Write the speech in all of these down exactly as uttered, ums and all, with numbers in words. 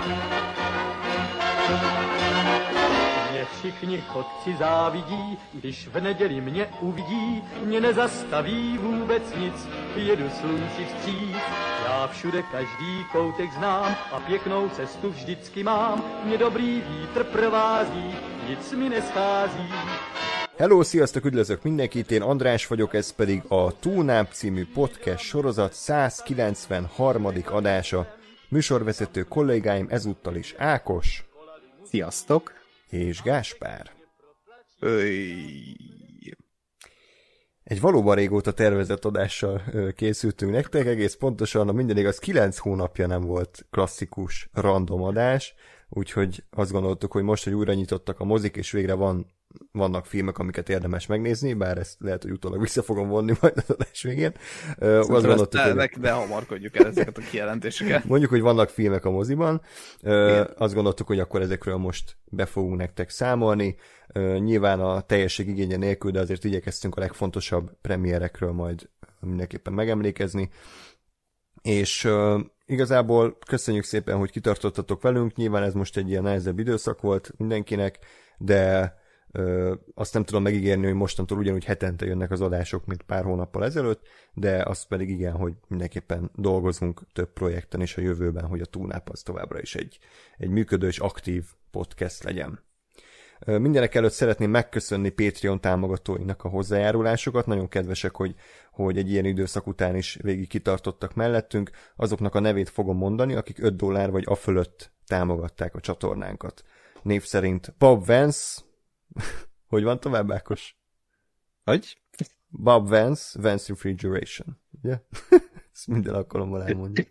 Všichni chodci závidí, když v neděli mě uvidí, mě nezastaví vůbec nic, jedu slunci vstříc. Já všude každý koutek znám a pěknou cestu vždycky mám, mě dobrý vítr provází, nic mi neschází. Hello, sziasztok, üdvözlök mindenkit, én András vagyok, ez pedig a Túlnáp című podcast sorozat száz kilencvenharmadik adása. Műsorvezető kollégáim ezúttal is Ákos. Sziasztok! És Gáspár. Öy. Egy valóban régóta tervezett adással készültünk nektek, egész pontosan, a minden igaz, kilenc hónapja nem volt klasszikus random adás, úgyhogy azt gondoltuk, hogy most, hogy újra nyitottak a mozik, és végre van, vannak filmek, amiket érdemes megnézni, bár ezt lehet, hogy utólag vissza fogom vonni majd az adás végén. Azt gondoltuk, hogy... De, de hamarkodjuk el ezeket a kijelentéseket. Mondjuk, hogy vannak filmek a moziban. Igen. Azt gondoltuk, hogy akkor ezekről most be fogunk nektek számolni. Nyilván a teljesség igénye nélkül, de azért igyekeztünk a legfontosabb premierekről majd mindenképpen megemlékezni. És uh, igazából köszönjük szépen, hogy kitartottatok velünk. Nyilván ez most egy ilyen nehezebb időszak volt mindenkinek, de uh, azt nem tudom megígérni, hogy mostantól ugyanúgy hetente jönnek az adások, mint pár hónappal ezelőtt, de azt pedig igen, hogy mindenképpen dolgozunk több projekten is a jövőben, hogy a Túlnáp az továbbra is egy, egy működő és aktív podcast legyen. Mindenek előtt szeretném megköszönni Patreon támogatóinak a hozzájárulásokat, nagyon kedvesek, hogy, hogy egy ilyen időszak után is végig kitartottak mellettünk. Azoknak a nevét fogom mondani, akik öt dollár vagy afölött támogatták a csatornánkat. Név szerint Bob Vance, hogy van tovább, Ákos? Hogy? Bob Vance, Vance Refrigeration, ugye? Ezt minden alkalommal elmondjuk.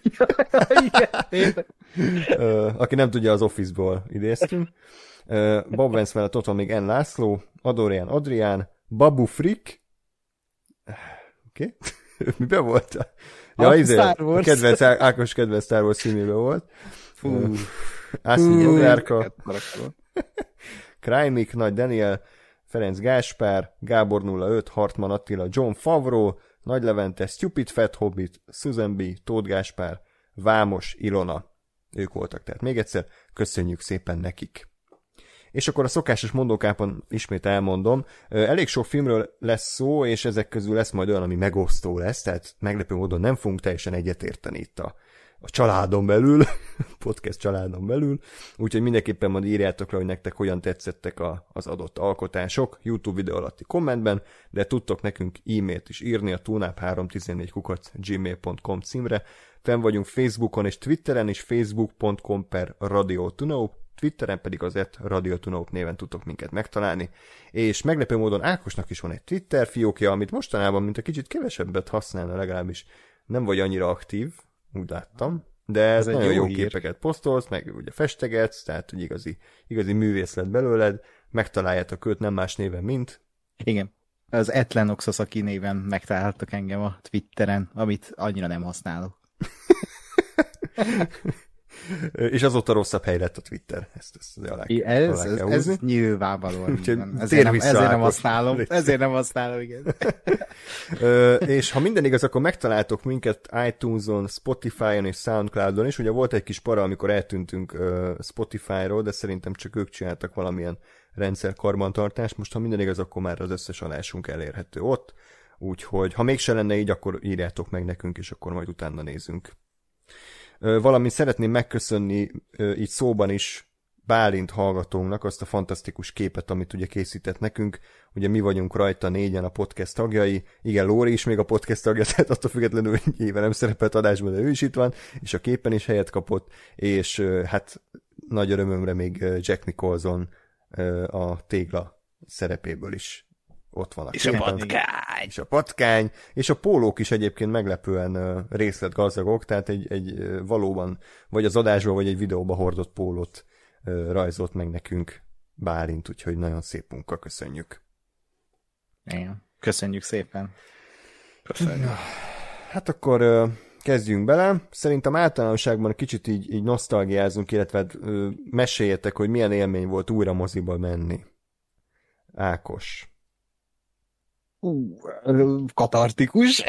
Aki nem tudja, az Office-ból idéztünk. Bob Vance mellett ott van még N. László, Adorian Adrián, Babu Frick, oké, okay. Miben volt? Ja, izé, a kedvenc, Ákos kedvenc Star Wars színében volt. Fú. Ászi Bogárka, Krajmik, Nagy Daniel, Ferenc Gáspár, Gábor nulla öt, Hartman Attila, John Favreau, Nagy Levente, Stupid Fat Hobbit, Susan B., Tóth Gáspár, Vámos Ilona. Ők voltak, tehát még egyszer köszönjük szépen nekik. És akkor a szokásos mondókápon ismét elmondom, elég sok filmről lesz szó, és ezek közül lesz majd olyan, ami megosztó lesz, tehát meglepő módon nem fogunk teljesen egyetérteni itt a, a családon belül, podcast családon belül, úgyhogy mindenképpen majd írjátok le, hogy nektek hogyan tetszettek a, az adott alkotások YouTube videó alatti kommentben, de tudtok nekünk e-mailt is írni a túlnáp három tizennégy kukac gmail pont com címre. Fenn vagyunk Facebookon és Twitteren is, facebook pont com per Radio Tunaup, Twitteren pedig az et Radio Tunaup néven tudtok minket megtalálni, és meglepő módon Ákosnak is van egy Twitter fiókja, amit mostanában, mint a kicsit kevesebbet használna, legalábbis nem vagy annyira aktív, úgy láttam, de ez nagyon jó, jó képeket posztolsz, meg ugye festegetsz, tehát hogy igazi, igazi művész lett belőled, megtaláljátok őt nem más néven, mint... Igen, az Etlenoxosaki néven megtaláltak engem a Twitteren, amit annyira nem használok. És azóta rosszabb hely lett a Twitter. Ezt, ezt alá, ez, alá ez, ez nyilvánvalóan. Ezért, nem, ezért nem használom. Ezért nem használom, igen. Ö, és ha minden igaz, akkor megtaláltok minket iTunes-on, Spotify-on és Soundcloud-on is. Ugye volt egy kis para, amikor eltűntünk uh, Spotify-ról, de szerintem csak ők csináltak valamilyen rendszer karbantartást. Most ha minden igaz, akkor már az összes adásunk elérhető ott. Úgyhogy ha mégse lenne így, akkor írjátok meg nekünk, és akkor majd utána nézünk. Valamint szeretném megköszönni így szóban is Bálint hallgatónknak azt a fantasztikus képet, amit ugye készített nekünk. Ugye mi vagyunk rajta négyen a podcast tagjai. Igen, Lóri is még a podcast tagja, tehát attól függetlenül, hogy éve nem szerepelt adásban, de ő is itt van, és a képen is helyet kapott, és hát nagy örömömre még Jack Nicholson a tégla szerepéből is ott van a és képen. A patkány. És a patkány, és a pólók is egyébként meglepően uh, részletgazdagok, tehát egy, egy uh, valóban, vagy az adásban, vagy egy videóban hordott pólót uh, rajzolt meg nekünk Bálint, úgyhogy nagyon szép munka, köszönjük. Igen, köszönjük szépen. Köszönjük. Hát akkor uh, kezdjünk bele. Szerintem általánosságban kicsit így, így nosztalgiázunk, illetve uh, meséljetek, hogy milyen élmény volt újra moziba menni. Ákos. Ú, katartikus.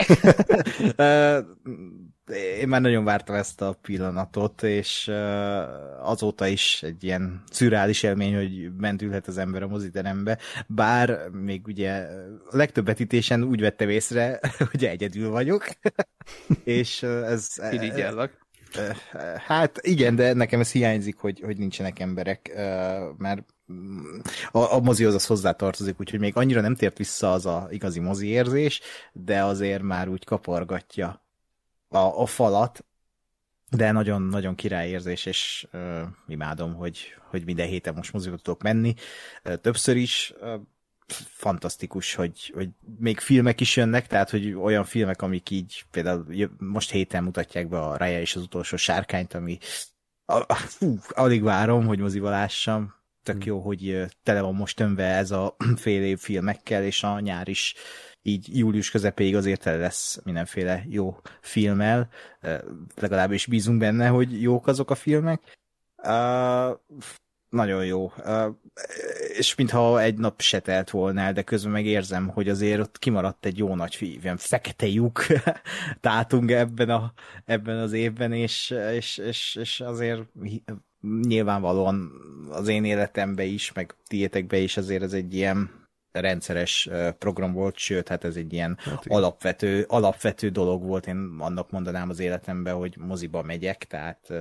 Én már nagyon vártam ezt a pillanatot, és azóta is egy ilyen szürreális élmény, hogy bent ülhet az ember a moziterembe, bár még ugye a legtöbb vetítésen úgy vettem észre, hogy egyedül vagyok, és ez... Irigyellek. Hát igen, de nekem ez hiányzik, hogy, hogy nincsenek emberek, mert a, a mozihoz az hozzátartozik, úgyhogy még annyira nem tért vissza az a igazi mozi érzés, de azért már úgy kapargatja a, a falat, de nagyon-nagyon királyérzés, és uh, imádom, hogy, hogy minden héten most moziba tudok menni. Uh, többször is uh, fantasztikus, hogy, hogy még filmek is jönnek, tehát, hogy olyan filmek, amik így például most héten mutatják be a Raya és az utolsó sárkányt, ami a, a, fú, alig várom, hogy moziba lássam. Tök jó, hogy tele van most tömve ez a fél év filmekkel, és a nyár is így július közepéig azért tele lesz mindenféle jó filmmel. Legalábbis bízunk benne, hogy jók azok a filmek. Uh, nagyon jó. Uh, és mintha egy nap se telt volna el, de közben meg érzem, hogy azért ott kimaradt egy jó nagy ilyen fekete lyuk tátunk ebben, a, ebben az évben, és, és, és, és azért nyilvánvalóan az én életemben is, meg tiétekben is azért ez egy ilyen rendszeres program volt, sőt, hát ez egy ilyen hát alapvető, alapvető dolog volt, én annak mondanám az életemben, hogy moziba megyek, tehát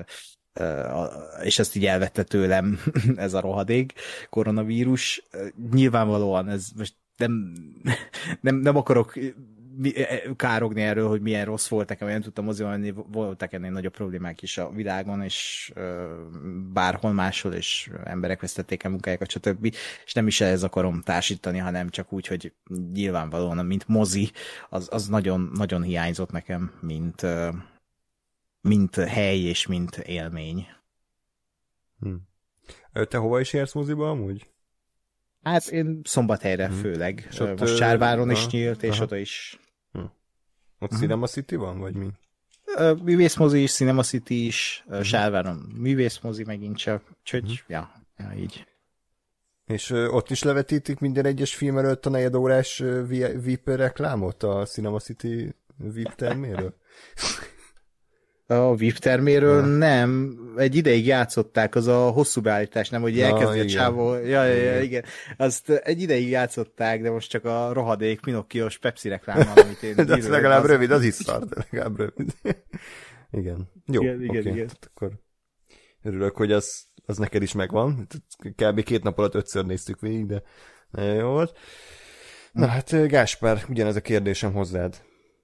és ezt így elvette tőlem ez a rohadék koronavírus. Nyilvánvalóan ez most nem, nem, nem akarok károgni erről, hogy milyen rossz volt nekem, nem tudtam moziba menni, voltak ennél nagyobb problémák is a világon, és bárhol máshol, és emberek vesztették el munkájukat, stb. És nem is ehhez akarom társítani, hanem csak úgy, hogy nyilvánvalóan, mint mozi, az, az nagyon, nagyon hiányzott nekem, mint, mint hely és mint élmény. Hm. Te hova is jársz moziba amúgy? Hát én Szombathelyre hmm. főleg. Ott, most Csárváron is aha, nyílt, és aha. oda is. Hm. Ott hmm. Cinema City van, vagy mi? Művészmozi is, Cinema City is, hmm. Sárváron művészmozi megint csak, úgyhogy, hmm. ja, ja, így. És ö, ott is levetítik minden egyes film előtt a negyedórás vé i pé reklámot a Cinema City vé i pé terméről? A vé i pé terméről ja. Nem. Egy ideig játszották, az a hosszú beállítás, nem, hogy ja, elkezdi a csávó. Ja, ja, ja, igen. Azt egy ideig játszották, de most csak a rohadék Pinocchiós Pepsi reklámmal, amit én de az legalább az... rövid, az is szar, de legalább rövid. Igen. Jó, igen, igen, okay. igen. Akkor örülök, hogy az, az neked is megvan. Kb. Két nap alatt ötször néztük végig, de nagyon jó volt. Na hát, Gáspár, ugyanez a kérdésem hozzád.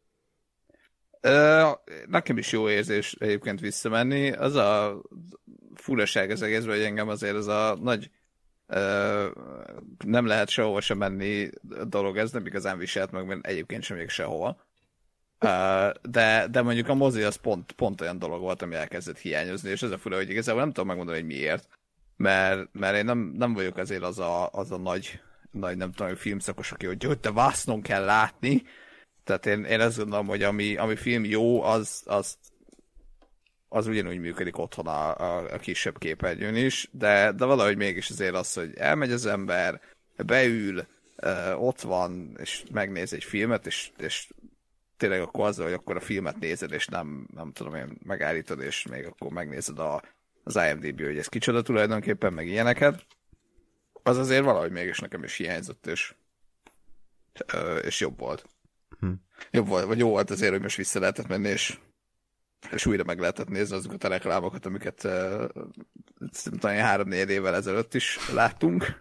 Uh, nekem is jó érzés egyébként visszamenni. Az a furaság az egészben, hogy engem azért ez a nagy uh, nem lehet sehova sem menni dolog, ez nem igazán viselt meg, mert egyébként sem még sehova. Uh, de, de mondjuk a mozi az pont, pont olyan dolog volt, ami elkezdett hiányozni, és ez a fura, hogy igazából nem tudom megmondani, hogy miért. Mert, mert én nem, nem vagyok azért az a, az a nagy, nagy, nem tudom, filmszakos, aki, hogy jó, de vásznon kell látni. Tehát én, én azt gondolom, hogy ami, ami film jó, az, az, az ugyanúgy működik otthon a, a, a kisebb képernyőn is, de, de valahogy mégis azért az, hogy elmegy az ember, beül, ott van, és megnéz egy filmet, és, és tényleg akkor az, hogy akkor a filmet nézed, és nem, nem tudom én, megállítod, és még akkor megnézed a, az i em dé bé, hogy ez kicsoda tulajdonképpen, meg ilyeneket, az azért valahogy mégis nekem is hiányzott, és, és jobb volt. Hm. Jobb volt, vagy jó volt azért, hogy most vissza lehetett menni, és, és újra meg lehetett nézni azokat a reklámokat, amiket uh, talán három-négy évvel ezelőtt is láttunk.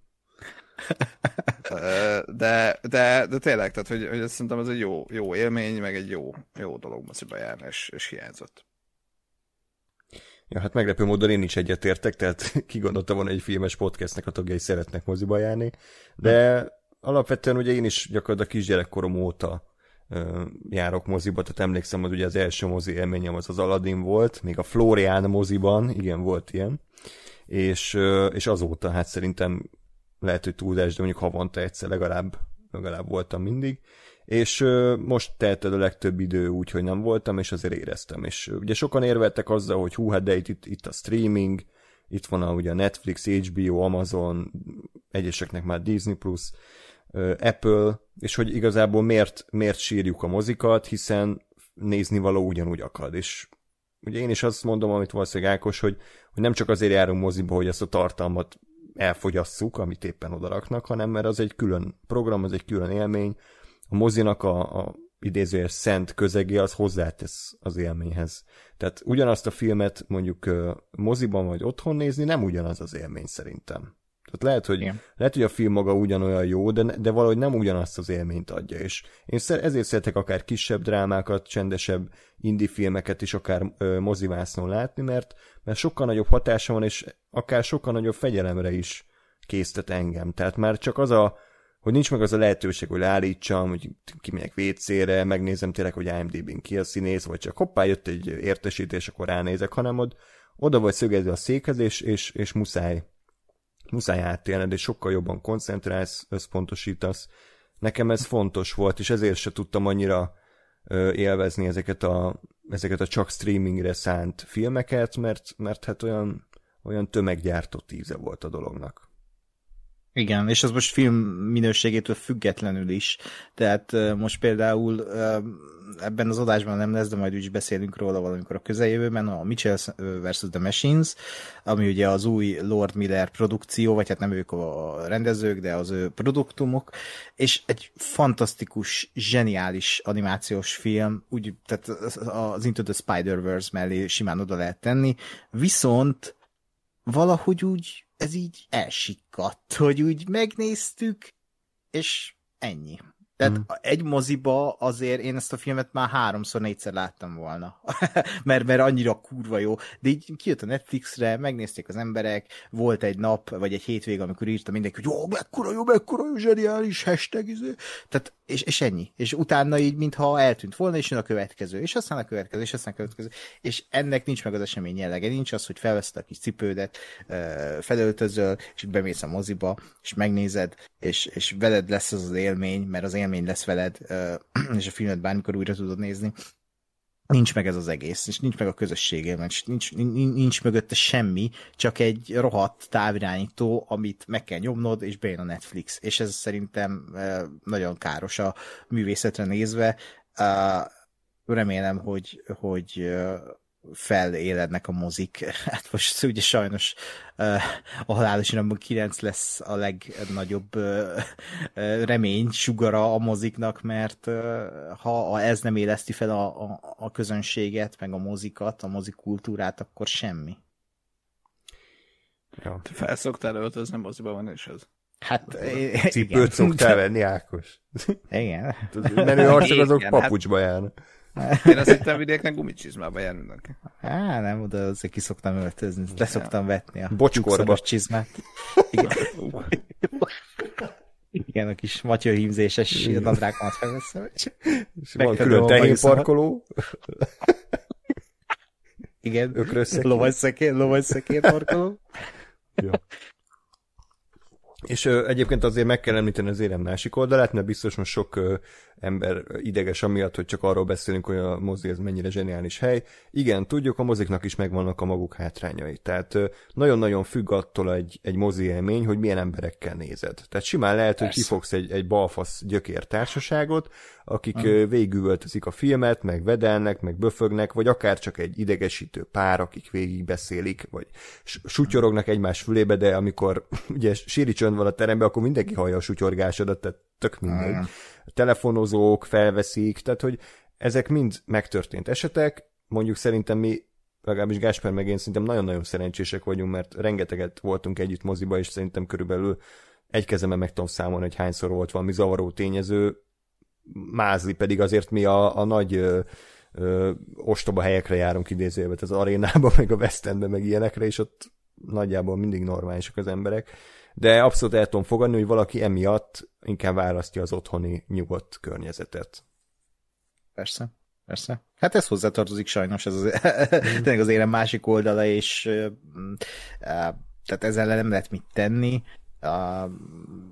uh, de, de, de tényleg, tehát, hogy, hogy szerintem ez egy jó, jó élmény, meg egy jó, jó dolog moziba járni, és, és hiányzott. Ja, hát meglepő módon én is egyetértek, tehát ki gondolta volna, egy filmes podcastnek a tagjai szeretnek moziba járni, de hm. alapvetően ugye én is gyakorlatilag kisgyerekkorom óta uh, járok moziba, tehát emlékszem, hogy ugye az első mozi élményem az az Aladdin volt, még a Florián moziban, igen, volt ilyen, és, uh, és azóta hát szerintem lehet, hogy túlzás, de mondjuk havonta egyszer legalább, legalább voltam mindig, és uh, most telt el a legtöbb idő úgy, hogy nem voltam, és azért éreztem, és uh, ugye sokan érveltek azzal, hogy hú, hát de itt, itt a streaming, itt van a, ugye a Netflix, há bé o, Amazon, egyeseknek már Disney Plus, Apple, és hogy igazából miért, miért sírjuk a mozikat, hiszen nézni való ugyanúgy akad, és ugye én is azt mondom, amit valószínűleg Ákos, hogy, hogy nem csak azért járunk moziba, hogy ezt a tartalmat elfogyasszuk, amit éppen odaraknak, hanem mert az egy külön program, az egy külön élmény. A mozinak a, a idézőjes szent közegé az hozzátesz az élményhez. Tehát ugyanazt a filmet mondjuk moziban vagy otthon nézni nem ugyanaz az élmény szerintem. Tehát lehet, hogy, lehet, hogy a film maga ugyanolyan jó, de, de valahogy nem ugyanazt az élményt adja, és én ezért szeretek akár kisebb drámákat, csendesebb indie filmeket is akár ö, mozivásznon látni, mert, mert sokkal nagyobb hatása van, és akár sokkal nagyobb fegyelemre is késztet engem. Tehát már csak az a, hogy nincs meg az a lehetőség, hogy leállítsam, hogy kimegyek vécére, megnézem tényleg, hogy IMDb-n ki a színész, vagy csak hoppá, jött egy értesítés, akkor ránézek, hanem od, oda vagy szögezve a székhez, és, és, és muszáj muszáj átélned, és sokkal jobban koncentrálsz, összpontosítasz. Nekem ez fontos volt, és ezért se tudtam annyira ö, élvezni ezeket a, ezeket a csak streamingre szánt filmeket, mert, mert hát olyan, olyan tömeggyártott íze volt a dolognak. Igen, és az most film minőségétől függetlenül is. Tehát uh, most például uh, ebben az adásban nem lesz, de majd úgy is beszélünk róla valamikor a közeljövőben, a Mitchells versus. The Machines, ami ugye az új Lord Miller produkció, vagy hát nem ők a rendezők, de az ő produktumok, és egy fantasztikus, zseniális animációs film, úgy, tehát az Into the Spider-Verse mellé simán oda lehet tenni, viszont valahogy úgy ez így elsikkadt, hogy úgy megnéztük, és ennyi. Tehát mm. egy moziba azért én ezt a filmet már háromszor, négyszer láttam volna. mert, mert annyira kurva jó. De így kijött a Netflixre, megnézték az emberek, volt egy nap, vagy egy hétvég, amikor írta mindenki, hogy jó, mekkora jó, mekkora jó, zseniális, hashtag, izé. Tehát, és, és ennyi. És utána így, mintha eltűnt volna, és jön a következő, és aztán a következő, és aztán a következő. És ennek nincs meg az esemény jellege. Nincs az, hogy felveszed a kis cipődet, felöltözöl, és bemész a moziba, és megnézed, és, és veled lesz az az élmény, mert az élmény lesz veled, és a filmet bármikor újra tudod nézni. Nincs meg ez az egész, és nincs meg a közössége, mert nincs, nincs, nincs mögötte semmi, csak egy rohadt távirányító, amit meg kell nyomnod, és bejön a Netflix. És ez szerintem nagyon káros a művészetre nézve. Remélem, hogy, hogy felélednek a mozik. Hát most ugye sajnos uh, a halálos iramban kilenc lesz a legnagyobb uh, uh, remény sugara a moziknak, mert uh, ha ez nem éleszti fel a, a, a közönséget, meg a mozikat, a mozikultúrát, akkor semmi. Ja. Te felszoktál öltözni moziba van, és ez? Hát, cipőt szoktál venni, Ákos? Igen. Menő harcok azok papucsba járnak. Én azt hittem vidéknek gumicsizmába jár mindenki. Á, nem, oda azért ki szoktam öltözni. Leszoktam vetni a bocskorba csizmát. Igen. Igen, a kis matyőhímzéses nadrágomat felveszem. És van külön tehénparkoló. Igen, ökrösszekér. Lovasszekér, lovasszekér parkoló. Ja. És ö, egyébként azért meg kell említeni az érem másik oldalát, mert biztos most sok ö, ember ideges amiatt, hogy csak arról beszélünk, hogy a mozi ez mennyire zseniális hely. Igen, tudjuk, a moziknak is megvannak a maguk hátrányai. Tehát ö, nagyon-nagyon függ attól egy, egy mozi élmény, hogy milyen emberekkel nézed. Tehát simán lehet, Persze. hogy kifogsz egy, egy balfasz gyökér társaságot, akik uh-huh. végigüvöltözik a filmet, meg vedelnek, meg böfögnek, vagy akár csak egy idegesítő pár, akik végigbeszélik, vagy sutyorognak egymás fülébe, de amikor ugye síri csönd van a teremben, akkor mindenki hallja a sutyorgásodat, tehát tök mindegy. Uh-huh. Telefonozók felveszik, tehát hogy ezek mind megtörtént esetek, mondjuk szerintem mi, legalábbis Gáspár meg én szerintem nagyon-nagyon szerencsések vagyunk, mert rengeteget voltunk együtt moziba, és szerintem körülbelül egy kezemben meg tudom számolni, hogy hányszor volt valami zavaró tényező, mázli pedig azért mi a, a nagy ö, ö, ostoba helyekre járunk idézőjelben, az arénába, meg a West Endbe, meg ilyenekre, és ott nagyjából mindig normálisak az emberek. De abszolút el tudom fogadni, hogy valaki emiatt inkább választja az otthoni nyugodt környezetet. Persze, persze. Hát ez hozzátartozik sajnos, ez az, tényleg az érem másik oldala, és uh, uh, tehát ezzel nem lehet mit tenni. Uh,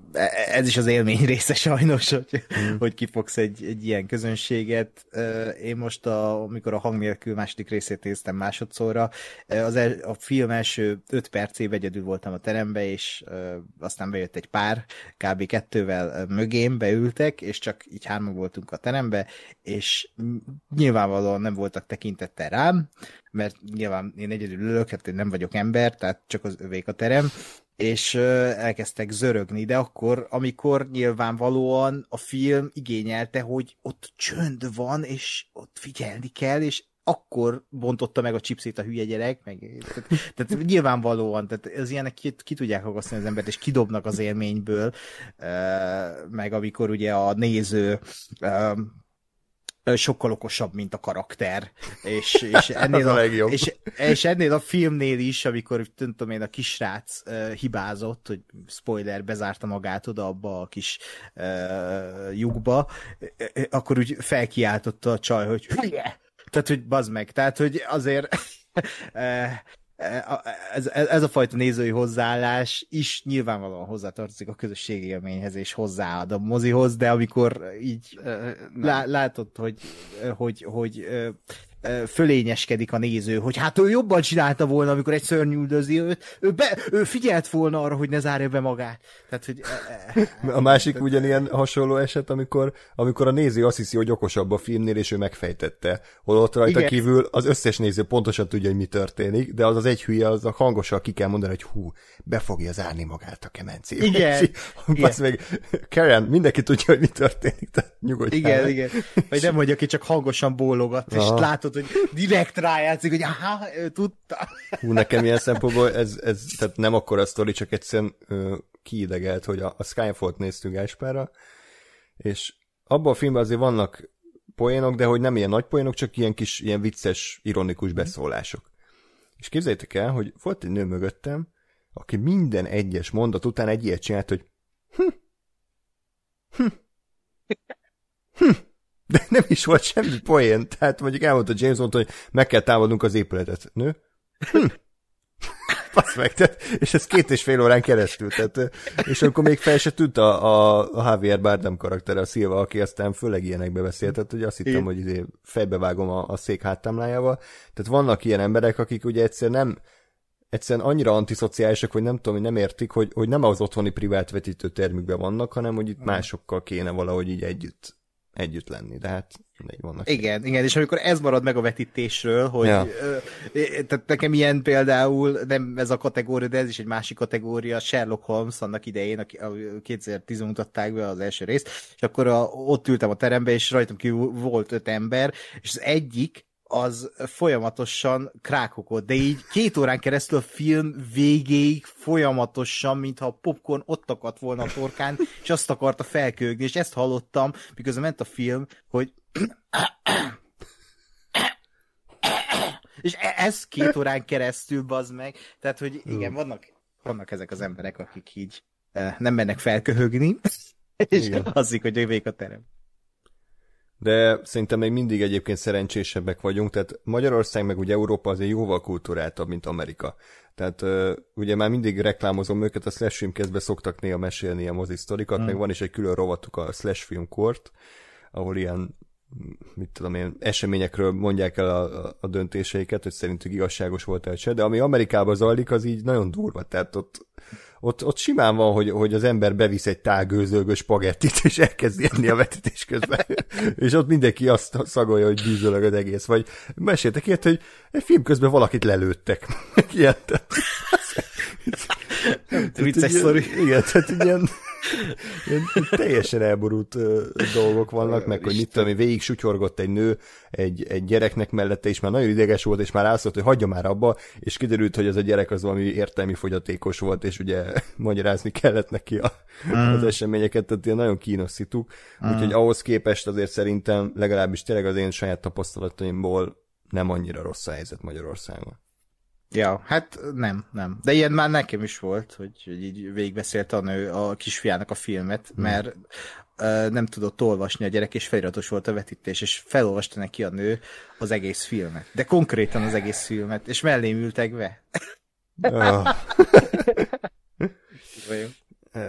ez is az élmény része sajnos, hogy, hmm. hogy kifogsz egy, egy ilyen közönséget. Én most, a, amikor a Hang nélkül második részét néztem másodszorra, az el, a film első öt percében egyedül voltam a terembe, és aztán bejött egy pár, kb. Kettővel mögém beültek, és csak így hárman voltunk a terembe, és nyilvánvalóan nem voltak tekintettel rám, mert nyilván én egyedül ülök, hát én nem vagyok ember, tehát csak az övék a terem, és elkezdtek zörögni, de akkor, amikor nyilvánvalóan a film igényelte, hogy ott csönd van, és ott figyelni kell, és akkor bontotta meg a chipsét a hülye gyerek, meg, tehát, tehát nyilvánvalóan, tehát az ilyenek ki, ki tudják akasztani az embert, és kidobnak az élményből, meg amikor ugye a néző sokkal okosabb, mint a karakter, és, és, ennél, a, a és, és ennél a filmnél is, amikor tudom én, a kisrác uh, hibázott, hogy spoiler, bezárta magát oda abba a kis uh, lyukba, uh, akkor úgy felkiáltotta a csaj, hogy hülye! Tehát, hogy bazd meg, tehát, hogy azért uh, Ez, ez a fajta nézői hozzáállás is nyilvánvalóan hozzátartozik a közösségi élményhez, és hozzáad a mozihoz, de amikor így lá, látod, hogy, hogy, hogy fölényeskedik a néző, hogy hát ő jobban csinálta volna, amikor egy szörny üldözi őt, ő, be, ő figyelt volna arra, hogy ne zárja be magát. Tehát, hogy... A másik ugyanilyen hasonló eset, amikor, amikor a néző azt hiszi, hogy okosabb a filmnél, és ő megfejtette. Holott rajta Igen. kívül az összes néző pontosan tudja, hogy mi történik, de az az egy hülye, az a hangosan ki kell mondani, hogy hú, be fogja zárni magát a kemencébe. Igen. Igen. Meg, Karen, mindenki tudja, hogy mi történik, tehát nyugodjál. Igen, meg. Igen. Vagy nem, hogy aki csak hangosan bólogat, és látod, hogy direkt rájátszik, hogy aha, ő tudta. Hú, nekem ilyen szempontból ez, ez tehát nem akkora sztori, csak egyszerűen ö, kiidegelt, hogy a, a Skyfall-t néztük Gáspárra, és abban a filmben azért vannak poénok, de hogy nem ilyen nagy poénok, csak ilyen kis, ilyen vicces, ironikus beszólások. És képzeljétek el, hogy volt egy nő mögöttem, aki minden egyes mondat után egy ilyet csinált, hogy hm, hm, hm. De nem is volt semmi poén. Tehát mondjuk elmondta James Bond, hogy meg kell támadnunk az épületet. Nő? Hm. Passz meg. Tehát, és ez két és fél órán keresztül. Tehát, és akkor még fel se tűnt a, a, a Javier Bardem karaktere, a Silva, aki aztán főleg ilyenekbe beszélt. Tehát ugye azt hittem, Én. hogy izé fejbevágom a, a szék háttámlájával. Tehát vannak ilyen emberek, akik ugye egyszer nem egyszerűen annyira antiszociálisak, hogy nem tudom, hogy nem értik, hogy, hogy nem az otthoni privát vetítő termükben vannak, hanem hogy itt másokkal kéne valahogy így együtt együtt lenni, de hát mindegy, vannak. Igen, igen, és amikor ez marad meg a vetítésről, hogy ja. ö, tehát nekem ilyen például, nem ez a kategória, de ez is egy másik kategória, Sherlock Holmes annak idején, a kétezer-tízben mutatták be az első részt, és akkor a, ott ültem a teremben, és rajtam kívül volt öt ember, és az egyik az folyamatosan krákokott, de így két órán keresztül a film végéig folyamatosan, mintha a popcorn ott akadt volna a torkán, és azt akarta felkőgni, és ezt hallottam, miközben ment a film, hogy és ez két órán keresztül, bazd meg, tehát, hogy igen, vannak, vannak ezek az emberek, akik így nem mennek felköhögni, és igen. Azzik, hogy jövék a terem. De szerintem még mindig egyébként szerencsésebbek vagyunk, tehát Magyarország meg ugye Európa azért jóval kulturáltabb, mint Amerika. Tehát uh, ugye már mindig reklámozom őket, a Slash Filmkezbe szoktak néha mesélni a mozisztorikat, hmm. meg van is egy külön rovatuk, a Slash Film Court, ahol ilyen, mit tudom én, eseményekről mondják el a, a, a döntéseiket, hogy szerintük igazságos volt-e se, de ami Amerikában zajlik, az így nagyon durva, tehát ott Ott, ott simán van, hogy, hogy az ember bevisz egy tágőzölgő spagettit, és elkezdi enni a vetítés közben. És ott mindenki azt szagolja, hogy bűzölög az egész. Vagy meséltek ilyet, hogy egy film közben valakit lelőttek. Ilyen. Vicces sztori. Igen, tehát ilyen, ilyen teljesen elborult uh, dolgok vannak, meg hogy mit tudom, hogy végig sutyorgott egy nő egy, egy gyereknek mellette, és már nagyon ideges volt, és már rászólt, hogy hagyja már abba, és kiderült, hogy az a gyerek az valami értelmi fogyatékos volt, és ugye magyarázni kellett neki a, mm. az eseményeket, tehát ilyen nagyon kínos szituk. Mm. Úgyhogy ahhoz képest azért szerintem legalábbis tényleg az én saját tapasztalataimból nem annyira rossz a helyzet Magyarországon. Ja, hát nem, nem. De ilyen már nekem is volt, hogy, hogy így végigbeszélte a nő a kisfiának a filmet, hmm. mert uh, nem tudott olvasni a gyerek, és feliratos volt a vetítés, és felolvasta neki a nő az egész filmet. De konkrétan az egész filmet, és mellém ültek be. Oh. uh.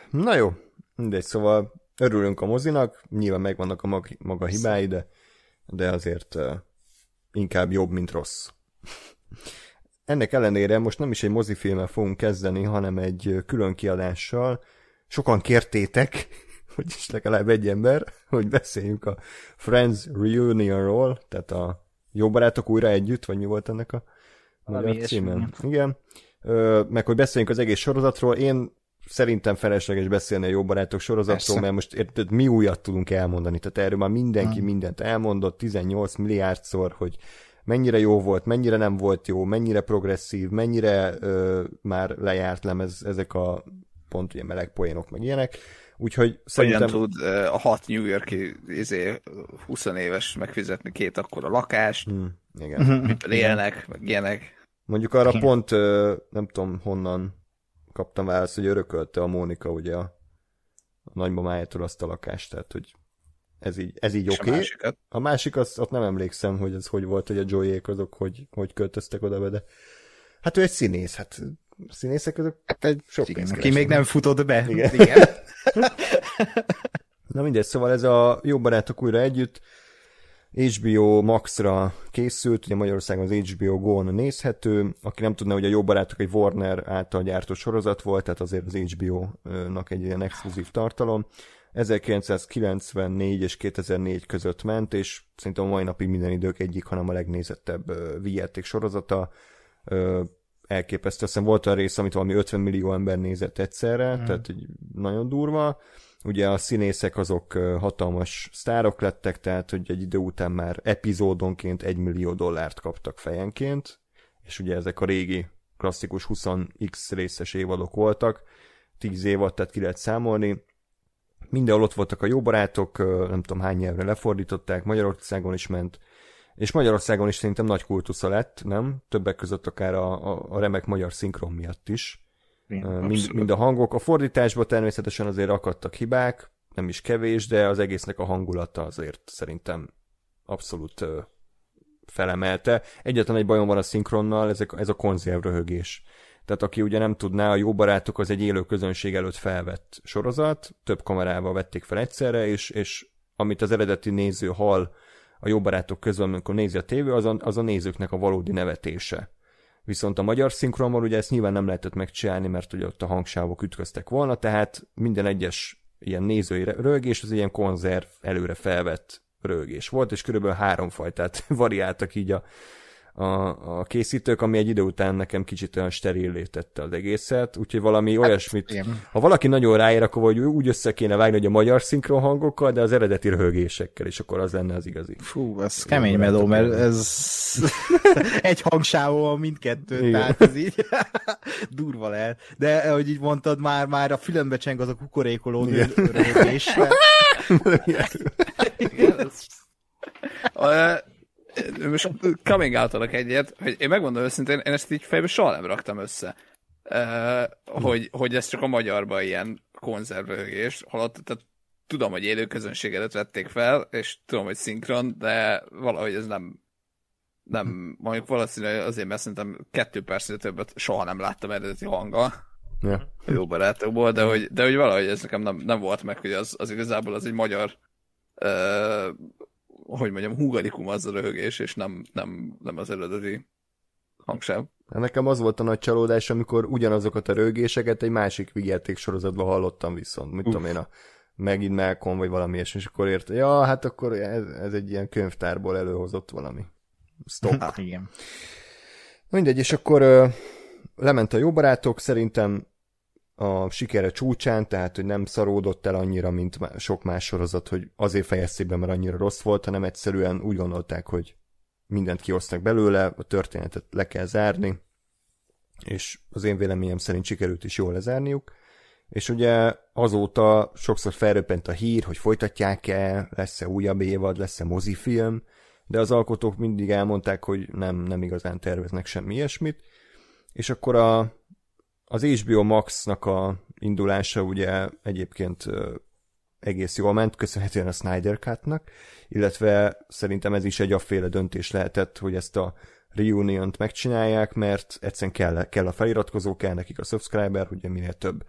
Na jó, mindegy, szóval örülünk a mozinak, nyilván megvannak a mag- maga hibái, de, de azért uh, inkább jobb, mint rossz. Ennek ellenére most nem is egy mozifilmmel fogunk kezdeni, hanem egy külön kiadással. Sokan kértétek, hogy is legalább egy ember, hogy beszéljünk a Friends Reunionról, tehát a Jó barátok újra együtt, vagy mi volt ennek a magyar címen? Igen. Ö, meg hogy beszéljünk az egész sorozatról. Én szerintem felesleges beszélni a Jó barátok sorozatról, Persze. mert most érted, mi újat tudunk elmondani. Tehát erről már mindenki hmm. mindent elmondott, tizennyolc milliárdszor, hogy mennyire jó volt, mennyire nem volt jó, mennyire progresszív, mennyire ö, már lejárt lemez ezek a pont ugye meleg poénok, meg ilyenek. Úgyhogy szerintem... Hogyan tud uh, a hat New York-i izé, húsz éves megfizetni két akkora lakást, hmm, igen. mitől élnek, meg ilyenek. Mondjuk arra igen. pont uh, nem tudom honnan kaptam választ, hogy örökölte a Mónika ugye a, a nagymamájától azt a lakást, tehát hogy ez így, ez így oké. Okay. A, a másik, azt, azt nem emlékszem, hogy ez hogy volt, hogy a Joey-ék azok hogy, hogy költöztek oda be, de hát ő egy színész, hát színészek azok hát egy sok pénzt keresnek. Ki még nem futott be. Igen. Igen. Na mindegy, szóval ez a Jó barátok újra együtt há bé o Max-ra készült, ugye Magyarországon az há bé o Go-n nézhető, aki nem tudna, hogy a Jó barátok egy Warner által gyártott sorozat volt, tehát azért az há bé o-nak egy ilyen exkluzív tartalom. ezerkilencszázkilencvennégy és kétezer-négy között ment, és szerintem a mai napig minden idők egyik, hanem a legnézettebb vígjáték sorozata. Elképesztő, aztán volt a rész, amit valami ötven millió ember nézett egyszerre, mm. tehát így nagyon durva. Ugye a színészek azok hatalmas sztárok lettek, tehát hogy egy idő után már epizódonként egy millió dollárt kaptak fejenként, és ugye ezek a régi klasszikus húsz x részes évadok voltak, tíz évad, tehát ki lehet számolni. Mindenhol ott voltak a Jó barátok, nem tudom hány nyelvre lefordították, Magyarországon is ment, és Magyarországon is szerintem nagy kultusza lett, nem? Többek között akár a, a, a remek magyar szinkron miatt is. Igen, mind, mind a hangok. A fordításban természetesen azért akadtak hibák, nem is kevés, de az egésznek a hangulata azért szerintem abszolút uh, felemelte. Egyetlen egy bajom van a szinkronnal, ez a, ez a konzervröhögés. Tehát aki ugye nem tudná, a Jó barátok az egy élő közönség előtt felvett sorozat, több kamerával vették fel egyszerre, és, és amit az eredeti néző hall a Jó barátok közben, amikor nézi a tévé, az a, az a nézőknek a valódi nevetése. Viszont a magyar szinkronban ugye ezt nyilván nem lehetett megcsinálni, mert ugye ott a hangsávok ütköztek volna, tehát minden egyes ilyen nézői röhögés az ilyen konzerv előre felvett röhögés volt, és körülbelül három fajtát variáltak így a, a, a készítők, ami egy idő után nekem kicsit olyan sterillé tette az egészet, úgyhogy valami hát, olyasmit, igen. Ha valaki nagyon ráér, akkor vagy úgy össze kéne vágni, hogy a magyar szinkron hangokkal, de az eredeti röhögésekkel, és akkor az lenne az igazi. Fú, ez kemény medó, mert ez egy hangsávon mindkettő, igen. Tehát ez így durva lehet. De ahogy így mondtad, már, már a fülembe cseng az a kukorékoló röhögés. Igen, ez... most coming out-olok egyet, hogy én megmondom őszintén, én ezt így fejbe soha nem raktam össze. Uh, hogy, hogy ez csak a magyarban ilyen konzervröhögés, holott tehát tudom, hogy élő közönséget vették fel, és tudom, hogy szinkron, de valahogy ez nem nem, mondjuk valószínűleg azért, mert szerintem kettő percnél többet soha nem láttam eredeti hanggal. Yeah. A Jó barátokból, de hogy, de hogy valahogy ez nekem nem, nem volt meg, hogy az, az igazából az egy magyar uh, hogy mondjam, hungarikum az a röhögés, és nem, nem, nem az eredeti hangsáv. Nekem az volt a nagy csalódás, amikor ugyanazokat a röhögéseket egy másik vígjáték sorozatban hallottam viszont. Mit Uf. tudom én, a megint Malcolm, vagy valami ilyesmi, és akkor érte, ja, hát akkor ez, ez egy ilyen könyvtárból előhozott valami. Stop. Ah, igen. Mindegy, és akkor uh, lement a Jó barátok, szerintem a sikere csúcsán, tehát hogy nem szaródott el annyira, mint sok más sorozat, hogy azért fejezték be, mert annyira rossz volt, hanem egyszerűen úgy gondolták, hogy mindent kihoztak belőle, a történetet le kell zárni, és az én véleményem szerint sikerült is jól lezárniuk. És ugye azóta sokszor felröppent a hír, hogy folytatják-e, lesz-e újabb évad, lesz-e mozifilm, de az alkotók mindig elmondták, hogy nem, nem igazán terveznek semmi ilyesmit, és akkor a, az há bé o Max-nak a indulása ugye egyébként egész jól ment, köszönhetően a Snyder Cut-nak, illetve szerintem ez is egy afféle döntés lehetett, hogy ezt a reuniont megcsinálják, mert egyszerűen kell, kell a feliratkozó, kell nekik a subscriber, ugye minél több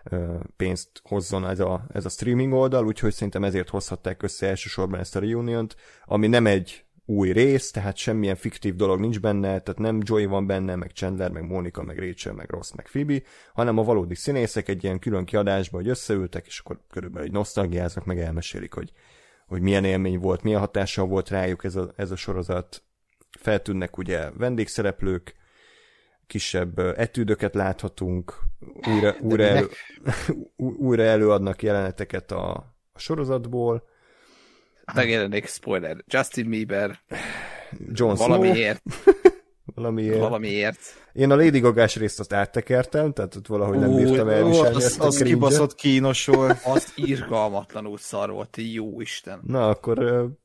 pénzt hozzon ez a, ez a streaming oldal, úgyhogy szerintem ezért hozhatták össze elsősorban ezt a reuniont, ami nem egy új rész, tehát semmilyen fiktív dolog nincs benne, tehát nem Joey van benne, meg Chandler, meg Monica, meg Rachel, meg Ross, meg Phoebe, hanem a valódi színészek egy ilyen külön kiadásban, hogy összeültek, és akkor körülbelül egy nosztalgiáznak, meg elmesélik, hogy, hogy milyen élmény volt, milyen hatással volt rájuk ez a, ez a sorozat. Feltűnnek ugye vendégszereplők, kisebb etűdöket láthatunk, újra, újra, elő, újra előadnak jeleneteket a, a sorozatból. Megjelenik, spoiler, Justin Bieber. John valamiért. valamiért. Valamiért. Én a Lady Gaga-s részt azt áttekertem, tehát ott valahogy nem bírtam elviselni az, ezt a az kibaszott kínos volt. Az irgalmatlanul szar volt, jó Isten. Na, akkor...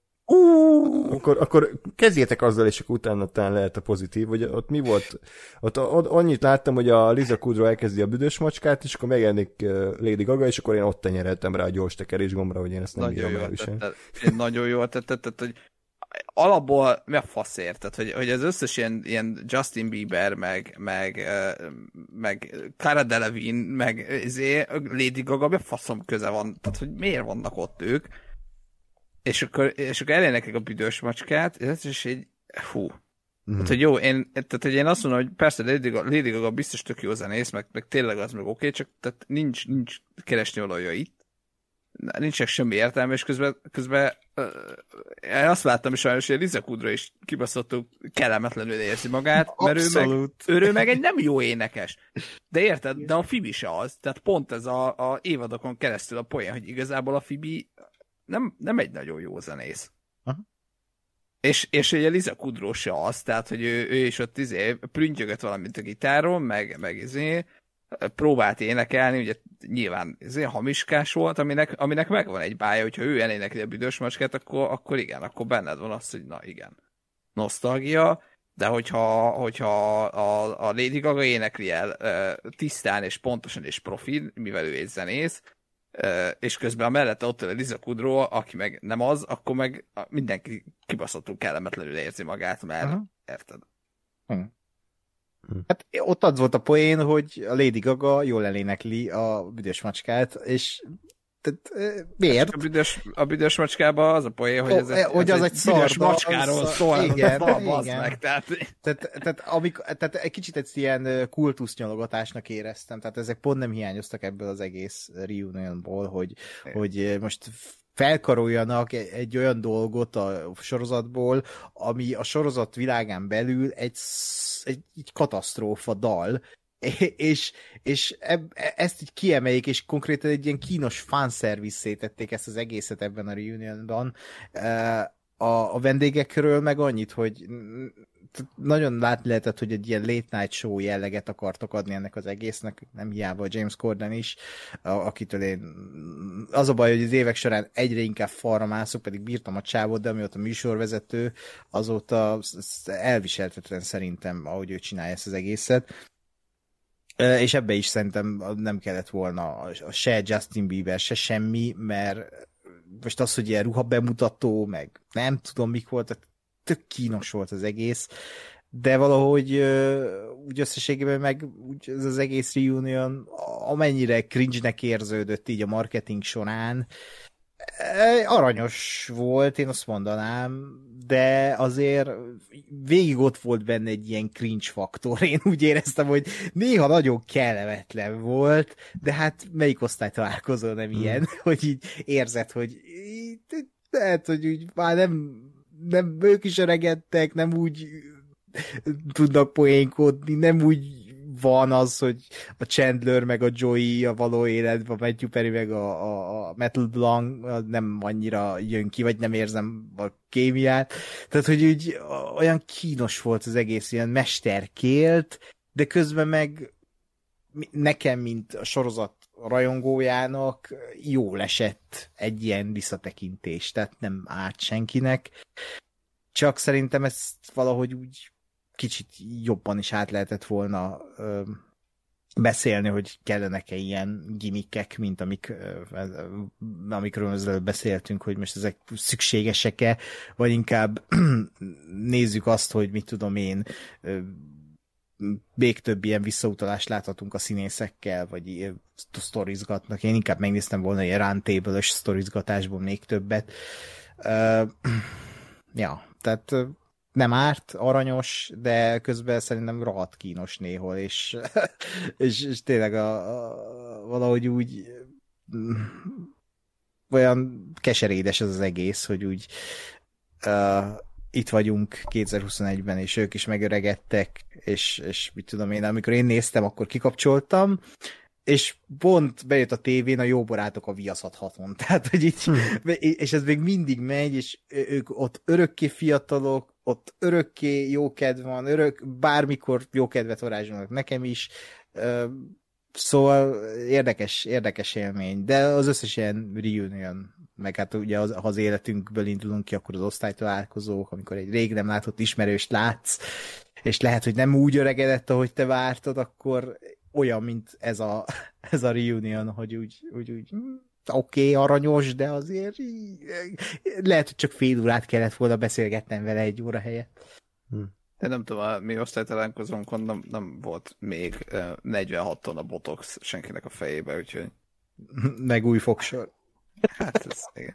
Uh, akkor, akkor kezdjétek azzal, és akkor utána talán lehet a pozitív, hogy ott mi volt? Ott, ott annyit láttam, hogy a Liza Kudrow elkezdi a büdös macskát, és akkor megjelenik Lady Gaga, és akkor én ott tenyereltem rá a gyors tekerés gombra, hogy én ezt nem nagyon bírom jól elviselni. tetted, nagyon jól tetted, tehát, hogy alapból mi a faszért? Tehát, hogy, hogy az összes ilyen, ilyen Justin Bieber, meg, meg, meg Cara Delevingne, meg ezért Lady Gaga, mi a faszom köze van? Tehát, hogy miért vannak ott ők? És akkor, és akkor elénekek a büdös macskát, és így, hú. Mm. Tehát, hogy jó, én, tehát, hogy én azt mondom, hogy persze Lady Gaga, Lady Gaga biztos tök jó zenész, meg, meg tényleg az meg oké, okay, csak tehát nincs, nincs keresni valója itt. Nincs semmi értelme, és közben, közben uh, én azt láttam is sajnos, hogy Liza Kudrow is kibaszottul kellemetlenül érzi magát, mert ő meg, ő meg egy nem jó énekes. De érted? De a Phoebe se az. Tehát pont ez a, a évadokon keresztül a poén, hogy igazából a Phoebe nem, nem egy nagyon jó zenész. Uh-huh. És, és ugye Liza Kudrow se az, tehát, hogy ő, ő is ott izé, prüntjögött valamit a gitáron, meg, meg izé, próbált énekelni, ugye nyilván izé, hamiskás volt, aminek, aminek megvan egy bája, hogyha ő elénekli a büdös macskát, akkor, akkor igen, akkor benned van az, hogy na igen, nosztalgia, de hogyha, hogyha a, a Lady Gaga énekli el tisztán és pontosan és profil, mivel ő egy zenész, és közben a mellette ott a Liza Kudrow, aki meg nem az, akkor meg mindenki kibaszottul kellemetlenül érzi magát, mert uh-huh. érted? Hmm. Hát ott az volt a poén, hogy a Lady Gaga jól elénekli a büdös macskát, és tehát, miért? A büdös, a büdös macskában az a poén, hogy ez, oh, egy, hogy ez az egy, egy büdös macskáról szól. Igen, szól, igen. Meg, tehát... Tehát, tehát, amikor, tehát egy kicsit egy ilyen kultusznyalogatásnak éreztem, tehát ezek pont nem hiányoztak ebből az egész reunionból, hogy, hogy most felkaroljanak egy, egy olyan dolgot a sorozatból, ami a sorozat világán belül egy, egy, egy katasztrófa dal, és, és eb, ezt így kiemeljék, és konkrétan egy ilyen kínos fanszervisszé tették ezt az egészet ebben a reunionban. A, a vendégekről meg annyit, hogy nagyon látni lehetett, hogy egy ilyen late night show jelleget akartak adni ennek az egésznek, nem hiába a James Corden is, akitől én az a baj, hogy az évek során egyre inkább falra mászok, pedig bírtam a csávot, de amióta műsorvezető, azóta elviselhetetlen szerintem, ahogy ő csinálja ezt az egészet. És ebbe is szerintem nem kellett volna se Justin Bieber, se semmi, mert most az, hogy ilyen ruha bemutató, meg nem tudom mik volt, tök kínos volt az egész, de valahogy úgy összességében meg úgy ez az egész reunion, amennyire cringe-nek érződött így a marketing során, aranyos volt, én azt mondanám, de azért végig ott volt benne egy ilyen cringe faktor. Én úgy éreztem, hogy néha nagyon kellemetlen volt, de hát melyik osztálytalálkozó nem ilyen, hmm. hogy így érzed, hogy lehet, hogy úgy már nem, nem ők is öregedtek, nem úgy tudnak poénkodni, nem úgy van az, hogy a Chandler meg a Joey a való életben, a Matthew Perry meg a, a, a Metal Blanc nem annyira jön ki, vagy nem érzem a kémiát. Tehát, hogy úgy olyan kínos volt az egész, ilyen mesterkélt, de közben meg nekem, mint a sorozat rajongójának jól esett egy ilyen visszatekintés, tehát nem árt senkinek. Csak szerintem ezt valahogy úgy kicsit jobban is át lehetett volna ö, beszélni, hogy kellenek-e ilyen gimmickek, mint amik, ö, amikről ezzel beszéltünk, hogy most ezek szükségesek-e, vagy inkább nézzük azt, hogy mit tudom én, ö, még több ilyen visszautalást láthatunk a színészekkel, vagy sztorizgatnak. Én inkább megnéztem volna ilyen roundtable-ös sztorizgatásból még többet. Uh, ja, tehát nem árt, aranyos, de közben szerintem rohadt kínos néhol, és, és, és tényleg a, a, valahogy úgy olyan keserédes ez az egész, hogy úgy uh, itt vagyunk kétezer-huszonegyben, és ők is megöregedtek, és, és mit tudom én, amikor én néztem, akkor kikapcsoltam, és pont bejött a tévén a Jó barátok a Viaszat haton. Tehát, hogy így, hmm. és ez még mindig megy, és ők ott örökké fiatalok, ott örökké jó kedv van, örök, bármikor jó kedvet varázsolnak nekem is, szóval érdekes, érdekes élmény, de az összes ilyen reunion, meg hát ugye az, ha az életünkből indulunk ki, akkor az osztálytalálkozók, amikor egy rég nem látott ismerőst látsz, és lehet, hogy nem úgy öregedett, ahogy te vártad, akkor olyan, mint ez a, ez a reunion, hogy úgy, úgy, úgy oké, okay, aranyos, de azért így, lehet, hogy csak fél órát kellett volna beszélgetnem vele egy óra helyett. Hm. Én nem tudom, a mi osztálytalálkozónkon nem, nem volt még negyvenhat tonna botox senkinek a fejébe, úgyhogy... Meg új fogsor. Hát ez igen.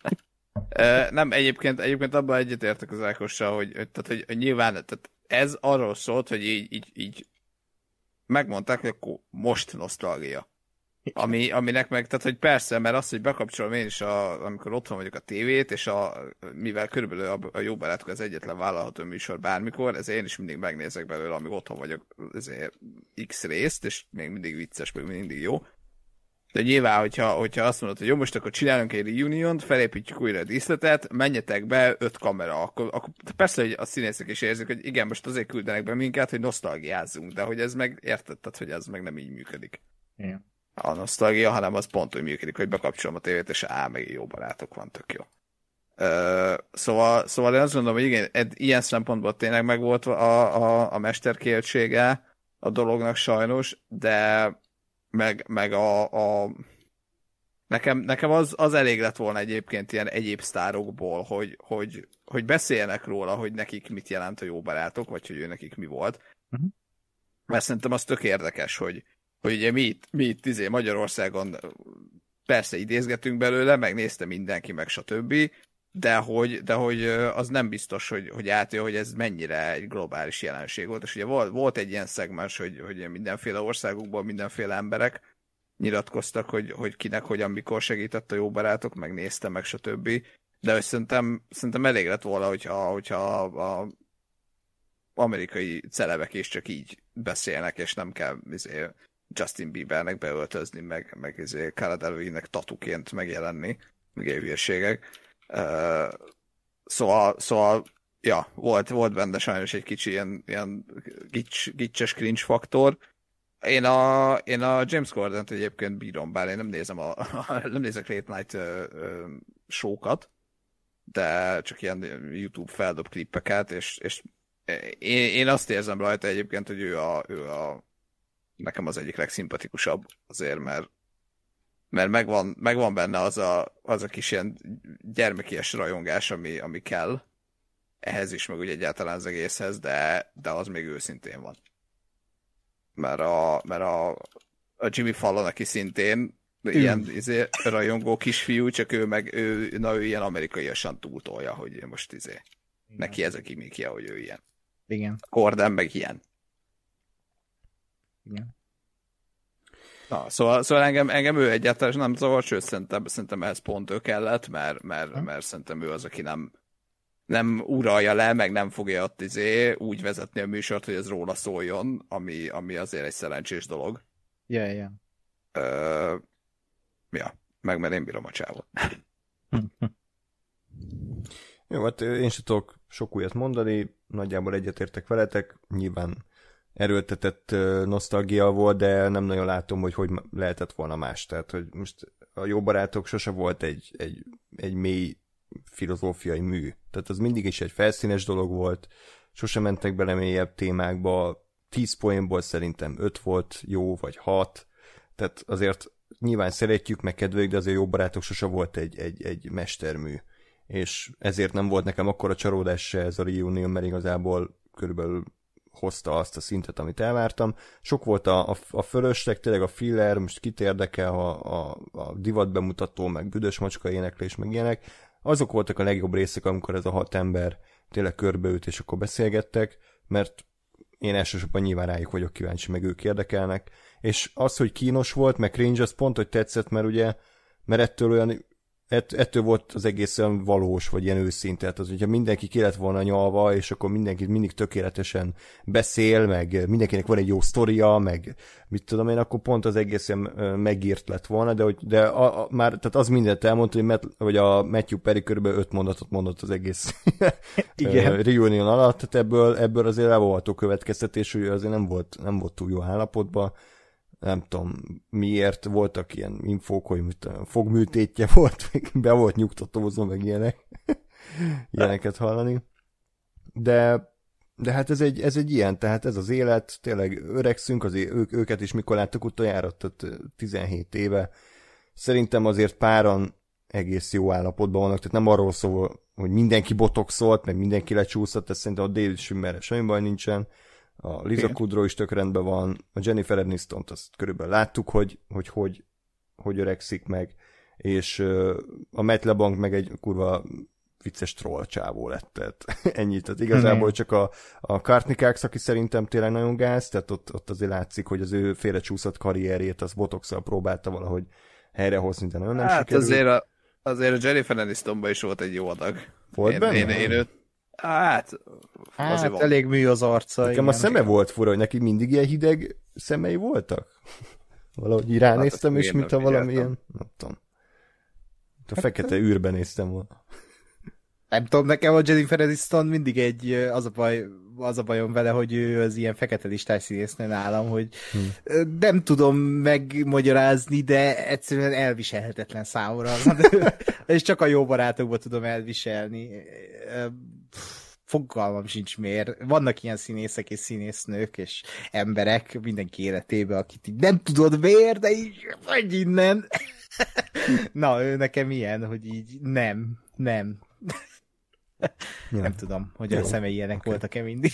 Nem, egyébként, egyébként abban egyetértek az Ákossal, hogy, tehát, hogy, hogy nyilván tehát ez arról szólt, hogy így, így, így megmondták, hogy akkor most nosztalgia. Ami, aminek meg, tehát hogy persze, mert azt, hogy bekapcsolom én is, a, amikor otthon vagyok a tévét, és a, mivel körülbelül a, a Jó barátok az egyetlen vállalható műsor bármikor, ezért én is mindig megnézek belőle, amíg otthon vagyok, ezért X részt, és még mindig vicces, még mindig jó. De nyilván, hogyha, hogyha azt mondod, hogy jó, most akkor csinálunk egy reuniont, felépítjük újra a díszletet, menjetek be, öt kamera, akkor, akkor persze, hogy a színészek is érzik, hogy igen, most azért küldenek be minket, hogy nosztalgiázzunk, de hogy ez meg, érted, hogy ez meg nem így működik. Igen. A nosztalgia, hanem az pont úgy működik, hogy bekapcsolom a tévét, és á, meg Jó barátok van, tök jó. Ö, szóval, szóval én azt gondolom, hogy igen, ed, ilyen szempontból tényleg megvolt a, a, a mesterkéltsége a dolognak sajnos, de meg, meg a, a nekem, nekem az, az elég lett volna egyébként ilyen egyéb sztárokból, hogy, hogy, hogy beszéljenek róla, hogy nekik mit jelent a Jó barátok, vagy hogy ő nekik mi volt. Uh-huh. Mert szerintem az tök érdekes, hogy hogy ugye mi itt, mi itt izé Magyarországon persze idézgetünk belőle, meg nézte mindenki, meg stb., de hogy, de hogy az nem biztos, hogy, hogy átjön, hogy ez mennyire egy globális jelenség volt. És ugye volt, volt egy ilyen szegmens, hogy, hogy mindenféle országokból mindenféle emberek nyilatkoztak, hogy, hogy kinek, hogyan, mikor segített a Jó barátok, meg nézte, meg stb., de hogy szerintem, szerintem elég lett volna, hogyha, hogyha a, a amerikai celebek is csak így beszélnek, és nem kell izé, Justin Biebernek beöltözni, meg, meg izé Cara Delevinne-nek tatuként megjelenni, meg ilyen hülyeségek. Uh, szóval, szóval, ja, volt, volt benne sajnos egy kicsi ilyen, ilyen gics, gicses cringe faktor. Én a, én a James Cordent egyébként bírom, bár én nem nézem a, a nem nézek late night uh, uh, show-kat, de csak ilyen YouTube feldob klippeket, és, és én, én azt érzem rajta egyébként, hogy ő a, ő a nekem az egyik legszimpatikusabb azért, mert, mert megvan, megvan benne az a, az a kis ilyen gyermekies rajongás, ami, ami kell ehhez is, meg úgy egyáltalán az egészhez, de, de az még őszintén van. Mert a, mert a, a Jimmy Fallon, aki szintén ilyen izé, rajongó kisfiú, csak ő meg ő, na, ő ilyen amerikaiasan túltolja, hogy most izé, igen. Neki ez a gimmickje, hogy ő ilyen. Igen. Corden meg ilyen. Igen. Na, szóval, szóval engem, engem ő egyáltalán nem zavar, sőt, szerintem, szerintem ehhez pont ő kellett, mert, mert, hmm. mert szerintem ő az, aki nem, nem uralja le, meg nem fogja ott izé úgy vezetni a műsort, hogy ez róla szóljon, ami, ami azért egy szerencsés dolog. Ja, yeah, ja. Yeah. Uh, ja, meg mert én bírom a csávot. Jó, hát én sem tudok sok újat mondani, nagyjából egyetértek veletek, nyilván erőltetett nosztalgia volt, de nem nagyon látom, hogy hogy lehetett volna más. Tehát, hogy most a Jó barátok sose volt egy, egy, egy mély filozófiai mű. Tehát az mindig is egy felszínes dolog volt, sose mentek bele mélyebb témákba, tíz poénból szerintem öt volt jó, vagy hat, tehát azért nyilván szeretjük, meg kedveljük, de azért Jó barátok sose volt egy, egy, egy mestermű. És ezért nem volt nekem akkora csalódás se ez a reunion, mert igazából körülbelül hozta azt a szintet, amit elvártam. Sok volt a, a, a fölösleg, tényleg a filler, most kit érdekel, a, a, a divat bemutató, meg büdös macska éneklés, meg ilyenek. Azok voltak a legjobb részek, amikor ez a hat ember tényleg körbeült, és akkor beszélgettek, mert én elsősorban nyilván rájuk vagyok kíváncsi, meg ők érdekelnek. És az, hogy kínos volt, meg cringe, az pont, hogy tetszett, mert ugye, mert ettől olyan Ett, ettől volt az egész olyan valós, vagy ilyen őszinte. Tehát az, hogyha mindenki ki lett volna nyalva, és akkor mindenki mindig tökéletesen beszél, meg mindenkinek van egy jó sztoria, meg mit tudom én, akkor pont az egész ilyen megírt lett volna, de, hogy, de a, a, már tehát az mindent elmondta, hogy, Matt, hogy a Matthew Perry körülbelül öt mondatot mondott az egész reunion alatt, tehát ebből, ebből azért levonható következtetés, hogy azért nem volt, nem volt túl jó állapotban. Nem tudom miért, voltak ilyen infók, hogy mit, fogműtétje volt, be volt nyugtatózva, meg ilyenek, ilyeneket hallani. De, de hát ez egy, ez egy ilyen, tehát ez az élet, tényleg öregszünk, azért ők, őket is mikor láttuk utoljára, tehát tizenhét éve. Szerintem azért páran egész jó állapotban vannak, tehát nem arról szól, hogy mindenki botoxolt, meg mindenki lecsúszott, tehát szerintem a David Schwimmerre semmi baj nincsen. A Lisa Kudrow is tök rendben van, a Jennifer Aniston-t azt körülbelül láttuk, hogy hogy, hogy, hogy öregszik meg, és uh, a Matt LeBlanc meg egy kurva vicces troll csávó lett, tehát ennyit. Tehát igazából csak a, a Courtney Cox, aki szerintem tényleg nagyon gáz, tehát ott, ott azért látszik, hogy az ő félrecsúszott karrierjét az botoxsal próbálta valahogy helyrehozni, de nagyon nem hát sikerült. azért a, azért a Jennifer Anistonban is volt egy jó adag. Volt én, benne? Én, én őt, hát, hát elég mű az arca. Nekem igen. a szeme volt fura, hogy neki mindig ilyen hideg szemei voltak. Valahogy így ránéztem, hát és mint a valamilyen, nem tudom. A hát fekete te... űrben néztem volna. Nem tudom, nekem a Jennifer Aniston mindig egy, az a, baj, az a bajom vele, hogy ő az ilyen fekete listás színésznő nálam, hogy hmm. nem tudom megmagyarázni, de egyszerűen elviselhetetlen számomra. És csak a jó barátokban tudom elviselni. Fogalmam sincs miért. Vannak ilyen színészek és színésznők és emberek mindenki életében, akit így nem tudod miért, de így vagy innen. Na, ő nekem ilyen, hogy így nem, nem. Ja. Nem tudom, hogy jó. A szemei ilyenek okay. voltak-e mindig.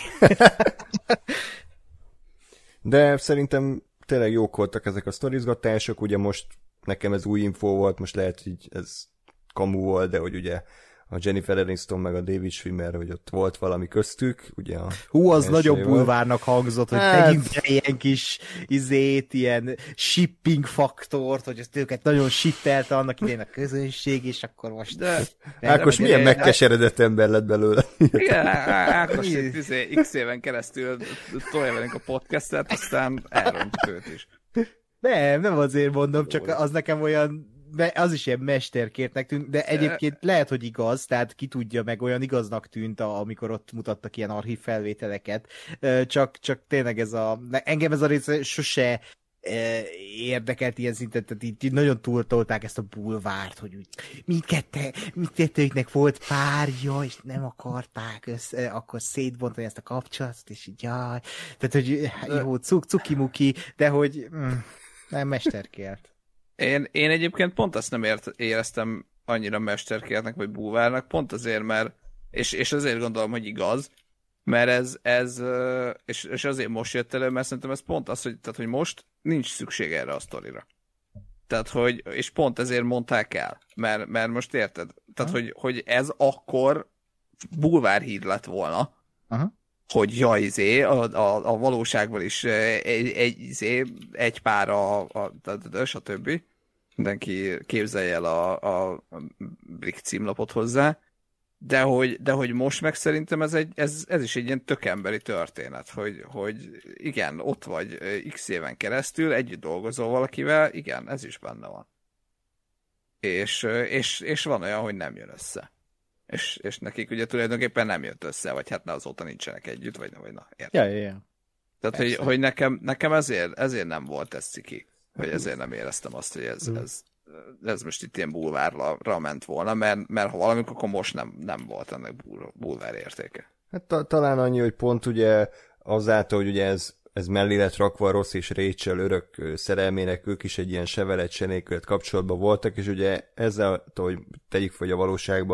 De szerintem tényleg jók voltak ezek a sztorizgatások, ugye most nekem ez új info volt, most lehet, hogy ez kamu volt, de hogy ugye a Jennifer Aniston meg a David Schwimmer, hogy ott volt valami köztük, ugye a hú, az nagyobb bulvárnak hangzott, hogy hát... tegyünk ilyen kis izét, ilyen shipping faktort, hogy ezt őket nagyon shippelte annak idején a közönség, és akkor most... De... Ákos milyen de... megkeseredett ember lett belőle. Igen, Ákos x éven keresztül tolja velünk a podcastet, aztán elrontjuk őt is. Nem, nem azért mondom, csak az nekem olyan az is ilyen mesterkértnek tűnt, de egyébként lehet, hogy igaz, tehát ki tudja, meg olyan igaznak tűnt, amikor ott mutattak ilyen archív felvételeket, csak, csak tényleg ez a, engem ez a rész sose érdekelt ilyen szinten, tehát így, így nagyon túltolták ezt a bulvárt, hogy úgy mindkette, mindkettőjüknek volt párja, és nem akarták össze, akkor szétbontani ezt a kapcsolatot, és így jaj, tehát hogy jó, cuk, cukimuki, de hogy mm, nem mesterkért. Én, én egyébként pont azt nem ért, éreztem annyira mesterkértnek, vagy búvárnak, pont azért, mert, és, és azért gondolom, hogy igaz, mert ez, ez és, és azért most jött elő, mert szerintem ez pont az, hogy, tehát, hogy most nincs szükség erre a sztorira. Tehát, hogy, és pont ezért mondták el, mert, mert most érted? Tehát, hogy, hogy ez akkor bulvárhíd lett volna, aha. Hogy jaj, izé, a, a, a valóságban is egy, egy, izé, egy pár a, a, a stb. Mindenki képzelje el a, a, a Brick címlapot hozzá, de hogy, de hogy most meg szerintem ez, egy, ez, ez is egy ilyen tök emberi történet, hogy, hogy igen, ott vagy x éven keresztül, együtt dolgozol valakivel, igen, ez is benne van. És, és, és van olyan, hogy nem jön össze. És, és nekik ugye tulajdonképpen nem jött össze, vagy hát ne azóta nincsenek együtt, vagy, vagy na, érted? Ja, ja, ja. Tehát, hogy, hogy nekem, nekem ezért, ezért nem volt ez ciki, hogy ezért nem éreztem azt, hogy ez, ez, ez most itt ilyen bulvárra ment volna, mert, mert ha valamikor, akkor most nem, nem volt ennek bulvár értéke. Hát ta, talán annyi, hogy pont ugye azáltal, hogy ugye ez, ez mellé lett rakva Ross és Rachel örök szerelmének, ők is egy ilyen se veled, se nélkület kapcsolatban voltak, és ugye ezzel, hogy tegyük fel, hogy a valóságban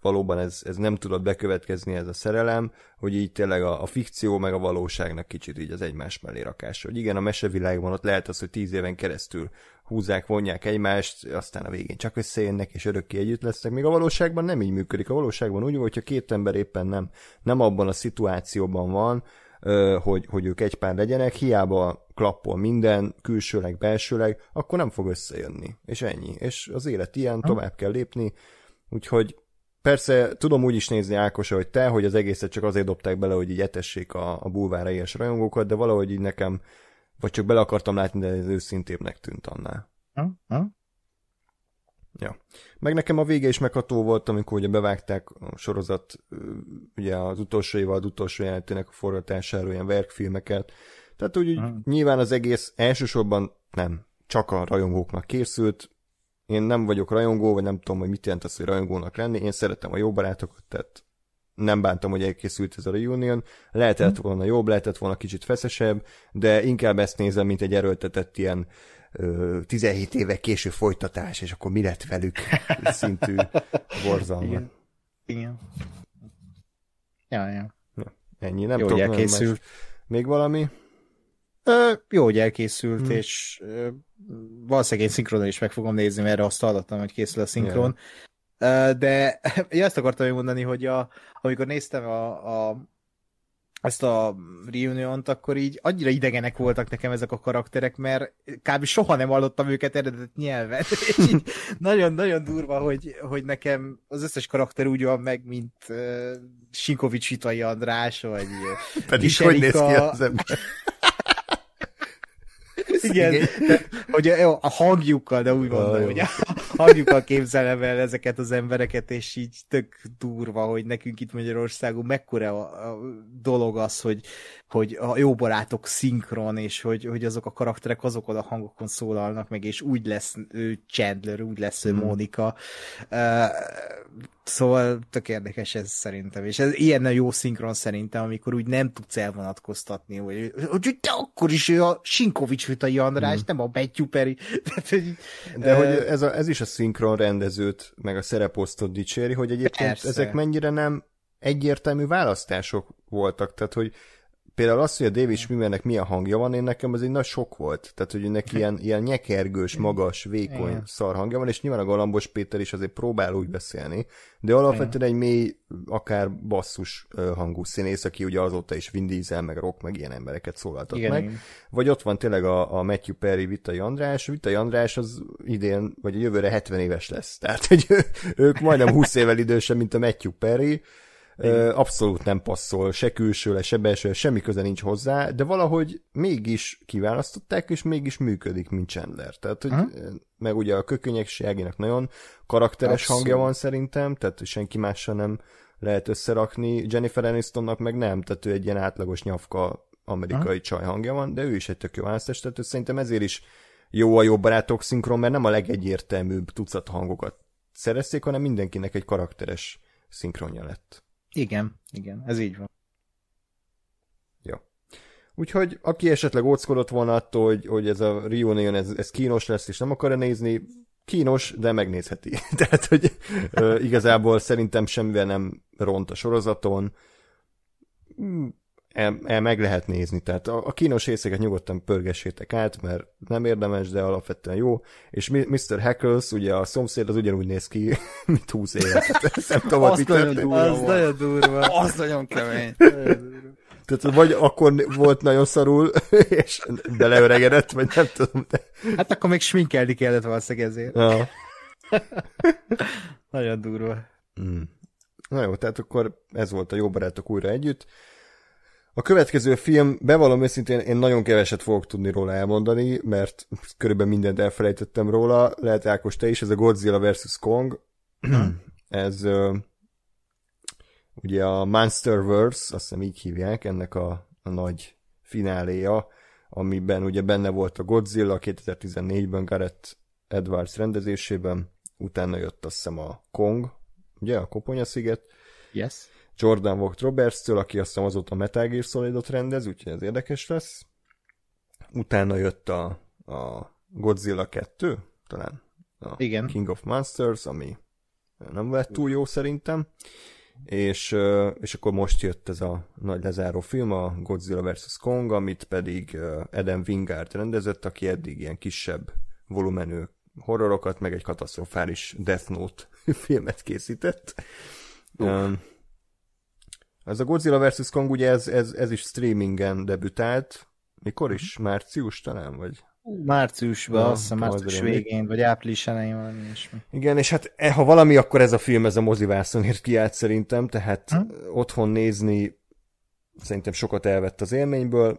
valóban ez, ez nem tudott bekövetkezni ez a szerelem, hogy így tényleg a, a fikció meg a valóságnak kicsit így az egymás mellé rakása. Hogy igen, a mesevilágban ott lehet az, hogy tíz éven keresztül húzzák, vonják egymást, aztán a végén csak összejönnek, és örökké együtt lesznek. Még a valóságban nem így működik. A valóságban úgy, hogyha két ember éppen nem, nem abban a szituációban van, hogy, hogy ők egy pár legyenek, hiába klappol minden, külsőleg, belsőleg, akkor nem fog összejönni. És ennyi. És az élet ilyen, tovább kell lépni. Úgyhogy persze tudom úgy is nézni, Ákos, hogy te, hogy az egészet csak azért dobták bele, hogy így etessék a, a bulvára ilyes rajongókat, de valahogy így nekem, vagy csak bele akartam látni, de ez őszintébbnek tűnt annál. Ha? Ha? Ja. Meg nekem a vége is megható volt, amikor ugye bevágták a sorozat, ugye az utolsó évad, az utolsó jelentének a forgatásáról ilyen verkfilmeket. Tehát úgy, úgy nyilván az egész elsősorban nem, csak a rajongóknak készült. Én nem vagyok rajongó, vagy nem tudom, hogy mit jelent az, hogy rajongónak lenni. Én szeretem a jó barátokat, tehát nem bántam, hogy elkészült ez a reunion. Lehetett volna jobb, lehetett volna kicsit feszesebb, de inkább ezt nézem, mint egy erőltetett ilyen tizenhét éve késő folytatás, és akkor mi lett velük szintű borzalma. Igen. Igen. Ja, ja. ja. Ennyi, nem jó, tudom. Hogy elkészült. Még valami? Ö, jó, hogy elkészült, hmm. és ö, valószínűleg én szinkronon is meg fogom nézni, mert erre azt hallottam, hogy készül a szinkron. Yeah. Ö, de ja, azt akartam mondani, hogy a, amikor néztem a, a ezt a reuniont, akkor így annyira idegenek voltak nekem ezek a karakterek, mert kb. Soha nem hallottam őket eredet nyelven. És így nagyon-nagyon durva, hogy, hogy nekem az összes karakter úgy van meg, mint uh, Sinkovics Vitai András, vagy pedig hogy néz ki az ember? Igen, igen. Hogy a, a hangjukkal, de úgy mondom, oh, hogy a hangjukkal képzelem el ezeket az embereket, és így tök durva, hogy nekünk itt Magyarországon mekkora a, a dolog az, hogy, hogy a jó barátok szinkron, és hogy, hogy azok a karakterek azokon a hangokon szólalnak meg, és úgy lesz ő Chandler, úgy lesz ő hmm. Mónika. Uh, szóval tök érdekes ez szerintem, és ez ilyen jó szinkron szerintem, amikor úgy nem tudsz elvonatkoztatni, hogy, hogy de akkor is ő a Sinkovics Vitai András, hmm. nem a Matthew Perry. De uh, hogy ez, a, ez is a szinkron rendezőt, meg a szereposztot dicséri, hogy egyébként persze. Ezek mennyire nem egyértelmű választások voltak, tehát hogy például az, hogy a David Schwimmernek milyen hangja van, én nekem ez egy nagy sok volt. Tehát, hogy neki ilyen, ilyen nyekergős, magas, vékony, igen. szar hangja van, és nyilván a Galambos Péter is azért próbál úgy beszélni, de alapvetően egy mély, akár basszus hangú színész, aki ugye azóta is Vin Diesel, meg Rock, meg ilyen embereket szólaltat igen, meg. Igen. Vagy ott van tényleg a, a Matthew Perry, Vitai András. Vitai András az idén, vagy a jövőre hetven éves lesz. Tehát, hogy ők majdnem húsz évvel idősebb, mint a Matthew Perry. Abszolút nem passzol, se külsőle, se belsőle, semmi köze nincs hozzá, de valahogy mégis kiválasztották, és mégis működik, mint Chandler. Tehát, hogy ha? Meg ugye a Kökönyegségének nagyon karakteres abszolút. Hangja van szerintem, tehát senki mással nem lehet összerakni, Jennifer Anistonnak meg nem, tehát ő egy ilyen átlagos nyafka amerikai ha? Csaj hangja van, de ő is egy tök jó választás, tehát szerintem ezért is jó a Jó barátok szinkron, mert nem a legegyértelműbb tucat hangokat szerezték, hanem mindenkinek egy karakteres szinkronja lett. Igen, igen, ez így van. Jó. Úgyhogy aki esetleg óckodott volna attól, hogy, hogy ez a reunion, ez, ez kínos lesz, és nem akarja nézni, kínos, de megnézheti. Tehát, hogy ö, igazából szerintem semmivel nem ront a sorozaton. El, el meg lehet nézni, tehát a, a kínos részeket nyugodtan pörgessétek át, mert nem érdemes, de alapvetően jó, és miszter Hackles, ugye a szomszéd az ugyanúgy néz ki, mint húsz éve. Nem tudom, az nagyon durva. Az nagyon durva. Az nagyon kemény. Tehát vagy akkor volt nagyon szarul, és beleöregedett, vagy nem tudom. De... Hát akkor még sminkelni kellett valószínűleg ezért. Ja. Nagyon durva. Mm. Na jó, tehát akkor ez volt a Jó barátok újra együtt. A következő film, bevallom őszintén, én nagyon keveset fogok tudni róla elmondani, mert körülbelül mindent elfelejtettem róla. Lehet, Ákos, te is, ez a Godzilla versus. Kong. Ez uh, ugye a Monsterverse, azt hiszem így hívják, ennek a, a nagy fináléja, amiben ugye benne volt a Godzilla kétezer-tizennégyben Gareth Edwards rendezésében, utána jött azt hiszem a Kong, ugye, a Koponya-sziget. Yes. Jordan Vogt Roberts-től, aki azt hiszem azóta Metal Gear Solidot rendez, úgyhogy ez érdekes lesz. Utána jött a, a Godzilla kettő, talán a igen. King of Monsters, ami nem lett túl jó szerintem, és, és akkor most jött ez a nagy lezáró film, a Godzilla versus. Kong, amit pedig Adam Wingard rendezett, aki eddig ilyen kisebb volumenű horrorokat, meg egy katasztrofális Death Note filmet készített. Uh. Ez a Godzilla versus. Kong, ugye ez, ez, ez is streamingen debütált. Mikor is? Március talán, vagy? Márciusban, ja, azt hiszem március végén, vagy április elején valami ilyesmi. Igen, és hát ha valami, akkor ez a film, ez a mozivászonért kiállt szerintem, tehát hm? otthon nézni szerintem sokat elvett az élményből.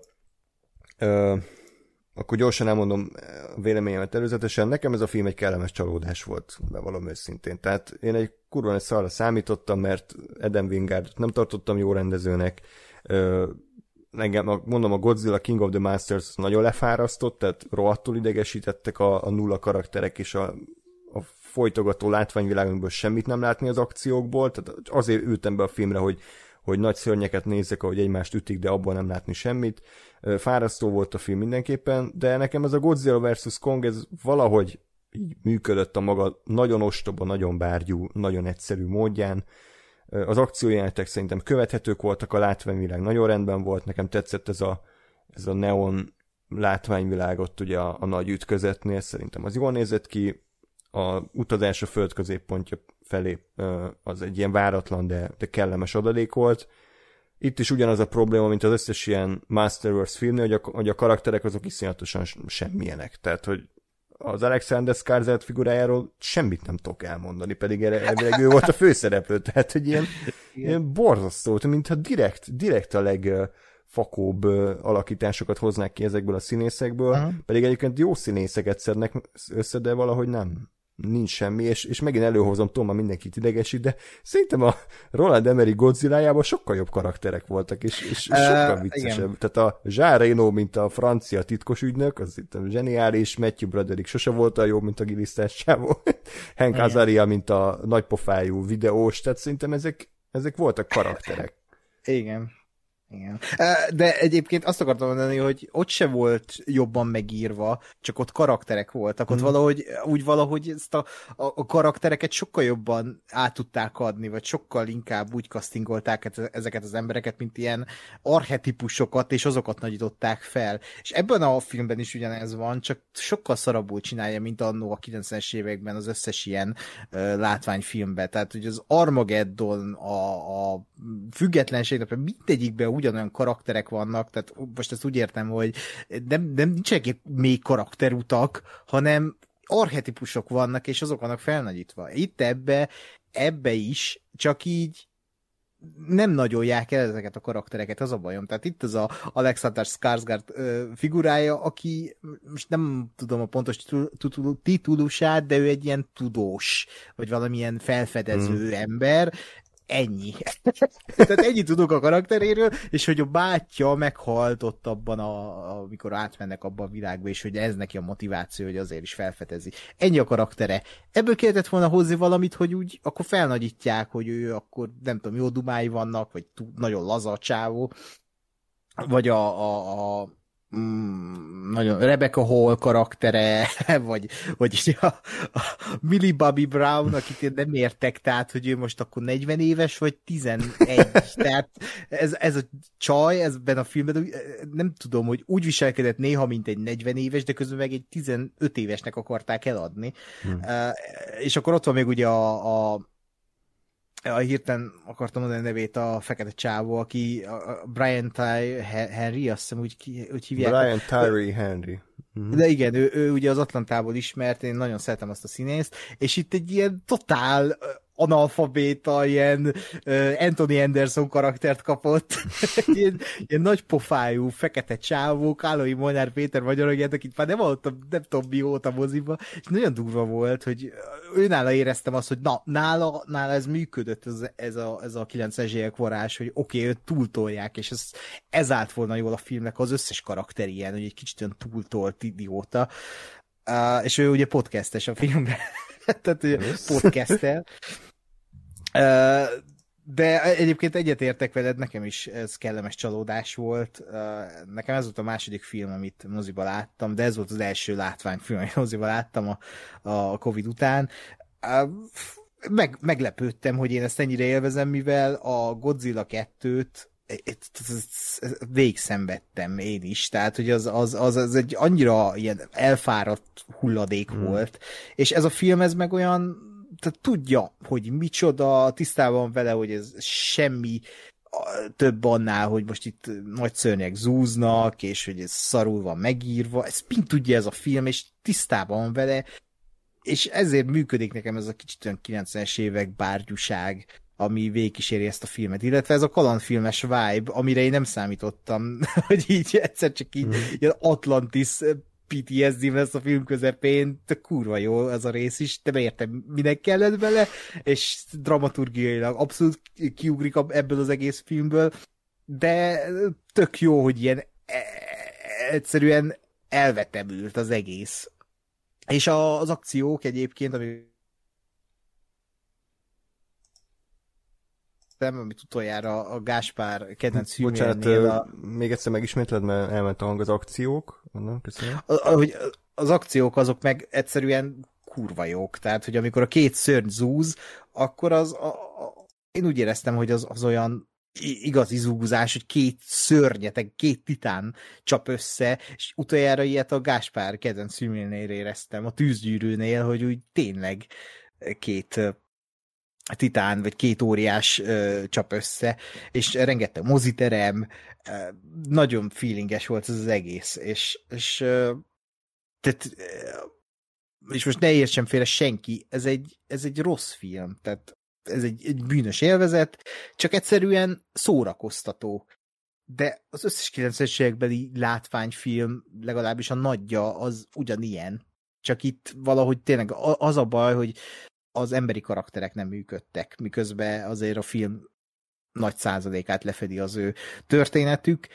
Ö, akkor gyorsan elmondom a véleményemet előzetesen. Nekem ez a film egy kellemes csalódás volt, bevallom őszintén. Tehát én egy kurva egy szarra számítottam, mert Adam Wingard nem tartottam jó rendezőnek. Ö, engem, mondom, a Godzilla King of the Monsters nagyon lefárasztott, tehát rohadtul idegesítettek a, a nulla karakterek és a, a folytogató látványvilágunkból semmit nem látni az akciókból, tehát azért ültem be a filmre, hogy, hogy nagy szörnyeket nézzek, ahogy egymást ütik, de abból nem látni semmit. Fárasztó volt a film mindenképpen, de nekem ez a Godzilla versus. Kong, ez valahogy így működött a maga nagyon ostoba, nagyon bárgyú, nagyon egyszerű módján. Az akciójelenetek szerintem követhetők voltak, a látványvilág nagyon rendben volt, nekem tetszett ez a, ez a neon látványvilág ott ugye a, a nagy ütközetnél, szerintem az jól nézett ki, a utazás a föld középpontja felé az egy ilyen váratlan, de, de kellemes adalék volt. Itt is ugyanaz a probléma, mint az összes ilyen Masterverse filmnél, hogy a, hogy a karakterek azok iszonyatosan semmilyenek, tehát hogy az Alexander Skarsgård figurájáról semmit nem tudok elmondani, pedig elvileg ő volt a főszereplő, tehát hogy ilyen, ilyen borzasztó, mintha direkt, direkt a legfakóbb alakításokat hoznák ki ezekből a színészekből, uh-huh. pedig egyébként jó színészeket szednek össze, de valahogy nem. Nincs semmi, és, és megint előhozom, Toma mindenkit idegesít, de szerintem a Roland Emmerich Godzillájában sokkal jobb karakterek voltak, és, és sokkal viccesebb. Uh, Tehát a Jean Reno, mint a francia titkos ügynök, az itt zseniális, Matthew Broderick sose volt olyan jó, mint a gilisztás csávó, Hank Azaria, mint a nagypofájú videós, tehát szerintem ezek, ezek voltak karakterek. Igen. Igen. De egyébként azt akartam mondani, hogy ott se volt jobban megírva, csak ott karakterek voltak. Ott mm. valahogy, úgy valahogy ezt a, a, a karaktereket sokkal jobban át tudták adni, vagy sokkal inkább úgy castingolták ezeket az embereket, mint ilyen archetipusokat, és azokat nagyították fel. És ebben a filmben is ugyanez van, csak sokkal szarabbul csinálja, mint annó a kilencvenes években az összes ilyen uh, látványfilmben. Tehát, hogy az Armageddon, a, a függetlenségnek, mindegyikben ugyanolyan karakterek vannak, tehát most ezt úgy értem, hogy nem, nem nincsenek még karakterutak, hanem archetipusok vannak, és azok vannak felnagyítva. Itt ebbe, ebbe is, csak így nem nagyolják el ezeket a karaktereket, az a bajom. Tehát itt az a Alexander Skarsgård figurája, aki most nem tudom a pontos titulusát, de ő egy ilyen tudós, vagy valamilyen felfedező mm. ember. Ennyi. Tehát ennyi tudok a karakteréről, és hogy a bátyja meghalt ott abban, a, amikor átmennek abban a világba, és hogy ez neki a motiváció, hogy azért is felfedezi. Ennyi a karaktere. Ebből kellett volna hozni valamit, hogy úgy akkor felnagyítják, hogy ő akkor nem tudom, jó dumái vannak, vagy nagyon laza a csávó, vagy a, a, a Mm, nagyon Rebecca Hall karaktere, vagy, vagy a, a Millie Bobby Brown, akit én nem értek, tehát, hogy ő most akkor negyven éves, vagy tizenegy. Tehát ez, ez a csaj, ezben a filmben nem tudom, hogy úgy viselkedett néha, mint egy negyven éves, de közben meg egy tizenöt évesnek akarták eladni. Hmm. Uh, és akkor ott van még ugye a, a a hirtelen akartam mondani a nevét, a fekete csávó, aki a Brian Tyree Henry, azt hiszem úgy, úgy hívják. Brian Tyree Henry. Uh-huh. De igen, ő, ő ugye az Atlantából ismert, én nagyon szeretem azt a színészt, és itt egy ilyen totál analfabéta, ilyen uh, Anthony Anderson karaktert kapott. ilyen, ilyen nagy pofájú, fekete csávó, Kálai Molnár Péter magyarogért, akit már nem hallottam, nem tudom mióta moziba, és nagyon durva volt, hogy őnála éreztem azt, hogy na, nála, nála ez működött, ez, ez, a, ez a kilencvenes évek varázs, hogy oké, okay, őt túltolják, és ez, ez állt volna jól a filmnek, az összes karakter ilyen, hogy egy kicsit olyan túltolt idióta. Uh, és ő ugye podcastes a filmben. Tehát ugye podcastel. Uh, de egyébként egyetértek veled, nekem is ez kellemes csalódás volt. Uh, nekem ez volt a második film, amit moziba láttam, de ez volt az első látványfilm, amit moziba láttam a, a Covid után. Uh, meg, meglepődtem, hogy én ezt ennyire élvezem, mivel a Godzilla kettőt végig szenvedtem én is, tehát hogy az, az, az, az egy annyira ilyen elfáradt hulladék hmm. volt, és ez a film ez meg olyan, tehát tudja, hogy micsoda, tisztában vele, hogy ez semmi több annál, hogy most itt nagy szörnyek zúznak, és hogy ez szarul van megírva, ezt mind tudja ez a film, és tisztában van vele, és ezért működik nekem ez a kicsit olyan kilencvenes évek bárgyúság, ami végigkíséri ezt a filmet, illetve ez a kalandfilmes vibe, amire én nem számítottam, hogy így egyszer csak így mm. ilyen Atlantis pé té es dé lesz a film közepén, de kurva jó ez a rész is, de beértem, minek kellett bele, és dramaturgiailag abszolút kiugrik ebből az egész filmből, de tök jó, hogy ilyen egyszerűen elvetemült az egész. És az akciók egyébként, ami nem, amit utoljára a Gáspár kedvenc filmjénél. A... még egyszer megismétled, mert elment a hang, az akciók. Nem, köszönöm. Ahogy az akciók azok meg egyszerűen kurva jók. Tehát, hogy amikor a két szörny zúz, akkor az a, a, én úgy éreztem, hogy az, az olyan igazi zúguzás, hogy két szörnyetek, két titán csap össze, és utoljára ilyet a Gáspár kedvenc filmjénél éreztem, a Tűzgyűrűnél, hogy úgy tényleg két titán, vagy két óriás ö, csap össze, és rengeteg moziterem, ö, nagyon feelinges volt ez az egész, és, és, ö, tehát, ö, és most ne értsem félre senki, ez egy, ez egy rossz film, tehát ez egy, egy bűnös élvezet, csak egyszerűen szórakoztató. De az összes kilencvenes évekbeli látványfilm, legalábbis a nagyja, az ugyanilyen. Csak itt valahogy tényleg az a baj, hogy az emberi karakterek nem működtek, miközben azért a film nagy százalékát lefedi az ő történetük.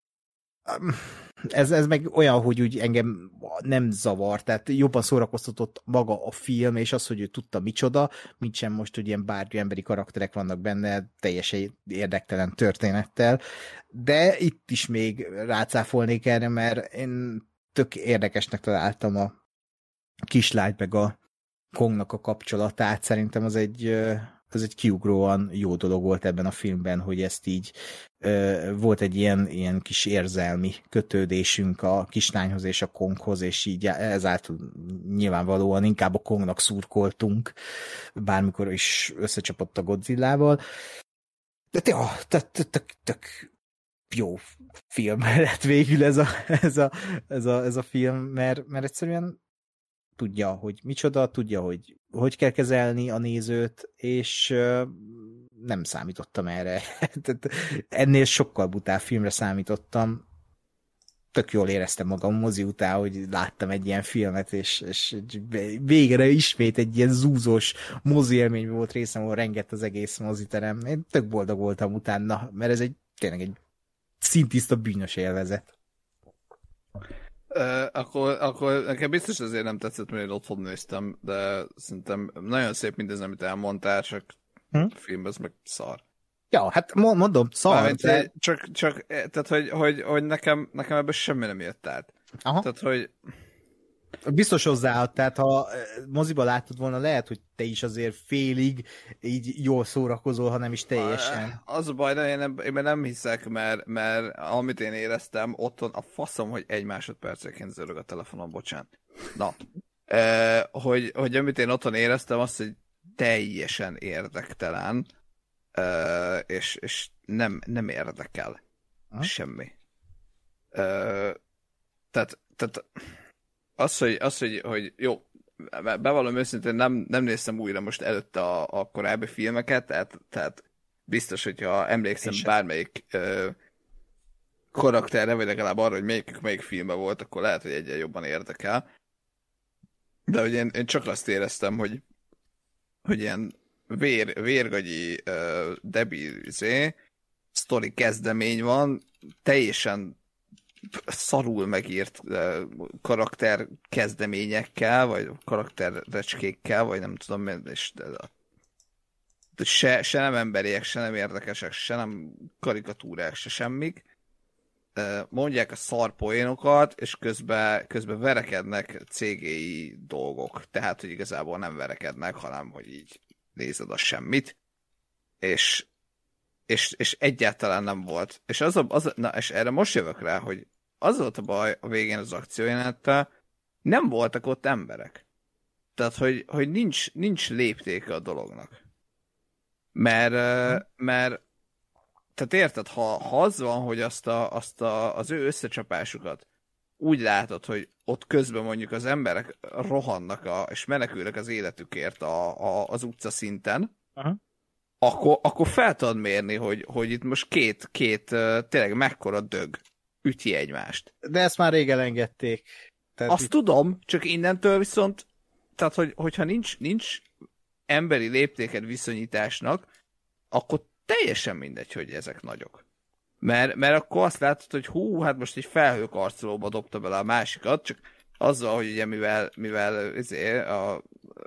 Ez, ez meg olyan, hogy úgy engem nem zavar, tehát jobban szórakoztatott maga a film, és az, hogy ő tudta micsoda, mint sem most, hogy ilyen bárgyú emberi karakterek vannak benne, teljesen érdektelen történettel. De itt is még rácáfolnék erre, mert én tök érdekesnek találtam a kislányt meg a Kongnak a kapcsolatát, szerintem az egy, az egy kiugróan jó dolog volt ebben a filmben, hogy ezt így volt egy ilyen, ilyen kis érzelmi kötődésünk a kislányhoz és a Konghoz, és így ezáltal nyilvánvalóan inkább a Kongnak szurkoltunk, bármikor is összecsapott a Godzillával. De jó, tök, tök jó film lett végül ez a, ez a, ez a, ez a film, mert, mert egyszerűen tudja, hogy micsoda, tudja, hogy hogy kell kezelni a nézőt, és uh, nem számítottam erre. Ennél sokkal butább filmre számítottam. Tök jól éreztem magam mozi után, hogy láttam egy ilyen filmet, és, és végre ismét egy ilyen zúzós mozi élmény volt részem, ahol rengett az egész moziterem. Én tök boldog voltam utána, mert ez egy tényleg egy szintiszta bűnös élvezet. Uh, akkor, akkor nekem biztos azért nem tetszett, mert én otthon néztem, de szerintem nagyon szép mindez, amit elmondtál, csak hm? a film az meg szar. Ja, hát mondom, szar. Mármint, de... Csak, csak, tehát, hogy, hogy, hogy nekem, nekem ebből semmi nem jött át. Aha. Tehát, hogy... Biztos hozzáad, tehát ha moziba láttad volna, lehet, hogy te is azért félig így jól szórakozol, ha nem is teljesen. Az a baj, de én, nem, én nem hiszek, mert, mert amit én éreztem, otthon a faszom, hogy egy másodperceként zörög a telefonom, bocsánat. Na, e, hogy, hogy amit én otthon éreztem, az, hogy teljesen érdektelen, e, és, és nem, nem érdekel ha? semmi. E, tehát, tehát Az, hogy, az, hogy, hogy jó, bevallom őszintén, nem, nem néztem újra most előtte a, a korábbi filmeket, tehát, tehát biztos, hogyha emlékszem bármelyik ö, karakterre, vagy legalább arra, hogy melyik, melyik filmben volt, akkor lehet, hogy egyen jobban érdekel. De hogy én, én csak azt éreztem, hogy, hogy ilyen vér, vérgagyi ö, debilizé, sztori kezdemény van, teljesen szarul megírt uh, karakter kezdeményekkel, vagy karakterrecskékkel, vagy nem tudom, és de, de se, se nem emberiek, se nem érdekesek, se nem karikatúrák, se semmik. Uh, mondják a szarpoénokat, és közben, közben verekednek cégéi dolgok. Tehát, hogy igazából nem verekednek, hanem, hogy így nézed a semmit, és, és, és egyáltalán nem volt. És, az a, az a, na, és erre most jövök rá, hogy az volt a baj a végén az akciójelenettel, nem voltak ott emberek. Tehát, hogy, hogy nincs, nincs léptéke a dolognak. Mert, mert tehát érted, ha, ha az van, hogy azt, a, azt a, az ő összecsapásukat úgy látod, hogy ott közben mondjuk az emberek rohannak a, és menekülnek az életükért a, a, az utca szinten, uh-huh. akkor, akkor fel tudod mérni, hogy, hogy itt most két, két tényleg mekkora dög üti egymást. De ezt már rég elengedték. Tehát azt itt... tudom, csak innentől viszont, tehát hogy, hogyha nincs, nincs emberi léptéked viszonyításnak, akkor teljesen mindegy, hogy ezek nagyok. Mert, mert akkor azt látod, hogy hú, hát most egy felhőkarcolóba dobta bele a másikat, csak azzal, hogy ugye mivel, mivel ezért a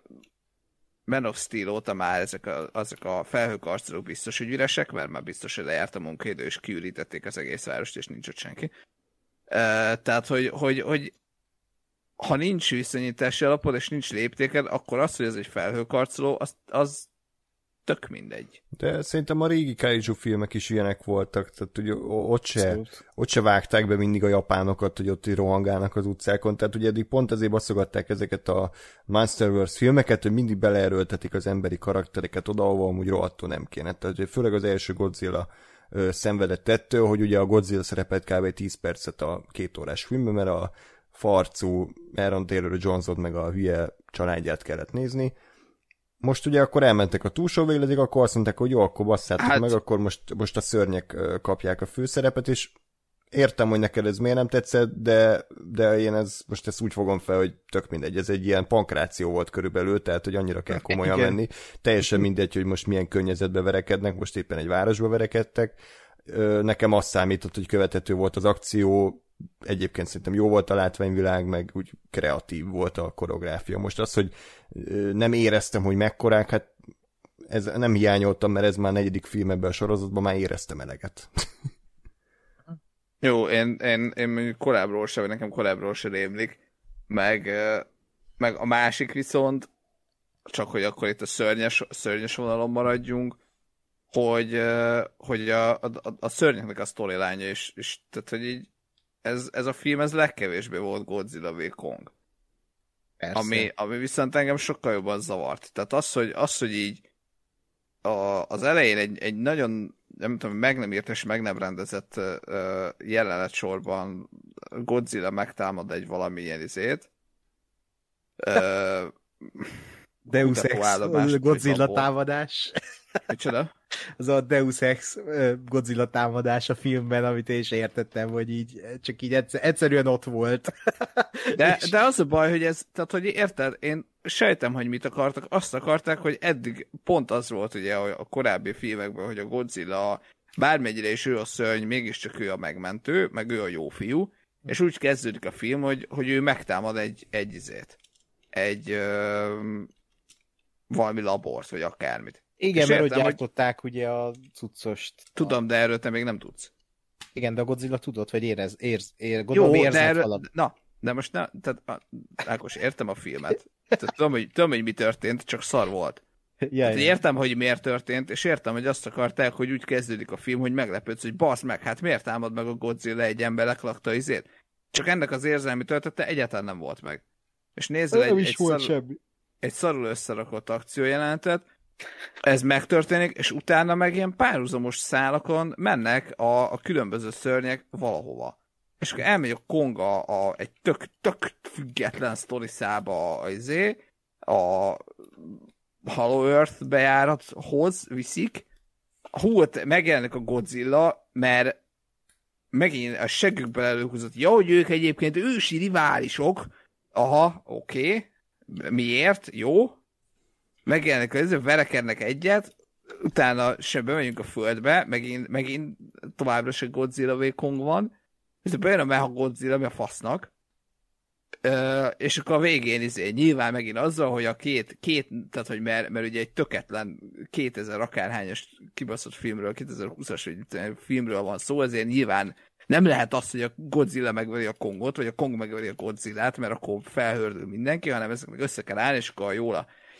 Man of Steel óta már ezek a, azok a felhőkarcolók biztos, hogy üresek, mert már biztos, hogy lejárt a munkaidő, és kiürítették az egész várost, és nincs ott senki. Uh, tehát, hogy, hogy, hogy ha nincs viszonyítási alapod, és nincs léptéked, akkor az, hogy ez egy felhőkarcoló, az, az tök mindegy. De szerintem a régi kaiju filmek is ilyenek voltak, tehát ugye ott se, ott se vágták be mindig a japánokat, hogy ott rohangálnak az utcákon, tehát ugye eddig pont ezért basszogatták ezeket a Monsterverse filmeket, hogy mindig beleerőltetik az emberi karaktereket oda, ahol amúgy rohadtul nem kéne. Tehát főleg az első Godzilla ö, szenvedett ettől, hogy ugye a Godzilla szerepelt kb. tíz percet a két órás filmben, mert a farcú Aaron Taylor Jones-ot meg a hülye családját kellett nézni. Most ugye akkor elmentek a túlsó végletig, akkor azt mondták, hogy jó, akkor basszátok hát... meg, akkor most, most a szörnyek kapják a főszerepet, és értem, hogy neked ez miért nem tetszett, de, de én ez, most ezt úgy fogom fel, hogy tök mindegy, ez egy ilyen pankráció volt körülbelül, tehát hogy annyira kell komolyan Igen. menni. Teljesen mindegy, hogy most milyen környezetbe verekednek, most éppen egy városba verekedtek. Nekem azt számított, hogy követhető volt az akció, egyébként szerintem jó volt a látványvilág, meg úgy kreatív volt a koreográfia. Most az, hogy nem éreztem, hogy mekkorák, hát ez nem hiányoltam, mert ez már negyedik film ebben a sorozatban, már éreztem eleget. Jó, én, én, én korábbról sem, vagy nekem korábbról sem rémlik, meg, meg a másik viszont, csak hogy akkor itt a szörnyes, szörnyes vonalon maradjunk, hogy, hogy a, a, a szörnyeknek a sztorilánya is, és tehát, hogy így Ez, ez a film, ez legkevésbé volt Godzilla v. Kong. Ami, ami viszont engem sokkal jobban zavart. Tehát az, hogy, az, hogy így a, az elején egy, egy nagyon, nem tudom, meg nem írt és meg nem rendezett uh, jelenet sorban Godzilla megtámad egy valamilyen izét. Uh, Deus Ex Godzilla támadás. Micsoda? Az a Deus Ex Godzilla támadás a filmben, amit én is értettem, hogy így csak így egyszer, egyszerűen ott volt. De, és... de az a baj, hogy ez, tehát hogy érted, én sejtem, hogy mit akartak. Azt akarták, hogy eddig pont az volt ugye a korábbi filmekben, hogy a Godzilla bármennyire is ő a szörny, mégiscsak ő a megmentő, meg ő a jó fiú, és úgy kezdődik a film, hogy, hogy ő megtámad egy, egy izét. Egy ö, valami labort, vagy akármit. Igen, mert értem, hogy gyártották hogy... ugye a cuccost. Tudom, de erről te még nem tudsz. Igen, de a Godzilla tudod, vagy érez, érz, ér, gondolom Jó, érzett de erről, valami. Na, de most ne, tehát, Ákos, értem a filmet. Tehát, tudom, hogy, tudom, hogy mi történt, csak szar volt. Ja, értem, hogy miért történt, és értem, hogy azt akarták, hogy úgy kezdődik a film, hogy meglepődsz, hogy basz meg, hát miért támad meg a Godzilla egy ember leklakta izét? Csak ennek az érzelmi töltete egyáltalán nem volt meg. És nézzel egy, egy, szarul, egy szarul összerakott akciójelentet, ez megtörténik, és utána meg ilyen párhuzamos szálakon mennek a, a különböző szörnyek valahova. És akkor elmegy a Kong a, a, egy tök, tök független sztoriszába a, izé, a Hollow Earth bejárathoz viszik. Hú, ott megjelenik a Godzilla, mert megint a segükből előhúzott, ja, hogy ők egyébként ősi riválisok. Aha, oké. Okay. Miért? Jó. Megjelenik az, verekednek egyet, utána sem bemegyünk a földbe, megint, megint továbbra se Godzilla v. Kong van, és bejön a Mecha Godzilla, mi a fasznak, Ö, és akkor a végén izé, nyilván megint azzal, hogy a két, két tehát hogy mert, mert ugye egy töketlen kétezer akárhányas kibaszott filmről, kétezer-húszas filmről van szó, ezért nyilván nem lehet az, hogy a Godzilla megveri a Kongot, vagy a Kong megveri a Godzillát, mert akkor felhördül mindenki, hanem ezek meg össze kell állni, és akkor jól a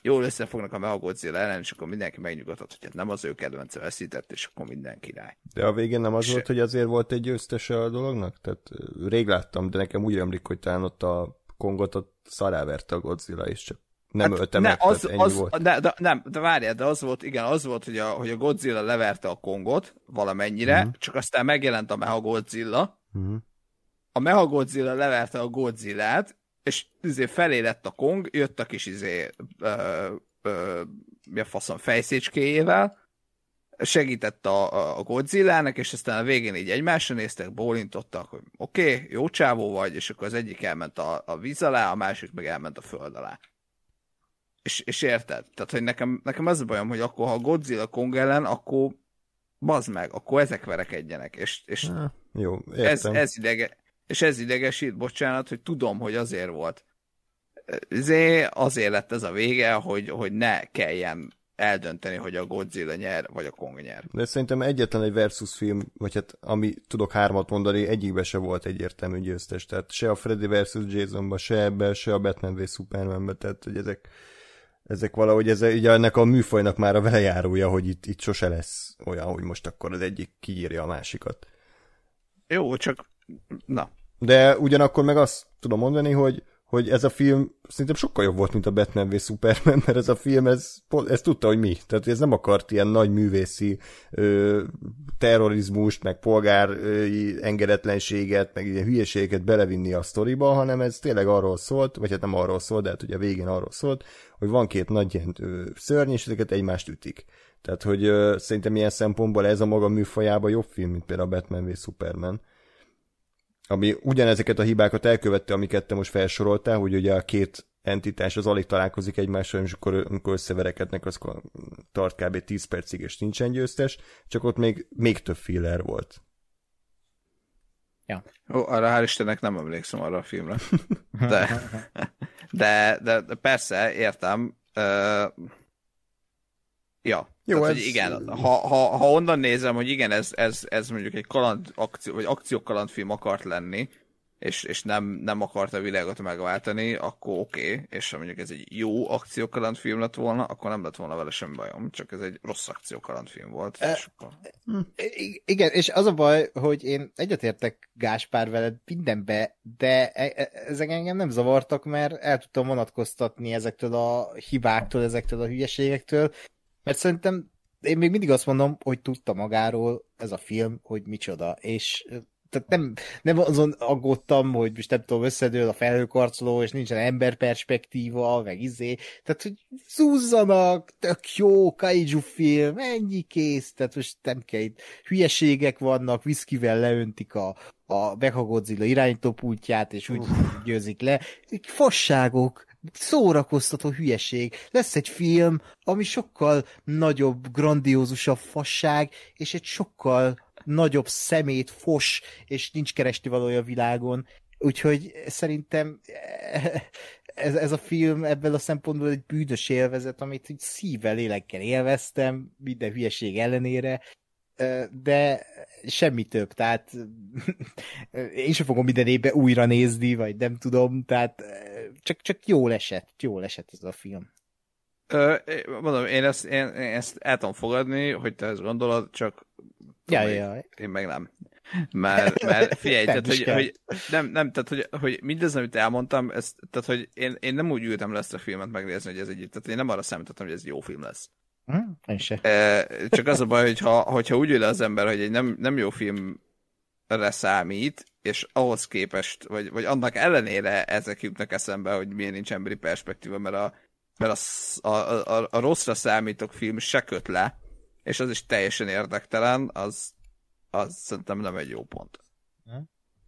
jól összefognak a Mechagodzilla ellen, és akkor mindenki megnyugodhat, hogy hát nem az ő kedvence veszített, és akkor minden király. De a végén nem az és... volt, hogy azért volt egy győztese a dolognak? Tehát rég láttam, de nekem úgy emlik, hogy talán ott a Kongot ott szaráverte a Godzilla, és csak nem hát ölte meg, az, tehát ennyi az, volt. De, de, nem, de várjál, de az volt, igen, az volt, hogy a, hogy a Godzilla leverte a Kongot valamennyire, uh-huh. csak aztán megjelent a Mechagodzilla, uh-huh. a Mechagodzilla leverte a Godzillát, és izé felé lett a Kong, jött a kis izé ö, ö, mi a faszom fejszécskéjével, segített a, a Godzillának, és aztán a végén így egymásra néztek, bólintottak, hogy oké, okay, jó csávó vagy, és akkor az egyik elment a, a víz alá, a másik meg elment a föld alá. És, és érted? Tehát, hogy nekem, nekem az a bajom, hogy akkor, ha a Godzilla Kong ellen, akkor bazd meg, akkor ezek verekedjenek, és, és ha, jó, ez, ez idege, és ez idegesít, bocsánat, hogy tudom, hogy azért volt. Azért, azért lett ez a vége, hogy, hogy ne kelljen eldönteni, hogy a Godzilla nyer, vagy a Kong nyer. De szerintem egyetlen egy versus film, vagy hát ami tudok hármat mondani, egyikben se volt egyértelmű győztes. Tehát se a Freddy versus Jasonban, se ebben, se a Batman v Supermanben. Tehát, hogy ezek, ezek valahogy ez, ugye ennek a műfajnak már a velejárója, hogy itt, itt sose lesz olyan, hogy most akkor az egyik kiírja a másikat. Jó, csak na. De ugyanakkor meg azt tudom mondani, hogy hogy ez a film szerintem sokkal jobb volt, mint a Batman v Superman, mert ez a film, ez, ez tudta, hogy mi. Tehát ez nem akart ilyen nagy művészi ö, terrorizmust, meg polgári engedetlenséget, meg ilyen hülyeségeket belevinni a sztoriba, hanem ez tényleg arról szólt, vagy hát nem arról szólt, de hát ugye a végén arról szólt, hogy van két nagy ilyen ö, szörny, és ezeket egymást ütik. Tehát, hogy ö, szerintem ilyen szempontból ez a maga műfajában jobb film, mint például a Batman v Superman. Ami ugyanezeket a hibákat elkövette, amiket te most felsoroltál, hogy ugye a két entitás az alig találkozik egymással, és akkor amikor összeverekednek, az tart kb. tíz percig, és nincsen győztes, csak ott még, még több filler volt. Ja. Ó, arra hál' Istennek nem emlékszem arra a filmre. De, de, de, de persze, értem. Uh, ja. Jó, tehát, ez... hogy igen, ha, ha, ha onnan nézem, hogy igen, ez, ez, ez mondjuk egy kaland akció, vagy akciókalandfilm akart lenni, és, és nem, nem akart a világot megváltani, akkor oké, okay. És ha mondjuk ez egy jó akciókalandfilm lett volna, akkor nem lett volna vele semmi bajom, csak ez egy rossz akciókalandfilm volt. E, és akkor... hm. Igen, és az a baj, hogy én egyetértek Gáspár veled mindenbe, de ezek engem nem zavartak, mert el tudtam vonatkoztatni ezektől a hibáktól, ezektől a hülyeségektől, mert szerintem én még mindig azt mondom, hogy tudta magáról ez a film, hogy micsoda, és tehát nem, nem azon aggódtam, hogy most nem tudom, összedől a felhőkarcoló, és nincsen emberperspektíva, meg izé, tehát hogy zúzzanak, tök jó, kaiju film, ennyi kész, tehát most nem kell itt, hülyeségek vannak, viszkivel leöntik a, a Mechagodzilla irányítópultját, és úgy győzik le, fasságok, szórakoztató hülyeség. Lesz egy film, ami sokkal nagyobb, grandiózusabb fasság, és egy sokkal nagyobb szemét, fos, és nincs keresnivalója a világon. Úgyhogy szerintem ez, ez a film ebből a szempontból egy bűnös élvezet, amit így szívvel, lélekkel élveztem, minden hülyeség ellenére, de semmi több, tehát én sem fogom minden évben újra nézni, vagy nem tudom, tehát csak, csak jól esett, jól esett ez a film. Ö, mondom, én ezt, én, én ezt el tudom fogadni, hogy te ezt gondolod, csak ja, tudom, ja. Én, én meg nem. Mert, mert figyelj, tehát, hogy, hogy, nem, nem, tehát, hogy, hogy mindez, amit elmondtam, ez, tehát, hogy én, én nem úgy ültem le ezt a filmet megnézni, hogy ez egy, tehát én nem arra számítottam, hogy ez jó film lesz. Hmm, én se. Csak az a baj, hogyha, hogyha úgy ül le az ember, hogy egy nem, nem jó filmre számít, és ahhoz képest, vagy, vagy annak ellenére ezek jutnak eszembe, hogy milyen nincs emberi perspektíva, mert a, mert a, a, a, a rosszra számítok film se köt le, és az is teljesen érdektelen, az, az szerintem nem egy jó pont. Hmm.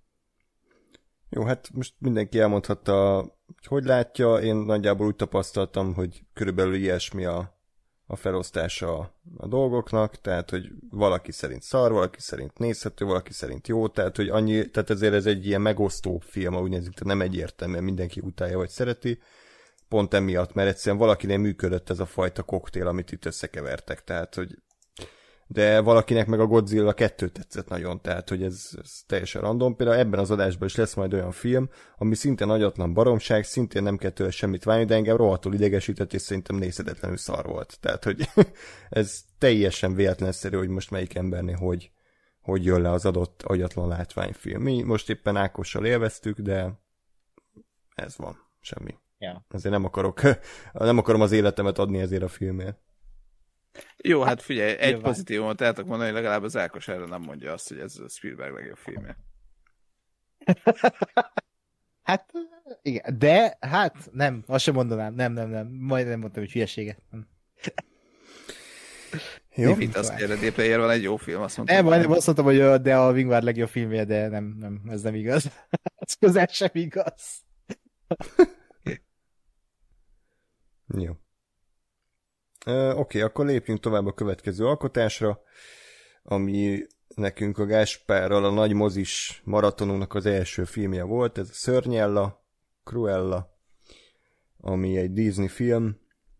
Jó, hát most mindenki elmondhatta, hogy hogy látja, én nagyjából úgy tapasztaltam, hogy körülbelül ilyesmi a a felosztása a, a dolgoknak, tehát, hogy valaki szerint szar, valaki szerint nézhető, valaki szerint jó, tehát, hogy annyi, tehát ezért ez egy ilyen megosztó film, úgy nézzük, tehát nem egyértelműen mindenki utálja vagy szereti, pont emiatt, mert egyszerűen valakinél működött ez a fajta koktél, amit itt összekevertek, tehát, hogy de valakinek meg a Godzilla kettő tetszett nagyon, tehát hogy ez, ez teljesen random. Például ebben az adásban is lesz majd olyan film, ami szintén nagyatlan baromság, szintén nem kell tőle semmit várni, de engem rohadtul idegesített, és szerintem nézhetetlenül szar volt. Tehát, hogy ez teljesen véletlenszerű, hogy most melyik embernél hogy, hogy jön le az adott agyatlan látványfilm. Mi most éppen Ákossal élveztük, de ez van, semmi. Yeah. Ezért nem akarok, nem akarom az életemet adni ezért a filmért. Jó, hát figyelj, egy Nyilván. pozitívumot el tudok mondani, hogy legalább az Ákos erre nem mondja azt, hogy ez a Spielberg legjobb filmje. Hát, igen, de hát nem, azt sem mondanám, nem, nem, nem, majd nem mondtam, hogy hülyeséget. Jó? Defeat azt mondja, Ready Player van egy jó film, azt mondtam. Nem, majdnem azt mondtam, hogy ö, de a Wingward legjobb filmje, de nem, nem, ez nem igaz. Ez közel sem igaz. Jó. Uh, Oké, okay, akkor lépjünk tovább a következő alkotásra, ami nekünk a Gáspárral a nagy mozis maratonunknak az első filmje volt, ez a Szörnyella, Cruella, ami egy Disney film,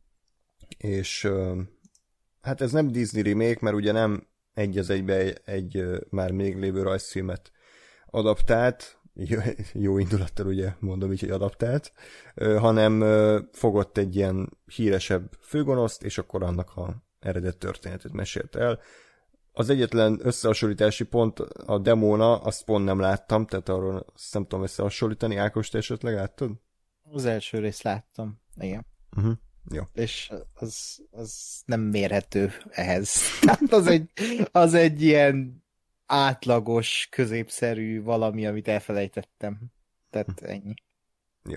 és uh, hát ez nem Disney remake, mert ugye nem egy az egybe egy, egy uh, már még lévő rajzfilmet adaptált, jó, jó indulattal ugye mondom így, hogy adaptált, uh, hanem uh, fogott egy ilyen híresebb főgonoszt, és akkor annak a eredet történetet mesélt el. Az egyetlen összehasonlítási pont a demóna, azt pont nem láttam, tehát arról azt nem tudom összehasonlítani. Ákos, te esetleg láttad? Az első részt láttam, igen. Uh-huh. Jó. És az, az nem mérhető ehhez. Tehát az egy, az egy ilyen átlagos, középszerű valami, amit elfelejtettem. Tehát ennyi. Jó.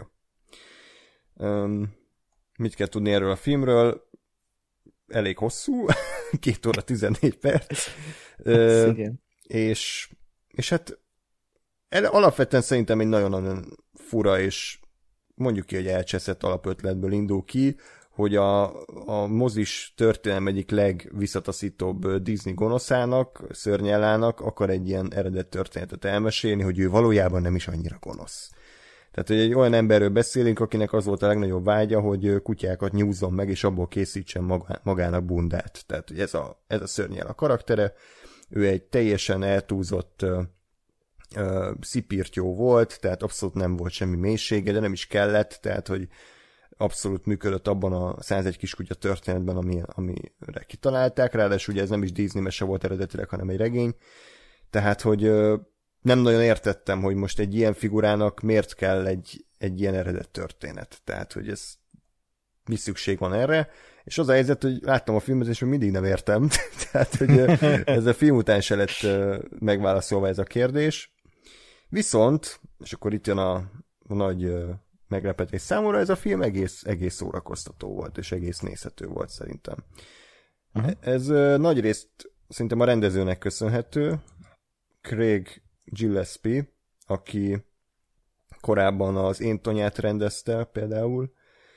Um, mit kell tudni erről a filmről? Elég hosszú, két óra tizennégy perc. uh, igen. és, és hát alapvetően szerintem egy nagyon-nagyon fura és mondjuk ki, hogy elcseszett alapötletből indul ki, hogy a, a mozis történelem egyik legvisszataszítóbb Disney gonoszának, Szörnyellának akar egy ilyen eredet történetet elmesélni, hogy ő valójában nem is annyira gonosz. Tehát, hogy egy olyan emberről beszélünk, akinek az volt a legnagyobb vágya, hogy kutyákat nyúzzon meg, és abból készítsen magá, magának bundát. Tehát, hogy ez a, ez a Szörnyella karaktere. Ő egy teljesen eltúzott uh, uh, szipirtyó volt, tehát abszolút nem volt semmi mélysége, de nem is kellett, tehát, hogy abszolút működött abban a százegy kiskutya történetben, ami, amire kitalálták, ráadásul ugye ez nem is Disney mese volt eredetileg, hanem egy regény. Tehát, hogy uh, nem nagyon értettem, hogy most egy ilyen figurának miért kell egy, egy ilyen eredet történet. Tehát, hogy ez mi szükség van erre. És az a helyzet, hogy láttam a filmet, és még mindig nem értem. Tehát, hogy ez a film után se lett megválaszolva ez a kérdés. Viszont, és akkor itt jön a, a nagy meglepetés számomra, ez a film egész, egész szórakoztató volt, és egész nézhető volt szerintem. Uh-huh. Ez nagy részt szerintem a rendezőnek köszönhető, Craig Gillespie, aki korábban az Én Tonyát rendezte például,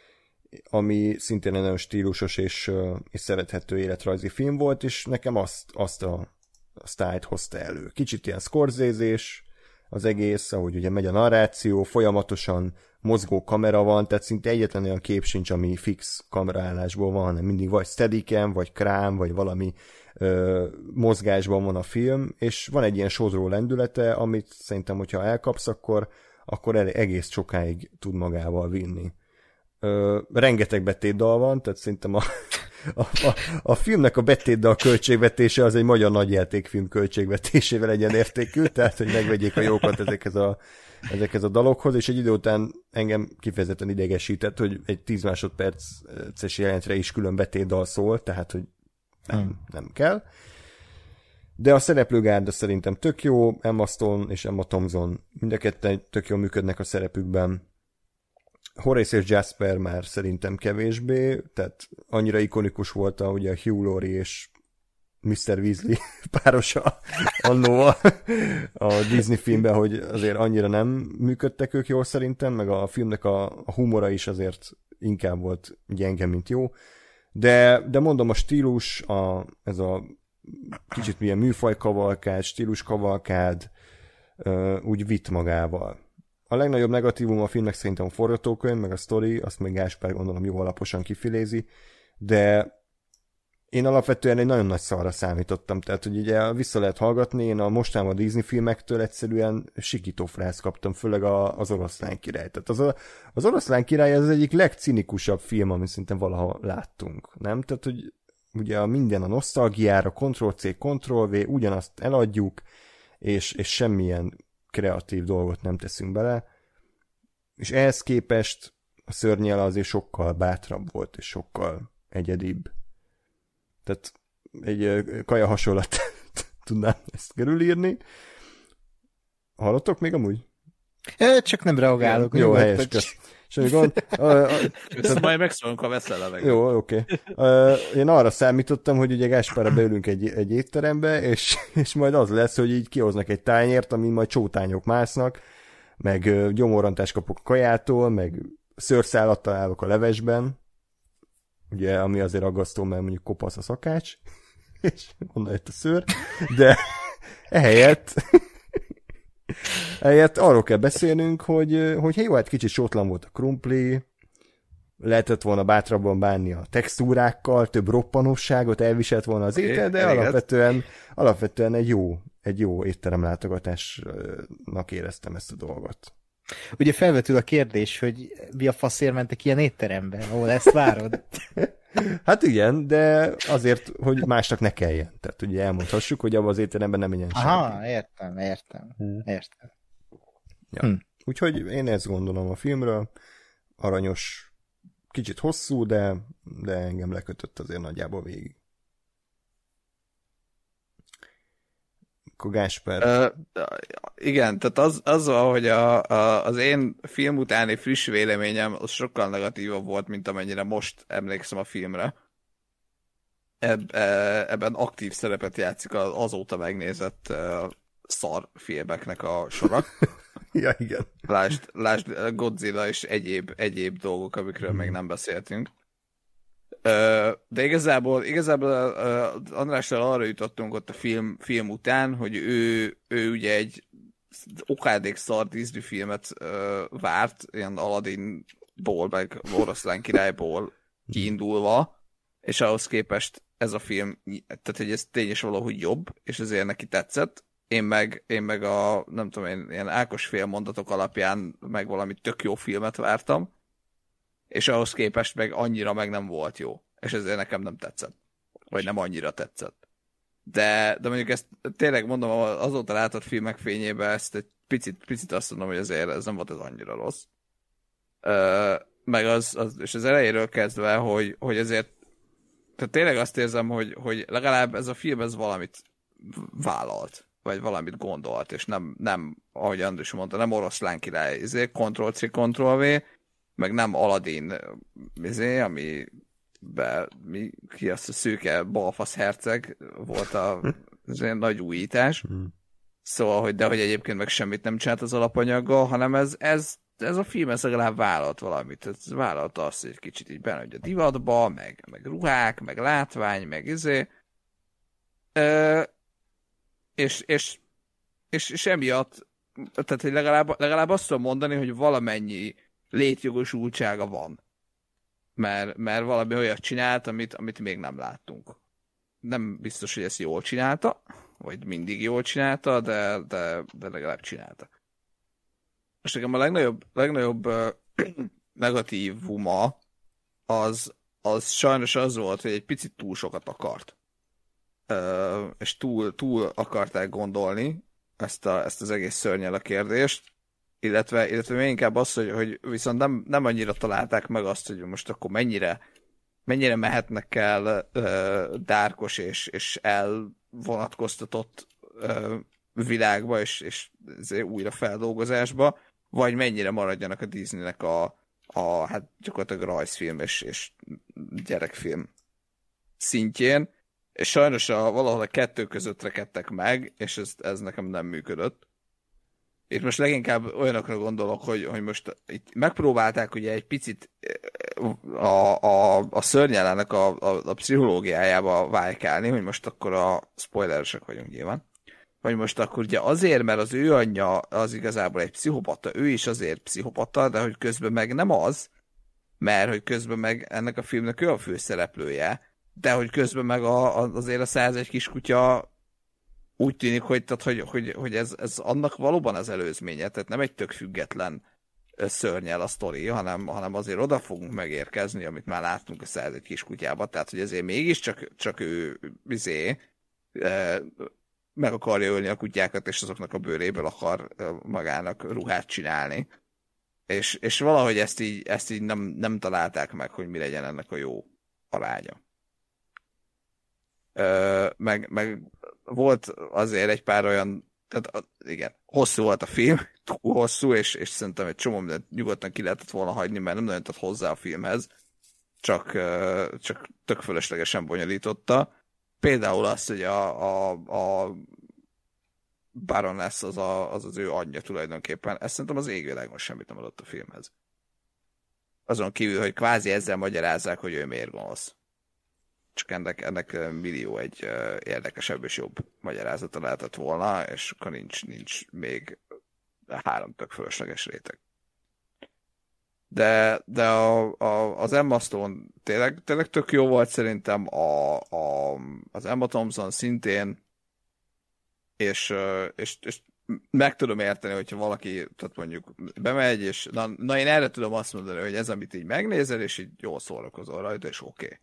ami szintén egy nagyon stílusos és, és szerethető életrajzi film volt, és nekem azt, azt a, a sztájt hozta elő. Kicsit ilyen Scorsese-s az egész, ahogy ugye megy a narráció, folyamatosan mozgó kamera van, tehát szinte egyetlen olyan kép sincs, ami fix kameraállásból van, hanem mindig vagy steadicam, vagy krám, vagy valami ö, mozgásban van a film, és van egy ilyen sodró lendülete, amit szerintem, hogyha elkapsz, akkor, akkor el, egész sokáig tud magával vinni. Ö, rengeteg betétdal van, tehát szerintem a, a, a, a filmnek a betétdal költségvetése az egy magyar nagyjátékfilm költségvetésével egyenértékű, tehát hogy megvegyék a jókat ezekhez a, ezekhez a dalokhoz, és egy idő után engem kifejezetten idegesített, hogy egy tíz másodperces jelentre is külön betétdal szól, tehát hogy nem, hmm. nem kell. De a szereplőgárda szerintem tök jó, Emma Stone és Emma Thompson mind a ketten tök jól működnek a szerepükben. Horace és Jasper már szerintem kevésbé, tehát annyira ikonikus volt a, ugye a Hugh Laurie és miszter Weasley párosa annó a, a Disney filmben, hogy azért annyira nem működtek ők jól szerintem, meg a filmnek a, a humora is azért inkább volt gyenge, mint jó. De, de mondom, a stílus, a, ez a kicsit milyen műfajkavalkád, stíluskavalkád úgy vitt magával. A legnagyobb negatívum a filmnek szerintem a forgatókönyv, meg a sztori, azt még Gáspár gondolom jó alaposan kifilézi, de én alapvetően egy nagyon nagy szarra számítottam, tehát hogy ugye vissza lehet hallgatni, én a mostában a Disney filmektől egyszerűen sikítófrász kaptam, főleg a, az Oroszlán király. Tehát az, a, az Oroszlán király az egyik legcinikusabb film, amit szinte valaha láttunk, nem? Tehát, hogy ugye a minden a nosztalgiára, Ctrl-C, Ctrl-V, ugyanazt eladjuk, és, és semmilyen kreatív dolgot nem teszünk bele, és ehhez képest a Szörnyel azért sokkal bátrabb volt, és sokkal egyedibb. Tehát egy kaja hasonlat tudnám ezt körülírni. Hallottok még amúgy? É, csak nem reagálok. Jó, helyes, kösz. Semmi gond. Ezt majd megszólunk, ha veszel levegőt. Jó, oké. Okay. Én arra számítottam, hogy ugye Gáspárra beülünk egy, egy étterembe, és, és majd az lesz, hogy így kihoznak egy tányért, amin majd csótányok másznak, meg gyomorrantást kapok a kajától, meg szőrszálat találok a levesben, ugye, ami azért aggasztó, mert mondjuk kopasz a szakács, és onnan jött a szőr, de ehelyett ehelyett arról kell beszélnünk, hogy, hogy jó, hát kicsit sótlan volt a krumpli, lehetett volna bátrabban bánni a textúrákkal, több roppanosságot elviselt volna az étel, de alapvetően, alapvetően egy jó, egy jó étteremlátogatásnak éreztem ezt a dolgot. Ugye felvetül a kérdés, hogy mi a faszért mentek ilyen étterembe, ahol ezt várod? Hát igen, de azért, hogy másnak ne kelljen. Tehát ugye elmondhassuk, hogy abban az étteremben nem ilyen senki. Aha, értem, értem, hmm. értem. Ja. Hmm. Úgyhogy én ezt gondolom a filmről. Aranyos, kicsit hosszú, de, de engem lekötött azért nagyjából végig. Akkor Gásper. Uh, igen, tehát az, az van, hogy a, a, az én film utáni friss véleményem az sokkal negatívabb volt, mint amennyire most emlékszem a filmre. Eb, ebben aktív szerepet játszik az azóta megnézett uh, szar filmeknek a sora. Ja, igen. Lásd, lásd Godzilla és egyéb, egyéb dolgok, amikről hmm. még nem beszéltünk. De igazából, igazából Andrással arra jutottunk ott a film, film után, hogy ő, ő ugye egy okádék szar Disney filmet várt, ilyen Aladdinból, meg Oroszlán királyból kiindulva, és ahhoz képest ez a film, tehát hogy ez tényleg valahogy jobb, és ezért neki tetszett. Én meg, én meg a, nem tudom én, ilyen Ákos fél mondatok alapján meg valami tök jó filmet vártam, és ahhoz képest meg annyira meg nem volt jó. És ezért nekem nem tetszett. Vagy nem annyira tetszett. De, de mondjuk ezt tényleg mondom, azóta látott filmek fényében ezt egy picit, picit azt mondom, hogy azért ez nem volt ez annyira rossz. Ö, meg az, az, és az elejéről kezdve, hogy, hogy ezért tehát tényleg azt érzem, hogy, hogy legalább ez a film ez valamit vállalt, vagy valamit gondolt, és nem, nem ahogy András mondta, nem Oroszlán király, ezért Ctrl-C, Ctrl-V, meg nem Aladdin, izé, ami be, mi, ki az a szőke balfasz herceg volt a az ilyen nagy újítás. Mm. Szóval, hogy de hogy egyébként meg semmit nem csinált az alapanyaggal, hanem ez, ez, ez a film ez legalább vállalt valamit. Ez vállalta azt, hogy egy kicsit így benne, hogy a divatba, meg, meg ruhák, meg látvány, meg izé. Ö, és, és, és, és emiatt, tehát hogy legalább, legalább azt tudom mondani, hogy valamennyi létjogosultsága van. Mert, mert valami olyat csinált, amit, amit még nem láttunk. Nem biztos, hogy ezt jól csinálta, vagy mindig jól csinálta, de, de, de legalább csinálta. Most nekem a legnagyobb, legnagyobb uh, negatívuma az, az sajnos az volt, hogy egy picit túl sokat akart. Uh, és túl, túl akarták gondolni ezt, a, ezt az egész szörnyel a kérdést, illetve, illetve még inkább az, hogy, hogy viszont nem, nem annyira találták meg azt, hogy most akkor mennyire, mennyire mehetnek el uh, dárkos és, és elvonatkoztatott uh, világba és, és újra feldolgozásba, vagy mennyire maradjanak a Disneynek a, a hát gyakorlatilag rajzfilm és, és gyerekfilm szintjén, és sajnos a, valahol a kettő között rekedtek meg, és ez, ez nekem nem működött. Itt most leginkább olyanokra gondolok, hogy, hogy most itt megpróbálták ugye egy picit a, a, a szörnyelának a, a, a pszichológiájába vájkálni, hogy most akkor a spoileresek vagyunk nyilván, hogy most akkor ugye azért, mert az ő anyja az igazából egy pszichopata, ő is azért pszichopata, de hogy közben meg nem az, mert hogy közben meg ennek a filmnek ő a főszereplője, de hogy közben meg a, a, azért a százegy kiskutya úgy tűnik, hogy, tehát, hogy, hogy, hogy ez, ez annak valóban az előzménye, tehát nem egy tök független szörnyel a sztori, hanem, hanem azért oda fogunk megérkezni, amit már láttunk a százegy kiskutyába, tehát hogy ezért mégiscsak csak ő izé, meg akarja ölni a kutyákat, és azoknak a bőréből akar magának ruhát csinálni. És, és valahogy ezt így, ezt így nem, nem találták meg, hogy mi legyen ennek a jó aránya. Ö, meg, meg volt azért egy pár olyan, tehát igen, hosszú volt a film, túl hosszú, és, és szerintem egy csomó mindent nyugodtan ki lehetett volna hagyni, mert nem nagyon tett hozzá a filmhez, csak, csak tök fölöslegesen bonyolította. Például azt, hogy a, a, a Baroness az, a, az az ő anyja tulajdonképpen. Ezt szerintem az égvilágon semmit nem adott a filmhez. Azon kívül, hogy kvázi ezzel magyarázzák, hogy ő miért gonosz. Csak ennek, ennek millió egy érdekesebb és jobb magyarázata lehetett volna, és akkor nincs, nincs még három tök fölösleges réteg. De, de a, a, az Emma Stone tényleg, tényleg tök jó volt szerintem, a, a, az Emma Thompson szintén, és, és, és meg tudom érteni, hogyha valaki, tehát mondjuk bemegy, és na, na én erre tudom azt mondani, hogy ez, amit így megnézel, és így jól szórakozol rajta, és oké. Okay.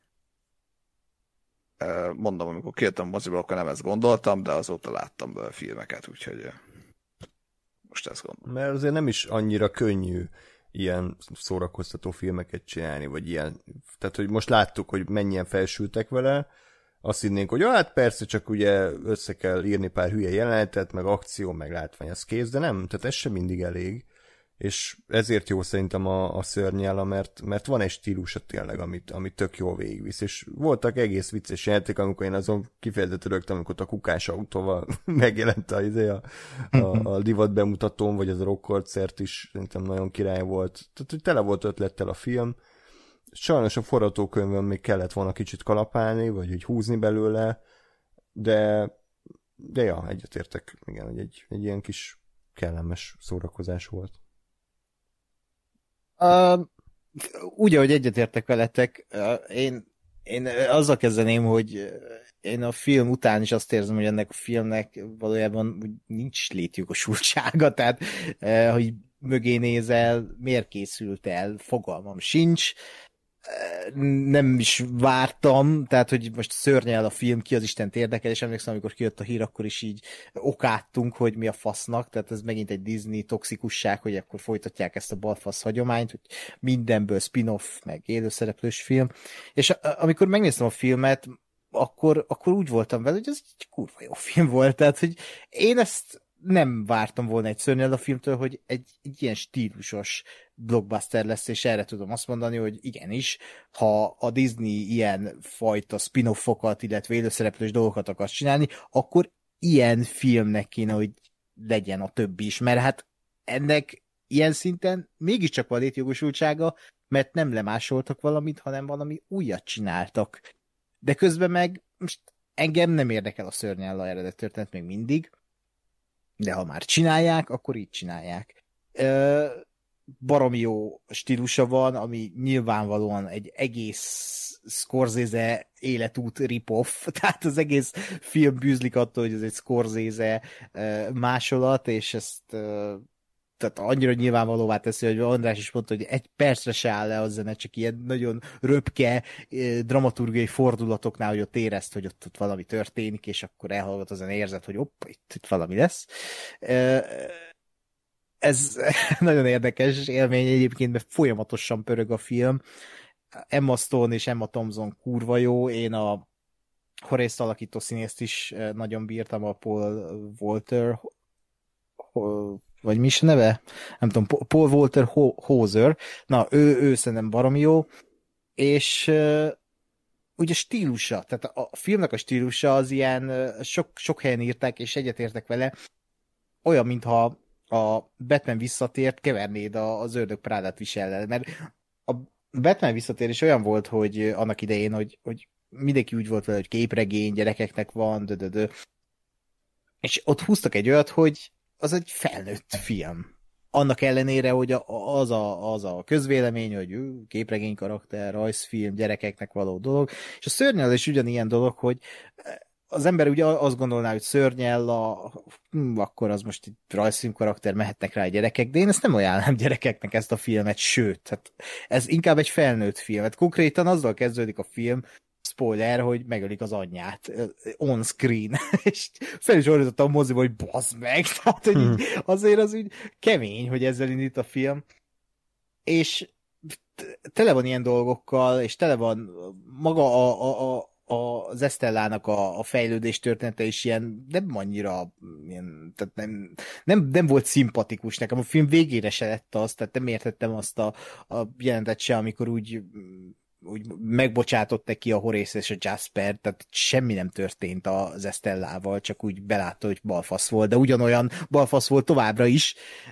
Mondom, amikor kijöttem moziból, akkor nem ezt gondoltam, de azóta láttam be a filmeket, úgyhogy most ezt gondolom. Mert azért nem is annyira könnyű ilyen szórakoztató filmeket csinálni, vagy ilyen, tehát hogy most láttuk, hogy mennyien felsültek vele, azt hinnénk, hogy hát persze, csak ugye össze kell írni pár hülye jelenetet, meg akció, meg látvány, az kész, de nem, tehát ez sem mindig elég. És ezért jó szerintem a, a szörnyála, mert, mert van egy stílusa tényleg, amit, amit tök jól végigvisz, és voltak egész vicces játék, amikor én azon kifejezetten rögtem, amikor a kukás autóval megjelent a, a, a, a divat bemutatón, vagy az a rock koncert is szerintem nagyon király volt. Tehát, hogy tele volt ötlettel a film. Sajnos a forgatókönyvön még kellett volna kicsit kalapálni, vagy hogy húzni belőle, de, de ja, egyetértek, igen, hogy egy, egy ilyen kis kellemes szórakozás volt. Uh, úgy, ahogy egyetértek veletek, uh, én, én azzal kezdeném, hogy én a film után is azt érzem, hogy ennek a filmnek valójában nincs létjogosultsága, tehát uh, hogy mögé nézel, miért készült el, fogalmam sincs, nem is vártam, tehát, hogy most szörnyel a film, ki az Istent érdekel, és emlékszem, amikor kijött a hír, akkor is így okáttunk, hogy mi a fasznak, tehát ez megint egy Disney toxikusság, hogy akkor folytatják ezt a balfasz hagyományt, hogy mindenből spin-off, meg élőszereplős film, és amikor megnéztem a filmet, akkor, akkor úgy voltam vele, hogy ez egy kurva jó film volt, tehát, hogy én ezt nem vártam volna egy szörnyel a filmtől, hogy egy, egy ilyen stílusos blockbuster lesz, és erre tudom azt mondani, hogy igenis, ha a Disney ilyen fajta spin-offokat, illetve élőszereplős dolgokat akar csinálni, akkor ilyen filmnek kéne, hogy legyen a többi is, mert hát ennek ilyen szinten mégiscsak van létjogosultsága, mert nem lemásoltak valamit, hanem valami újat csináltak. De közben meg most engem nem érdekel a Szörnyállal eredet történet még mindig, de ha már csinálják, akkor így csinálják. Ö, baromi jó stílusa van, ami nyilvánvalóan egy egész Scorsese életút rip-off, tehát az egész film bűzlik attól, hogy ez egy Scorsese ö, másolat, és ezt ö, tehát annyira nyilvánvalóvá teszi, hogy András is mondta, hogy egy percre se áll le a zene, csak ilyen nagyon röpke dramaturgiai fordulatoknál, hogy ott érezt, hogy ott, ott valami történik, és akkor elhallgat a zene, érzed, hogy hopp, itt, itt valami lesz. Ez nagyon érdekes élmény egyébként, mert folyamatosan pörög a film. Emma Stone és Emma Thompson kurva jó, én a Horace alakító színészt is nagyon bírtam, a Paul Walter vagy mi is neve? Nem tudom, Paul Walter Hauser. Na, ő, ő szerintem baromi jó. És uh, ugye stílusa, tehát a, a filmnek a stílusa az ilyen, uh, sok, sok helyen írták, és egyetértek vele, olyan, mintha a Batman visszatért, kevernéd a, az ördög Prádát visel, mert a Batman visszatér is olyan volt, hogy annak idején, hogy, hogy mindenki úgy volt vele, hogy képregény, gyerekeknek van, dödödö. És ott húztak egy olyat, hogy az egy felnőtt film. annak ellenére, hogy a, az, a, az a közvélemény, hogy ő, képregény karakter, rajzfilm, gyerekeknek való dolog, és a Szörnyel is ugyanilyen dolog, hogy az ember ugye azt gondolná, hogy Szörnyella, hm, akkor az most egy rajzfilm karakter, mehetnek rá a gyerekek, de én ezt nem ajánlom gyerekeknek ezt a filmet, sőt, hát ez inkább egy felnőtt film. Hát konkrétan azzal kezdődik a film, spoiler, hogy megölik az anyját on screen, és fel is ordítottam a moziba, hogy bazd meg, tehát hogy így, azért az úgy kemény, hogy ezzel indít a film, és tele van ilyen dolgokkal, és tele van maga a, a, a az Estellának a, a fejlődés története is ilyen nem annyira ilyen, tehát nem, nem, nem volt szimpatikus nekem. A film végére se lett az, tehát nem értettem azt a, a jelentet se, amikor úgy, úgy megbocsátott neki a Horace és a Jasper, tehát semmi nem történt az Estellával, csak úgy belátta, hogy balfasz volt, de ugyanolyan balfasz volt továbbra is,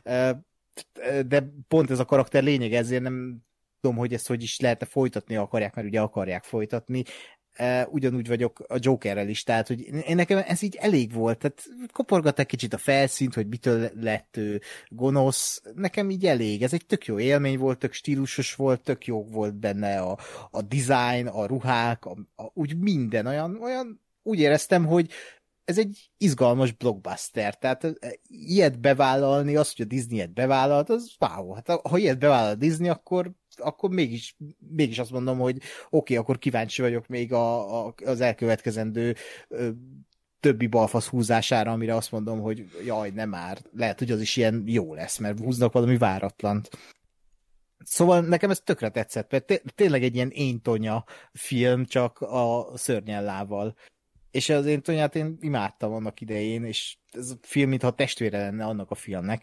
de pont ez a karakter lényeg, ezért nem tudom, hogy ezt hogy is lehet-e folytatni akarják, mert ugye akarják folytatni. Uh, ugyanúgy vagyok a Jokerrel is, tehát, hogy én nekem ez így elég volt, tehát koporgatták kicsit a felszínt, hogy mitől lett ő gonosz, nekem így elég, ez egy tök jó élmény volt, tök stílusos volt, tök jó volt benne a, a design, a ruhák, a, a, úgy minden, olyan, olyan úgy éreztem, hogy ez egy izgalmas blockbuster, tehát ilyet bevállalni, az, hogy a Disney ilyet bevállalt, az wow, hát ha ilyet bevállal a Disney, akkor akkor mégis, mégis azt mondom, hogy oké, okay, akkor kíváncsi vagyok még a, a, az elkövetkezendő ö, többi balfasz húzására, amire azt mondom, hogy jaj, nem már, lehet, hogy az is ilyen jó lesz, mert húznak valami váratlant. Szóval nekem ez tökre tetszett, mert té- tényleg egy ilyen éntonya film, csak a Szörnyellával. És az éntonyát én imádtam annak idején, és ez a film, mintha testvére lenne annak a filmnek.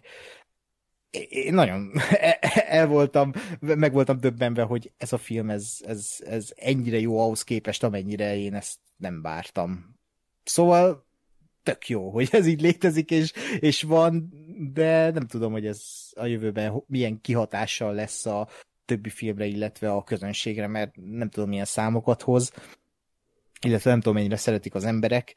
Én nagyon el voltam, meg voltam döbbenve, hogy ez a film, ez, ez, ez ennyire jó ahhoz képest, amennyire én ezt nem vártam. Szóval tök jó, hogy ez így létezik, és, és van, de nem tudom, hogy ez a jövőben milyen kihatással lesz a többi filmre, illetve a közönségre, mert nem tudom, milyen számokat hoz, illetve nem tudom, mennyire szeretik az emberek,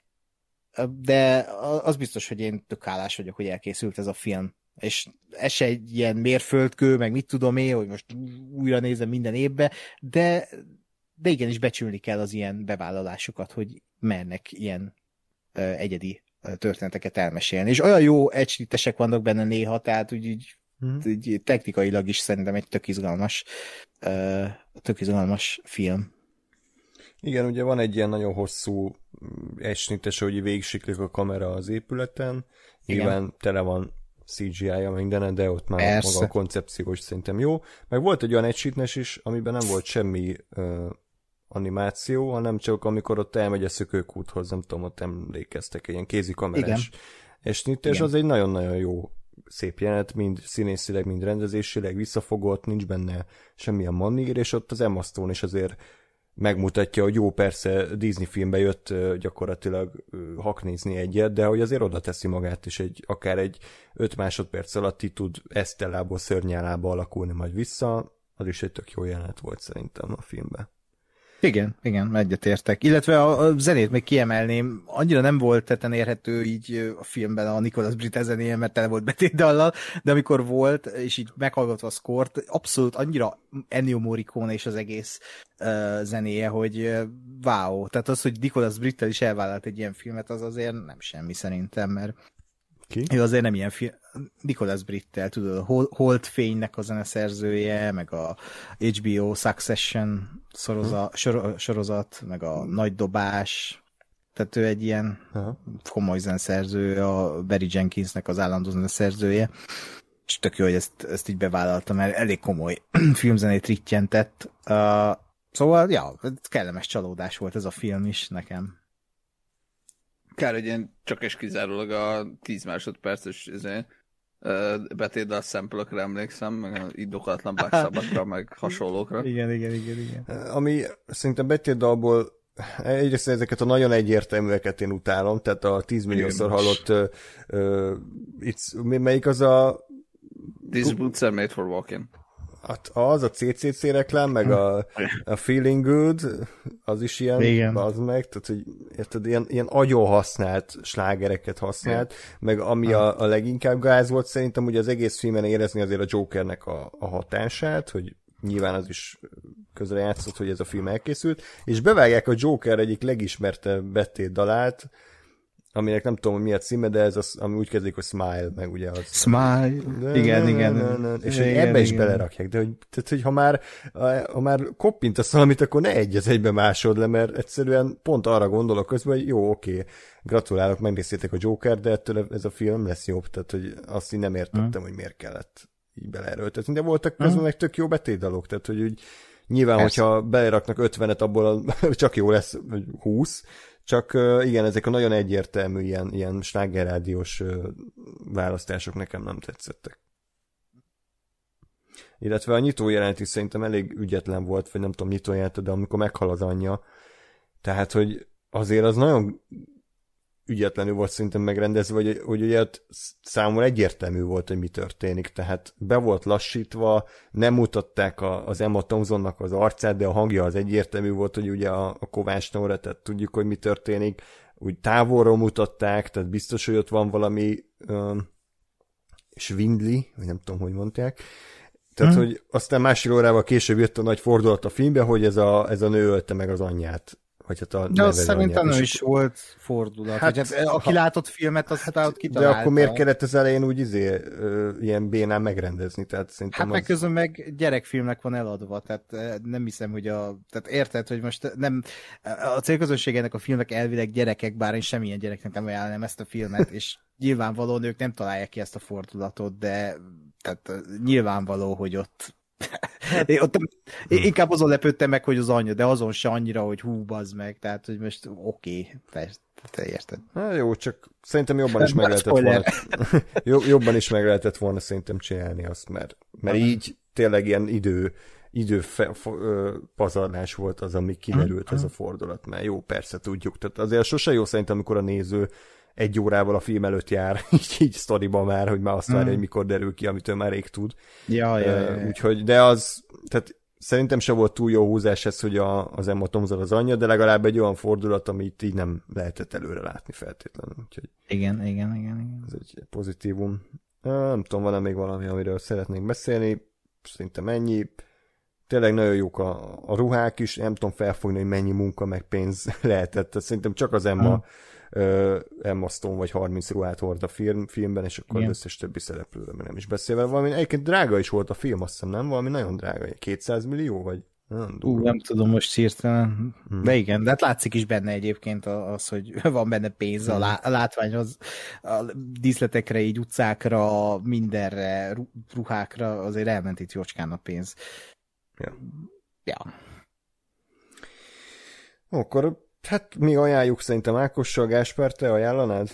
de az biztos, hogy én tök hálás vagyok, hogy elkészült ez a film. És ez se egy ilyen mérföldkő, meg mit tudom én, hogy most újra nézem minden évbe, de, de igenis becsülni kell az ilyen bevállalásokat, hogy mernek ilyen ö, egyedi történeteket elmesélni. És olyan jó egysítesek vannak benne néha, tehát úgy, úgy, hmm. úgy technikailag is szerintem egy tök izgalmas, ö, tök izgalmas film. Igen, ugye van egy ilyen nagyon hosszú egysnites, hogy végigsiklik a kamera az épületen, nyilván igen. Tele van cé gé í-ja minden, de ott már Persze. maga a koncepció szerintem jó. Meg volt egy olyan egysítnes is, amiben nem volt semmi uh, animáció, hanem csak amikor ott elmegy a szökőkúthoz, nem tudom, ott emlékeztek, ilyen kézikamerás egysnites, az egy nagyon-nagyon jó szép jelenet, mind színészileg, mind rendezésileg visszafogott, nincs benne semmilyen manír, és ott az Emma Stone is azért megmutatja, hogy jó, persze Disney filmbe jött gyakorlatilag haknézni egyet, de hogy azért oda teszi magát, és egy, akár egy öt másodperc alatt így tud Estellából Szörnyellába alakulni majd vissza, az is egy tök jó jelenet volt szerintem a filmben. Igen, igen, egyetértek. Illetve a, a zenét még kiemelném, annyira nem volt tetten érhető így a filmben a Nicholas Britt zenéje, mert tele volt betétdallal, de amikor volt, és így meghallgatva a score-t, abszolút annyira Ennio Morricone és az egész uh, zenéje, hogy uh, wow, tehát az, hogy Nicholas Brittel is elvállalt egy ilyen filmet, az azért nem semmi szerintem, mert Ki? ő azért nem ilyen film. Nicholas Brittel, tudod, a Holdfénynek a zeneszerzője, meg a há bé o Succession szoroza, sor, sorozat, meg a Nagy Dobás, tehát ő egy ilyen Aha. komoly zeneszerző, a Barry Jenkinsnek az állandó zeneszerzője, és tök jó, hogy ezt, ezt így bevállalta, mert elég komoly filmzenét rittyentett. Uh, szóval, ja, kellemes csalódás volt ez a film is nekem. Kár, hogy én csak és kizárólag a tíz másodperces uh, betétdal szempelökre emlékszem, meg a indokatlan bákszabakra, meg hasonlókra. Igen, igen, igen, igen. Ami szerintem betétdalból egyrészt ezeket a nagyon egyértelműeket én utálom, tehát a tízmilliószor hallott uh, uh, it's, melyik az a... These boots are made for walking. Hát az a cé cé cé reklám, meg a, a Feeling Good, az is ilyen, igen. az meg, tehát, hogy érted, ilyen, ilyen agyon használt slágereket használt, igen. meg ami a, a leginkább gáz volt, szerintem ugye az egész filmen érezni azért a Jokernek a, a hatását, hogy nyilván az is közre játszott, hogy ez a film elkészült, és bevágják a Joker egyik legismertebb betét dalát, aminek nem tudom, mi a címe, de ez az, ami úgy kezdik, hogy Smile, meg ugye az... Smile, de, igen, ne, igen. Ne, ne, és igen, hogy ebbe igen, is belerakják, de hogy, tehát, hogy ha már, ha már koppintasz valamit, akkor ne egy az egybe másod le, mert egyszerűen pont arra gondolok közben, hogy jó, oké, gratulálok, megnéztétek a Joker, de ettől ez a film lesz jobb, tehát hogy azt így nem értettem, hmm. hogy miért kellett így beleerőltetni, de voltak közben hmm. meg tök jó betétdalok, tehát hogy úgy nyilván, Persze. hogyha beleraknak ötvenet, abból a, csak jó lesz húsz, csak igen, ezek a nagyon egyértelmű ilyen, ilyen slágerrádiós választások nekem nem tetszettek. Illetve a nyitójelent is szerintem elég ügyetlen volt, vagy nem tudom, nyitójelent, de amikor meghal az anyja, tehát, hogy azért az nagyon ügyetlenül volt szerintem megrendezve, hogy, hogy ugye számomra egyértelmű volt, hogy mi történik, tehát be volt lassítva, nem mutatták a, az Emma Thompsonnak az arcát, de a hangja az egyértelmű volt, hogy ugye a, a Kovács Nóra, tehát tudjuk, hogy mi történik, úgy távolról mutatták, tehát biztos, hogy ott van valami um, svindli, vagy nem tudom, hogy mondták, tehát, hmm. hogy aztán másfél órával később jött a nagy fordulat a filmbe, hogy ez a, ez a nő ölte meg az anyját. Vagy hát a de az szerintem nem is volt fordulat. Hát, hát, aki ha, látott filmet, azt hát, ott kitalálta. De akkor miért kellett az elején úgy izé, ö, ilyen bénán megrendezni? Tehát szerintem hát az... meg közben meg gyerekfilmnek van eladva, tehát nem hiszem, hogy a... Tehát érted, hogy most nem... A célközönség ennek a filmnek elvileg gyerekek, bár én semmilyen gyereknek nem ajánlom ezt a filmet, és nyilvánvalóan ők nem találják ki ezt a fordulatot, de tehát nyilvánvaló, hogy ott én, ott, én inkább azon lepődtem meg, hogy az anyja, de azon se annyira, hogy hú, bazd meg, tehát, hogy most oké, okay, te, te érted. Na jó, csak szerintem jobban is meg lehetett volna, jobban is meg lehetett volna szerintem csinálni azt, mert, mert így tényleg ilyen idő, idő fe, fa, ö, pazarlás volt az, ami kiderült ez a fordulat, mert jó, persze tudjuk, tehát azért sose jó szerintem, amikor a néző egy órával a film előtt jár, így, így sztoriban már, hogy már azt várja, mm. hogy mikor derül ki, amit ő már rég tud. Ja, ja, ja, ja. Úgyhogy, de az, tehát szerintem se volt túl jó húzás ez, hogy a, az Emma Thompson az anyja, de legalább egy olyan fordulat, amit így nem lehetett előre látni feltétlenül. Úgyhogy igen, igen, igen, igen. Ez egy pozitívum. Nem tudom, van-e még valami, amiről szeretnénk beszélni. Szerintem ennyi. Tényleg nagyon jók a, a ruhák is, nem tudom felfogni, hogy mennyi munka meg pénz lehetett. Tehát szerintem csak az Emma hmm. Uh, Emma Stone vagy harminc ruhát hord a film, filmben, és akkor igen. Az összes többi szereplőről nem is beszélve. Valami egyébként drága is volt a film, azt hiszem, nem? Valami nagyon drága, kétszáz millió, vagy? Nem, Ú, nem tudom most hirtelen. Hmm. De igen, de hát látszik is benne egyébként az, hogy van benne pénz hmm. a, lá- a látványhoz, a díszletekre, így utcákra, mindenre, ruhákra, azért elment itt jócskán a pénz. Ja. Ja. Akkor hát mi ajánljuk szerintem Ákossal, Gáspár, te ajánlanád?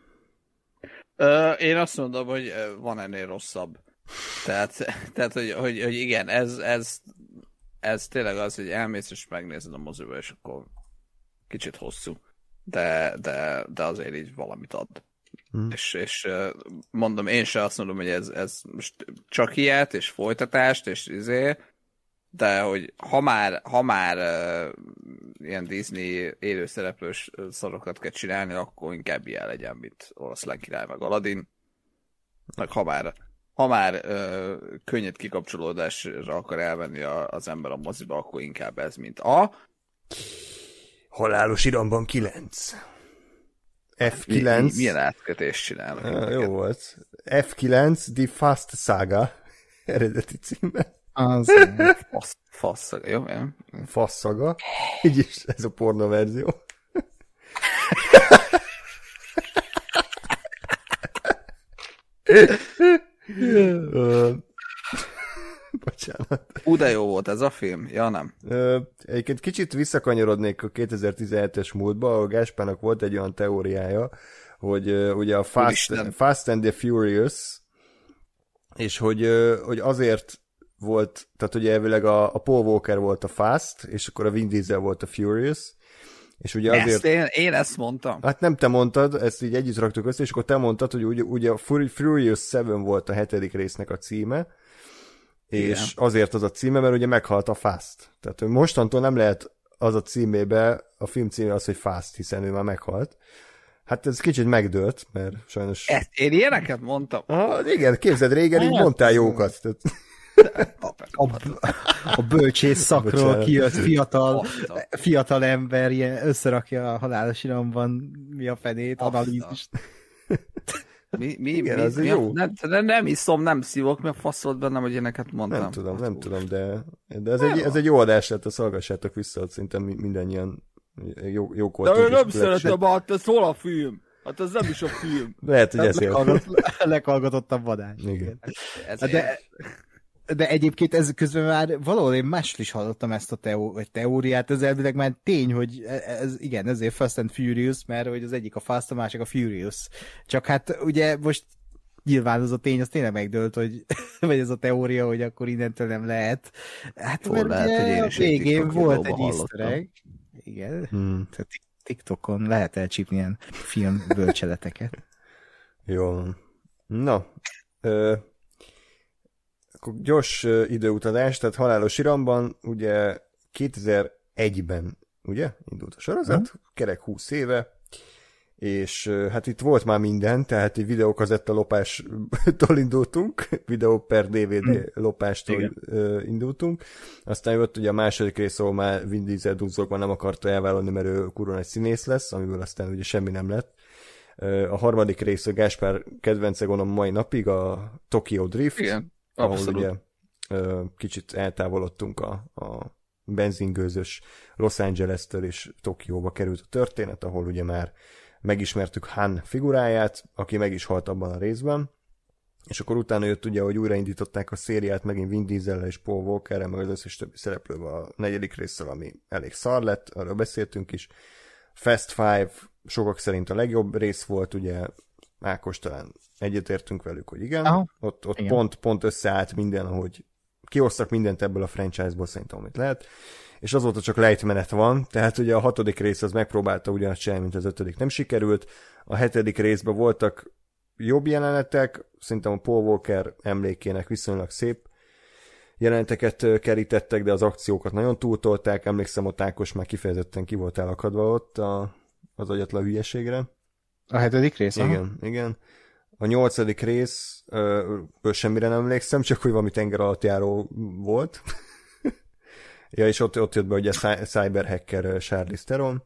Ö, én azt mondom, hogy van ennél rosszabb. Tehát, tehát hogy, hogy, hogy igen, ez, ez, ez tényleg az, hogy elmész és megnézed a moziba, és akkor kicsit hosszú. De, de, de azért így valamit ad. Hmm. És, és mondom, én se azt mondom, hogy ez, ez most csak ilyet, és folytatást, és izé, de hogy ha már, ha már uh, ilyen Disney élőszereplős szorokat kell csinálni, akkor inkább ilyen legyen, mint Oroszlán király meg Aladdin. Meg ha már, ha már uh, könnyed kikapcsolódásra akar elvenni a, az ember a moziba, akkor inkább ez, mint a... Halálos iramban kilenc. ef kilenc. Mi, mi, milyen átkötést csinálnak? Uh, jó volt. ef kilenc, The Fast Saga. Eredeti címe. Az... Fasz, fasszaga, jó? Ja. Fasszaga. Így is ez a porno verzió. uh, bocsánat. Ú, de jó volt ez a film? Ja, nem. Uh, egyébként kicsit visszakanyarodnék a kétezer-tizenhetes múltba, ahol Gáspárnak volt egy olyan teóriája, hogy uh, ugye a Fast, Fast and the Furious, és hogy, uh, hogy azért volt, tehát ugye elvileg a, a Paul Walker volt a Fast, és akkor a Vin Diesel volt a Furious, és ugye azért... Ezt én, én ezt mondtam. Hát nem te mondtad, ezt így együtt raktuk össze, és akkor te mondtad, hogy ugye, ugye a Furious Seven volt a hetedik résznek a címe, és Igen. azért az a címe, mert ugye meghalt a Fast. Tehát hogy mostantól nem lehet az a címébe, a film címe az, hogy Fast, hiszen ő már meghalt. Hát ez kicsit megdőlt, mert sajnos... Ezt én ilyeneket mondtam. Ah, igen, képzeld, régen így Hát, mondtál jókat. Tehát... A, a bölcsész szakról Bocsánat. kijött fiatal, fiatal ember ilyen összerakja a halálos iramban mi a fenét, analízist. Mi, mi, Igen, mi, az mi jó. Nem, nem, nem iszom, nem szívok, mi a fasz volt bennem, hogy ilyeneket mondtam. Nem tudom, nem tudom, de, de ez, egy, ez egy jó adás lett, azt hallgassátok vissza, hogy szinte mindannyian jó, jók De voltunk. ő nem és szeretem, hát ez hol a film? Hát ez nem is a film. Lehet, hogy ezért. Leghallgat- Leghallgatottabb adás. Igen. Ez De, de egyébként ez közben már valahol én máshol is hallottam ezt a teó, vagy teóriát, ez elvileg már tény, hogy ez, igen, ezért Fast and Furious, mert hogy az egyik a Fast, a másik a Furious. Csak hát ugye most nyilván az a tény, az tényleg megdőlt, hogy, vagy ez a teória, hogy akkor innentől nem lehet. Hát Hol mert lehet, ugye hogy én a is egy végén TikTok volt videóban egy easter hallottam. egg. Igen. Hmm. Tehát TikTokon lehet elcsípni ilyen film bölcseleteket. Jó. Na, ö, akkor gyors ö, időutazás, tehát Halálos iramban ugye kétezer-egyben, ugye, indult a sorozat, uh-huh. kerek húsz éve, és ö, hát itt volt már minden, tehát egy videókazetta lopástól indultunk, videó per dé vé dé lopástól ö, indultunk, aztán jött ugye a második rész, ahol már Vin Diesel duzzogva nem akarta elvállalni, mert ő kurva egy színész lesz, amiből aztán ugye semmi nem lett. A harmadik rész a Gáspár kedvence gondolom mai napig, a Tokyo Drift, Igen, ahol abszolút. ugye ö, kicsit eltávolodtunk a, a benzingőzös Los Angeles-től, és Tokióba került a történet, ahol ugye már megismertük Han figuráját, aki meg is halt abban a részben, és akkor utána jött ugye, hogy újraindították a szériát megint Vin Diesel és Paul Walkerrel, meg az összes többi szereplővel a negyedik résszel, ami elég szar lett, arról beszéltünk is. Fast Five sokak szerint a legjobb rész volt, ugye Ákos talán egyetértünk velük, hogy igen. Aha. Ott, ott Igen. Pont, pont összeállt minden, ahogy kihoztak mindent ebből a franchise-ból szerintem, amit lehet. És azóta csak lejtmenet van, tehát ugye a hatodik rész az megpróbálta ugyanazt csinálni, mint az ötödik, nem sikerült. A hetedik részben voltak jobb jelenetek, szerintem a Paul Walker emlékének viszonylag szép jeleneteket kerítettek, de az akciókat nagyon túltolták. Emlékszem, ott Ákos már kifejezetten ki volt elakadva ott a, az agyatlan hülyeségre. A hetedik rész? aha. Igen, igen. A nyolcadik részből semmire nem emlékszem, csak hogy valami tenger alatt járó volt. Ja, és ott, ott jött be ugye a cyberhacker Charlize Theron.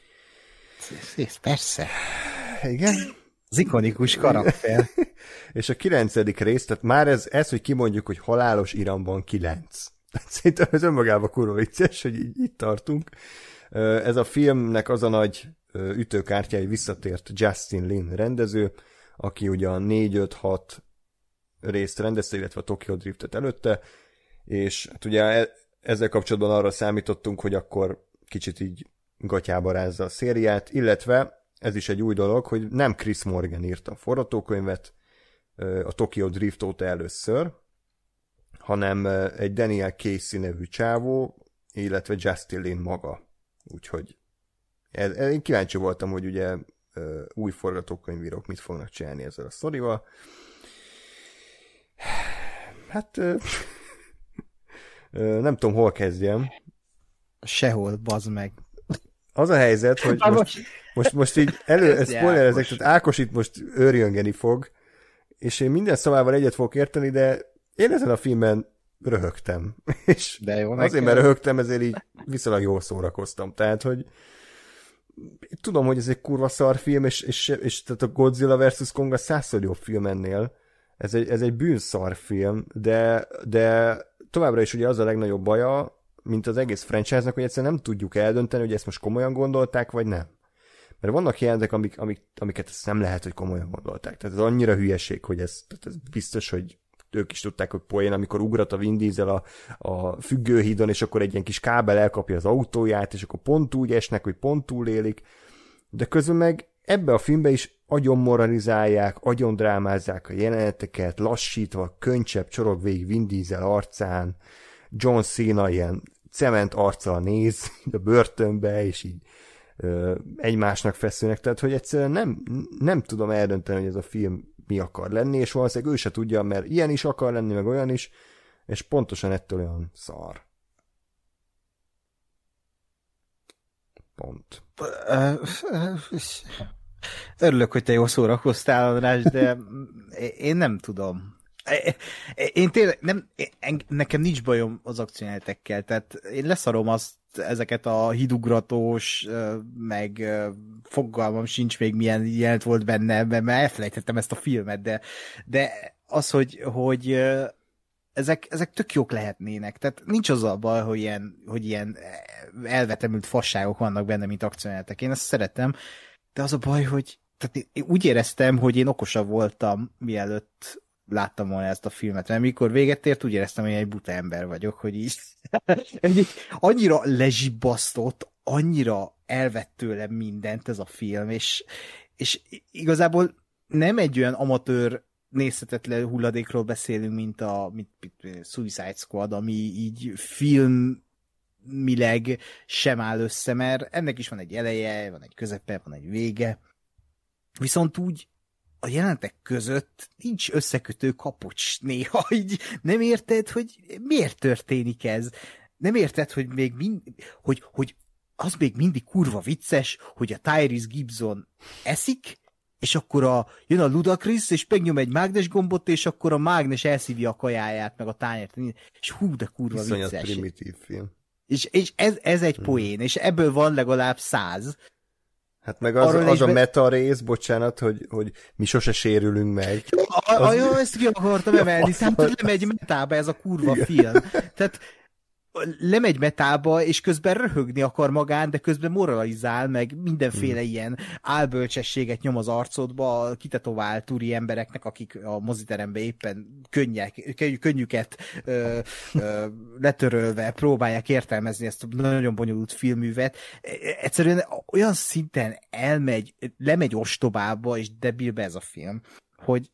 Szép, persze. Igen. Az ikonikus karakter. És a kilencedik rész, tehát már ez, ez, hogy kimondjuk, hogy Halálos iramban kilenc. Szerintem ez önmagában kurva vicces, hogy így, így tartunk. Ez a filmnek az a nagy ütőkártya, hogy visszatért Justin Lin rendező, aki ugye a négy öt hat részt rendezte, illetve a Tokyo Driftet előtte, és hát ugye ezzel kapcsolatban arra számítottunk, hogy akkor kicsit így gatyába rázza a szériát, illetve ez is egy új dolog, hogy nem Chris Morgan írta a forgatókönyvet a Tokyo Drift óta először, hanem egy Daniel Casey nevű csávó, illetve Justin Lin maga. Úgyhogy ez, ez, én kíváncsi voltam, hogy ugye új forgatókönyvírók mit fognak csinálni ezzel a sztorival. Hát nem tudom, hol kezdjem. Sehol, bazd meg. Az a helyzet, hogy most, most, most így elő, spoilerezek, tehát Ákos itt most őrjöngeni fog, és én minden szavával egyet fogok érteni, de én ezen a filmen röhögtem. És de jó, azért, mert röhögtem, ezért így viszonylag jól szórakoztam. Tehát, hogy tudom, hogy ez egy kurva szar film, és, és, és tehát a Godzilla versus. Kong a százszor jobb film ennél. Ez egy, ez egy bűnszar film, de, de továbbra is ugye az a legnagyobb baja, mint az egész franchise-nak, hogy egyszerűen nem tudjuk eldönteni, hogy ezt most komolyan gondolták, vagy nem. Mert vannak jelenetek, amik, amik, amiket ezt nem lehet, hogy komolyan gondolták. Tehát ez annyira hülyeség, hogy ez, tehát ez biztos, hogy ők is tudták, hogy poén, amikor ugrat a Vin Diesel a, a függőhídon, és akkor egy ilyen kis kábel elkapja az autóját, és akkor pont úgy esnek, hogy pont túlélik. De közben meg ebbe a filmbe is agyon moralizálják, agyon drámázzák a jeleneteket, lassítva, könycsepp csorog végig Vin Diesel arcán, John Cena ilyen cement arccal néz a börtönbe, és így ö, egymásnak feszülnek, tehát hogy egyszerűen nem, nem tudom eldönteni, hogy ez a film mi akar lenni, és valószínűleg ő se tudja, mert ilyen is akar lenni, meg olyan is, és pontosan ettől olyan szar. Pont. Örülök, hogy te jól szórakoztál, András, de én nem tudom. Én tényleg, nem, nekem nincs bajom az akciójelenetekkel, tehát én leszarom azt, ezeket a hidugratós, meg fogalmam sincs még milyen jelent volt benne, mert elfelejtettem ezt a filmet, de, de az, hogy, hogy ezek, ezek tök jók lehetnének, tehát nincs az a baj, hogy ilyen, hogy ilyen elvetemült fasságok vannak benne, mint akciójelenetek. Én ezt szeretem, de az a baj, hogy tehát én úgy éreztem, hogy én okosabb voltam, mielőtt láttam volna ezt a filmet, mert mikor véget ért, úgy éreztem, hogy egy buta ember vagyok, hogy így annyira lezsibbasztott, annyira elvett tőlem mindent ez a film, és, és igazából nem egy olyan amatőr nézhetetlen hulladékról beszélünk, mint a mint, mint Suicide Squad, ami így filmileg sem áll össze, mert ennek is van egy eleje, van egy közepe, van egy vége, viszont úgy a jelentek között nincs összekötő kapocs néha, így nem érted, hogy miért történik ez. Nem érted, hogy még mind, hogy, hogy az még mindig kurva vicces, hogy a Tyrese Gibson eszik, és akkor a, jön a Ludacris, és megnyom egy mágnes gombot, és akkor a mágnes elszívja a kajáját, meg a tányért, és hú, de kurva Iszonyat vicces. primitív film. És, és ez, ez egy poén, és ebből van legalább száz. Hát meg az, Arról az a be... meta rész, bocsánat, hogy, hogy mi sose sérülünk meg. A, a, az... Jó, ezt ki akartam emelni, tehát lemegy metába ez a kurva film. Tehát lemegy metába, és közben röhögni akar magán, de közben moralizál, meg mindenféle hmm. ilyen álbölcsességet nyom az arcodba a kitetovált úri embereknek, akik a moziteremben éppen könnyek, könnyüket ö, ö, letörölve próbálják értelmezni ezt a nagyon bonyolult filmművet. Egyszerűen olyan szinten elmegy, lemegy ostobába, és debilbe ez a film, hogy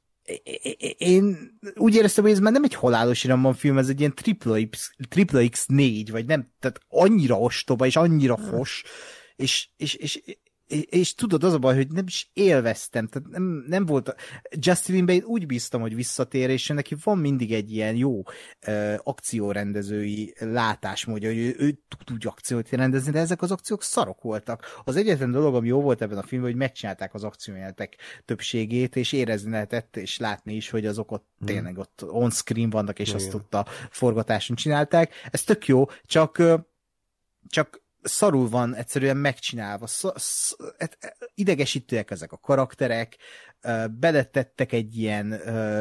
én úgy éreztem, hogy ez már nem egy halálos iramban film, ez egy ilyen Triple X négy, vagy nem, tehát annyira ostoba, és annyira fos, és, és, és, és, és tudod, az a baj, hogy nem is élveztem, tehát nem, nem volt, Justin Lin úgy bíztam, hogy visszatér, és neki van mindig egy ilyen jó uh, akciórendezői látásmódja, hogy ő, ő tud úgy akciót rendezni, de ezek az akciók szarok voltak. Az egyetlen dolog, ami jó volt ebben a filmben, hogy megcsinálták az akciójelenetek többségét, és érezni lehetett, és látni is, hogy azok ott hmm. tényleg ott on-screen vannak, és Igen. azt ott a forgatáson csinálták. Ez tök jó, csak csak szarul van egyszerűen megcsinálva. Sz- sz- idegesítőek ezek a karakterek, beletettek egy ilyen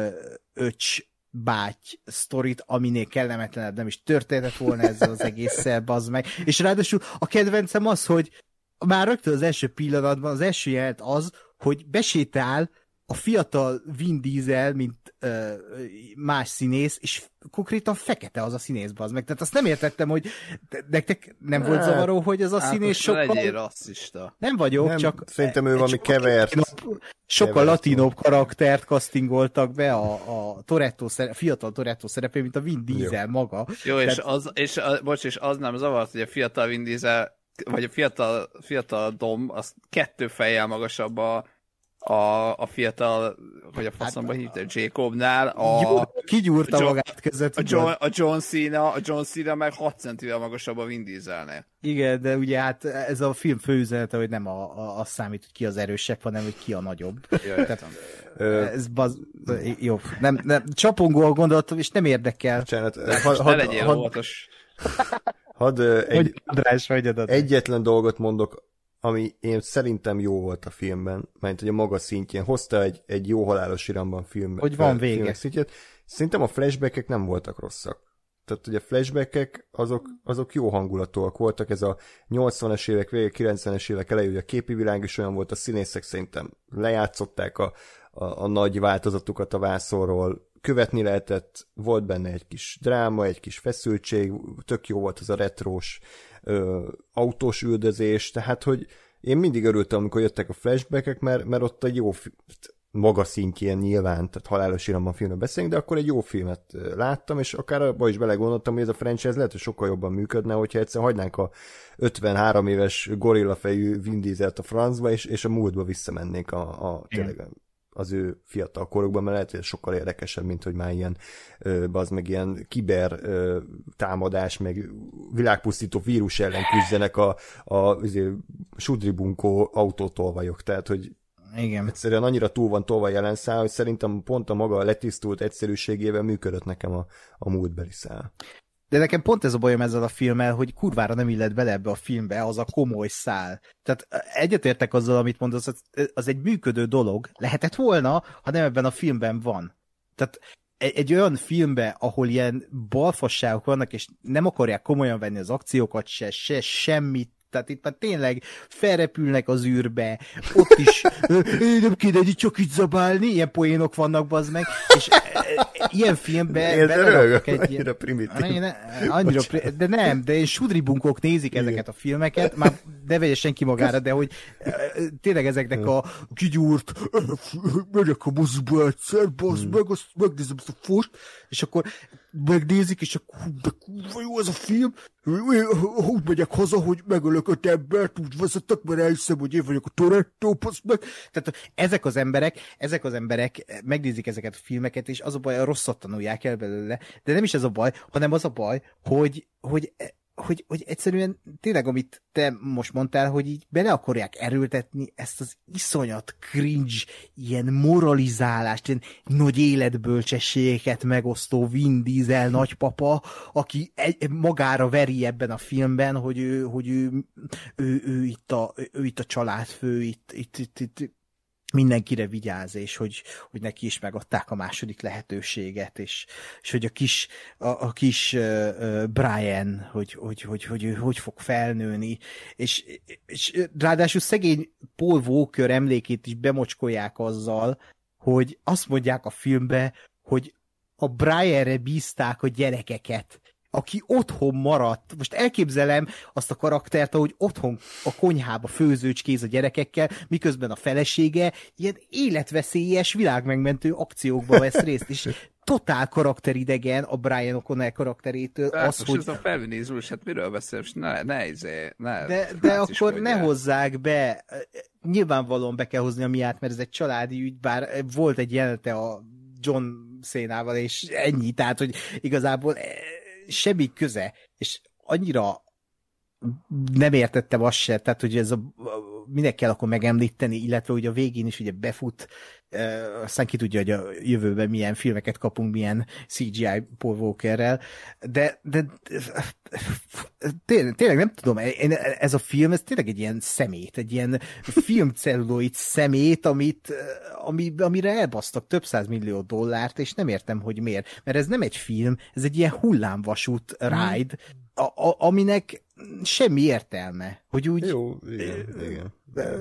öcs báty sztorit, aminél kellemetlenebb nem is történhetett volna ezzel az egésszel, bazd meg. És ráadásul a kedvencem az, hogy már rögtön az első pillanatban, az első jelent az, hogy besétál a fiatal Vin Diesel, mint ö, más színész, és konkrétan fekete az a színész, bazd meg. Tehát azt nem értettem, hogy nektek nem volt zavaró, hogy az a hát színész sokkal... legyél rasszista. Nem vagyok, nem, csak... Szerintem ő valami kevert. Latinóbb, sokkal latinóbb karaktert castingoltak be a, a Toretto szerep, fiatal Toretto szerepé, mint a Vin Diesel Jó. maga. Jó, Tehát... és az, és, a, bocs, és az nem zavart, hogy a fiatal Vin Diesel, vagy a fiatal, fiatal Dom, az kettő fejjel magasabb a A, a fiatal, hogy a faszomba hívta, Jacobnál, a... Jó, kigyúrta John, magát között. A John, a John Cena, a John Cena meg hat centivel magasabb a Vin Dieselnél. Igen, de ugye hát ez a film főüzenete, hogy nem a, a, az számít, hogy ki az erősebb, hanem hogy ki a nagyobb. Jaj, Tehát, ez baz... Jó, nem, nem, csapongó a gondolatom, és nem érdekel. Bocsánat, had, had, ne legyél had, óvatos. Hadd egy, hogy András, vagy egyetlen dolgot mondok, ami én szerintem jó volt a filmben, mert hogy a maga szintjén hozta egy, egy jó halálos iramban film, hogy van vége. Szintjét. Szerintem a flashbackek nem voltak rosszak. Tehát, hogy a flashbackek azok, azok jó hangulatúak voltak, ez a nyolcvanas évek vége, kilencvenes évek elején, a képi világ is olyan volt, a színészek szerintem lejátszották a, a, a nagy változatukat a vászonról, követni lehetett, volt benne egy kis dráma, egy kis feszültség, tök jó volt az a retrós ö, autós üldözés, tehát, hogy én mindig örültem, amikor jöttek a flashbackek, mert, mert ott egy jó maga szintjén nyilván, tehát halálos iramban filmről beszélünk, de akkor egy jó filmet láttam, és akár abban is belegondoltam, hogy ez a franchise lehet, hogy sokkal jobban működne, hogyha egyszer hagynánk a ötvenhárom éves gorillafejű Vin Dieselt a francba, és, és a múltba visszamennénk a, a tényleg az ő fiatal korukban, mert lehet, hogy sokkal érdekesebb, mint hogy már ilyen, az meg ilyen kiber ö, támadás, meg világpusztító vírus ellen küzdenek a, a, a sudribunkó autótolvajok, tehát, hogy igen. Egyszerűen annyira túl van tolva jelen szál, hogy szerintem pont a maga letisztult egyszerűségével működött nekem a, a múltbeli szál. De nekem pont ez a bajom ezzel a filmmel, hogy kurvára nem illett bele ebbe a filmbe az a komoly szál. Tehát egyetértek azzal, amit mondasz, az egy működő dolog. Lehetett volna, ha nem ebben a filmben van. Tehát egy, egy olyan filmbe, ahol ilyen balfasságok vannak, és nem akarják komolyan venni az akciókat se, se semmit, tehát itt már tényleg felrepülnek az űrbe, ott is nem kéne egy csak itt zabálni, ilyen poénok vannak, bazd meg, és ilyen filmben beleraknak egy annyira ilyen... primitív. Annyira pri... De nem, de sudribunkok nézik ezeket igen. a filmeket, már ne vegye senki magára, de hogy tényleg ezeknek a kigyúrt, megyek a moziba egyszer, bazd meg, azt megnézem ezt a fost, és akkor megnézik, és akkor de kurva jó ez a film, úgy megyek haza, hogy megölök öt embert, úgy vezetek, mert elhiszem, hogy én vagyok a Toretto, bazd meg. Tehát ezek az emberek, ezek az emberek megnézik ezeket a filmeket, és az a baj, a rosszat tanulják el belőle, de nem is ez a baj, hanem az a baj, hogy, hogy Hogy, hogy egyszerűen tényleg, amit te most mondtál, hogy így bele akarják erőltetni ezt az iszonyat cringe, ilyen moralizálást, ilyen nagy életbölcsességeket megosztó Vin Diesel nagypapa, aki egy, magára veri ebben a filmben, hogy ő, hogy ő, ő, ő, itt, a, ő itt a családfő, itt, itt, itt, itt mindenkire vigyáz, és hogy, hogy neki is megadták a második lehetőséget, és, és hogy a kis, a, a kis uh, Brian, hogy, hogy, hogy, hogy ő hogy fog felnőni, és, és ráadásul szegény Paul Walker emlékét is bemocskolják azzal, hogy azt mondják a filmbe, hogy a Brianre bízták a gyerekeket, aki otthon maradt. Most elképzelem azt a karaktert, ahogy otthon a konyhába főzőcskéz a gyerekekkel, miközben a felesége ilyen életveszélyes, világmegmentő akciókba vesz részt, és totál karakteridegen a Brian O'Connell karakterétől. Hát, az, most hogy... ez a felvinézülés, hát miről beszél? Ne, ne, izé, ne de, de akkor ne hozzák be, nyilvánvalóan be kell hozni a miát, mert ez egy családi ügy, bár volt egy jelenete a John Cena-val, és ennyi, tehát, hogy igazából semmi köze, és annyira nem értettem azt se, tehát, hogy ez a, minek kell akkor megemlíteni, illetve hogy a végén is ugye befut, uh, aztán ki tudja, hogy a jövőben milyen filmeket kapunk, milyen cé gé i Paul Walkerrel, de, de tényleg, tényleg nem tudom, ez a film, ez tényleg egy ilyen szemét, egy ilyen filmcelluloid szemét, amit, ami, amire elbasztak több százmillió dollárt, és nem értem, hogy miért, mert ez nem egy film, ez egy ilyen hullámvasút ride, a, a, aminek semmi értelme, hogy úgy... Jó, igen, igen.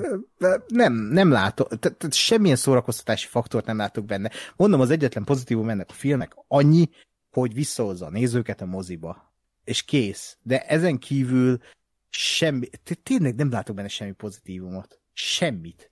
Nem, nem látok, tehát semmilyen szórakoztatási faktort nem látok benne. Mondom, az egyetlen pozitívum ennek a filmnek annyi, hogy visszahozza a nézőket a moziba. És kész. De ezen kívül semmi, tényleg nem látok benne semmi pozitívumot. Semmit.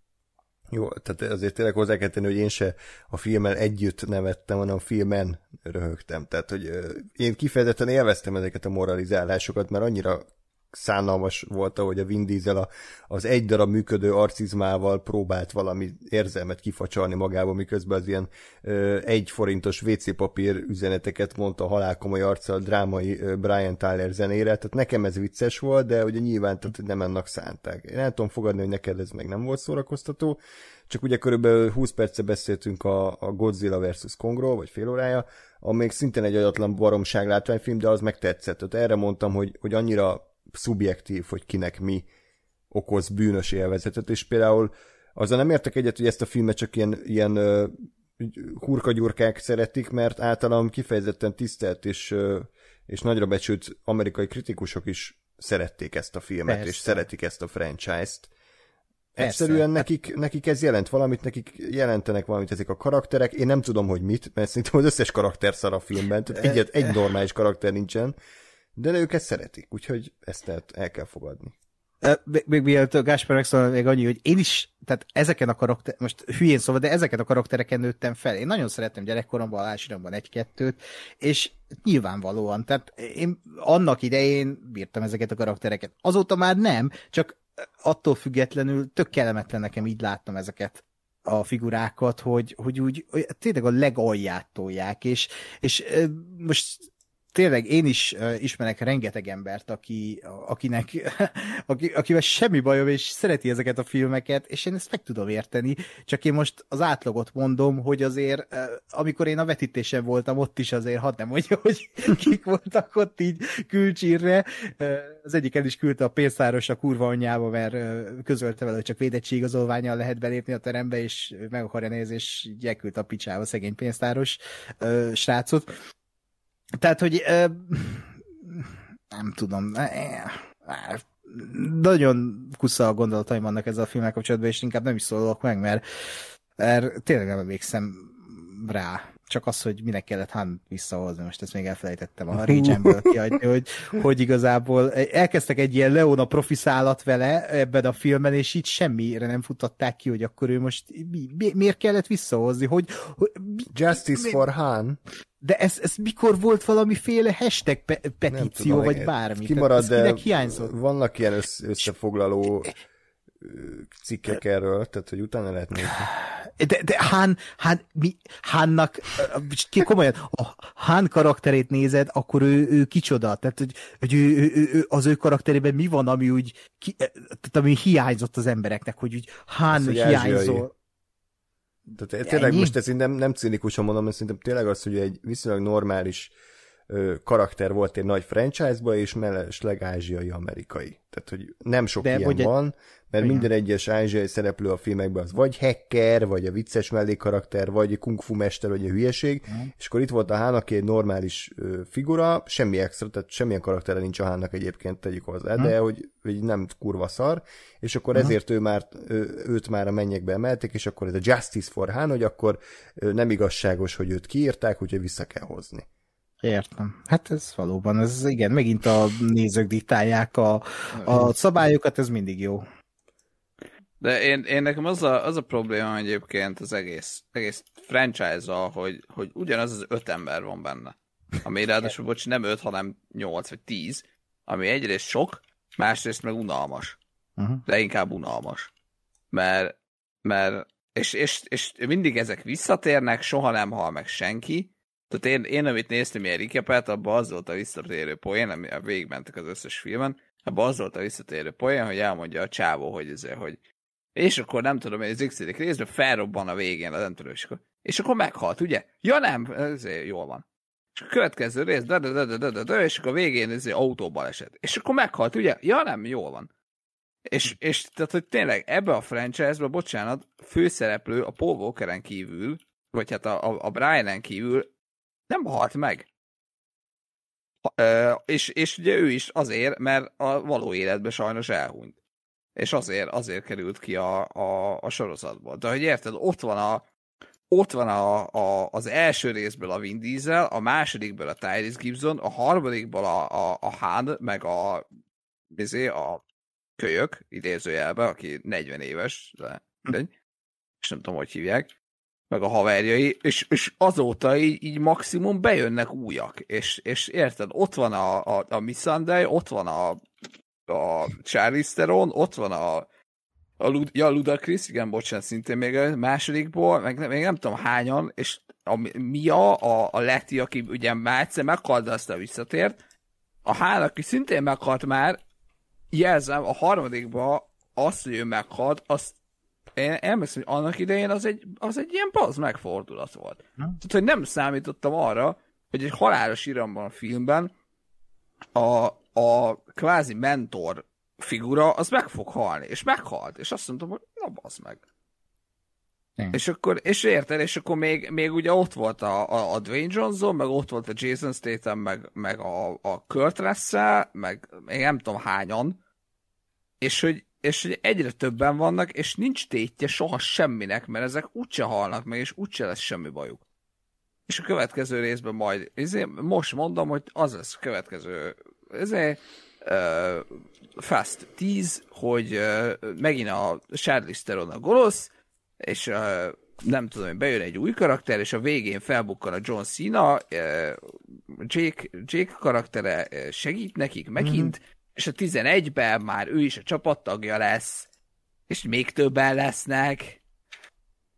Jó, tehát azért tényleg hozzá kell tenni, hogy én se a filmmel együtt nevettem, hanem a filmen röhögtem. Tehát, hogy én kifejezetten élveztem ezeket a moralizálásokat, mert annyira szánalmas volt, hogy a Vin Diesel a, az egy darab működő arcizmával próbált valami érzelmet kifacsarni magába, miközben az ilyen ö, egy forintos vé cé papír üzeneteket mondta halálkomoly arccal drámai ö, Brian Tyler zenére, tehát nekem ez vicces volt, de ugye nyilván tehát nem ennek szánták. Én el tudom fogadni, hogy neked ez meg nem volt szórakoztató, csak ugye körülbelül húsz perce beszéltünk a, a Godzilla versus Kongról, vagy fél órája, amelyik szintén egy agyatlan baromság látványfilm, de az meg tetszett. Tehát erre mondtam, hogy, hogy annyira szubjektív, hogy kinek mi okoz bűnös élvezetet, és például azzal nem értek egyet, hogy ezt a filmet csak ilyen, ilyen uh, hurkagyurkák szeretik, mert általam kifejezetten tisztelt és, uh, és nagyra becsült amerikai kritikusok is szerették ezt a filmet, persze, és szeretik ezt a franchise-t. Egyszerűen nekik, nekik ez jelent valamit, nekik jelentenek valamit ezek a karakterek, én nem tudom, hogy mit, mert szerintem az összes karakter szar a filmben, tehát egy, egy normális karakter nincsen, de őket szeretik, úgyhogy ezt el kell fogadni. Még mielőtt a Gáspár megszólal, még annyi, hogy én is, tehát ezeken a karakter, most hülyén szóval, de ezeken a karaktereken nőttem fel. Én nagyon szerettem gyerekkoromban, Alásiromban egy-kettőt, és nyilvánvalóan, tehát én annak idején bírtam ezeket a karaktereket. Azóta már nem, csak attól függetlenül tök kellemetlen nekem így láttam ezeket a figurákat, hogy, hogy úgy tényleg a legalját tolják, és, és most tényleg én is uh, ismerek rengeteg embert, aki, akinek, aki, akivel semmi bajom, és szereti ezeket a filmeket, és én ezt meg tudom érteni, csak én most az átlagot mondom, hogy azért, uh, amikor én a vetítésen voltam, ott is azért hadd nem mondja, hogy kik voltak ott így külcsírre. Uh, az egyik el is küldte a pénztáros a kurva anyjába, mert uh, közölte vele, hogy csak védettségigazolvánnyal lehet belépni a terembe, és meg akarja nézni, és elküldte a picsába szegény pénztáros uh, srácot. Tehát, hogy euh, nem tudom, nagyon kusza a gondolataim vannak ezzel a filmmel kapcsolatban, és inkább nem is szólok meg, mert, mert tényleg nem emlékszem rá. Csak az, hogy minek kellett Han visszahozni, most ezt még elfelejtettem a Rage-ből kiadni, hogy, hogy igazából elkezdtek egy ilyen Leona profiszálat vele ebben a filmben, és így semmire nem futtatták ki, hogy akkor ő most mi, mi, miért kellett visszahozni, hogy... hogy mi, Justice mi, for Han. De ez, ez mikor volt valamiféle hashtag pe- petíció, tudom, vagy bármi? Kimarad, de hiányzott? Vannak ilyen összefoglaló cikkek erről, tehát hogy utána lehet nézni. De, de Han, Han, mi, Hannak, komolyan, a Han karakterét nézed, akkor ő, ő kicsoda? Tehát, hogy, hogy ő, ő, ő, az ő karakterében mi van, ami úgy, ki, tehát ami hiányzott az embereknek, hogy úgy Han az, hiányzó. Tehát tényleg ennyi? Most ez nem, nem cinikusan mondom, mert szerintem tényleg az, hogy egy viszonylag normális ö, karakter volt egy nagy franchise-ba, és mellesleg ázsiai amerikai. Tehát, hogy nem sok de, ilyen van, mert igen. Minden egyes ázsiai szereplő a filmekben az vagy hacker, vagy a vicces mellékkarakter, vagy kung fu mester, vagy a hülyeség, mm. és akkor itt volt a Han, aki egy normális ö, figura, semmi extra, tehát semmilyen karaktere nincs a Hannak egyébként, tegyük hozzá, mm. de hogy, hogy nem kurva szar, és akkor mm. ezért ő már, ő, őt már a mennyekbe emelték, és akkor ez a Justice for Han, hogy akkor ö, nem igazságos, hogy őt kiírták, úgyhogy vissza kell hozni. Értem. Hát ez valóban, ez igen, megint a nézők diktálják a, a szabályokat, ez mindig jó. De én, én nekem az a, az a probléma egyébként az egész, egész franchise-al, hogy, hogy ugyanaz az öt ember van benne. Ami ráadásul, bocs, nem öt, hanem nyolc vagy tíz, ami egyrészt sok, másrészt meg unalmas. Uh-huh. De inkább unalmas. Mert, mert és, és, és mindig ezek visszatérnek, soha nem hal meg senki. Tehát én, én amit néztem ilyen recapet, abban az volt a visszatérő poén, ami végigmentek az összes filmen, abban az volt a visszatérő poén, hogy elmondja a csávó, hogy ezért, hogy és akkor nem tudom, hogy az x részben felrobban a végén a nem tudom, és akkor, és akkor meghalt, ugye? Ja nem, ezért jól van. És a következő rész, de, de, de, de, de, de, de, és akkor a végén ezért autóbaleset. És akkor meghalt, ugye? Ja nem, jól van. És, és tehát, hogy tényleg ebbe a franchise-ba, bocsánat, főszereplő a Paul Walkeren kívül, vagy hát a, a, a Brianen kívül nem halt meg. Ha, ö, és, és ugye ő is azért, mert a való életben sajnos elhunyt. És azért, azért került ki a, a, a sorozatból. De hogy érted, ott van, a, ott van a, a, az első részből a Vin Diesel, a másodikből a Tyrese Gibson, a harmadikból a, a, a Han, meg a, a kölyök, idézőjelben, aki negyven éves, de mindegy, és nem tudom, hogy hívják, meg a haverjai, és, és azóta így, így maximum bejönnek újak, és, és érted, ott van a, a, a Missandei, ott van a, a Charlize Theron, ott van a, a Lud, ja, Ludacris, igen, bocsánat, szintén még a másodikból, meg nem, még nem tudom hányan, és a Mia, a, a Leti, aki ugye már egyszer meghalt, de aztán visszatért, a Han, aki szintén meghalt már, jelzem, a harmadikban azt, hogy ő meghalt, azt én elmeszem, hogy annak idején az egy, az egy ilyen paz megfordulat volt. Hm? Tehát, hogy nem számítottam arra, hogy egy halálos iramban a filmben a, a kvázi mentor figura, az meg fog halni, és meghalt, és azt mondtam, hogy na bazd meg. Hm. És akkor, és érted, és akkor még, még ugye ott volt a, a, a Dwayne Johnson, meg ott volt a Jason Statham, meg, meg a, a Kurt Russell, meg még nem tudom hányan, és hogy és hogy egyre többen vannak, és nincs tétje soha semminek, mert ezek úgyse halnak meg, és úgyse lesz semmi bajuk. És a következő részben majd, ezért most mondom, hogy az lesz a következő, ezért uh, Fast tíz, hogy uh, megint a Charlize Theron a gonosz, és uh, nem tudom, hogy bejön egy új karakter, és a végén felbukkan a John Cena, uh, Jake, Jake karaktere uh, segít nekik megint, mm-hmm. és a tizenegyben már ő is a csapattagja lesz, és még többen lesznek.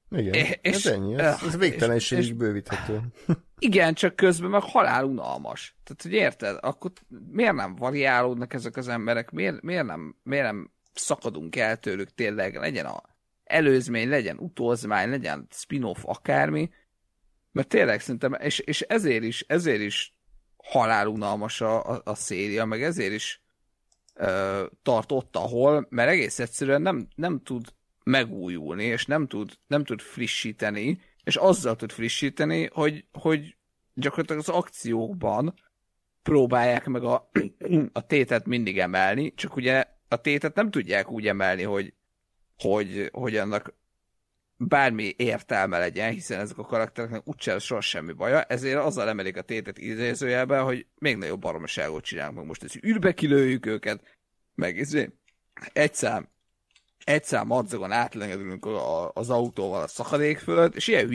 Igen, és, ez ennyi, ez, ez végtelenségig és, és, bővíthető. Igen, csak közben meg halál unalmas. Tehát, hogy érted? Akkor miért nem variálódnak ezek az emberek? Miért, miért, nem, miért nem szakadunk el tőlük tényleg? Legyen a előzmény, legyen utolzmány, legyen spin-off, akármi. Mert tényleg szerintem, és, és ezért is, ezért is halál unalmas a, a, a széria, meg ezért is ö, tart ott, ahol, mert egész egyszerűen nem, nem tud megújulni, és nem tud, nem tud frissíteni, és azzal tud frissíteni, hogy, hogy gyakorlatilag az akciókban próbálják meg a, a tétet mindig emelni, csak ugye a tétet nem tudják úgy emelni, hogy, hogy, hogy annak bármi értelme legyen, hiszen ezek a karaktereknek úgyse soha semmi baja, ezért azzal emelik a tétet idézőjelben, hogy még nagyobb baromságot csinálunk, meg most ezt űrbe kilőjük őket, meg izé, egy szám egy szám madzagon átlengedünk az autóval a szakadék fölött, és ilyen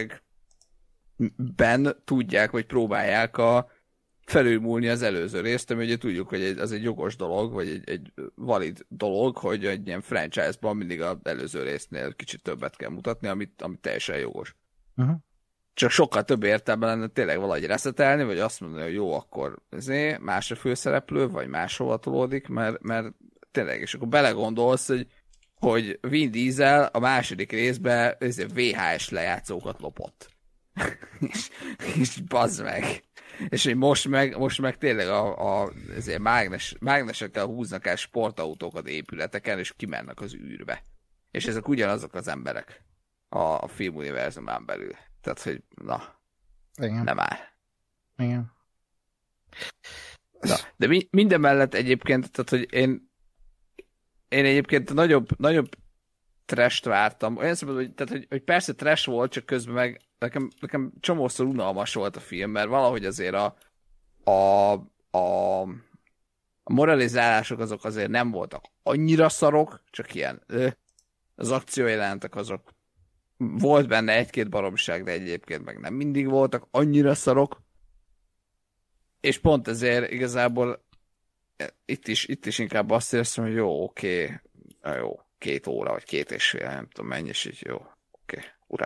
hülyeségekben tudják, vagy próbálják a felülmúlni az előző részt, ami ugye tudjuk, hogy az egy jogos dolog, vagy egy, egy valid dolog, hogy egy ilyen franchise-ban mindig az előző résznél kicsit többet kell mutatni, amit, amit teljesen jogos. Uh-huh. Csak sokkal több értelme lenne tényleg valahogy reszetelni, vagy azt mondani, hogy jó, akkor ezért más a főszereplő, vagy máshova tolódik, mert, mert tényleg, és akkor belegondolsz, hogy hogy Vin Diesel a második részben vé há es lejátszókat lopott. és, és bazd meg. És hogy most meg, most meg tényleg a, a ezért mágnes, mágnesekkel húznak el sportautókat épületeken, és kimennek az űrbe. És ezek ugyanazok az emberek a, a filmuniverzumán belül. Tehát, hogy na, igen. Nem áll. Igen. Na, de mi, minden mellett egyébként, tehát, hogy én Én egyébként nagyobb, nagyobb trash-t vártam. Olyan szabad, hogy, tehát, hogy, hogy persze trash volt, csak közben meg nekem, nekem csomószor unalmas volt a film, mert valahogy azért a, a, a, a moralizálások azok azért nem voltak annyira szarok, csak ilyen az akciójelentek azok volt benne egy-két baromság, de egyébként meg nem mindig voltak annyira szarok. És pont ezért igazából Itt is, itt is inkább azt éreztem, hogy jó, oké, okay, jó, két óra, vagy két és fél, nem tudom mennyi, és így jó, oké, okay, urá.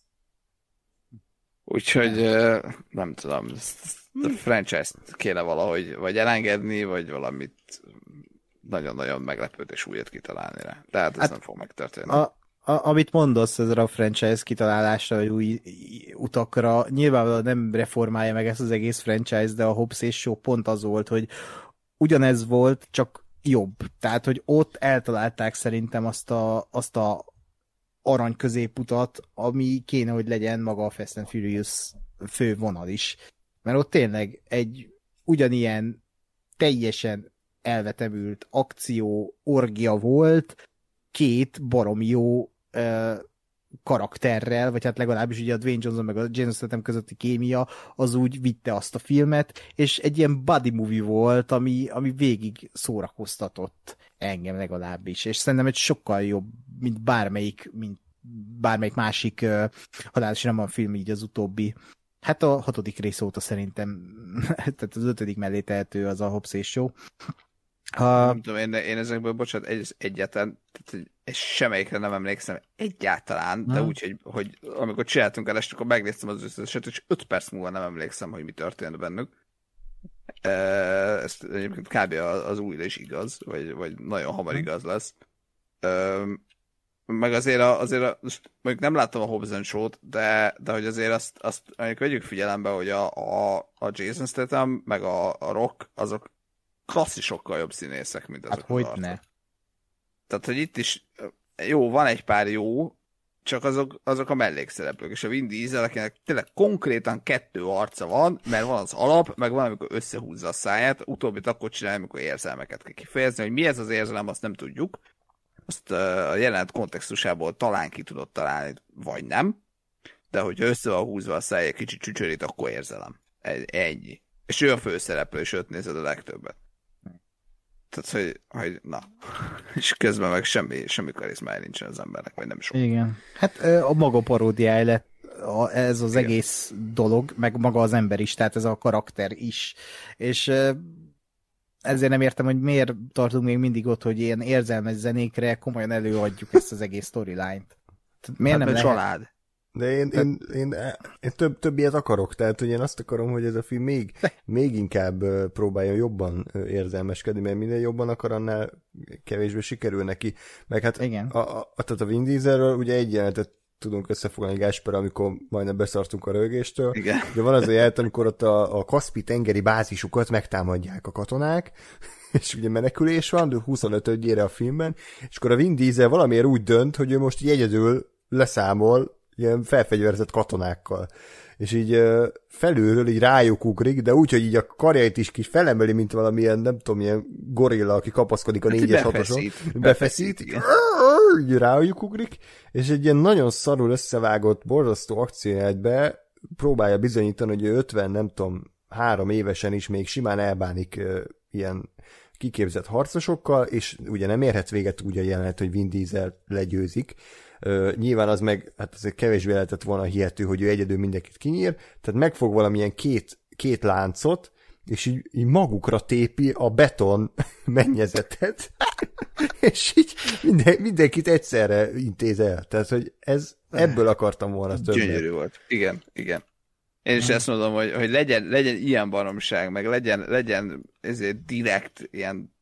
Úgyhogy nem tudom, a franchise-t kéne valahogy vagy elengedni, vagy valamit nagyon-nagyon meglepődés újat kitalálni rá. De hát ez hát, nem fog megtörténni. A, a, amit mondasz ezzel a franchise kitalálásra, vagy új utakra, nyilvánvalóan nem reformálja meg ezt az egész franchise, de a Hobbs és Shaw pont az volt, hogy ugyanez volt, csak jobb. Tehát, hogy ott eltalálták szerintem azt a, azt a arany középutat, ami kéne, hogy legyen maga a Fast and Furious fő vonal is. Mert ott tényleg egy ugyanilyen teljesen elvetemült akció, orgia volt, két barom jó uh, karakterrel, vagy hát legalábbis ugye a Dwayne Johnson meg a Jason Statham közötti kémia az úgy vitte azt a filmet, és egy ilyen buddy movie volt, ami, ami végig szórakoztatott engem legalábbis, és szerintem egy sokkal jobb, mint bármelyik, mint bármelyik másik uh, halálos nem van film így az utóbbi. Hát a hatodik rész óta szerintem, tehát az ötödik mellé tehető az a Hobbs és Shaw. Ha... Nem tudom, én, én ezekből, bocsánat, egy, egyáltalán, tehát, hogy semmelyikre nem emlékszem egyáltalán, de úgy, hogy, hogy amikor csináltunk el, akkor megnéztem az összeset, és öt perc múlva nem emlékszem, hogy mi történt bennük. Ez egyébként kb. Az újra is igaz, vagy, vagy nagyon hamar igaz lesz. Meg azért, a, azért a, mondjuk nem láttam a Hobbs and Shaw-t, de, de hogy azért azt, azt mondjuk vegyük figyelembe, hogy a, a, a Jason Statham, meg a, a Rock, azok klasszisokkal jobb színészek, mint azok hát az hogy arcok. ne. Tehát, hogy itt is jó, van egy pár jó, csak azok, azok a mellékszereplők, és a Vin Diesel, akinek tényleg konkrétan kettő arca van, mert van az alap, meg van, amikor összehúzza a száját, utóbbit akkor csinálja, amikor érzelmeket kell kifejezni, hogy mi ez az érzelem, azt nem tudjuk. Azt a jelenet kontextusából talán ki tudott találni, vagy nem, de hogyha össze van húzva a szája, kicsit csücsörít, akkor érzelem. Ennyi. És ő a főszereplő, és őt nézed a legtöbbet. Tehát, hogy, hogy na. És közben meg semmi, semmi karizmája nincsen az embernek, vagy nem sok. Igen. Hát a maga paródiája lett ez az igen. egész dolog, meg maga az ember is, tehát ez a karakter is. És ezért nem értem, hogy miért tartunk még mindig ott, hogy ilyen érzelmes zenékre komolyan előadjuk ezt az egész storyline-t. Miért hát nem lehet? család. De én, én, én, én több, több ilyet akarok, tehát hogy én azt akarom, hogy ez a film még, még inkább próbáljon jobban érzelmeskedni, mert minél jobban akar, annál kevésbé sikerül neki. Meg hát Igen. A, a, tehát a Vin Dieselről ugye egy jelenetet tudunk összefoglalni Gásper, amikor majdnem beszartunk a rögéstől. Igen. De van az a jelent, amikor ott a, a Kaszpi tengeri bázisukat megtámadják a katonák, és ugye menekülés van, de huszonötödjére a filmben, és akkor a Vin Diesel valamiért úgy dönt, hogy ő most így egyedül leszámol ilyen felfegyverzett katonákkal. És így felülről így rájuk ugrik, de úgy, hogy így a karjait is kis felemeli, mint valamilyen, nem tudom, ilyen gorilla, aki kapaszkodik a Hát négyes befeszít. hatoson. Befeszít, Befeszít, igen. így rájuk ugrik, és egy ilyen nagyon szarul összevágott, borzasztó akciójátbe próbálja bizonyítani, hogy ő ötven, nem tudom, három évesen is még simán elbánik uh, ilyen kiképzett harcosokkal, és ugye nem érhet véget úgy a jelenet, hogy Vin Diesel legyőzik. Uh, nyilván az meg, hát azért kevésbé lehetett volna hihető, hogy ő egyedül mindenkit kinyír, tehát megfog valamilyen két, két láncot, és így, így magukra tépi a beton mennyezetet, és így minden, mindenkit egyszerre intéz el. Tehát, hogy ez, ebből akartam volna többet. Gyönyörű volt. Igen, igen. Én is ezt mondom, hogy, hogy legyen, legyen ilyen baromság, meg legyen, legyen ezért direkt ilyen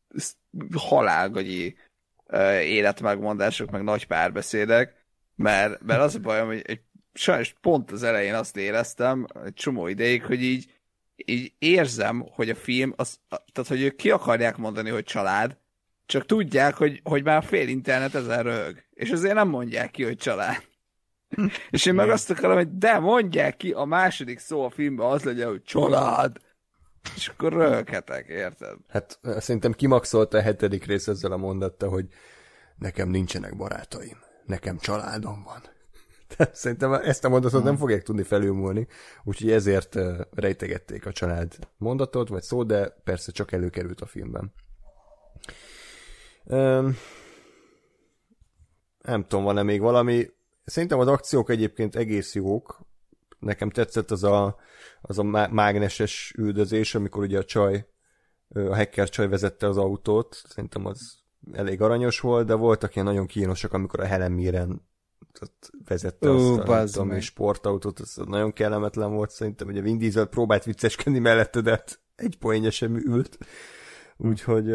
halálgagyi uh, életmegmondások, meg nagy párbeszédek, mert, mert az a bajom, hogy egy, sajnos pont az elején azt éreztem, egy csomó ideig, hogy így, így érzem, hogy a film, az, tehát hogy ők ki akarják mondani, hogy család, csak tudják, hogy, hogy már fél internet ezen röhög. És azért nem mondják ki, hogy család. És én meg azt akarom, hogy de mondják ki, a második szó a filmben az legyen, hogy család. És akkor röhöghetek, érted? Hát szerintem kimaxolta a hetedik rész ezzel a mondattal, hogy nekem nincsenek barátaim, nekem családom van. Tehát szerintem ezt a mondatot nem fogják tudni felülmúlni, úgyhogy ezért rejtegették a család mondatot, vagy szó, de persze csak előkerült a filmben. Um, nem tudom, van-e még valami. Szerintem az akciók egyébként egész jók. Nekem tetszett az a, az a mágneses üldözés, amikor ugye a csaj, a hacker csaj vezette az autót. Szerintem az elég aranyos volt, de voltak ilyen nagyon kínosak, amikor a Helen Mirren vezette Ó, azt a nem tudom, sportautót, az nagyon kellemetlen volt szerintem. Ugye Vin Diesel próbált vicceskedni mellette, de hát egy poénja sem ült. Úgyhogy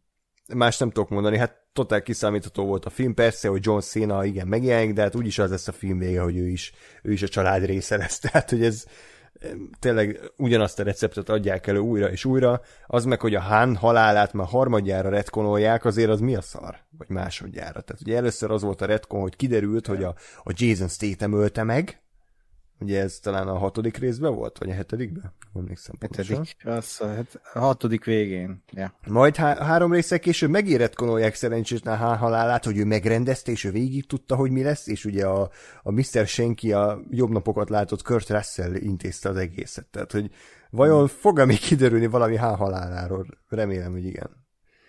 más nem tudok mondani, hát totál kiszámítható volt a film, persze, hogy John Cena igen megjelenik, de hát úgyis az lesz a film vége, hogy ő is, ő is a család része lesz, tehát hogy ez tényleg ugyanazt a receptet adják elő újra és újra, az meg, hogy a Han halálát már harmadjára retkonolják, azért az mi a szar? Vagy másodjára. Tehát ugye először az volt a retkon, hogy kiderült, hogy a, a Jason Statham ölte meg, ugye ez talán a hatodik részben volt, vagy a hetedikben? Emlékszem pontosan. Hetedik, az a, het, a hatodik végén. Ja. Majd há- három részek később megéretkonolják szerencsétlen Han halálát, hogy ő megrendezte, és ő végig tudta, hogy mi lesz, és ugye a, a miszter Senki, a jobb napokat látott Kurt Russell intézte az egészet. Tehát, hogy vajon fog-e még kiderülni valami Han haláláról? Remélem, hogy igen.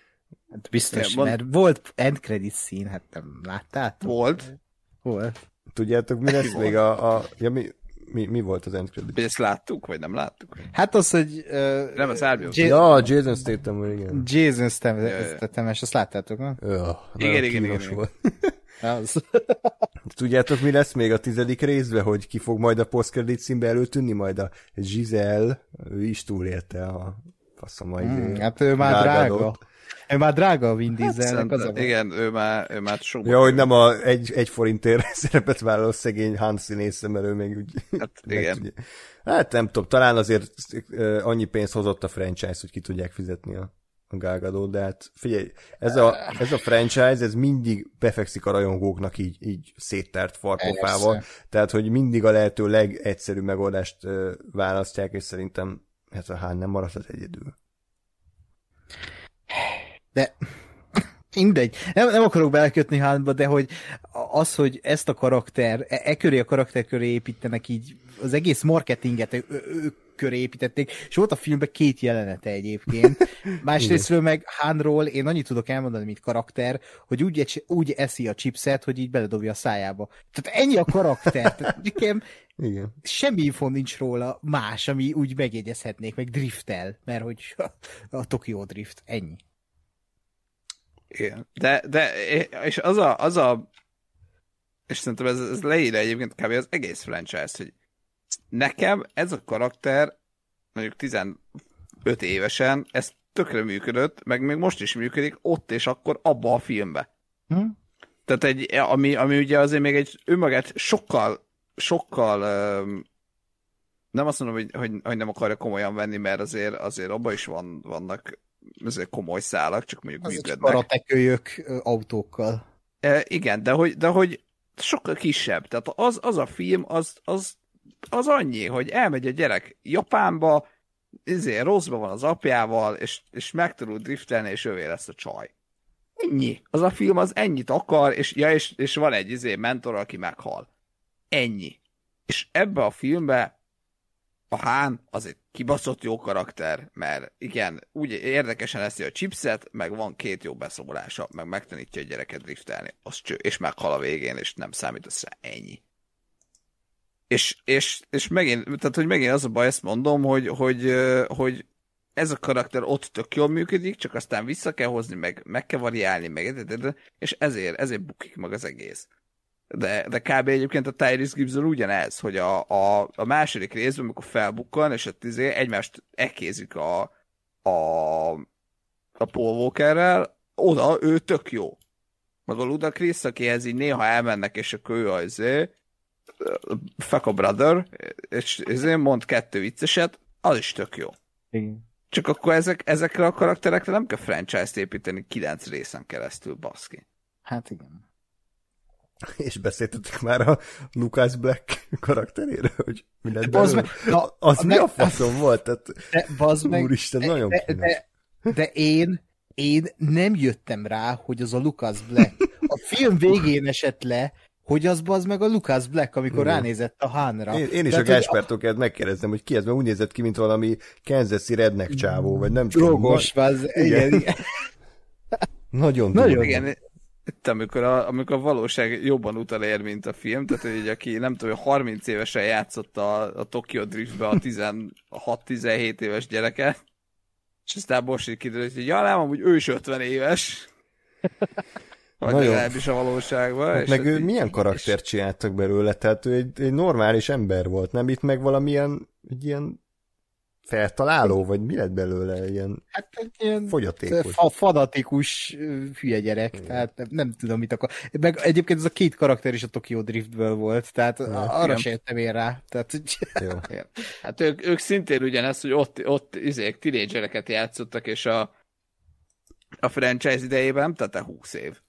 Hát biztos, ja, mert volt end credit szín, hát nem láttátok? Volt. Volt. Tudjátok, mi lesz még a... a ja, mi, mi, mi volt az end credit? Hogy ezt láttuk, vagy nem láttuk? Hát az, hogy... Uh, Nem, az Árbió. J- Ja, Jason Statham, igen. Jason Statham, és azt láttátok, nem? Öh, Igen, igen, igen, igen. volt. Az. Tudjátok, mi lesz még a tizedik részben, hogy ki fog majd a post-credit színbe előtűnni, majd a Giselle, ő is túlélte a faszom majd. Hmm, hát ő már drága. Ő már drága a Vin Dieselnek, az a baj. Igen, ő már, ő már sok. Ja, hogy nem a egy, egy forintért szerepet vállaló szegény Han színésze, mert ő még úgy... Hát igen. Tudja. Hát nem tudom, talán azért uh, annyi pénzt hozott a franchise, hogy ki tudják fizetni a, a Gal Gadot, de hát figyelj, ez a, ez a franchise, ez mindig befekszik a rajongóknak így, így széttárt farpofával, tehát hogy mindig a lehető legegyszerűbb megoldást uh, választják, és szerintem hát a Han nem maradhat egyedül. De mindegy. Nem, nem akarok belekötni Hanba, de hogy az, hogy ezt a karakter, e, e köré a karakter köré építenek így, az egész marketinget ők köré építették, és volt a filmben két jelenete egyébként. Másrésztről meg Hanról én annyit tudok elmondani, mint karakter, hogy úgy, úgy eszi a chipset, hogy így beledobja a szájába. Tehát ennyi a karakter. Tehát nekem igen. Semmi info nincs róla más, ami úgy megjegyezhetnék, meg driftel, mert hogy a Tokyo Drift, ennyi. Igen. De, de, és az a, az a és szerintem ez, ez leírja egyébként kb. Az egész franchise, hogy nekem ez a karakter mondjuk tizenöt évesen, ez tökre működött, meg még most is működik, ott és akkor abba a filmbe. Hm? Tehát egy, ami, ami ugye azért még egy önmagát sokkal, sokkal um, nem azt mondom, hogy, hogy, hogy nem akarja komolyan venni, mert azért, azért abban is van, vannak azért komoly szálak, csak mondjuk az működnek. karatekölyök autókkal. E, igen, de hogy, de hogy sokkal kisebb. Tehát az, az a film, az, az, az annyi, hogy elmegy a gyerek Japánba, ezért rosszban van az apjával, és, és megtanul driftelni, és ővé lesz a csaj. Ennyi. Az a film az ennyit akar, és, ja, és, és van egy izé mentor, aki meghal. Ennyi. És ebbe a filmbe a Han az egy kibaszott jó karakter, mert igen, úgy érdekesen eszi a chipset, meg van két jó beszólása, meg megtanítja a gyereket driftelni, az cső, és meghal a végén, és nem számít össze, ennyi. És, és, és megint, tehát, hogy megint az a baj, ezt mondom, hogy, hogy, hogy ez a karakter ott tök jól működik, csak aztán vissza kell hozni, meg, meg kell variálni, meg, és ezért, ezért bukik meg az egész. De, de kb. Egyébként a Tyrese Gibson ugyanez, hogy a, a, a második részben, amikor felbukkan, és ott izé egymást ekézik a, a, a Paul Walkerrel, oda ő tök jó. Meg a Ludacris, akihez így néha elmennek, és akkor ő az izé, fuck a brother, és izé mond kettő vicceset, az is tök jó. Igen. Csak akkor ezek, ezekre a karakterekre nem kell franchise-t építeni kilenc részen keresztül, baszki. Hát igen. És beszéltetek már a Lucas Black karakteréről, hogy mi lett Bazd belőle? meg, na, Az mi ne- a faszom volt? Tehát, De, bazd meg, úristen, de, nagyon de, kínos. de, de én, én nem jöttem rá, hogy az a Lucas Black. A film végén esett le, hogy az bazd meg a Lucas Black, amikor Igen. ránézett a Hanra. Én, én is Tehát, a hogy Gáspártól kellett megkérdeznem, hogy ki ez, mert úgy nézett ki, mint valami Kansas-i redneck csávó, vagy nem tudom. Drogos, bazd, igen, Igen. igen. Nagyon Nagyon. durva. Igen, itt amikor a, amikor a valóság jobban utolér, mint a film, tehát hogy aki nem tudom, harminc évesen játszott a, a Tokyo Driftbe a tizenhat-tizenhét éves gyereket, és aztán most így kiderült, hogy ja, nem, amúgy ő is ötven éves. Vagy Nagyon. legalábbis a valóságban. Hát és meg hát ő így- milyen karaktert csináltak belőle, tehát ő egy, egy normális ember volt, nem itt meg valamilyen egy ilyen feltaláló, vagy mi lett belőle, ilyen Hát egy ilyen fogyatékos. fa- fanatikus ö, hülye gyerek, tehát nem, nem tudom, mit akar. Meg egyébként ez a két karakter is a Tokyo Driftből volt, tehát arra igen. se jöttem én rá. Tehát, hogy- Jó. Igen. Hát ők, ők szintén ugyanezt, hogy ott, ott izék, tinédzsereket játszottak, és a, a franchise idejében nem tette húsz év.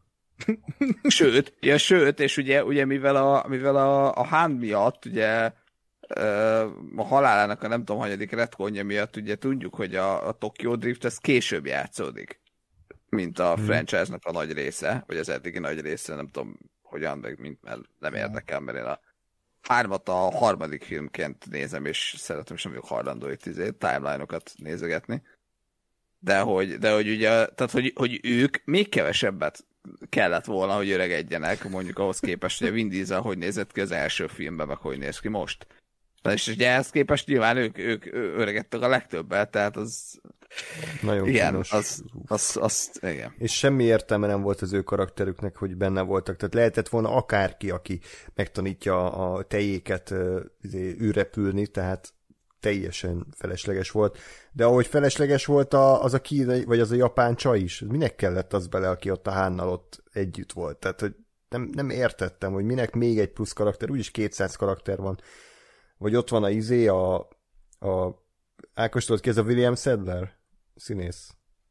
Sőt, ja, sőt, és ugye, ugye mivel a, mivel a, a Han miatt, ugye ö, a halálának a nem tudom, hanyadik retkonja miatt, ugye tudjuk, hogy a, a Tokyo Drift ez később játszódik, mint a Hmm. franchise-nak a nagy része, vagy az eddigi nagy része, nem tudom hogyan, meg mint, mert nem érdekel, mert én a hármat a harmadik filmként nézem, és szeretem, és nem vagyok hajlandó itt izé, timeline-okat nézegetni. De hogy, de hogy ugye, tehát hogy, hogy ők még kevesebbet kellett volna, hogy öregedjenek, mondjuk ahhoz képest, hogy a Vin Diesel hogy nézett ki az első filmben, meg hogy néz ki most. És ugye ehhez képest nyilván ők, ők öregedtek a legtöbbet, tehát az Nagyon igen, kínos. az, az, az, igen. És semmi értelme nem volt az ő karakterüknek, hogy benne voltak. Tehát lehetett volna akárki, aki megtanítja a tejéket uh, űrrepülni, tehát teljesen felesleges volt. De ahogy felesleges volt a, az a kínai, vagy az a japán csaj is, minek kellett az bele, aki ott a Hánnal ott együtt volt. Tehát, hogy nem, nem értettem, hogy minek még egy plusz karakter, úgyis kétszáz karakter van. Vagy ott van a izé, a, a Ákos, tudod ki, ez a William Sadler színész?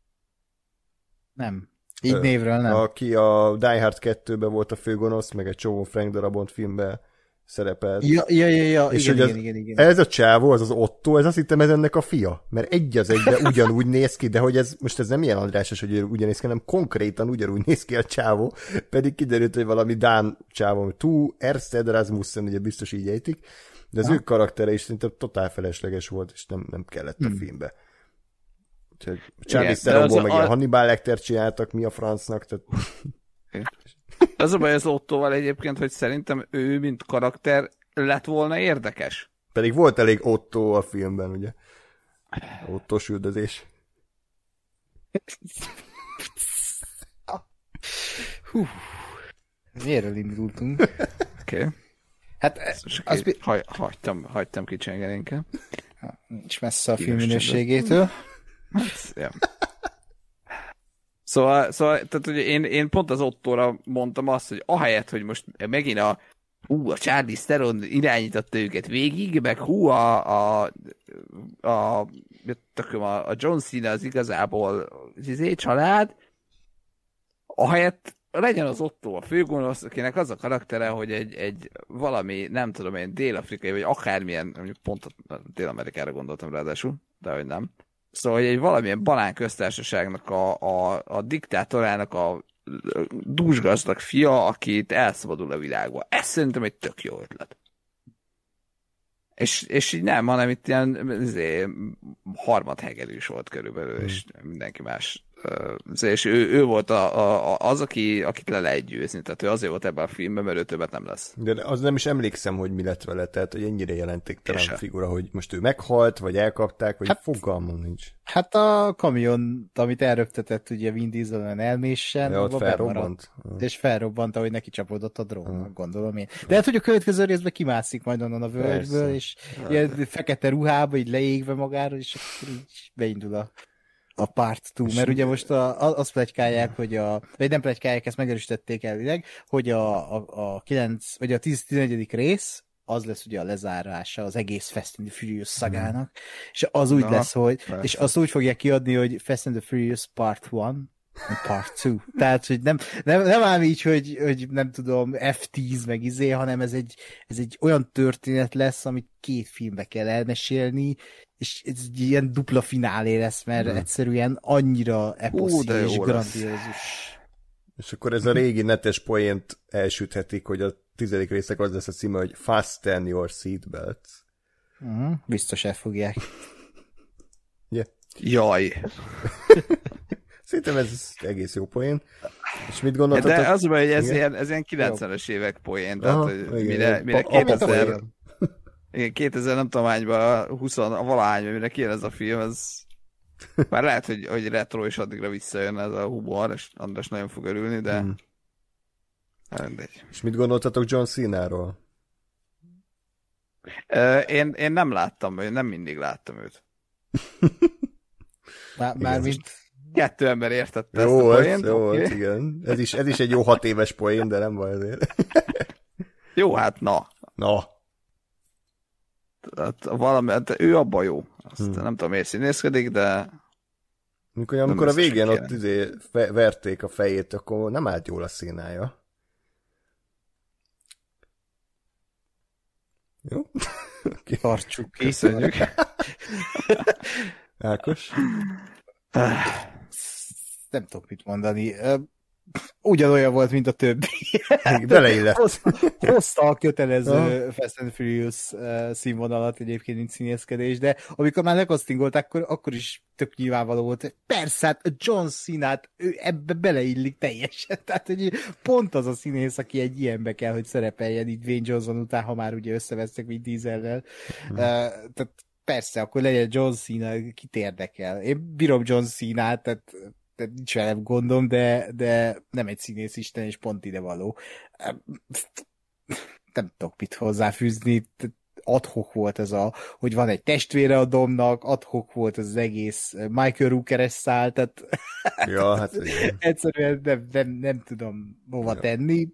nem. Így Ö, névről nem. Aki a Die Hard kettőben volt a főgonosz, meg egy csomó Frank Darabont filmben szerepelt. Ja, ja, ja, ja. És igen, hogy igen, az, igen, igen. ez a csávó, az az Otto, ez azt hittem ez ennek a fia, mert egy az egyben ugyanúgy néz ki, de hogy ez most ez nem ilyen Andrásos, hogy ugyanéz ki, hanem konkrétan ugyanúgy néz ki a csávó, pedig kiderült, hogy valami Dán csávó, tú Ersted Rasmussen, ugye biztos így ejtik, de az Ha. ő karaktere is szerintem totál felesleges volt, és nem, nem kellett a Hmm. filmbe. Úgyhogy Igen, Charlie de Theronból az meg a- ilyen Hannibal Lecter csináltak, mi a francnak, tehát Az a baj az Ottóval egyébként, hogy szerintem ő, mint karakter, lett volna érdekes. pedig volt elég Otto a filmben, ugye? Ottós üldözés. Hú. miért indultunk? Oké. Okay. Hát Az, az... hagy, hagytam, hagytam kicsengeni inkább. Nincs messze a film minőségétől. Hát, ja. Szóval, szóval tehát, ugye én, én pont az Ottóra mondtam azt, hogy ahelyett, hogy most megint a hú, a Charlize Theron irányította őket végig, meg hú, a, a, a, a, a John Cena az igazából az család, ahelyett legyen az Otto a főgonosz, akinek az a karaktere, hogy egy, egy valami, nem tudom én, dél-afrikai, vagy akármilyen, mondjuk pont Dél-Amerikára gondoltam ráadásul, de hogy nem. Szóval, hogy egy valamilyen banán köztársaságnak a, a, a diktátorának a dúsgazdag fia, akit elszabadul a világba. Ez szerintem egy tök jó ötlet. És, és így nem, hanem itt ilyen azért, harmadhegerűs volt körülbelül, hmm. és mindenki más. És ő, ő volt a, a, az, aki, akit le lehet győzni. Tehát ő azért volt ebben a filmben, mert ő többet nem lesz. De az nem is emlékszem, hogy mi lett vele. Tehát, hogy ennyire jelentéktelen figura, hogy most ő meghalt, vagy elkapták, vagy hát, fogalmam nincs. Hát a kamion, amit elröptetett ugye Vin Diesel elmésen, ja, ott felrobbant. És felrobbant, ahogy neki csapódott a drón, uh. gondolom én. De hát, hogy a következő részben kimászik majd onnan a völgyből, és ilyen fekete ruhába, így leégve magára, és akkor így beindul a a part kettő, mert ugye most a, a, azt pletykálják, hogy a, vagy nem pletykálják, ezt megerősítették elvileg, hogy a, a, a kilenc, vagy a tíz-tizenegyedik rész, az lesz ugye a lezárása az egész Fast and the Furious szagának, mm. és az úgy Na, lesz, hogy, persze. és azt úgy fogják kiadni, hogy Fast and the Furious part one, part two. Tehát, hogy nem, nem, nem ám így, hogy, hogy nem tudom, ef tíz meg izé, hanem ez egy, ez egy olyan történet lesz, amit két filmbe kell elmesélni, és ez egy ilyen dupla finálé lesz, mert hmm. egyszerűen annyira eposzi és grandiózus. És akkor ez a régi netes poént elsüthetik, hogy a tizedik részek az lesz a címe, hogy Fasten your seatbelts. Uh-huh. Biztos elfogják. Yeah. Jaj. Szerintem ez egész jó poén. És mit gondoltatok? De az baj, hogy ez ilyen, ez ilyen kilencvenes évek poén, tehát Aha, hogy mire, mire kétezer, igen, kétezer nem tudom hányban, húsz a valahányban, mire kijön ez a film, ez már lehet, hogy, hogy retro és addigra visszajön ez a humor, és András nagyon fog örülni, de hmm. mindegy. És mit gondoltatok John Cena-ról? Én, én nem láttam, én nem mindig láttam őt. Már, már mint... Kettő ember értette jó ezt a poént. Jó okay. igen. Ez is, ez is egy jó hat éves poén, de nem baj azért. Jó, hát na. Na. Hát, valami, hát ő abban jó. Azt hmm. nem tudom, miért színészkedik, de... Amikor, amikor a végén ott izé verték a fejét, akkor nem állt jól a színája. Jó? Okay. Tartsuk ki. Köszönjük. Ákos? Nem tudok mit mondani. Ugyanolyan volt, mint a többi. Beleillett. Hozta a kötelező Fast and Furious színvonalat egyébként, mint színészkedés, de amikor már lekasztingolták, akkor, akkor is tök nyilvánvaló volt. Persze, hát John Cena-t ő ebbe beleillik teljesen. Tehát hogy pont az a színész, aki egy ilyenbe kell, hogy szerepeljen itt Dwayne Johnson után, ha már ugye összevesztek, mint Diesellel. Hmm. Uh, tehát persze, akkor legyen John Cena, kit érdekel. Én bírom John Cena-t, tehát de nincs velem gondom, de, de nem egy színész isten, és pont ide való. Nem tudok mit hozzáfűzni. Ad-hoc volt ez a, hogy van egy testvére a Domnak, ad-hoc volt ez az egész Michael Rooker-es szál, tehát ja, hát egyszerűen nem, nem, nem tudom hova ja. tenni.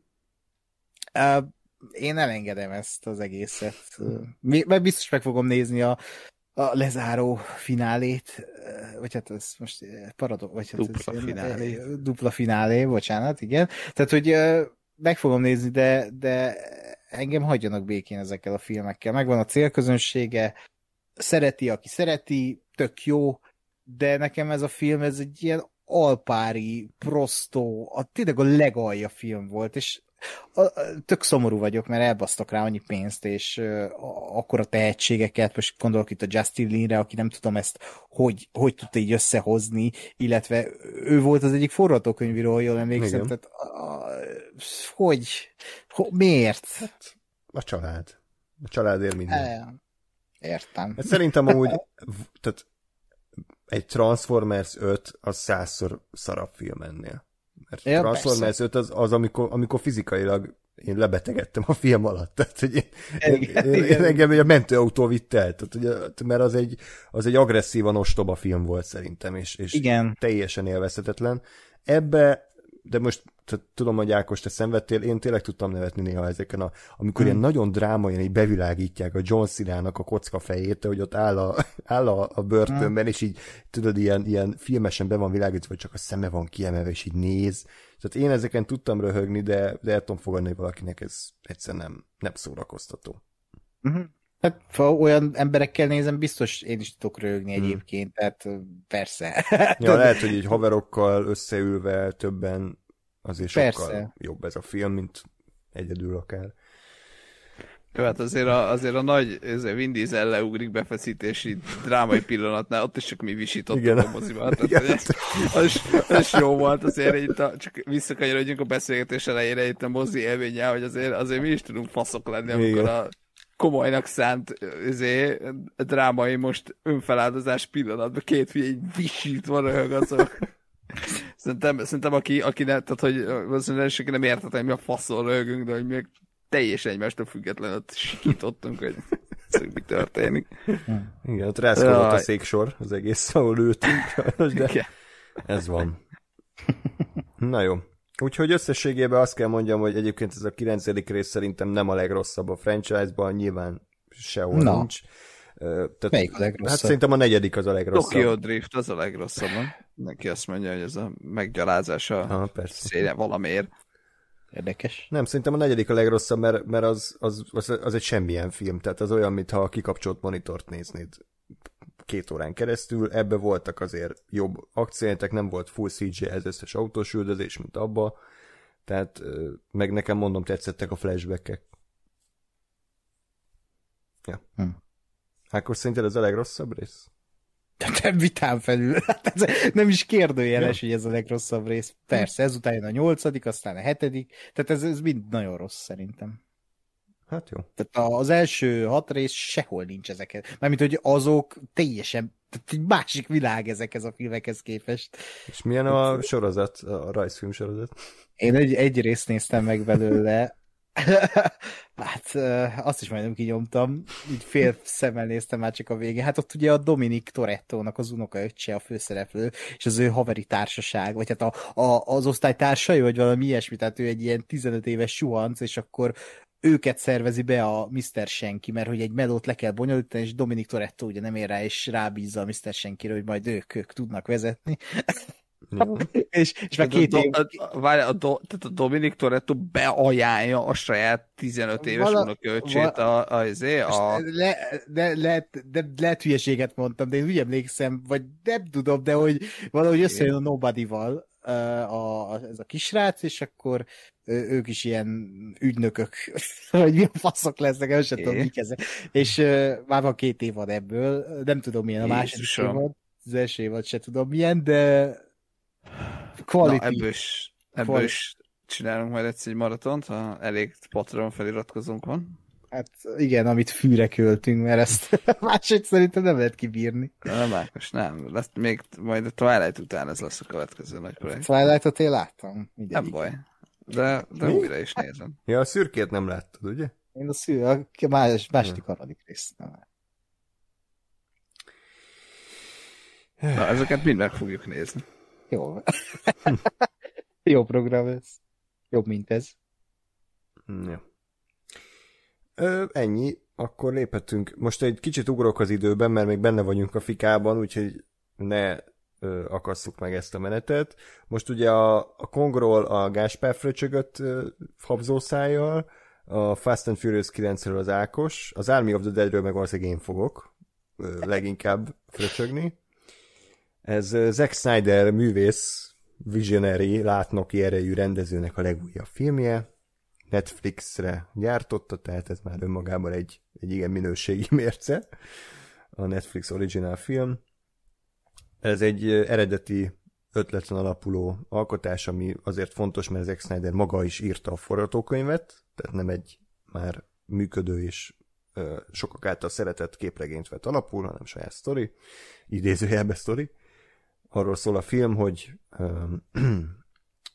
Én nem engedem ezt az egészet. Mert biztos meg fogom nézni a a lezáró finálét, vagy hát ez most paradok, vagy hát dupla ez finálé. Dupla finálé, bocsánat, igen. Tehát, hogy meg fogom nézni, de, de engem hagyjanak békén ezekkel a filmekkel. Megvan a célközönsége, szereti, aki szereti, tök jó, de nekem ez a film, ez egy ilyen alpári, prostó, a, tényleg a legalja film volt, és a, a, tök szomorú vagyok, mert elbasztak rá annyi pénzt, és uh, akkora tehetségeket, most gondolok itt a Justin Lin-re, aki nem tudom ezt, hogy, hogy tudta így összehozni, illetve ő volt az egyik forgatókönyvíró, jól emlékszem, tehát a, hogy, hogy, miért? Hát, a család. A család ér minden. Értem. Hát szerintem amúgy, tehát egy Transformers öt az százszor szarabb film ennél. Mert Ja, Transformers öt az, az amikor, amikor fizikailag én lebetegedtem a film alatt. Tehát, hogy én, Igen, én, igen. én engem egy mentőautó vitt el. Tehát, ugye, mert az egy, az egy agresszívan ostoba film volt szerintem, és, és Igen. teljesen élvezhetetlen. Ebbe, de most tehát tudom, hogy Ákos, te szenvedtél, én tényleg tudtam nevetni néha ezeken, a, amikor hmm. ilyen nagyon drámaian így bevilágítják a John Cena-nak a kocka fejét, hogy ott áll a, áll a, a börtönben, hmm. és így tudod, ilyen, ilyen filmesen be van világítva, vagy csak a szeme van kiemelve, és így néz. Tehát én ezeken tudtam röhögni, de, de el tudom fogadni, hogy valakinek ez egyszerűen nem, nem szórakoztató. Uh-huh. Hát, ha olyan emberekkel nézem, biztos én is tudok röhögni Hmm. egyébként, tehát persze. Ja, lehet, hogy így haverokkal összeülve többen azért Persze. sokkal jobb ez a film, mint egyedül akár. Jó, hát azért a, azért a nagy azért Vin Diesel leugrik befeszítési drámai pillanatnál, ott is csak mi visítottunk Igen. a moziban. Tehát, az, az, is, az is jó volt, azért itt a, csak visszakanyarodjunk a beszélgetés elejére itt a mozi élménnyel, hogy azért, azért mi is tudunk faszok lenni, amikor a komolynak szánt azért, drámai most önfeláldozás pillanatban két fiú így visítva röhög azok. Szerintem, szerintem aki, aki ne, tehát hogy valószínűleg senki nem értette, hogy mi a faszol röhögünk, de hogy még teljesen egymástól függetlenül ott sikítottunk, hogy ez mi történik. Igen, ott rászkolott a széksor az egész, ahol ültünk, de Igen. ez van. Na jó. Úgyhogy összességében azt kell mondjam, hogy egyébként ez a kilencedik rész szerintem nem a legrosszabb a franchise-ban, nyilván sehol Na. nincs. Tehát, Melyik a legrosszabb? Hát szerintem a negyedik az a legrosszabb. Tokyo Drift az a legrosszabb. Neki azt mondja, hogy ez a meggyalázás a Aha, persze. széle valamiért. Érdekes. Nem, szerintem a negyedik a legrosszabb, mert, mert az, az, az, az egy semmilyen film, tehát az olyan, mintha a kikapcsolt monitort néznéd két órán keresztül, ebbe voltak azért jobb akciójelentek, nem volt full cé gé ez összes autós üldözés, mint abba, tehát meg nekem mondom, tetszettek a flashbackek. Ja. Hm. Akkor szerinted ez a legrosszabb rész? Nem vitám felül. Hát ez nem is kérdőjeles, ja. hogy ez a legrosszabb rész. Persze, ezután jön a nyolcadik, aztán a hetedik. Tehát ez, ez mind nagyon rossz szerintem. Hát jó. Tehát az első hat rész sehol nincs ezeket. Mármint, hogy azok teljesen, tehát egy másik világ ezekhez a filmekhez képest. És milyen a sorozat, a rajzfilm sorozat? Én egy, egy részt néztem meg belőle. Hát azt is majdnem kinyomtam, így fél szemmel néztem már csak a végén. Hát ott ugye a Dominic Torettónak az unokaöccse a főszereplő, és az ő haveri társaság, vagy hát a, a, az osztálytársai, vagy valami ilyesmi, tehát ő egy ilyen tizenöt éves suhanc, és akkor őket szervezi be a miszter Senki, mert hogy egy melót le kell bonyolítani, és Dominic Toretto ugye nem ér rá, és rábízza a miszter Senkire, hogy majd ők, ők tudnak vezetni. és, és már két év... A, a, várj, a, do, tehát a Dominic Toretto beajánlja a saját tizenöt éves Vala- unokaöccsét a, a, a, a... Le, de, lehet, de lehet hülyeséget mondtam, de én úgy emlékszem, vagy nem tudom, de hogy valahogy összejön a Nobody-val a, a, ez a kisrác, és akkor ők is ilyen ügynökök, hogy mi a faszok lesznek, el sem tudom, mik ezek. És uh, már van két évad ebből, nem tudom milyen a második Jézusom. évad, az első évad se tudom milyen, de quality. Na, ebből is, ebből Quality. is csinálunk majd egyszer egy maratont, ha elég Patreon feliratkozónk van. Hát igen, amit fűre költünk, mert ezt máshogy szerintem nem lehet kibírni. Nem, Ákos, nem. Lesz, még majd a Twilight után ez lesz a következő nagy projekt. Twilight-ot én láttam. Mindegyik. Nem baj. De, de Mi? újra is nézem. Ja, a szürkét nem láttad, ugye? Én a, szű, a más, második, harmadik részt nem láttam. Na, ezeket mind meg fogjuk nézni. Jó. Jó program ez. Jobb, mint ez. Ja. Ö, ennyi, akkor léphetünk. Most egy kicsit ugrok az időben, mert még benne vagyunk a fikában, úgyhogy ne ö, akasszuk meg ezt a menetet. Most ugye a, a Kongról a Gáspár fröcsögött ö, habzószájjal, a Fast and Furious kilencről az Ákos, az Army of the Deadről meg valószínűleg én fogok ö, leginkább fröcsögni. Ez ö, Zack Snyder művész, visionary, látnoki erejű rendezőnek a legújabb filmje. Netflixre gyártotta, tehát ez már önmagában egy, egy igen minőségi mérce. A Netflix original film. Ez egy eredeti ötleten alapuló alkotás, ami azért fontos, mert Zack Snyder maga is írta a forgatókönyvet, tehát nem egy már működő és ö, sokak által szeretett képregényt vett alapul, hanem saját sztori, idézőjelbe sztori. Arról szól a film, hogy ö,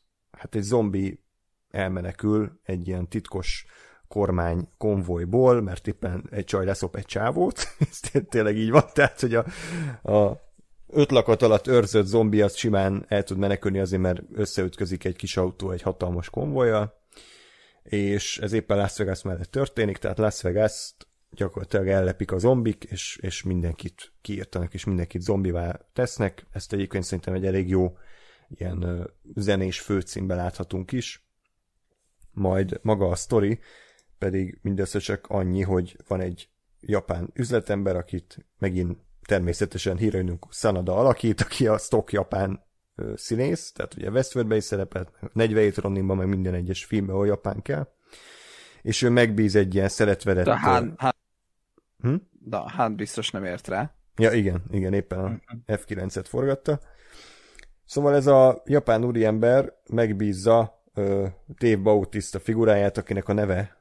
hát egy zombi elmenekül egy ilyen titkos kormány konvojból, mert éppen egy csaj leszop egy csávót, ez tényleg így van, tehát, hogy a, a öt lakat alatt őrzött zombi az simán el tud menekülni azért, mert összeütközik egy kis autó egy hatalmas konvojjal, és ez éppen Las Vegas mellett történik, tehát Las Vegas-t gyakorlatilag ellepik a zombik, és, és mindenkit kiírtanak, és mindenkit zombivá tesznek. Ezt egyébként szerintem egy elég jó ilyen uh, zenés főcímben láthatunk is. Majd maga a sztori pedig mindössze csak annyi, hogy van egy japán üzletember, akit megint természetesen híregnünk Sanada alakít, aki a stock japán uh, színész, tehát ugye Westworldben is szerepelt, negyvenhét Roninban, meg minden egyes filmben, ahol japán kell. És ő megbíz egy ilyen szeretvedett... De Han, Han, hm? de Han biztos nem ért rá. Ja, igen, igen, éppen a ef kilencet forgatta. Szóval ez a japán úriember megbízza uh, Dave Bautista figuráját, akinek a neve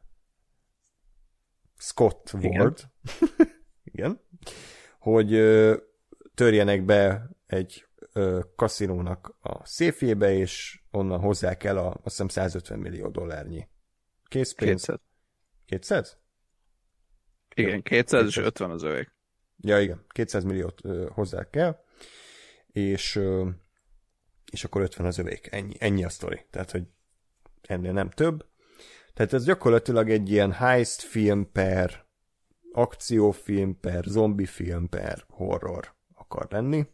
Scott Ward. Igen. igen. Hogy uh, törjenek be egy uh, kaszinónak a széfjébe, és onnan hozzák el a, azt hiszem százötven millió dollárnyi készpénz. kétszáz. kétszáz? Igen, kétszáz és ötven az övék. Ja, igen, kétszáz milliót ö, hozzá kell, és, ö, és akkor ötven az övék. Ennyi, ennyi a sztori. Tehát, hogy ennél nem több. Tehát ez gyakorlatilag egy ilyen heist film per akciófilm per zombifilm per horror akar lenni.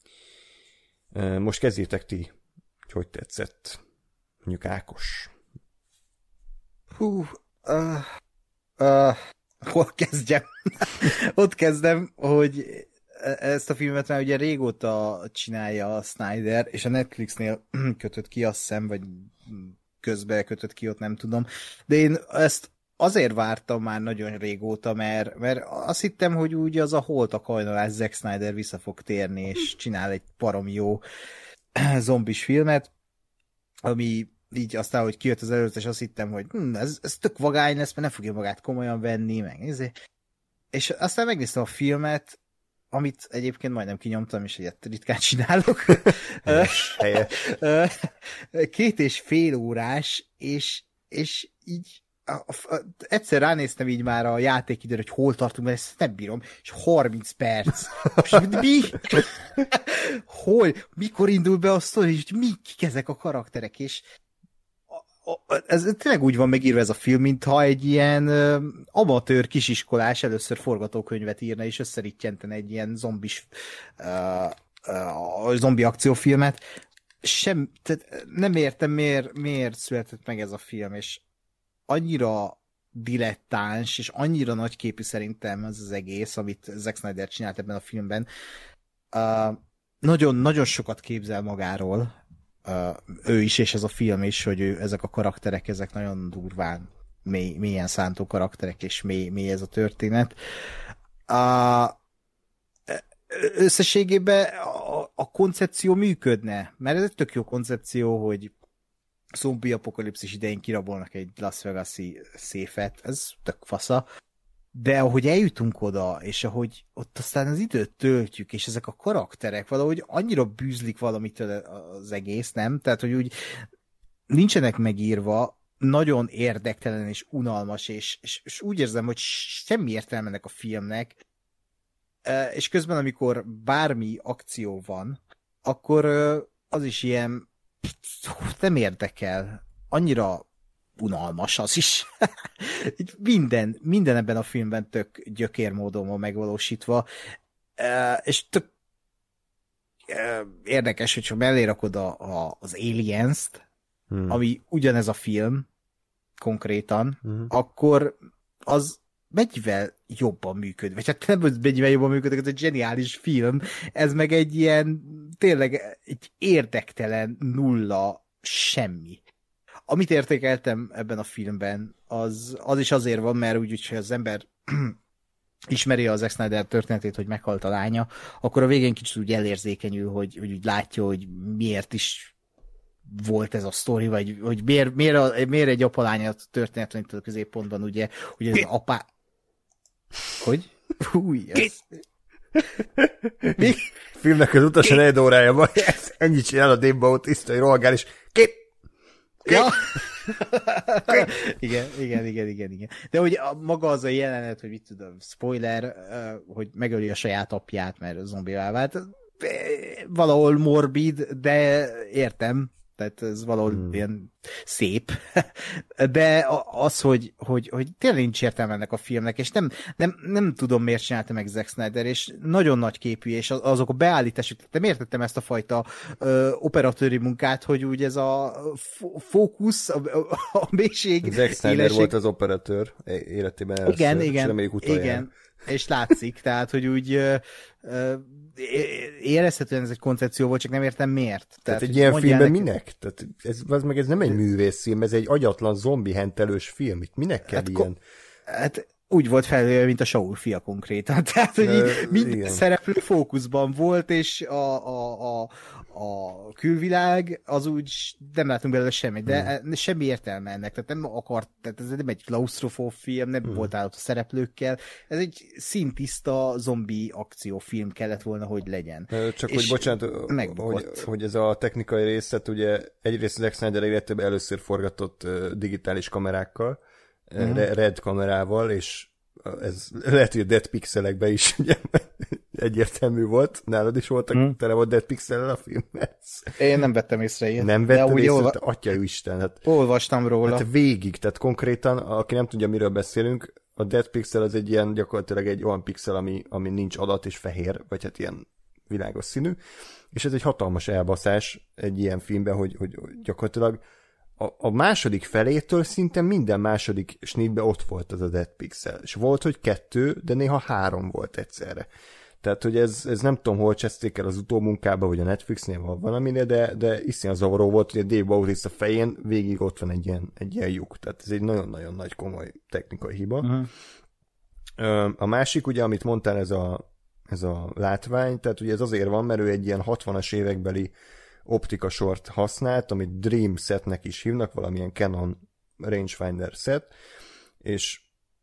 Most kezdjétek ti, hogy hogy tetszett. Mondjuk Ákos. Hú, uh, uh, hol kezdjem? Ott kezdem, hogy ezt a filmet már ugye régóta csinálja a Snyder, és a Netflixnél kötött ki, azt hiszem, vagy közbe kötött ki, ott nem tudom. De én ezt azért vártam már nagyon régóta, mert, mert azt hittem, hogy úgy az a Holtak hajnalás Zack Snyder vissza fog térni, és csinál egy parom jó zombis filmet, ami így aztán, hogy kijött az előtt, és azt hittem, hogy hm, ez, ez tök vagány lesz, mert nem fogja magát komolyan venni, meg nézni. És aztán megnéztem a filmet, amit egyébként majdnem kinyomtam, és egyet ritkán csinálok. Helyes, helyes. Két és fél órás, és, és így a, a, a, egyszer ránéztem így már a játékidőre, hogy hol tartunk, mert ezt nem bírom, és harminc perc. És mi? Hol? Mikor indul be a sztori, és mi? Kik ezek a karakterek? És ez tényleg úgy van megírva ez a film, mintha egy ilyen uh, amatőr kisiskolás először forgatókönyvet írna, és összerítjentene egy ilyen zombis uh, uh, zombi akciófilmet. Sem, tehát nem értem, miért, miért született meg ez a film, és annyira dilettáns, és annyira nagyképű szerintem ez az egész, amit Zack Snyder csinált ebben a filmben. Uh, nagyon, nagyon sokat képzel magáról, Uh, ő is, és ez a film is, hogy ő, ezek a karakterek, ezek nagyon durván mély, mélyen szántó karakterek, és mély, mély ez a történet. Uh, összességében a, a koncepció működne, mert ez egy tök jó koncepció, hogy zombi apokalipszis idején kirabolnak egy Las Vegas-i széfet, ez tök fasza, de ahogy eljutunk oda, és ahogy ott aztán az időt töltjük, és ezek a karakterek valahogy annyira bűzlik valamitől az egész, nem? Tehát, hogy úgy nincsenek megírva, nagyon érdektelen és unalmas, és, és, és úgy érzem, hogy semmi értelme ennek a filmnek, és közben, amikor bármi akció van, akkor az is ilyen nem érdekel. Annyira unalmas az is. minden, minden ebben a filmben tök gyökér módon van megvalósítva, és tök érdekes, hogyha mellé rakod a, a, az Aliens-t, hmm. ami ugyanez a film konkrétan, hmm. akkor az mennyivel jobban működik. Vagy hát nem mennyivel jobban működik, ez egy zseniális film. Ez meg egy ilyen tényleg egy érdektelen nulla semmi. Amit értékeltem ebben a filmben, az, az is azért van, mert úgy, hogyha az ember ismeri az Zack Snyder történetét, hogy meghalt a lánya, akkor a végén kicsit úgy elérzékenyül, hogy, hogy úgy látja, hogy miért is volt ez a sztori, vagy hogy miért, miért, a, miért egy apa-lánya történet van itt a középpontban, ugye, hogy ez az apá... Hogy? Új, ez... Mi? Filmnek az utolsó négy órájában ennyit csinál a Dave Bautista, hogy rohangál, és kép! Ja. igen, igen, igen, igen, igen. De hogy a, maga az a jelenet, hogy mit tudom, spoiler, hogy megöli a saját apját, mert zombivá vált, valahol morbid, de értem, tehát ez valahol hmm. ilyen szép, de az, hogy, hogy, hogy tényleg nincs értelme ennek a filmnek, és nem, nem, nem tudom, miért csinálta meg Zack Snyder, és nagyon nagy képű, és azok a beállítások, nem értettem ezt a fajta ö, operatőri munkát, hogy úgy ez a fókusz, a, a mélység... Zack Snyder éleség... volt az operatőr életében először, igen, igen, igen, és látszik, tehát, hogy úgy ö, ö, érezhetően ez egy koncepció volt, csak nem értem miért. Tehát, tehát egy ilyen filmben neki... minek? Tehát ez, az meg ez nem egy művészfilm, ez egy agyatlan zombi hentelős film. Itt minek kell hát, ilyen? Hát úgy volt felvéve, mint a Saul fia konkrétan. Tehát, hogy így minden szereplő fókuszban volt, és a, a, a, a külvilág az úgy nem látunk belőle semmit, de hmm. semmi értelme ennek. Tehát nem akart, tehát ez nem egy klaustrofób film, nem hmm. volt állat a szereplőkkel. Ez egy szintiszta zombi akciófilm kellett volna, hogy legyen. Csak és hogy bocsánat, hogy, hogy ez a technikai részlet, ugye egyrészt Zack Snyder életében először forgatott uh, digitális kamerákkal, mm. red kamerával, és ez lehet, hogy a dead pixelekben is ugye, egyértelmű volt. Nálad is voltak, mm. tele volt dead pixel a filmhez. Én nem vettem észre ilyet. Nem vettem észre, olva... atya Isten. Hát, olvastam róla. Hát végig, tehát konkrétan, aki nem tudja, miről beszélünk, a dead pixel az egy ilyen, gyakorlatilag egy olyan pixel, ami, ami nincs adat és fehér, vagy hát ilyen világos színű, és ez egy hatalmas elbaszás egy ilyen filmben, hogy, hogy gyakorlatilag A, a második felétől szinte minden második snitben ott volt az a dead pixel. És volt, hogy kettő, de néha három volt egyszerre. Tehát, hogy ez, ez nem tudom, hol cseszték el az utómunkába, vagy a Netflixnél van valaminél, de, de iszonyat zavaró volt, hogy a Dave Bautista fején végig ott van egy ilyen, egy ilyen lyuk. Tehát ez egy nagyon-nagyon nagy komoly technikai hiba. Uh-huh. A másik, ugye, amit mondtál, ez a, ez a látvány, tehát ugye ez azért van, mert ő egy ilyen hatvanas évekbeli optikasort használt, amit Dream setnek is hívnak, valamilyen Canon rangefinder set, és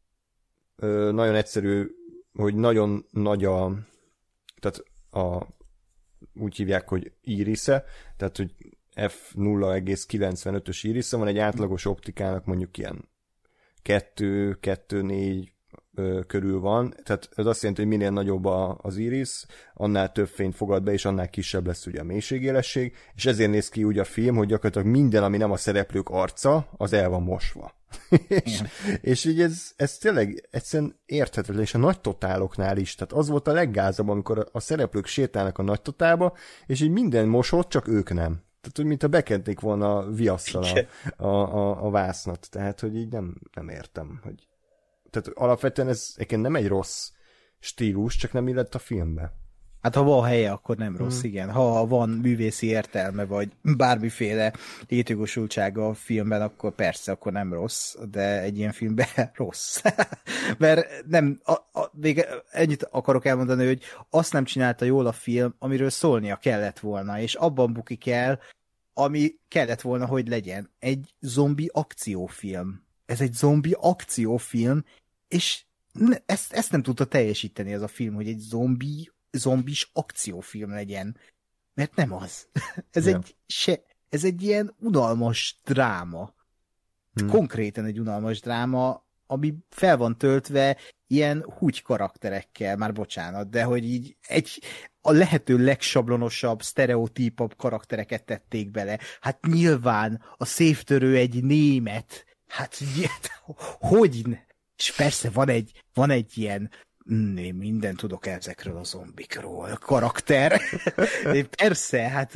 ö, nagyon egyszerű, hogy nagyon nagy a, tehát a, úgy hívják, hogy írisze, tehát hogy ef nulla egész kilencvenötös írisze van, egy átlagos optikának mondjuk ilyen kettő, kettő, négy körül van, tehát ez azt jelenti, hogy minél nagyobb az iris, annál több fényt fogad be, és annál kisebb lesz ugye a mélységélesség, és ezért néz ki úgy a film, hogy gyakorlatilag minden, ami nem a szereplők arca, az el van mosva. és, és így ez, ez tényleg egyszerűen érthetetlen, és a nagy totáloknál is, tehát az volt a leggázabb, amikor a szereplők sétálnak a nagy totálba, és így minden mosott, csak ők nem. Tehát, hogy mintha bekenték volna viasszal a, a, a, a vásznat, tehát, hogy így nem, nem értem, hogy tehát alapvetően ez egyébként nem egy rossz stílus, csak nem illett a filmbe. Hát ha van helye, akkor nem rossz, hmm. igen. Ha van művészi értelme, vagy bármiféle létjogosultsága a filmben, akkor persze, akkor nem rossz, de egy ilyen filmben rossz. Mert nem, a, a, még ennyit akarok elmondani, hogy azt nem csinálta jól a film, amiről szólnia kellett volna, és abban bukik el, ami kellett volna, hogy legyen. Egy zombi akciófilm. Ez egy zombi akciófilm, és ezt, ezt nem tudta teljesíteni ez a film, hogy egy zombi, zombis akciófilm legyen. Mert nem az. Ez, yeah. egy, se, ez egy ilyen unalmas dráma. Hmm. Konkrétan egy unalmas dráma, ami fel van töltve ilyen húgy karakterekkel, már bocsánat, de hogy így egy, a lehető legsablonosabb, sztereotípabb karaktereket tették bele. Hát nyilván a széftörő egy német. Hát hogy ne? És persze van egy, van egy ilyen én mindent tudok ezekről a zombikról karakter. Persze, hát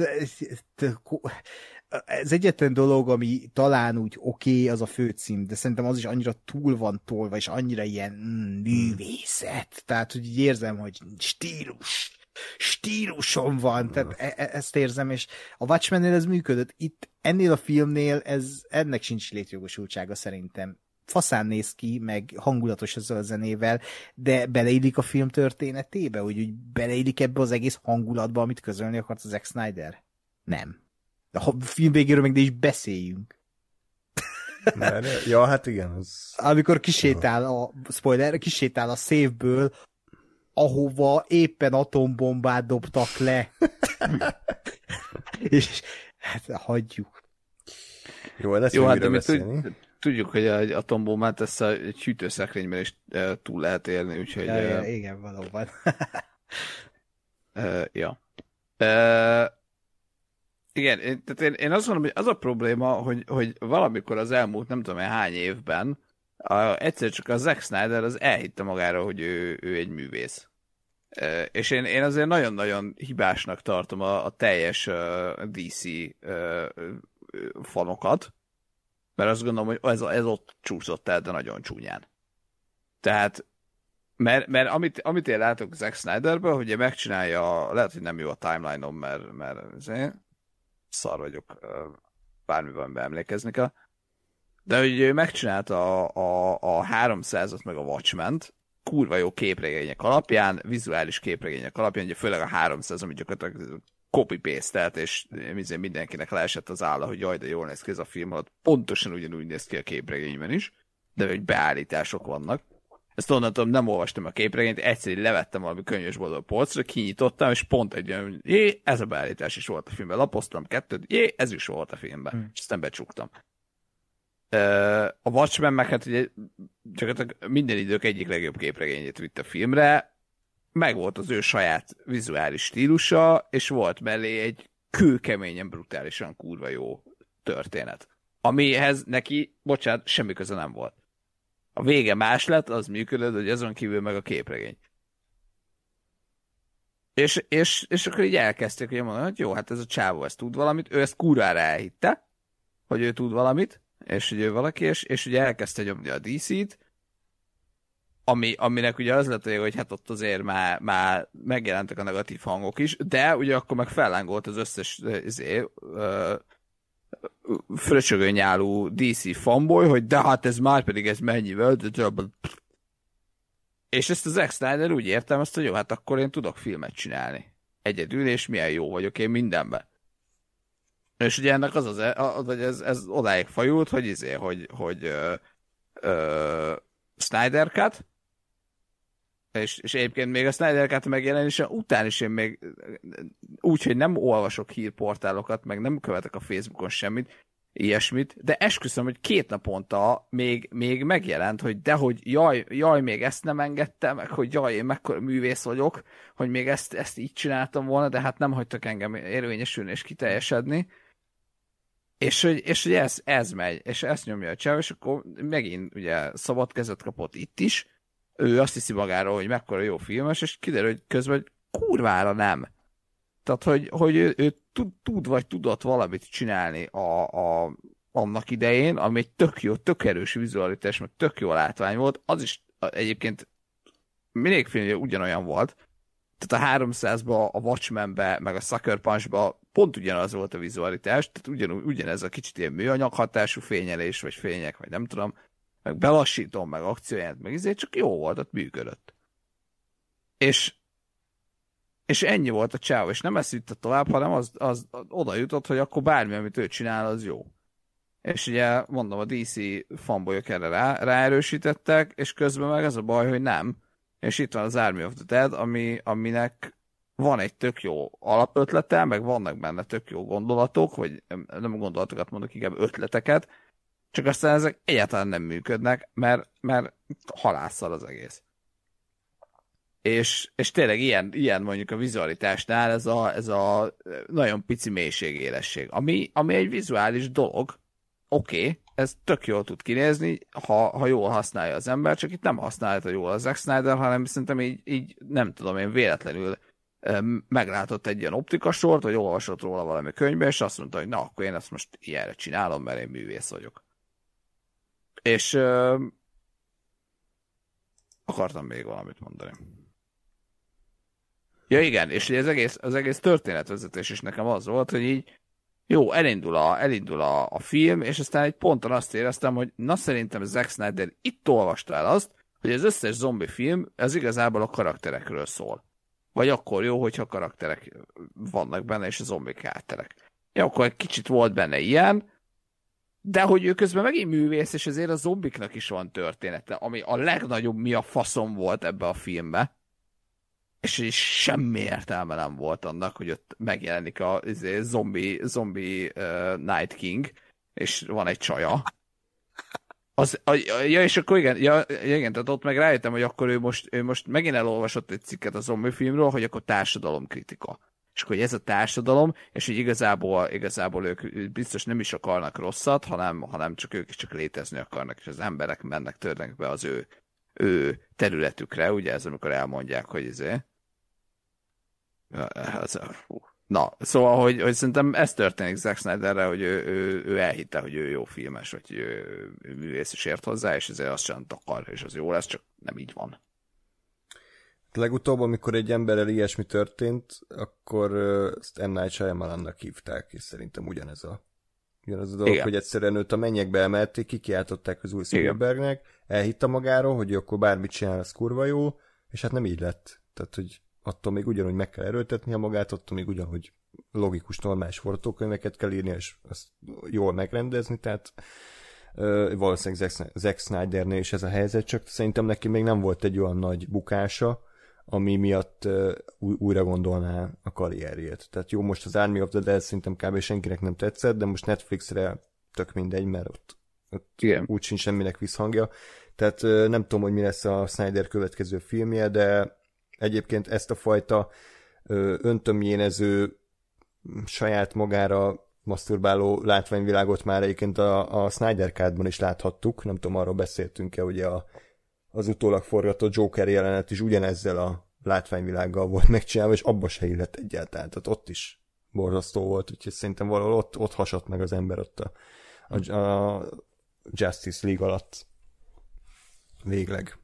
ez egyetlen dolog, ami talán úgy oké, okay, az a főcím, de szerintem az is annyira túl van tolva, és annyira ilyen mm, művészet. Tehát, hogy így érzem, hogy stílus, stílusom van, tehát e- e- ezt érzem, és a Watchmennél ez működött. Itt ennél a filmnél ez, ennek sincs létjogosultsága szerintem. Faszán néz ki, meg hangulatos ezzel a zenével, de beleillik a film történetébe, úgy, úgy beleillik ebbe az egész hangulatba, amit közölni akart az Zack Snyder? Nem. De a film végéről meg de is beszéljünk. Mert, ja, hát igen. Az... Amikor kisétál a, spoiler, kisétál a széfből, ahova éppen atombombát dobtak le. És hát hagyjuk. Jó, lesz Jó, hát újra mi beszélni. tud, tudjuk, hogy egy atombombát ezt a egy hűtőszekrényben is e, túl lehet élni, úgyhogy... Ja, ja, e, igen, valóban. e, ja. E, igen, én, tehát én, én azt mondom, hogy az a probléma, hogy, hogy valamikor az elmúlt nem tudom én hány évben a, egyszer csak a Zack Snyder az elhitte magára, hogy ő, ő egy művész. E, és én, én azért nagyon-nagyon hibásnak tartom a, a teljes uh, dé cé uh, fanokat, mert azt gondolom, hogy ez, ez ott csúszott el, de nagyon csúnyán. Tehát, mert, mert amit, amit én látok Zack Snyderből, hogy ő megcsinálja, lehet, hogy nem jó a timeline-om, mert, mert azért szar vagyok, bármiben beemlékezni kell, de hogy ő megcsinálta a, a, a háromszázat meg a Watchmen-t, kurva jó képregények alapján, vizuális képregények alapján, ugye főleg a háromszáz, ami gyakorlatilag copy-paste-telt, és mindenkinek leesett az álla, hogy jaj, de jól néz ki ez a film, hogy pontosan ugyanúgy néz ki a képregényben is, de hogy beállítások vannak. Ezt onnan tudom, nem olvastam a képregényt, egyszerűen levettem valami könyvesboltból polcra, kinyitottam, és pont egy olyan, jé, ez a beállítás is volt a filmben, lapoztam kettőt, jé, ez is volt a filmben, hmm. és aztán becsuktam. A Watchmen meg hát ugye gyakorlatilag minden idők egyik legjobb képregényét vitt a filmre, meg volt az ő saját vizuális stílusa, és volt mellé egy kőkeményen, brutálisan kurva jó történet. Amihez neki, bocsánat, semmi köze nem volt. A vége más lett, az működött, hogy azon kívül meg a képregény. És, és, és akkor így elkezdték, hogy mondani, hogy jó, hát ez a csávó, ez tud valamit, ő ezt kurvára elhitte, hogy ő tud valamit, és hogy ő valaki, és, és ugye elkezdte nyomni a dé cét, ami, aminek ugye az lett, hogy hát ott azért már, már megjelentek a negatív hangok is, de ugye akkor meg fellángolt az összes izé, ö, fröcsögő nyálú dé cé fanboy, hogy de hát ez már pedig ez mennyivel, és ezt az Zack Snyder úgy értelmezte, hogy jó, hát akkor én tudok filmet csinálni. Egyedül, és milyen jó vagyok én mindenben. És ugye ennek az az, hogy ez, ez odáig fajult, hogy izé, hogy, hogy ö, ö, Snyder Cut, és, és egyébként még a Snyder Cut megjelenése után is én még úgy, hogy nem olvasok hírportálokat, meg nem követek a Facebookon semmit, ilyesmit, de esküszöm, hogy két naponta még, még megjelent, hogy dehogy jaj, jaj, még ezt nem engedtem, meg hogy jaj, én mekkora művész vagyok, hogy még ezt, ezt így csináltam volna, de hát nem hagytak engem érvényesülni és kiteljesedni. És hogy, és hogy ez, ez megy, és ezt nyomja a csáv, és akkor megint ugye szabad kezet kapott itt is, ő azt hiszi magáról, hogy mekkora jó filmes, és kiderül, hogy közben hogy kurvára nem. Tehát, hogy, hogy ő, ő tud, tud vagy tudott valamit csinálni a, a, annak idején, ami egy tök jó, tök erős vizualitás, meg tök jó látvány volt, az is egyébként mindig film ugyanolyan volt. Tehát a háromszázba, a Watchmenbe, meg a Sucker Punchba pont ugyanaz volt a vizualitás, tehát ugyan, ugyanez a kicsit ilyen műanyag hatású fényelés, vagy fények, vagy nem tudom, meg belassítom, meg akcióját, meg ezért csak jó volt, ott működött. És És ennyi volt a csáv, és nem ezt vitte tovább, hanem az, az, az oda jutott, hogy akkor bármi, amit ő csinál, az jó. És ugye, mondom, a dé cé fanbolyok erre rá, ráerősítettek, és közben meg az a baj, hogy nem. És itt van az Army of the Dead, ami, aminek van egy tök jó alapötlete, meg vannak benne tök jó gondolatok, vagy nem gondolatokat mondok, inkább ötleteket, csak aztán ezek egyáltalán nem működnek, mert, mert halásszal az egész. És, és tényleg ilyen, ilyen mondjuk a vizualitásnál ez a, ez a nagyon pici mélységélesség, ami, ami egy vizuális dolog, oké, okay, ez tök jól tud kinézni, ha, ha jól használja az ember, csak itt nem használta jól a Zack Snyder, hanem szerintem így, így nem tudom, én véletlenül meglátott egy ilyen optikasort, vagy olvasott róla valami könyvben, és azt mondta, hogy na, akkor én ezt most ilyenre csinálom, mert én művész vagyok. És ö, akartam még valamit mondani. Ja igen, és az egész, az egész történetvezetés is nekem az volt, hogy így jó, elindul a, elindul a, a film, és aztán egy ponton azt éreztem, hogy na szerintem Zack Snyder itt olvasta el azt, hogy az összes zombi film, ez igazából a karakterekről szól. Vagy akkor jó, hogyha karakterek vannak benne, és a zombik hátterek. Ja, akkor egy kicsit volt benne ilyen, de hogy ő közben megint művész, és ezért a zombiknak is van története, ami a legnagyobb mi a faszom volt ebbe a filmbe. És így semmi értelme nem volt annak, hogy ott megjelenik a izé, zombi, zombi uh, Night King, és van egy csaja. Az, a, ja, és akkor igen, ja, igen, tehát ott meg rájöttem, hogy akkor ő most, ő most megint elolvasott egy cikket a zombi filmről, hogy akkor társadalomkritika. És akkor ez a társadalom, és hogy igazából, igazából ők biztos nem is akarnak rosszat, hanem, hanem csak ők is csak létezni akarnak, és az emberek mennek, törnek be az ő, ő területükre, ugye ez amikor elmondják, hogy ezért. Na, szóval, hogy, hogy szerintem ez történik Zack Snyderre, hogy ő, ő, ő elhitte, hogy ő jó filmes, vagy ő, ő művész is ért hozzá, és ezért azt sem akar, és az jó lesz, csak nem így van. Legutóbb, amikor egy emberrel ilyesmi történt, akkor ezt M. Night Shyamalannak hívták, és szerintem ugyanez a, ugyanez a dolog, igen. Hogy egyszerűen őt a mennyekbe emelték, kikiáltották az új Spielbergnek, elhitte magáról, hogy akkor bármit csinál, az kurva jó, és hát nem így lett. Tehát, hogy attól még ugyanúgy meg kell erőltetnie magát, attól még ugyanúgy logikus, normális forgatókönyveket kell írni, és azt jól megrendezni, tehát uh, valószínűleg Zack Snydernél is ez a helyzet, csak szerintem neki még nem volt egy olyan nagy bukása, ami miatt uh, új, újra gondolná a karrierjét. Tehát jó, most az Army of the Dead szerintem kb. Senkinek nem tetszett, de most Netflixre tök mindegy, mert ott, ott úgy sincs semminek visszhangja. Tehát uh, nem tudom, hogy mi lesz a Snyder következő filmje, de egyébként ezt a fajta uh, öntömjénező, saját magára maszturbáló látványvilágot már egyébként a, a Snyder Cut-ban is láthattuk. Nem tudom, arról beszéltünk-e, ugye a az utólag forgatott Joker jelenet is ugyanezzel a látványvilággal volt megcsinálva, és abba se illett egyáltalán. Tehát ott is borzasztó volt, úgyhogy szerintem valahol ott, ott hasadt meg az ember ott a, a, a Justice League alatt. Végleg.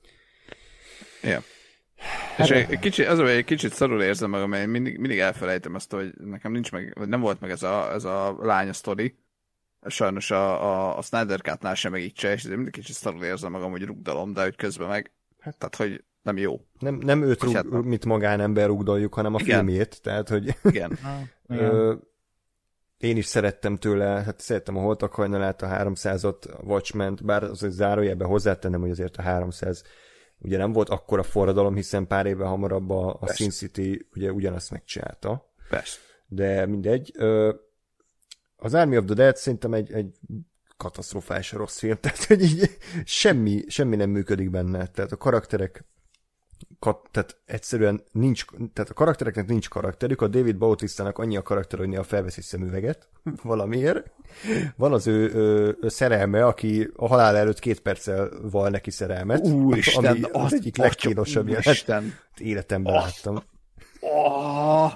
Yeah. Hát, és egy kicsit, az, hogy egy kicsit szarul érzem magam, mert mindig, mindig elfelejtem azt, hogy nekem nincs meg, vagy nem volt meg ez a, ez a lánya sztori. Sajnos a, a, a Snyder Cut-nál sem meg így se, és mindig kicsit szarul érzem magam, hogy rugdalom, de hogy közben meg, hát, tehát, hogy nem jó. Nem, nem őt, rúg, hát, mint magánember rugdaljuk, hanem a igen. filmjét, tehát, hogy igen. ö, én is szerettem tőle, hát szerettem a Holtak hajnalát, a háromszázat, a Watchmen-t, bár az egy zárójelben hozzátennem, hogy azért a háromszáz ugye nem volt akkora forradalom, hiszen pár évvel hamarabb a, a Sin City ugye ugyanazt megcsinálta. Persze. De mindegy. Ö, Az Army of the Dead szerintem egy, egy katasztrofális rossz film, tehát hogy így semmi, semmi nem működik benne, tehát a karakterek kat, tehát egyszerűen nincs, tehát a karaktereknek nincs karakterük, a David Bautistának annyi a karakter, hogy néha felveszi szemüveget valamiért. Van az ő, ő, ő szerelme, aki a halál előtt két perccel val neki szerelmet. Úristen, ami az, az egyik legkínosabb jelenet. Életemben oh, láttam. Oh.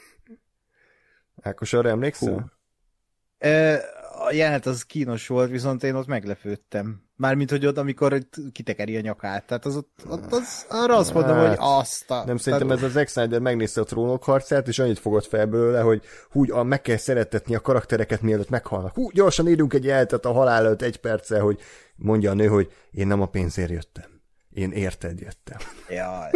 Ákos, arra emlékszel? Hú. A jelenet az kínos volt, viszont én ott meglepődtem. Mármint, hogy ott, amikor kitekeri a nyakát. Tehát az ott, ott az, arra azt mondom, hát, hogy azt a... Nem, szerintem ez az Zack Snyder megnézte a Trónok harcát, és annyit fogott fel belőle, hogy hú, a, meg kell szeretetni a karaktereket, mielőtt meghalnak. Hú, gyorsan írjunk egy jelenetet a halál előtt egy perccel, hogy mondja a nő, hogy én nem a pénzért jöttem. Én érted jöttem. Jaj.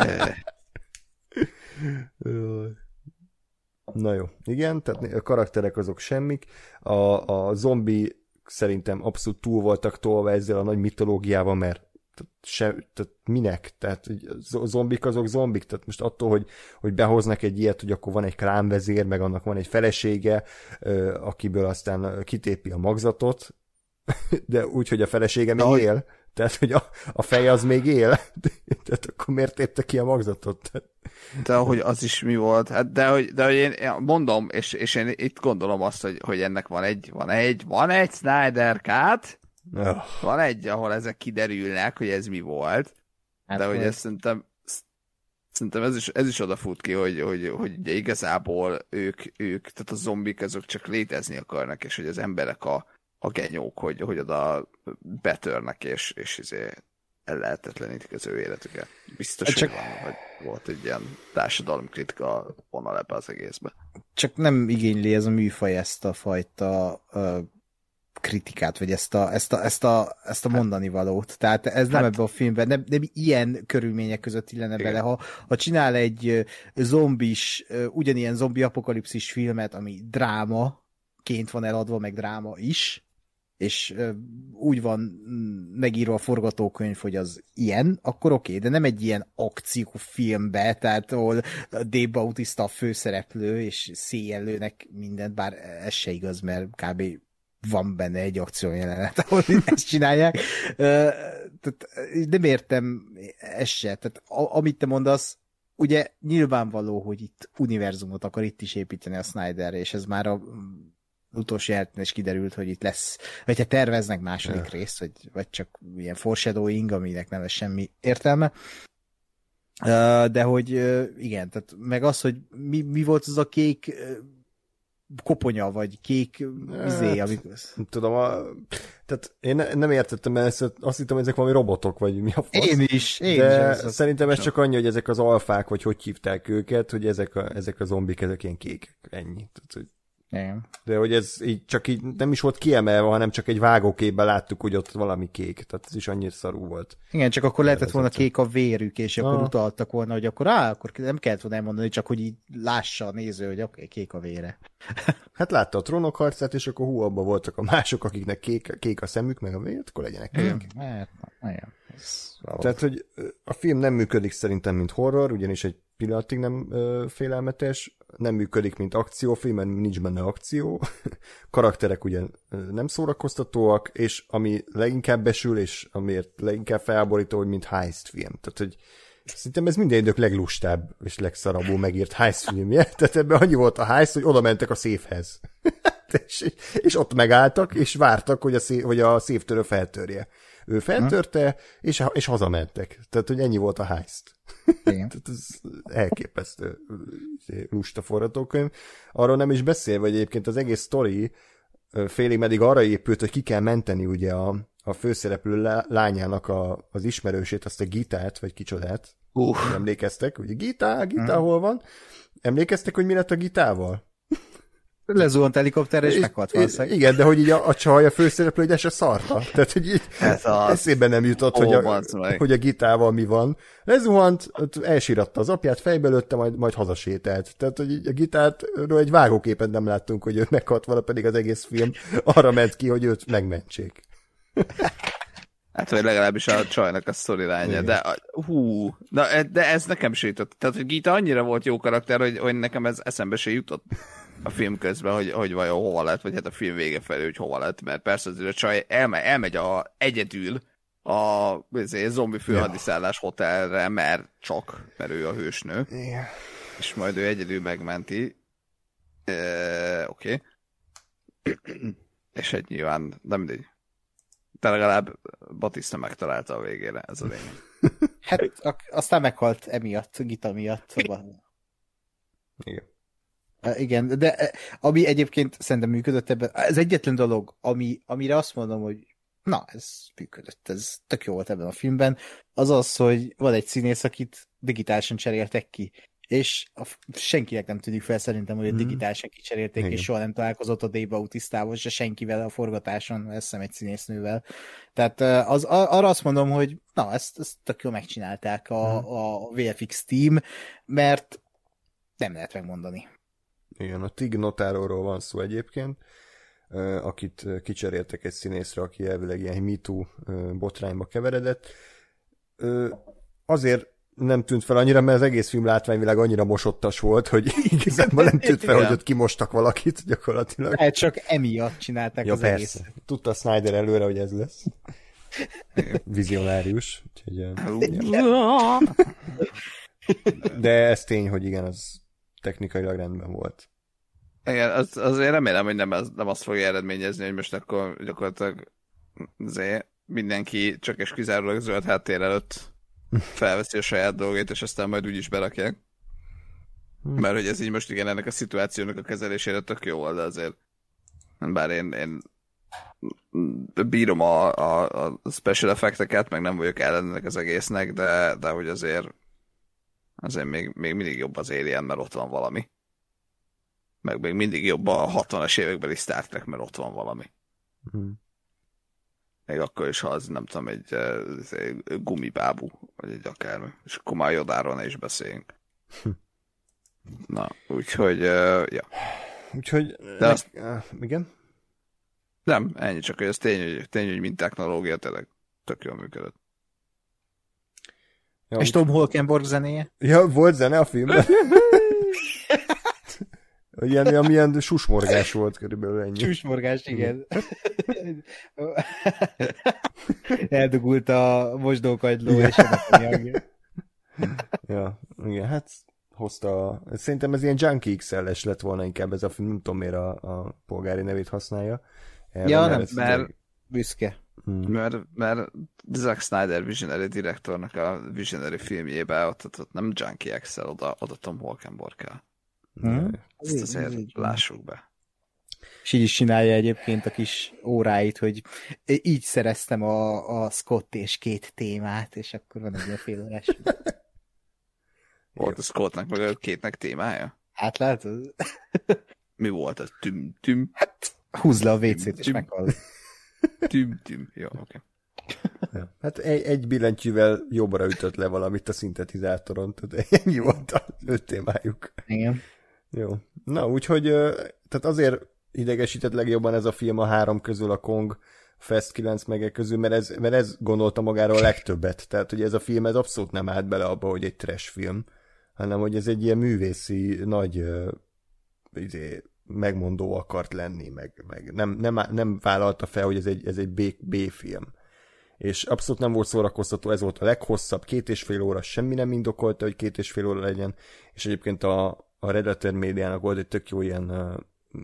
Na jó, igen, tehát a karakterek azok semmik. A, a zombi szerintem abszolút túl voltak tolva ezzel a nagy mitológiával, mert se, tehát minek? Tehát a zombik azok zombik, tehát most attól, hogy, hogy behoznak egy ilyet, hogy akkor van egy klánvezér, meg annak van egy felesége, akiből aztán kitépi a magzatot, de úgy, hogy a felesége még no. él. Tehát, hogy a, a fej az még él. Tehát akkor miért tépte ki a magzatot? De hogy az is mi volt? Hát de, hogy, de hogy én mondom, és, és én itt gondolom azt, hogy, hogy ennek van egy, van egy, van egy Snyder Cut, oh. van egy, ahol ezek kiderülnek, hogy ez mi volt, hát de hogy ez szerintem, szerintem ez is, ez is odafut ki, hogy, hogy, hogy ugye igazából ők, ők, tehát a zombik azok csak létezni akarnak, és hogy az emberek a a genyók, hogy, hogy oda betörnek, és, és izé ellehetetlenítik az ő életüket. Biztos, csak... hogy van, hogy volt egy ilyen társadalomkritika vonal ebbe az egészbe. Csak nem igényli ez a műfaj ezt a fajta uh, kritikát, vagy ezt a, ezt a, ezt a, ezt a mondani valót. Tehát ez nem hát... ebben a filmben, nem, nem ilyen körülmények között illene bele. Ha, ha csinál egy uh, zombis, uh, ugyanilyen zombi apokalipszis filmet, ami drámaként van eladva, meg dráma is, és uh, úgy van megírva a forgatókönyv, hogy az ilyen, akkor oké, okay, de nem egy ilyen akciófilmbe, tehát ahol Dave Bautista a főszereplő, és széjjel lőnek mindent, bár ez se igaz, mert kb. van benne egy akciójelenet, ahol ezt csinálják. Tehát nem értem ezt se. Tehát amit te mondasz, ugye nyilvánvaló, hogy itt univerzumot akar itt is építeni a Snyder, és ez már a utolsó jelenetben is kiderült, hogy itt lesz, vagy hát terveznek második yeah. részt, vagy, vagy csak ilyen foreshadowing, aminek nem lesz semmi értelme. De hogy igen, tehát meg az, hogy mi, mi volt az a kék koponya, vagy kék izé, hát, amik... tudom, a, tehát én nem értettem, mert ezt, azt hittem, hogy ezek valami robotok, vagy mi a fasz. Én is, én de is. Szerintem ez csak annyi, hogy ezek az alfák, vagy hogy hívták őket, hogy ezek a, ezek a zombik, ezek ilyen kékek. Ennyi. Tehát, hogy igen. De hogy ez így csak így nem is volt kiemelve, hanem csak egy vágóképben láttuk, hogy ott valami kék. Tehát ez is annyira szarú volt. Igen, csak akkor lehetett volna kék a vérük, és akkor ah. utaltak volna, hogy akkor á, akkor nem kellett volna elmondani, csak hogy így lássa a néző, hogy oké, kék a vére. Hát látta a Trónok harcát, és akkor hú, abban voltak a mások, akiknek kék, kék a szemük, meg a vér, akkor legyenek kék. Hát, nagyon. Tehát, hogy a film nem működik szerintem, mint horror, ugyanis egy pillanatig nem ö, félelmetes, nem működik, mint akciófilm, mert nincs benne akció, karakterek ugye nem szórakoztatóak, és ami leginkább besül, és amiért leginkább felborító, hogy mint heist film. Tehát, hogy szerintem ez minden idők leglustább és legszarabbul megírt heist filmje. Tehát ebben annyi volt a heist, hogy oda mentek a széfhez. és, és ott megálltak, és vártak, hogy a, széf, hogy a széftörő feltörje. Ő feltörte, és, és hazamentek. Tehát, hogy ennyi volt a heist. Tehát ez elképesztő lusta forgatókönyv. Arról nem is beszélve, hogy egyébként az egész sztori félig meddig arra épült, hogy ki kell menteni ugye a, a főszereplő lányának a, az ismerősét, azt a Gitát, vagy kicsodát. Uh. Emlékeztek? Ugye Gita, Gita uh. hol van? Emlékeztek, hogy mi lett a Gitával? Lezuhant helikopterre, és meghalt valószínűleg. Igen, de hogy így a, a csaj, a főszereplő, hogy se szarta. Tehát, hogy így eszébe nem jutott, hogy a, hogy a Gitával mi van. Lezuhant, elsíratta az apját, fejbe lőtte, majd, majd hazasételt. Tehát, hogy így a Gitátról egy vágóképet nem láttunk, hogy ő meghalt vala, pedig az egész film arra ment ki, hogy őt megmentsék. Hát, vagy legalábbis a csajnak a sztorilánya, de hú, na, de ez nekem se jutott. Tehát, hogy Gita annyira volt jó karakter, hogy, hogy nekem ez eszembe se jutott a film közben, hogy, hogy vajon hova lett, vagy hát a film vége felé, hogy hova lett, mert persze azért a csaj elme, elmegy a, egyedül a azért, zombi főhadiszállás hotelre, mert csak, mert ő a hősnő, igen. És majd ő egyedül megmenti. E, Oké. Okay. És egy nyilván, nem mindegy. De legalább Batista megtalálta a végére, ez a lényeg. Hát aztán meghalt emiatt, Gita miatt. Szóval. Igen. Igen, de ami egyébként szerintem működött ebben, ez egyetlen dolog, ami, amire azt mondom, hogy na, ez működött, ez tök jó volt ebben a filmben, az az, hogy van egy színész, akit digitálisan cseréltek ki, és a, senkinek nem tűnik fel szerintem, hogy hmm. digitálisan kicserélték, igen. És soha nem találkozott a Dave Bautistával, se senkivel a forgatáson, azt hiszem egy színésznővel. Tehát az, arra azt mondom, hogy na, ezt, ezt tök jól megcsinálták a, hmm. a vé ef iksz team, mert nem lehet megmondani. Igen, a Tig Notáróról van szó egyébként, akit kicseréltek egy színészre, aki elvileg ilyen MeToo botrányba keveredett. Azért nem tűnt fel annyira, mert az egész film látványvilág annyira mosottas volt, hogy igazából nem tűnt fel, hogy ott kimostak valakit gyakorlatilag. Hát csak emiatt csinálták ja, az persze. Egész. Tudta Snyder előre, hogy ez lesz. Vizionárius. Úgyhogy, de ez tény, hogy igen, az technikailag rendben volt. Igen, az, azért remélem, hogy nem, az, nem azt fogja eredményezni, hogy most akkor gyakorlatilag azért mindenki csak és kizárólag zöld háttér előtt felveszi a saját dolgait, és aztán majd úgyis berakják. Hmm. Mert hogy ez így most igen, ennek a szituációnak a kezelésére tök jó volt, de azért bár én, én bírom a, a, a special effekteket, meg nem vagyok ellenek az egésznek, de, de hogy azért azért még, még mindig jobb az Alien, mert ott van valami. Meg még mindig jobb a hatvanas évekbeli Star Trek, mert ott van valami. Hmm. Még akkor is, ha az nem tudom, egy, egy gumibábú, vagy egy akármi. És akkor már Jodáról ne is beszéljünk. Na, úgyhogy, uh, ja. Úgyhogy, de azt, uh, igen? Nem, ennyi, csak hogy ez tény, hogy, tény, hogy mint technológia tényleg tök jól működött. Ja, és Tom Holkenborg zenéje? Ja, volt zene a filmben. Ilyen, amilyen susmorgás volt körülbelül ennyi. Csúsmorgás, igen. Eldugult a mosdókagyló, és ennek a hangja. Ja, igen, hát hozta a... Szerintem ez ilyen Junkie iksz el-es lett volna inkább ez a film, nem tudom miért a, a polgári nevét használja. Erre Ja, nem, mert, egy... büszke. hmm. mert, mert Zack Snyder Visionary direktornak a Visionary filmjébe ott, ott, ott nem Junkie iksz el, oda, oda Tom Holkenborg kell. Hmm? Ezt azért lássuk be. És így is csinálja egyébként a kis óráit, hogy így szereztem a, a Scott és két témát, és akkor van egy ilyen fél órás. Volt a Scottnak meg a Kétnek témája? Hát látod? Mi volt ez? Tüm, tüm, Húzd le a vécét, és Tüm. meghallod. tüm, tüm. Jó, oké. Okay. Hát egy, egy billentyűvel jobbra ütött le valamit a szintetizátoron, tehát ennyi volt az öt témájuk. Igen. Jó. Na, úgyhogy ö, tehát azért idegesített legjobban ez a film a három közül, a Kong Fest kilenc mege közül, mert ez, mert ez gondolta magáról a legtöbbet. Tehát, hogy ez a film ez abszolút nem állt bele abba, hogy egy trash film, hanem, hogy ez egy ilyen művészi, nagy ö, izé, megmondó akart lenni, meg, meg nem, nem, nem vállalta fel, hogy ez egy, ez egy B, B-film. És abszolút nem volt szórakoztató, ez volt a leghosszabb, két és fél óra, semmi nem indokolta, hogy két és fél óra legyen, és egyébként a, a Redditor médiának volt egy tök jó ilyen uh,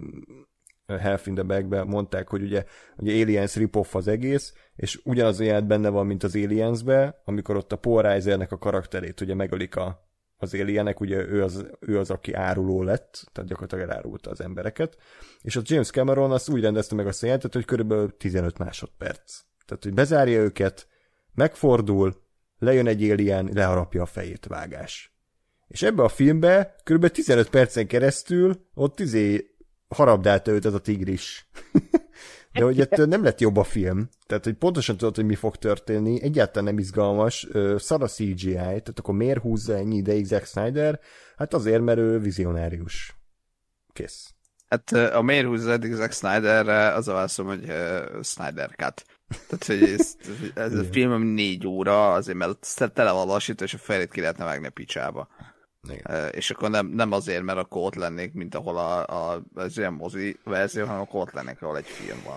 Half in the Bag-ben mondták, hogy ugye, ugye Aliens rip-off az egész, és ugyanaz a jelent benne van, mint az Aliens-be, amikor ott a Paul Reisernek a karakterét ugye megölik a, az alienek, ugye ő az, ő az, aki áruló lett, tehát gyakorlatilag elárulta az embereket, és a James Cameron azt úgy rendezte meg a jelentet, hogy körülbelül tizenöt másodperc. Tehát, hogy bezárja őket, megfordul, lejön egy alien, leharapja a fejét, vágás. És ebbe a filmbe kb. tizenöt percen keresztül ott izé harabdálta őt ez a tigris. De hogy ettől nem lett jobb a film. Tehát, hogy pontosan tudod, hogy mi fog történni, egyáltalán nem izgalmas, szar a cé gé í, tehát akkor miért húzza ennyi ideig Zack Snyder? Hát azért, mert ő vizionárius. Kész. Hát a miért húzza eddig Zack Snyderre, az a válaszom, hogy uh, Snyder Cut. Tehát, hogy ez, ez a film, ami négy óra, azért, mert tele van lassítva, és a fejét ki lehetne vágni a picsába. Uh, és akkor nem, nem azért, mert akkor ott lennék, mint ahol a, a, az ilyen mozi verzió, hanem akkor ott lennék, ahol egy film van.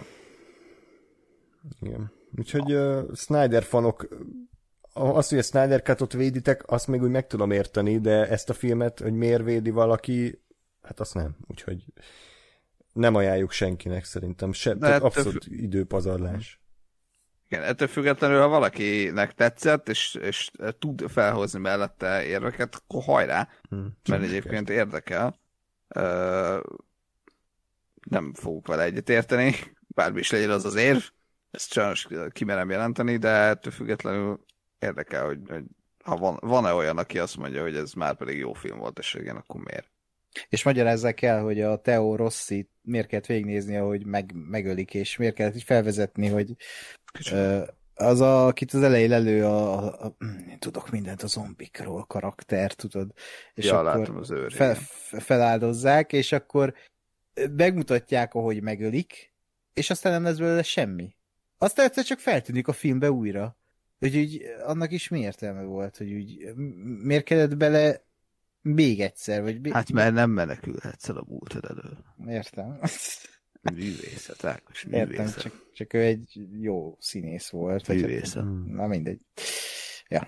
Igen. Úgyhogy uh, Snyder fanok, azt, hogy a Snyder Cut-ot véditek, azt még úgy meg tudom érteni, de ezt a filmet, hogy miért védi valaki, hát azt nem. Úgyhogy nem ajánljuk senkinek szerintem. Se, tehát abszolút fü- időpazarlás. Igen, ettől függetlenül, ha valakinek tetszett, és, és tud felhozni mellette érveket, akkor hajrá, hmm, mert egyébként érdekel. Uh, nem fogok vele egyet érteni, bármi is legyen az az érv, ezt sajnos kimerem jelenteni, de ettől függetlenül érdekel, hogy, hogy ha van, van-e olyan, aki azt mondja, hogy ez már pedig jó film volt, és igen, akkor miért? És magyarázzák el, hogy a Theo Rossi miért kellett végignézni, ahogy meg, megölik, és miért kellett így felvezetni, hogy uh, az, a, akit az elején elő a, a, a tudok mindent a zombikról karakter, tudod? És ja, akkor látom az őr, fel, feláldozzák, és akkor megmutatják, ahogy megölik, és aztán nem lesz belőle semmi. Aztán egyszer csak feltűnik a filmbe újra. Hogy úgy annak is mi értelme volt, hogy úgy miért kellett bele még egyszer, vagy... Még... Hát mert nem menekülhetsz el a múltad elől. Értem. Művészet, Ákos, művészet. Értem, csak, csak ő egy jó színész volt. Művészet. Vagy, na mindegy. Ja.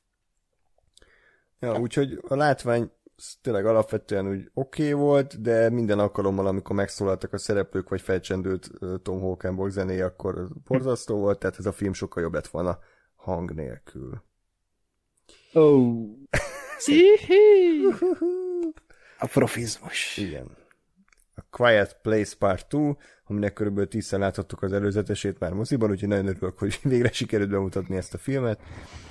Ja, úgyhogy a látvány tényleg alapvetően úgy oké okay volt, de minden alkalommal, amikor megszólaltak a szereplők, vagy felcsendült Tom Holkenborg zenéje, akkor borzasztó volt, tehát ez a film sokkal jobb lett volna hang nélkül. Oh. A profizmus. Igen. A Quiet Place Part kettő, aminek körülbelül tízszer láthattuk az előzetesét már moziban, úgyhogy nagyon örülök, hogy végre sikerült bemutatni ezt a filmet.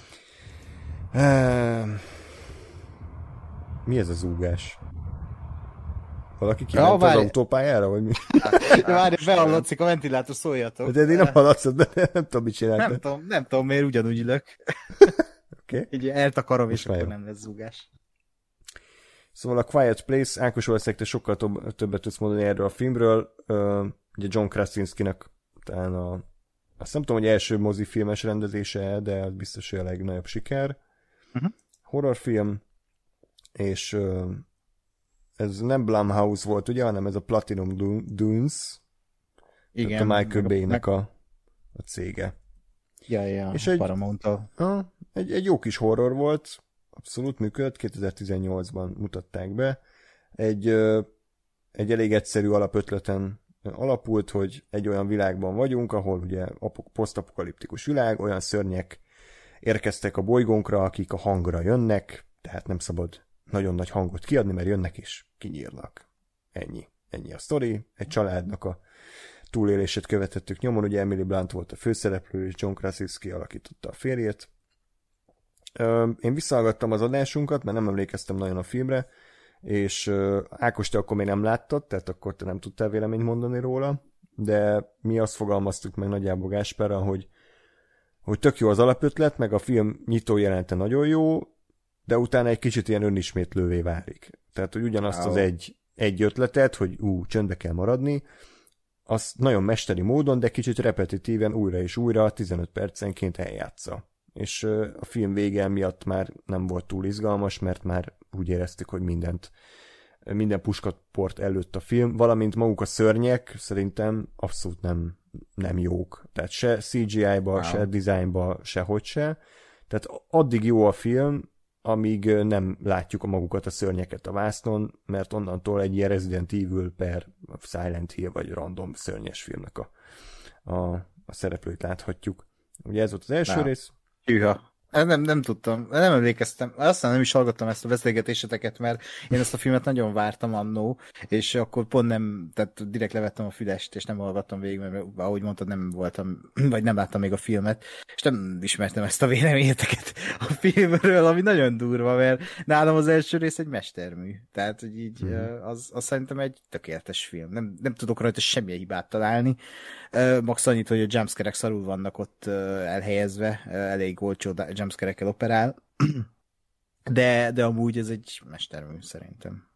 Mi ez a zúgás? Valaki kiment ja, az autópályára, vagy mi? Várj, behallatszik a ventilátor, szóljatok. De én nem hallatszott, de nem tudom, mit csináltad. Nem tudom, nem tudom, miért ugyanúgy ülök. Okay. Így eltakarom, és akkor nem lesz zúgás. Szóval a Quiet Place, Ákos valószínűleg te sokkal több, többet tudsz mondani erről a filmről. Uh, ugye John Krasinskinek talán a, azt nem tudom, hogy első mozifilmes rendezése, de az biztos, hogy a legnagyobb siker. Uh-huh. Horrorfilm, és uh, ez nem Blumhouse volt, ugye, hanem ez a Platinum Dunes. Igen. A Michael Bay-nek a, a cége. Ja, ja, és egy, Paramount-tal. Egy, egy jó kis horror volt, abszolút működött, kétezer-tizennyolcban mutatták be. Egy, egy elég egyszerű alapötleten alapult, hogy egy olyan világban vagyunk, ahol ugye posztapokaliptikus világ, olyan szörnyek érkeztek a bolygónkra, akik a hangra jönnek, tehát nem szabad nagyon nagy hangot kiadni, mert jönnek és kinyírnak. Ennyi. Ennyi a sztori. Egy családnak a túlélését követettük nyomon, ugye Emily Blunt volt a főszereplő, és John Krasinski alakította a férjét. Én visszahallgattam az adásunkat, mert nem emlékeztem nagyon a filmre, és Ákos, te akkor még nem láttad, tehát akkor te nem tudtál véleményt mondani róla, de mi azt fogalmaztuk meg nagyjából Gáspárral, hogy, hogy tök jó az alapötlet, meg a film nyitó jelenete nagyon jó, de utána egy kicsit ilyen önismétlővé válik. Tehát, hogy ugyanazt az egy, egy ötletet, hogy ú, csöndbe kell maradni, azt nagyon mesteri módon, de kicsit repetitíven újra és újra tizenöt percenként eljátsza. És a film vége miatt már nem volt túl izgalmas, mert már úgy éreztük, hogy mindent, minden puskaport előtt a film, valamint maguk a szörnyek szerintem abszolút nem, nem jók. Tehát se cé gé í-ba, wow. se designba, sehogy se. Tehát addig jó a film, amíg nem látjuk a magukat a szörnyeket a vásznon, mert onnantól egy ilyen Resident Evil per Silent Hill vagy random szörnyes filmnek a, a, a szereplőit láthatjuk. Ugye ez volt az első Na. rész. Hűha. Nem, nem tudtam, nem emlékeztem. Aztán nem is hallgattam ezt a beszélgetéseteket, mert én ezt a filmet nagyon vártam annó, és akkor pont nem, tehát direkt levettem a fülest, és nem hallgattam végig, mert ahogy mondtad, nem voltam, vagy nem láttam még a filmet, és nem ismertem ezt a véleményeteket a filmről, ami nagyon durva, mert nálam az első rész egy mestermű. Tehát, hogy így, mm. az, az szerintem egy tökéletes film. Nem, nem tudok rajta semmilyen hibát találni. Max annyit, hogy a jumpscare-ek szarul vannak ott elhelyezve, elég olcsó jumpscare-ekkel operál, de, de amúgy ez egy mestermű szerintem.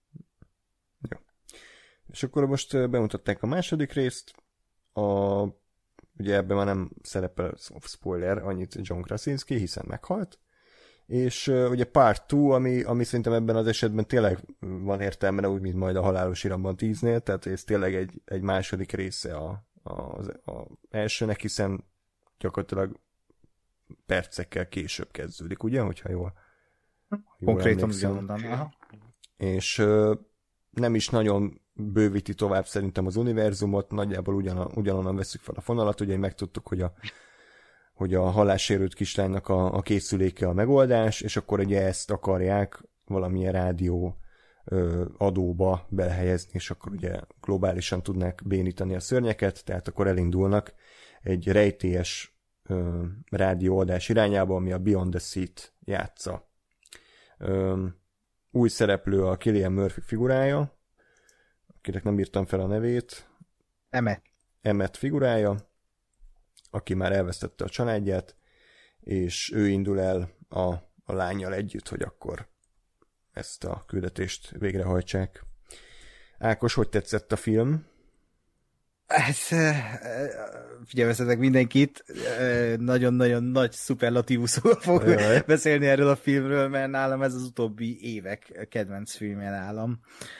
Jó. És akkor most bemutatták a második részt, a, ugye ebben már nem szerepel spoiler annyit John Krasinski, hiszen meghalt, és uh, ugye part kettő, ami, ami szerintem ebben az esetben tényleg van értelme, úgy, mint majd a Halálos Iramban tíznél, tehát ez tényleg egy, egy második része a, a, az a elsőnek, hiszen gyakorlatilag percekkel később kezdődik, ugye, hogyha jól, jól konkrétan ugye mondani. És uh, nem is nagyon bővíti tovább szerintem az univerzumot, nagyjából ugyan, ugyanonnan veszük fel a fonalat, ugye megtudtuk, hogy a, hogy a hallássérült kislánynak a, a készüléke a megoldás, és akkor ugye ezt akarják valamilyen rádió ö, adóba belehelyezni, és akkor ugye globálisan tudnák bénítani a szörnyeket, tehát akkor elindulnak egy rejtélyes Ö, rádióadás irányába, ami a Beyond the Seat játsza. Ö, új szereplő a Cillian Murphy figurája, akinek nem írtam fel a nevét. Emmet. Emmet figurája, aki már elvesztette a családját, és ő indul el a, a lányjal együtt, hogy akkor ezt a küldetést végrehajtsák. Ákos, hogy tetszett a film? Hát, figyelmeztetek mindenkit, nagyon-nagyon nagy szuperlatívuszokkal fog Jaj. beszélni erről a filmről, mert nálam ez az utóbbi évek kedvenc filmje nálam.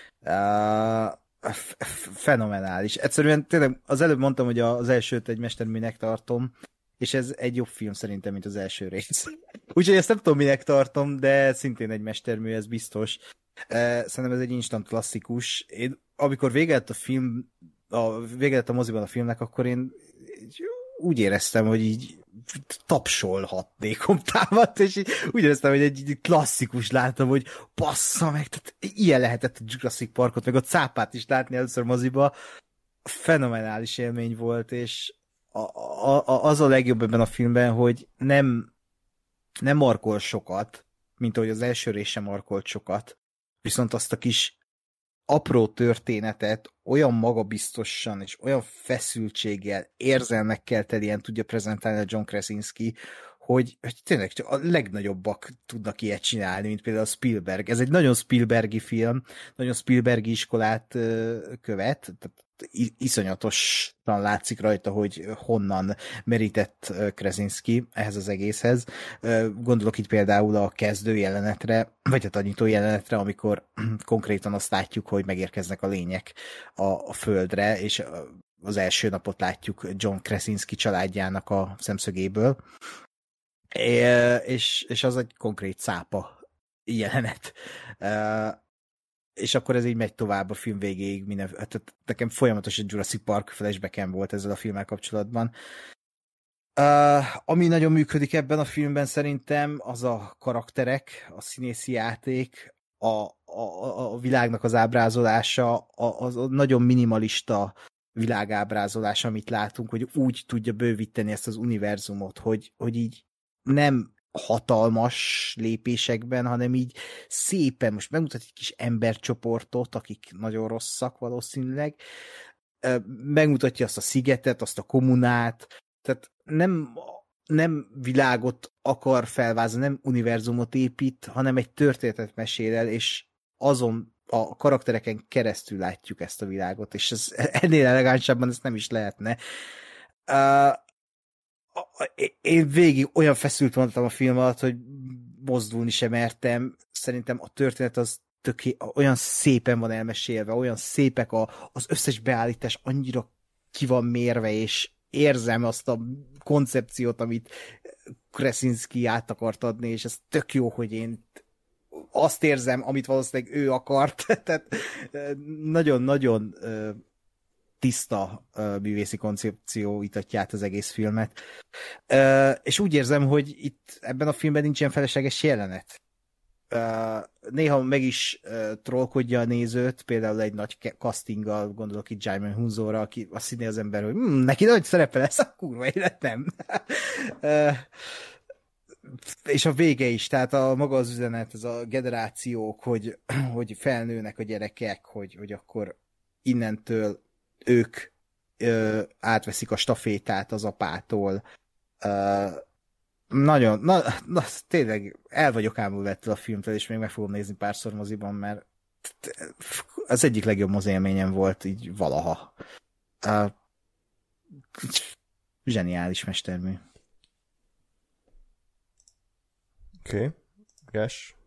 Uh, fenomenális. Egyszerűen tényleg az előbb mondtam, hogy az elsőt egy mesterműnek tartom, és ez egy jobb film szerintem, mint az első rész. Úgyhogy ezt nem tudom, minek tartom, de szintén egy mestermű, ez biztos. Szerintem ez egy instant klasszikus. Én, amikor vége lett a film, a vége lett a moziban a filmnek, akkor én úgy éreztem, hogy így tapsolhatnékom támadt, és így úgy éreztem, hogy egy klasszikus láttam, hogy bassza meg, tehát ilyen lehetett a Jurassic Parkot, meg a cápát is látni először moziba. Fenomenális élmény volt, és a, a, a, az a legjobb ebben a filmben, hogy nem, nem markol sokat, mint ahogy az első rész sem markolt sokat, viszont azt a kis apró történetet olyan magabiztosan és olyan feszültséggel, érzelmekkel telien tudja prezentálni a John Krasinski, hogy, hogy tényleg csak a legnagyobbak tudnak ilyet csinálni, mint például a Spielberg. Ez egy nagyon Spielbergi film, nagyon Spielbergi iskolát követ, tehát iszonyatosan látszik rajta, hogy honnan merített Krasinski ehhez az egészhez. Gondolok itt például a kezdő jelenetre, vagy a tanító jelenetre, amikor konkrétan azt látjuk, hogy megérkeznek a lények a, a földre, és az első napot látjuk John Krasinski családjának a szemszögéből. É, és, és az egy konkrét cápa jelenet. És akkor ez így megy tovább a film végéig. Minden, tehát nekem folyamatosan Jurassic Park flashbacken volt ezzel a filmmel kapcsolatban. Uh, ami nagyon működik ebben a filmben szerintem, az a karakterek, a színészi játék, a, a, a világnak az ábrázolása, a, az a nagyon minimalista világábrázolás, amit látunk, hogy úgy tudja bővíteni ezt az univerzumot, hogy, hogy így nem hatalmas lépésekben, hanem így szépen, most megmutat egy kis embercsoportot, akik nagyon rosszak valószínűleg, megmutatja azt a szigetet, azt a kommunát, tehát nem, nem világot akar felvázolni, nem univerzumot épít, hanem egy történetet mesél el, és azon a karaktereken keresztül látjuk ezt a világot, és ez, ennél elegánsabban ez nem is lehetne. Uh, Én végig olyan feszült voltam a film alatt, hogy mozdulni sem mertem. Szerintem a történet az töké, olyan szépen van elmesélve, olyan szépek a, az összes beállítás, annyira ki van mérve, és érzem azt a koncepciót, amit Krasinski át akart adni, és ez tök jó, hogy én azt érzem, amit valószínűleg ő akart. Tehát nagyon-nagyon tiszta uh, művészi koncepció itatja át az egész filmet. Uh, és úgy érzem, hogy itt ebben a filmben nincsen felesleges jelenet. Uh, néha meg is uh, trollkodja a nézőt, például egy nagy castinggal, gondolok itt Jaime Hunzóra, aki azt hinné az ember, hogy hm, neki nagy szerepe lesz, a kurva élet nem. uh, és a vége is, tehát a maga az üzenet, ez a generációk, hogy, hogy felnőnek a gyerekek, hogy, hogy akkor innentől ők ö, átveszik a stafétát az apától. Ö, nagyon, na, na, tényleg el vagyok ámulva ettől a filmtől, és még meg fogom nézni párszor moziban, mert az egyik legjobb mozélményem volt így valaha. Ö, zseniális mestermű. Oké. Okay. Gás?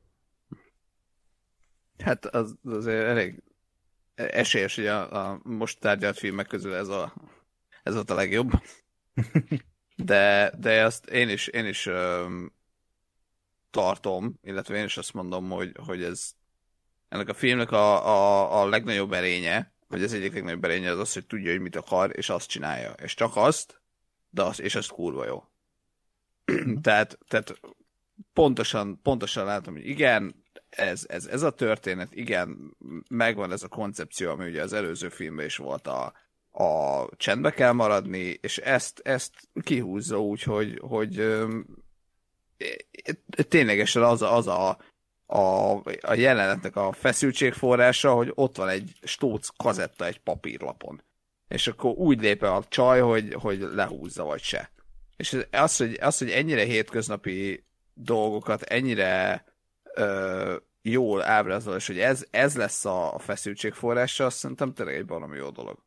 Hát az azért elég esélyes, hogy a, a most tárgyalt filmek közül ez, a, ez volt a legjobb. De, de azt én is, én is um, tartom, illetve én is azt mondom, hogy, hogy ez ennek a filmnek a, a, a legnagyobb erénye, vagy az egyik legnagyobb erénye az az, hogy tudja, hogy mit akar, és azt csinálja. És csak azt, de az, és azt kurva jó. tehát, tehát pontosan, pontosan látom, hogy igen, Ez, ez, ez a történet, igen, megvan ez a koncepció, ami ugye az előző filmben is volt, a, a csendbe kell maradni, és ezt, ezt kihúzza úgy, hogy, hogy öm, ténylegesen az a, az a, a, a jelenetnek a feszültségforrása, hogy ott van egy stóc kazetta egy papírlapon. És akkor úgy lép a csaj, hogy, hogy lehúzza vagy se. És az, hogy, az, hogy ennyire hétköznapi dolgokat, ennyire Ö, jól ábrázol, és hogy ez, ez lesz a, a feszültség forrása, azt szerintem tényleg egy valami jó dolog.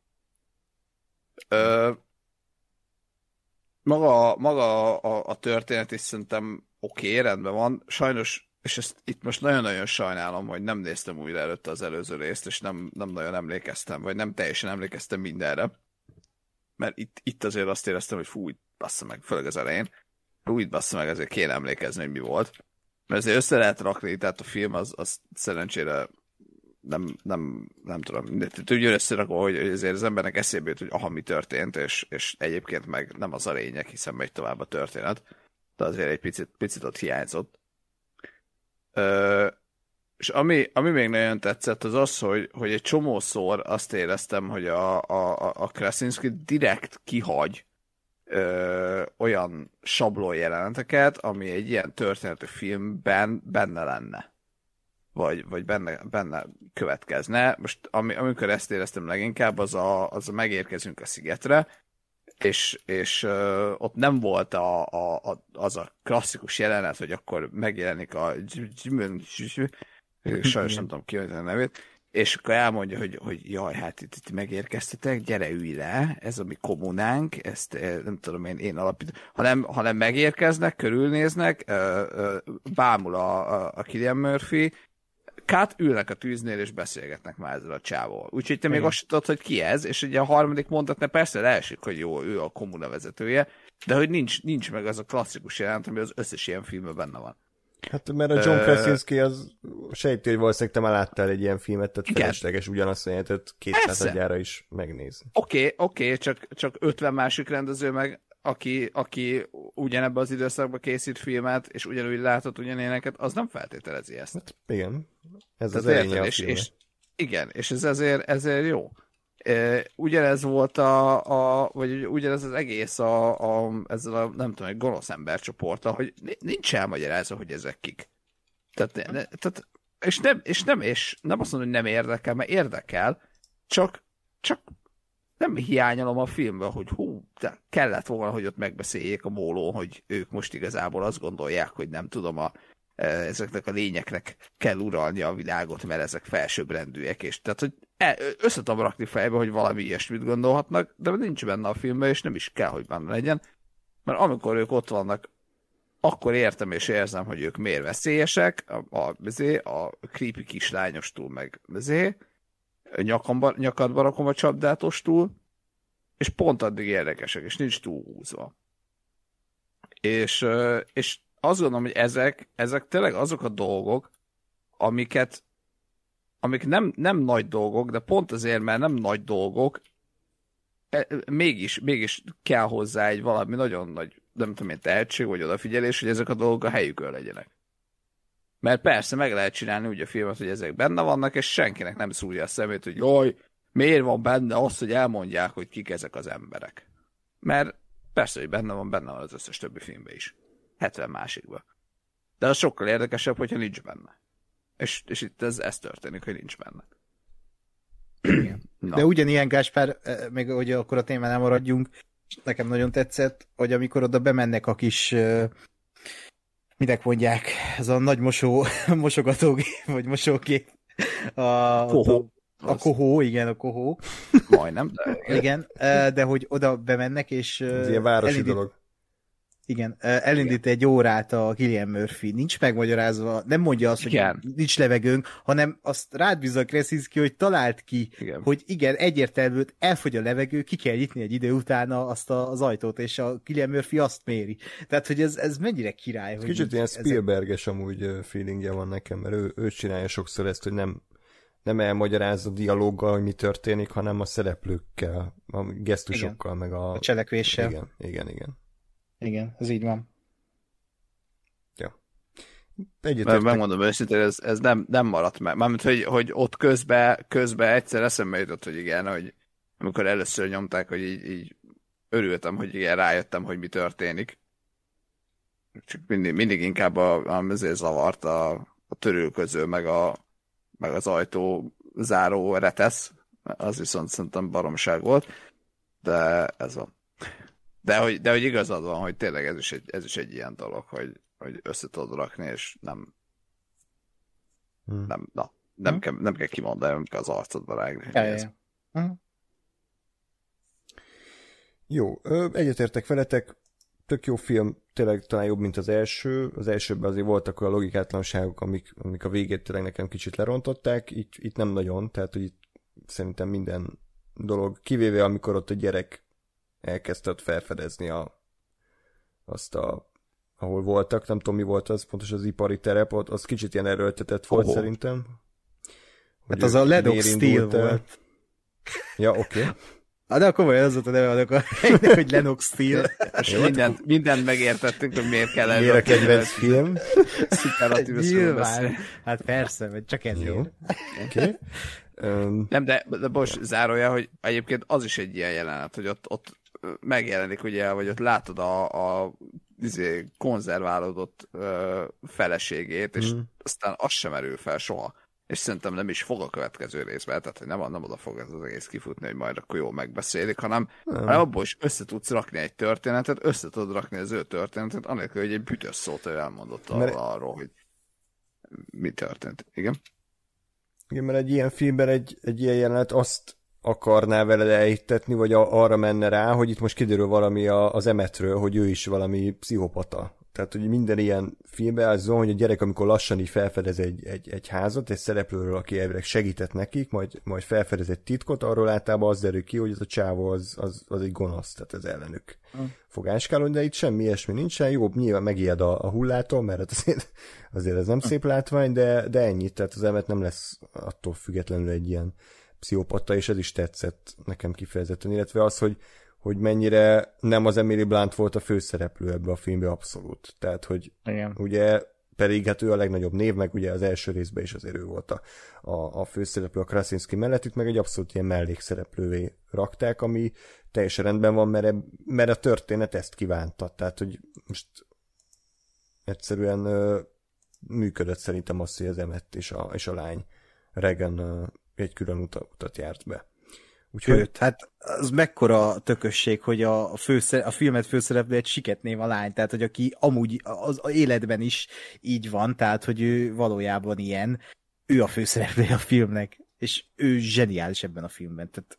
Ö, maga maga a, a történet is szerintem oké, okay, rendben van. Sajnos, és ezt itt most nagyon-nagyon sajnálom, hogy nem néztem újra előtte az előző részt, és nem, nem nagyon emlékeztem, vagy nem teljesen emlékeztem mindenre. Mert itt, itt azért azt éreztem, hogy fú, bassza meg, főleg az elején. Fú, itt bassza meg, azért kéne emlékezni, hogy mi volt. Mert azért össze lehet rakni, tehát a film az, az szerencsére nem, nem, nem tudom, tudjon összerakva, hogy azért az embernek eszébe jut, hogy aha, mi történt, és, és egyébként meg nem az a lényeg, hiszen megy tovább a történet. De azért egy picit, picit ott hiányzott. Ö, és ami, ami még nagyon tetszett, az az, hogy, hogy egy csomószor azt éreztem, hogy a, a, a Krasinski direkt kihagy Ö, olyan sablon jeleneteket, ami egy ilyen történetű filmben benne lenne. Vagy, vagy benne, benne következne. Most ami, amikor ezt éreztem leginkább, az a, az a megérkezünk a szigetre, és, és ö, ott nem volt a, a, a, az a klasszikus jelenet, hogy akkor megjelenik a sajnos nem tudom ki a nevét, és akkor elmondja, hogy, hogy jaj, hát itt, itt megérkeztetek, gyere, ülj le, ez a mi kommunánk, ezt nem tudom én, én alapítom. Hanem, hanem megérkeznek, körülnéznek, bámul a, a, a Cillian Murphy, Kat ülnek a tűznél, és beszélgetnek már ezzel a csávóval. Úgyhogy te még Igen. azt sem tudod, hogy ki ez, és ugye a harmadik mondatnál persze leesik, hogy jó, ő a kommuna vezetője, de hogy nincs, nincs meg az a klasszikus jelent, ami az összes ilyen filmben benne van. Hát mert a John uh, Krasinski az sejti, hogy valószínűleg te már láttál egy ilyen filmet, tehát igen. felesleges ugyanazt a jelentet kétszázadjára is megnézni. Oké, okay, oké, okay, csak, csak ötven másik rendező meg, aki, aki ugyanebben az időszakban készít filmet, és ugyanúgy látott ugyanéneket, az nem feltételezi ezt. Hát igen, ez tehát az erénye a és, filmnek. és, igen, és ez ezért, ezért jó. E, ugyanez volt a, a, vagy ugyanez az egész a, a ezzel a, nem tudom, egy gonosz embercsoporttal, hogy nincs elmagyarázva, hogy ezek kik. Tehát, ne, tehát és, nem, és, nem, és nem azt mondom, hogy nem érdekel, mert érdekel, csak, csak nem hiányolom a filmből, hogy hú, de kellett volna, hogy ott megbeszéljék a mólón, hogy ők most igazából azt gondolják, hogy nem tudom, a, ezeknek a lényeknek kell uralni a világot, mert ezek felsőbbrendűek, és tehát, hogy össze tudom rakni fejbe, hogy valami ilyesmit gondolhatnak, de nincs benne a filmben, és nem is kell, hogy benne legyen, mert amikor ők ott vannak, akkor értem és érzem, hogy ők miért veszélyesek, a, a, a, a creepy kislányostól meg bezé, nyakamba, nyakadba rakom a csapdátostól, és pont addig érdekesek, és nincs túlhúzva. És, és azt gondolom, hogy ezek, ezek tényleg azok a dolgok, amiket, amik nem, nem nagy dolgok, de pont azért, mert nem nagy dolgok, mégis, mégis kell hozzá egy valami nagyon nagy, nem tudom én, tehetség, vagy odafigyelés, hogy ezek a dolgok a helyükön legyenek. Mert persze meg lehet csinálni úgy a filmet, hogy ezek benne vannak, és senkinek nem szúrja a szemét, hogy jaj, miért van benne az, hogy elmondják, hogy kik ezek az emberek. Mert persze, hogy benne van, benne van az összes többi filmben is. hetven másikban. De az sokkal érdekesebb, hogyha nincs benne. És, és itt ez, ez történik, hogy nincs benne. De ugyanilyen, Gáspár, még hogy akkor a témánál maradjunk, nekem nagyon tetszett, hogy amikor oda bemennek a kis, minek mondják, ez a nagy mosó, mosogatógép, vagy mosógép. A, kohó. A, a kohó, igen, a kohó. Majdnem, de igen. Igen, de hogy oda bemennek, és ez ilyen városi elindít, dolog. Igen, elindít igen. egy órát a Cillian Murphy, nincs megmagyarázva, nem mondja azt, igen. hogy nincs levegőnk, hanem azt rád bízza a Krasinski, hogy talált ki, igen. hogy igen, egyértelmű, hogy elfogy a levegő, ki kell nyitni egy idő utána azt a, az ajtót, és a Cillian Murphy azt méri. Tehát, hogy ez, ez mennyire király. Hogy kicsit ilyen Spielberges ezek... amúgy feelingje van nekem, mert ő, ő csinálja sokszor ezt, hogy nem, nem elmagyarázza a dialóggal, hogy mi történik, hanem a szereplőkkel, a gesztusokkal, igen. meg a... a cselekvéssel. Igen, igen, igen. Igen, ez így van. Ja. Egyetértek. Megmondom őszintén, ez, ez nem, nem maradt meg. Mármint, hogy, hogy ott közben közbe egyszer eszembe jutott, hogy igen, hogy amikor először nyomták, hogy így, így örültem, hogy igen, rájöttem, hogy mi történik. Csak mindig, mindig inkább a, a azért zavart a, a törülköző, meg, a, meg az ajtó záró retesz. Az viszont szerintem baromság volt. De ez van. De hogy, de hogy igazad van, hogy tényleg ez is egy, ez is egy ilyen dolog, hogy, hogy össze tudod rakni, és nem hmm. nem, na, nem, hmm. kell, nem kell kimondani, nem kell az arcodba rágni. Ja, ja. Hmm. Jó, egyetértek veletek, tök jó film, tényleg talán jobb, mint az első. Az elsőben azért voltak olyan logikátlanságok, amik, amik a végét tényleg nekem kicsit lerontották, itt, itt nem nagyon, tehát hogy itt szerintem minden dolog, kivéve amikor ott a gyerek elkezdted felfedezni a, azt a, ahol voltak, nem tudom mi volt az, pontos az ipari terep, ott az kicsit ilyen erőltetett volt oh. szerintem. Hát az a Lennox Steel volt. Ja, oké. Okay. Ah, de akkor olyan az volt a neve annak a hogy Lennox Steel. mindent, mindent megértettünk, hogy miért kell miért a kedvenc film. Nyilván. Hát persze, vagy csak ezért. Jó. Oké. Okay. Um, nem, de, de most zárója, hogy egyébként az is egy ilyen jelenet, hogy ott, ott megjelenik, ugye, vagy ott látod a, a izé, konzerválódott ö, feleségét, és mm. aztán az sem erül fel soha. És szerintem nem is fog a következő részben, tehát hogy nem, nem oda fog ez az egész kifutni, hogy majd akkor jól megbeszélik, hanem, hanem abból is össze tudsz rakni egy történetet, össze tudod rakni az ő történetet, anélkül, hogy egy bütös szót ő elmondott Mert... arról, hogy mi történt. Igen? Igen, mert egy ilyen filmben egy, egy ilyen jelenet azt akarná veled elhittetni, vagy a, arra menne rá, hogy itt most kiderül valami a, az Emmetről, hogy ő is valami pszichopata. Tehát, hogy minden ilyen filmben az van, hogy a gyerek, amikor lassan így felfedez egy, egy, egy házat, egy szereplőről, aki elvileg segített nekik, majd, majd felfedez egy titkot, arról általában az derül ki, hogy ez a csávó az, az, az egy gonosz, tehát ez ellenük mm. fog áskálni, de itt semmi ilyesmi nincsen. Jó, nyilván megijed a, a hullától, mert azért, azért ez nem mm. szép látvány, de, de ennyit, tehát az Emmet nem lesz attól függetlenül egy ilyen pszichopata, és ez is tetszett nekem kifejezetten, illetve az, hogy hogy mennyire nem az Emily Blunt volt a főszereplő ebbe a filmbe abszolút. Tehát, hogy igen. Ugye pedig hát ő a legnagyobb név, meg ugye az első részben is azért ő volt a, a, a főszereplő a Krasinski mellett, itt meg egy abszolút ilyen mellékszereplővé rakták, ami teljesen rendben van, mert, mert a történet ezt kívánta. Tehát, hogy most egyszerűen ö, működött szerintem az, hogy az Emmet és a, és a lány Regan ö, egy külön utat, utat járt be. Úgyhogy... Őt, hát az mekkora tökösség, hogy a, főszer, a filmet főszereplő egy siketnév a lány, tehát hogy aki amúgy az, az életben is így van, tehát hogy ő valójában ilyen, ő a főszereplő a filmnek, és ő zseniális ebben a filmben, tehát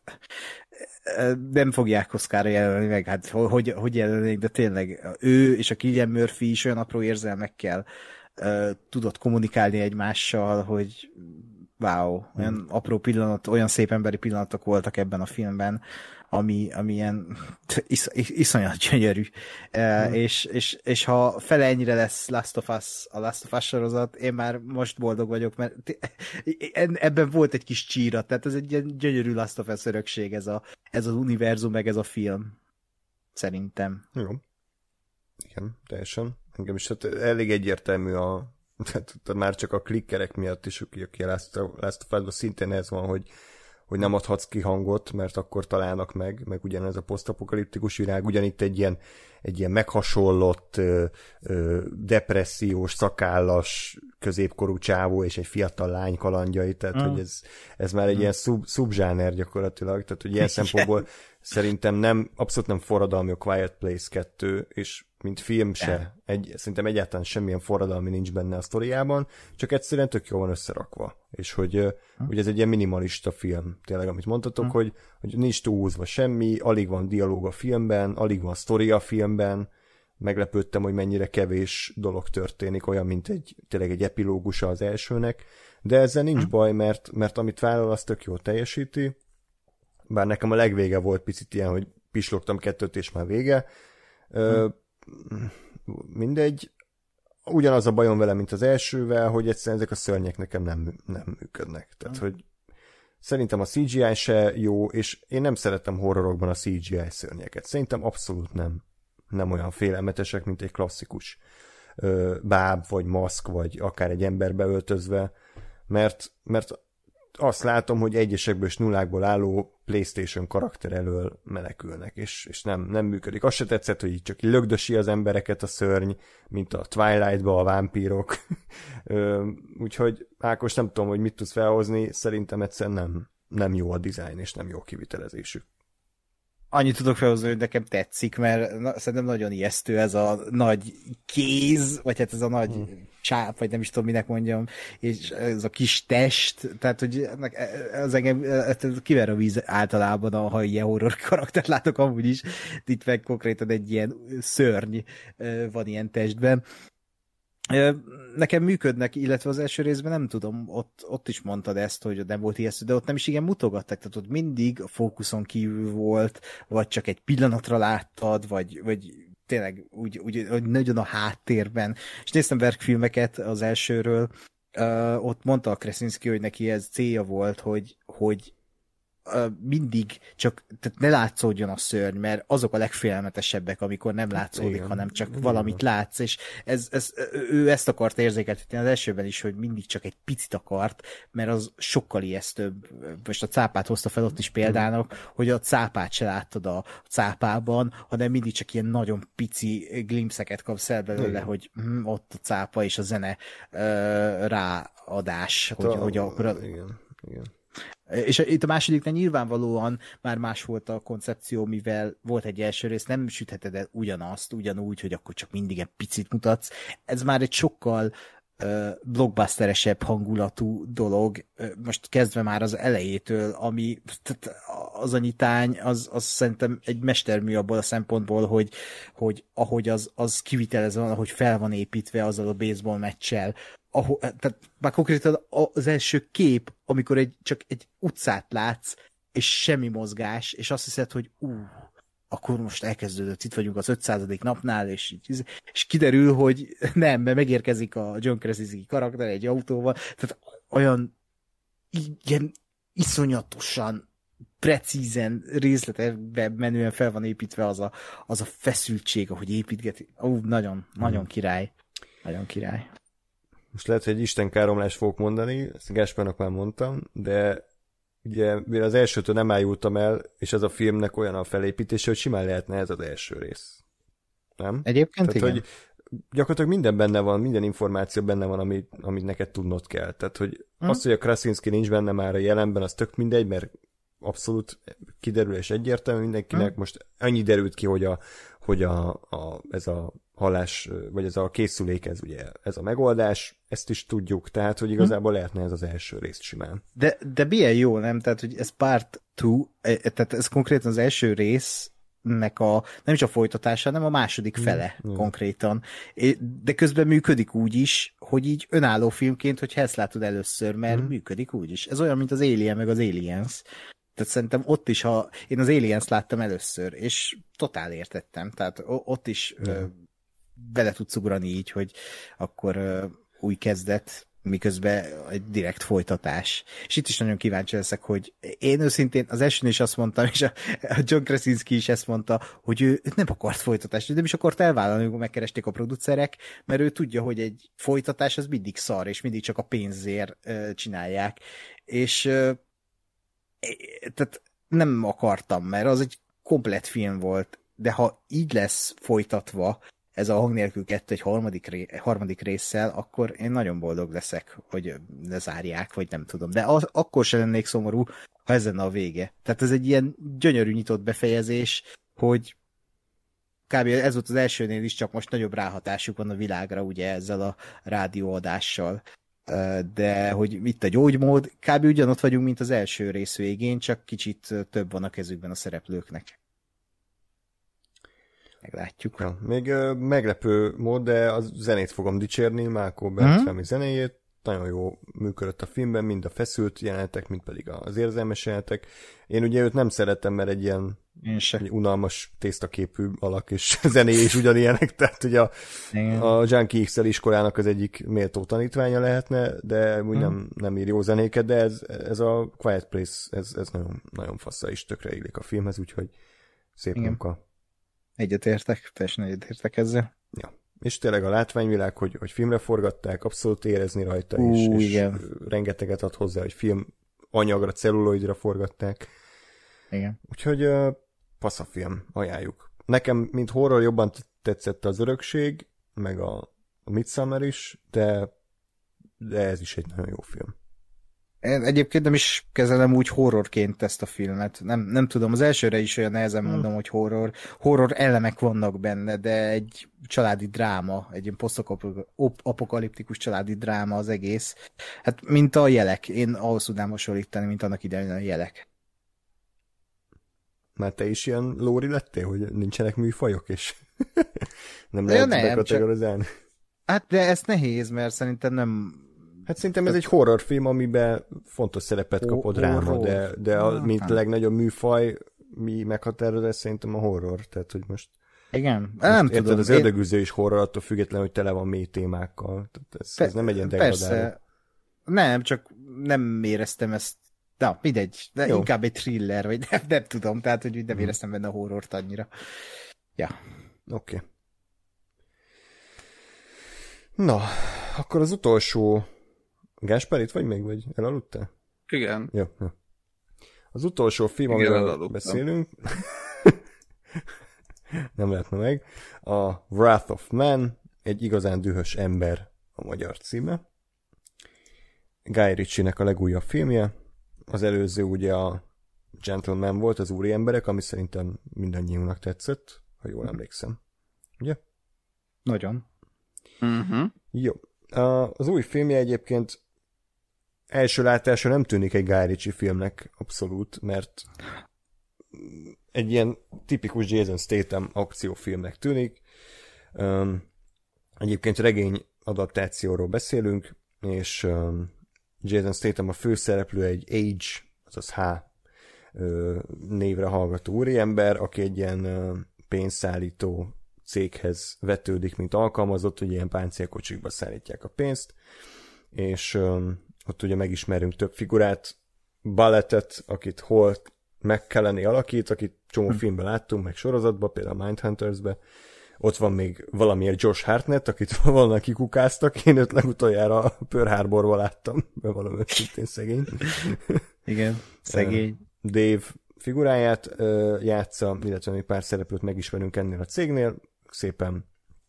nem fogják Oscarra jelölni meg, hát hogy, hogy jelölnék, de tényleg ő és a Cillian Murphy is olyan apró érzelmekkel uh, tudott kommunikálni egymással, hogy wow, olyan hmm. apró pillanat, olyan szép emberi pillanatok voltak ebben a filmben, ami, ami ilyen is, is, iszonyat gyönyörű. Hmm. Uh, és, és, és ha fele ennyire lesz Last of Us, a Last of Us sorozat, én már most boldog vagyok, mert ebben volt egy kis csíra, tehát ez egy ilyen gyönyörű Last of Us örökség, ez, a, ez az univerzum, meg ez a film. Szerintem. Jó. Igen, teljesen. Engem is hát elég egyértelmű a tehát már csak a klikkerek miatt is, aki a Last of Us-ban szintén ez van, hogy, hogy nem adhatsz ki hangot, mert akkor találnak meg, meg ugyanez a posztapokaliptikus világ, ugyanitt egy ilyen, egy ilyen meghasonlott, ö, ö, depressziós, szakállas, középkorú csávó és egy fiatal lány kalandjai, tehát mm. hogy ez, ez már egy mm. ilyen szub, szubzsáner gyakorlatilag, tehát hogy ilyen szempontból szerintem nem, abszolút nem forradalmi a Quiet Place kettő, és mint film se. Egy, szerintem egyáltalán semmilyen forradalmi nincs benne a sztoriában, csak egyszerűen tök jól van összerakva. És hogy, hm. hogy ez egy ilyen minimalista film, tényleg, amit mondtatok, hm. hogy, hogy nincs túlhúzva semmi, alig van dialóg a filmben, alig van sztori a filmben, meglepődtem, hogy mennyire kevés dolog történik, olyan, mint egy, tényleg egy epilógusa az elsőnek, de ezzel nincs hm. baj, mert, mert amit vállal, az tök jól teljesíti, bár nekem a legvége volt picit ilyen, hogy pislogtam kettőt, és már vége. Hm. Ö, mindegy, ugyanaz a bajom vele, mint az elsővel, hogy egyszerűen ezek a szörnyek nekem nem, nem működnek. Tehát, hogy szerintem a cé gé í se jó, és én nem szeretem horrorokban a cé gé í szörnyeket. Szerintem abszolút nem, nem olyan félelmetesek, mint egy klasszikus ö, báb, vagy maszk, vagy akár egy emberbe öltözve, mert, mert azt látom, hogy egyesekből és nullákból álló PlayStation karakter elől menekülnek, és, és nem, nem működik. Azt se tetszett, hogy így csak lögdösi az embereket a szörny, mint a Twilight-ba a vámpírok. Úgyhogy Ákos, nem tudom, hogy mit tudsz felhozni, szerintem egyszerűen nem, nem jó a dizájn, és nem jó a kivitelezésük. Annyit tudok felhozni, hogy nekem tetszik, mert na, szerintem nagyon ijesztő ez a nagy kéz, vagy hát ez a nagy hmm. csáp, vagy nem is tudom, minek mondjam, és ez a kis test, tehát, hogy az engem kiver a víz általában, ha ilyen horror karaktert látok amúgy is, itt meg konkrétan egy ilyen szörny van ilyen testben. Nekem működnek, illetve az első részben nem tudom, ott, ott is mondtad ezt, hogy nem volt ijesztő, de ott nem is igen mutogattak, tehát ott mindig a fókuszon kívül volt, vagy csak egy pillanatra láttad, vagy, vagy tényleg úgy, úgy, úgy nagyon a háttérben. És néztem verkfilmeket az elsőről, uh, ott mondta a Krasinski, hogy neki ez célja volt, hogy, hogy mindig csak, tehát ne látszódjon a szörny, mert azok a legfélelmetesebbek, amikor nem látszódik, igen, hanem csak igen, valamit látsz, és ez, ez, ő ezt akart érzékeltetni az elsőben is, hogy mindig csak egy picit akart, mert az sokkal ijesztőbb. Most a cápát hozta fel ott is példának, hogy a cápát se láttad a cápában, hanem mindig csak ilyen nagyon pici glimpseket kapsz el belőle, igen. hogy hm, ott a cápa és a zene uh, ráadás, hát hogy, a, hogy a, igen, igen. És itt a másodiknál nyilvánvalóan már más volt a koncepció, mivel volt egy első rész, nem sütheted el ugyanazt, ugyanúgy, hogy akkor csak mindig egy picit mutatsz. Ez már egy sokkal blockbusteresebb hangulatú dolog, most kezdve már az elejétől, ami tehát az a nyitány, az, az szerintem egy mestermű abból a szempontból, hogy, hogy ahogy az, az kivitelezve van, ahogy fel van építve azzal a baseball meccsel, ahol, tehát már konkrétan az első kép, amikor egy, csak egy utcát látsz, és semmi mozgás, és azt hiszed, hogy ú, akkor most elkezdődött, itt vagyunk az ötszázadik napnál, és, így, és kiderül, hogy nem, mert megérkezik a John Krasinski karakter egy autóval, tehát olyan igen, iszonyatosan precízen, részletben menően fel van építve az a, az a feszültség, ahogy építgeti. Ó, nagyon, nagyon hmm. király. Nagyon király. Most lehet, hogy egy istenkáromlást fogok mondani, ezt Gáspárnak már mondtam, de ugye, mivel az elsőtől nem ájultam el, és ez a filmnek olyan a felépítése, hogy simán lehetne ez az első rész. Nem? Egyébként Tehát, igen. hogy gyakorlatilag minden benne van, minden információ benne van, amit, amit neked tudnod kell. Tehát, hogy hm. azt, hogy a Krasinski nincs benne már a jelenben, az tök mindegy, mert abszolút kiderül és egyértelmű mindenkinek. Hm. Most annyi derült ki, hogy, a, hogy a, a, ez a hallás, vagy ez a készülék, ez ugye ez a megoldás, ezt is tudjuk, tehát, hogy igazából hm. lehetne ez az első rész simán. De, de milyen jó, nem? Tehát, hogy ez part two, tehát ez konkrétan az első résznek a, nem is a folytatása, hanem a második fele hm. konkrétan. De közben működik úgy is, hogy így önálló filmként, hogyha ezt látod először, mert hm. működik úgy is. Ez olyan, mint az Alien meg az Aliens. Tehát szerintem ott is, ha én az Aliens láttam először, és totál értettem, tehát ott is hm. ö, bele tudsz ugrani így, hogy akkor uh, új kezdet, miközben egy direkt folytatás. És itt is nagyon kíváncsi leszek, hogy én őszintén az elsőn is azt mondtam, és a, a John Krasinski is ezt mondta, hogy ő nem akart folytatást, de nem is akart elvállalni, amikor megkeresték a producerek, mert ő tudja, hogy egy folytatás az mindig szar, és mindig csak a pénzért uh, csinálják. És uh, tehát nem akartam, mert az egy komplett film volt, de ha így lesz folytatva, ez a Hang nélkül kettő egy harmadik, ré, harmadik résszel, akkor én nagyon boldog leszek, hogy lezárják, vagy nem tudom. De az, akkor sem lennék szomorú, ha ez lenne a vége. Tehát ez egy ilyen gyönyörű nyitott befejezés, hogy kb. Ez volt az elsőnél is, csak most nagyobb ráhatásuk van a világra, ugye ezzel a rádióadással. De hogy itt a gyógymód, kb. Ugyanott vagyunk, mint az első rész végén, csak kicsit több van a kezükben a szereplőknek. Meglátjuk. Ja, még uh, meglepő mód, de a zenét fogom dicsérni, Malcolm Bertrami mm-hmm. zenéjét. Nagyon jó működött a filmben, mind a feszült jelenetek, mind pedig az érzelmes jelenetek. Én ugye őt nem szeretem, mert egy ilyen egy unalmas tésztaképű alak, és zenéje is ugyanilyenek, tehát ugye a, a Junkie X L iskolának az egyik méltó tanítványa lehetne, de úgy mm. nem, nem ír jó zenéket, de ez, ez a Quiet Place, ez, ez nagyon, nagyon fassa is, tökre illik a filmhez, úgyhogy szép Igen. munka. Egyetértek, teljesen egyetértek ezzel. Ja. És tényleg a látványvilág, hogy, hogy filmre forgatták, abszolút érezni rajta, Ú, és, és igen. rengeteget ad hozzá, hogy film anyagra, celluloidra forgatták. Igen. Úgyhogy uh, passzafilm, ajánljuk. Nekem, mint horror, jobban tetszett az Örökség, meg a, a Midsommar is, de, de ez is egy nagyon jó film. Én egyébként nem is kezelem úgy horrorként ezt a filmet. Nem, nem tudom, az elsőre is olyan nehezen mondom, hmm. hogy horror. Horror elemek vannak benne, de egy családi dráma, egy ilyen posztapokaliptikus családi dráma az egész. Hát, mint a Jelek. Én ahhoz tudnám hasonlítani, mint annak idején a Jelek. Már te is ilyen lóri lettél, hogy nincsenek műfajok, és nem de lehet nem, bekategorizálni? Csak... Hát, de ez nehéz, mert szerintem nem... Hát szerintem ez egy horrorfilm, amiben fontos szerepet kap a dráma, de, de a, mint a legnagyobb műfaj, mi meghatározás szerintem a horror. Tehát, hogy most... Igen, most nem érted, tudom. az ördögüző is horror, attól függetlenül, hogy tele van mély témákkal. Tehát ez, Pe- ez nem egy ilyen degradáló. Persze. Nem, csak nem éreztem ezt. Na, mindegy. De Jó. Inkább egy thriller, vagy nem, nem tudom. Tehát, hogy nem éreztem benne a horrort annyira. Ja. Oké. Okay. Na, akkor az utolsó... Gáspár, itt vagy még, vagy elaludtál? Igen. Jó, jó. Az utolsó film, Igen, amiről elaludtam. beszélünk, nem lehetne meg, a Wrath of Man, egy igazán dühös ember a magyar címe. Guy Ritchie-nek a legújabb filmje. Az előző ugye a Gentleman volt, az úri emberek, ami szerintem mindannyiunknak tetszett, ha jól emlékszem. Ugye? Nagyon. Uh-huh. Jó. Az új filmje egyébként első látásra nem tűnik egy Guy Ritchie filmnek abszolút, mert egy ilyen tipikus Jason Statham akciófilmnek tűnik. Egyébként regény adaptációról beszélünk, és Jason Statham a főszereplő egy Age, azaz H névre hallgató úriember, aki egy ilyen pénzszállító céghez vetődik, mint alkalmazott, hogy ilyen páncélkocsikba szállítják a pénzt, és ott ugye megismerünk több figurát, Ballettet, akit hol McKelleny alakít, akit csomó hm. filmben láttunk, meg sorozatban, például a Mindhuntersbe. Ott van még valamiért Josh Hartnett, akit valami kikukáztak, én őt legutoljára a Pearl Harborban láttam, bevallom őszintén szegény. Igen, szegény. Dave figuráját játsza, illetve még pár szereplőt megismerünk ennél a cégnél, szépen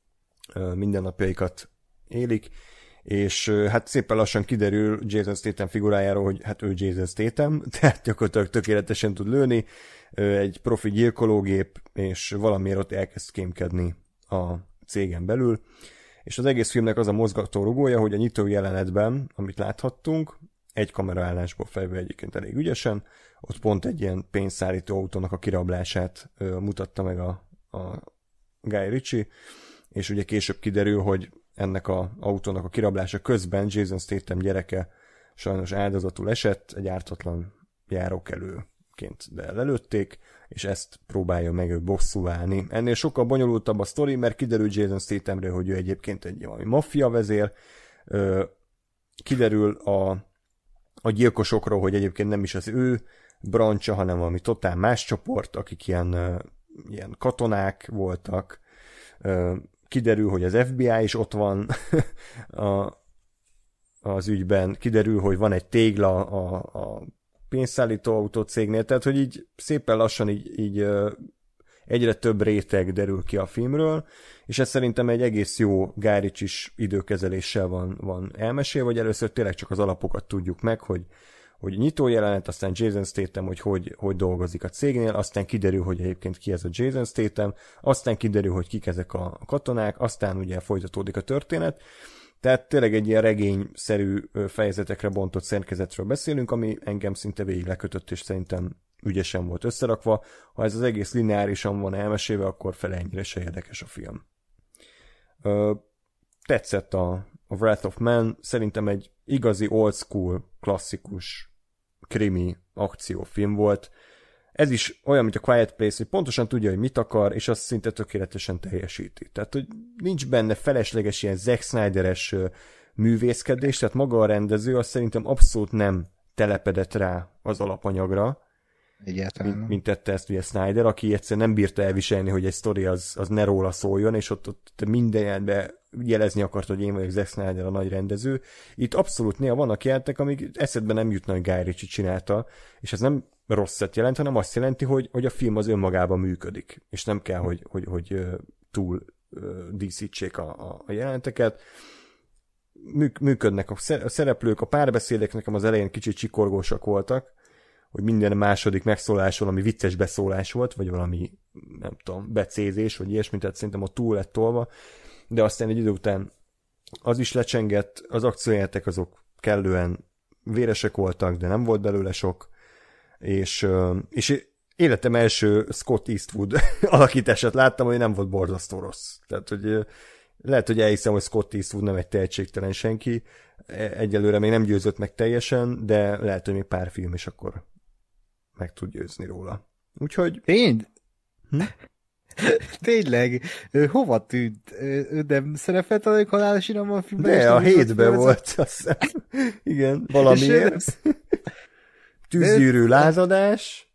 mindennapjaikat élik, és hát szépen lassan kiderül Jason Statham figurájáról, hogy hát ő Jason Statham, tehát gyakorlatilag tökéletesen tud lőni, egy profi gyilkológép, és valamiért ott elkezd kémkedni a cégen belül, és az egész filmnek az a mozgató rugója, hogy a nyitó jelenetben, amit láthattunk, egy kameraállásból felvő egyébként elég ügyesen, ott pont egy ilyen pénzszállító autónak a kirablását ö, mutatta meg a, a Guy Ritchie, és ugye később kiderül, hogy ennek az autónak a kirablása közben Jason Statham gyereke sajnos áldozatul esett, egy ártatlan járókelőként, de lelőtték, és ezt próbálja meg ő bosszú állni. Ennél sokkal bonyolultabb a sztori, mert kiderül Jason Stathamre, hogy ő egyébként egy valami maffia vezér, ö, kiderül a, a gyilkosokról, hogy egyébként nem is az ő brancsa, hanem valami totál más csoport, akik ilyen, ö, ilyen katonák voltak, ö, kiderül, hogy az ef bé i is ott van a, az ügyben, kiderül, hogy van egy tégla a, a pénzszállító autó cégnél, tehát hogy így szépen lassan így, így egyre több réteg derül ki a filmről, és ez szerintem egy egész jó Guy Ritchie-s időkezeléssel van, van elmesélve, hogy először tényleg csak az alapokat tudjuk meg, hogy, hogy nyitó jelenet, aztán Jason Statham, hogy, hogy hogy dolgozik a cégnél, aztán kiderül, hogy egyébként ki ez a Jason Statham, aztán kiderül, hogy kik ezek a katonák, aztán ugye folytatódik a történet. Tehát tényleg egy ilyen regényszerű fejezetekre bontott szerkezetről beszélünk, ami engem szinte végig lekötött, és szerintem ügyesen volt összerakva. Ha ez az egész lineárisan van elmesélve, akkor fele ennyire se érdekes a film. Ö, tetszett a, a Wrath of Man, szerintem egy igazi old school, klasszikus krimi akciófilm volt. Ez is olyan, mint a Quiet Place, hogy pontosan tudja, hogy mit akar, és azt szinte tökéletesen teljesíti. Tehát, hogy nincs benne felesleges ilyen Zack Snyder-es művészkedés, tehát maga a rendező azt szerintem abszolút nem telepedett rá az alapanyagra, mint, mint tette ezt ugye Snyder, aki egyszerűen nem bírta elviselni, hogy egy sztori az, az ne róla szóljon, és ott, ott mindenben jelezni akart, hogy én vagyok Zack Snyder a nagy rendező. Itt abszolút néha vannak jelentek, amíg eszedben nem jutna, hogy Guy Ritchie csinálta, és ez nem rosszat jelent, hanem azt jelenti, hogy, hogy a film az önmagában működik, és nem kell, hogy, hogy, hogy túl díszítsék a, a, a jelenteket. Működnek a szereplők, a párbeszédek nekem az elején kicsit csikorgósak voltak, hogy minden második megszólás valami vicces beszólás volt, vagy valami, nem tudom, becézés, vagy ilyesmi, tehát szerintem ott túl lett tolva, de aztán egy idő után az is lecsengett, az akciójátek azok kellően véresek voltak, de nem volt belőle sok, és, és életem első Scott Eastwood alakítását láttam, hogy nem volt borzasztó rossz. Tehát, hogy lehet, hogy elhiszem, hogy Scott Eastwood nem egy tehetségtelen senki, egyelőre még nem győzött meg teljesen, de lehet, hogy még pár film is akkor meg tud győzni róla. Úgyhogy... Tény? Hm? Tényleg? Ő hova tűnt? Ő nem szerepelt a nők halálos iramban a filmben? De, a hétben volt, azt hiszem. Igen, valamiért. Tűzgyűrű lázadás.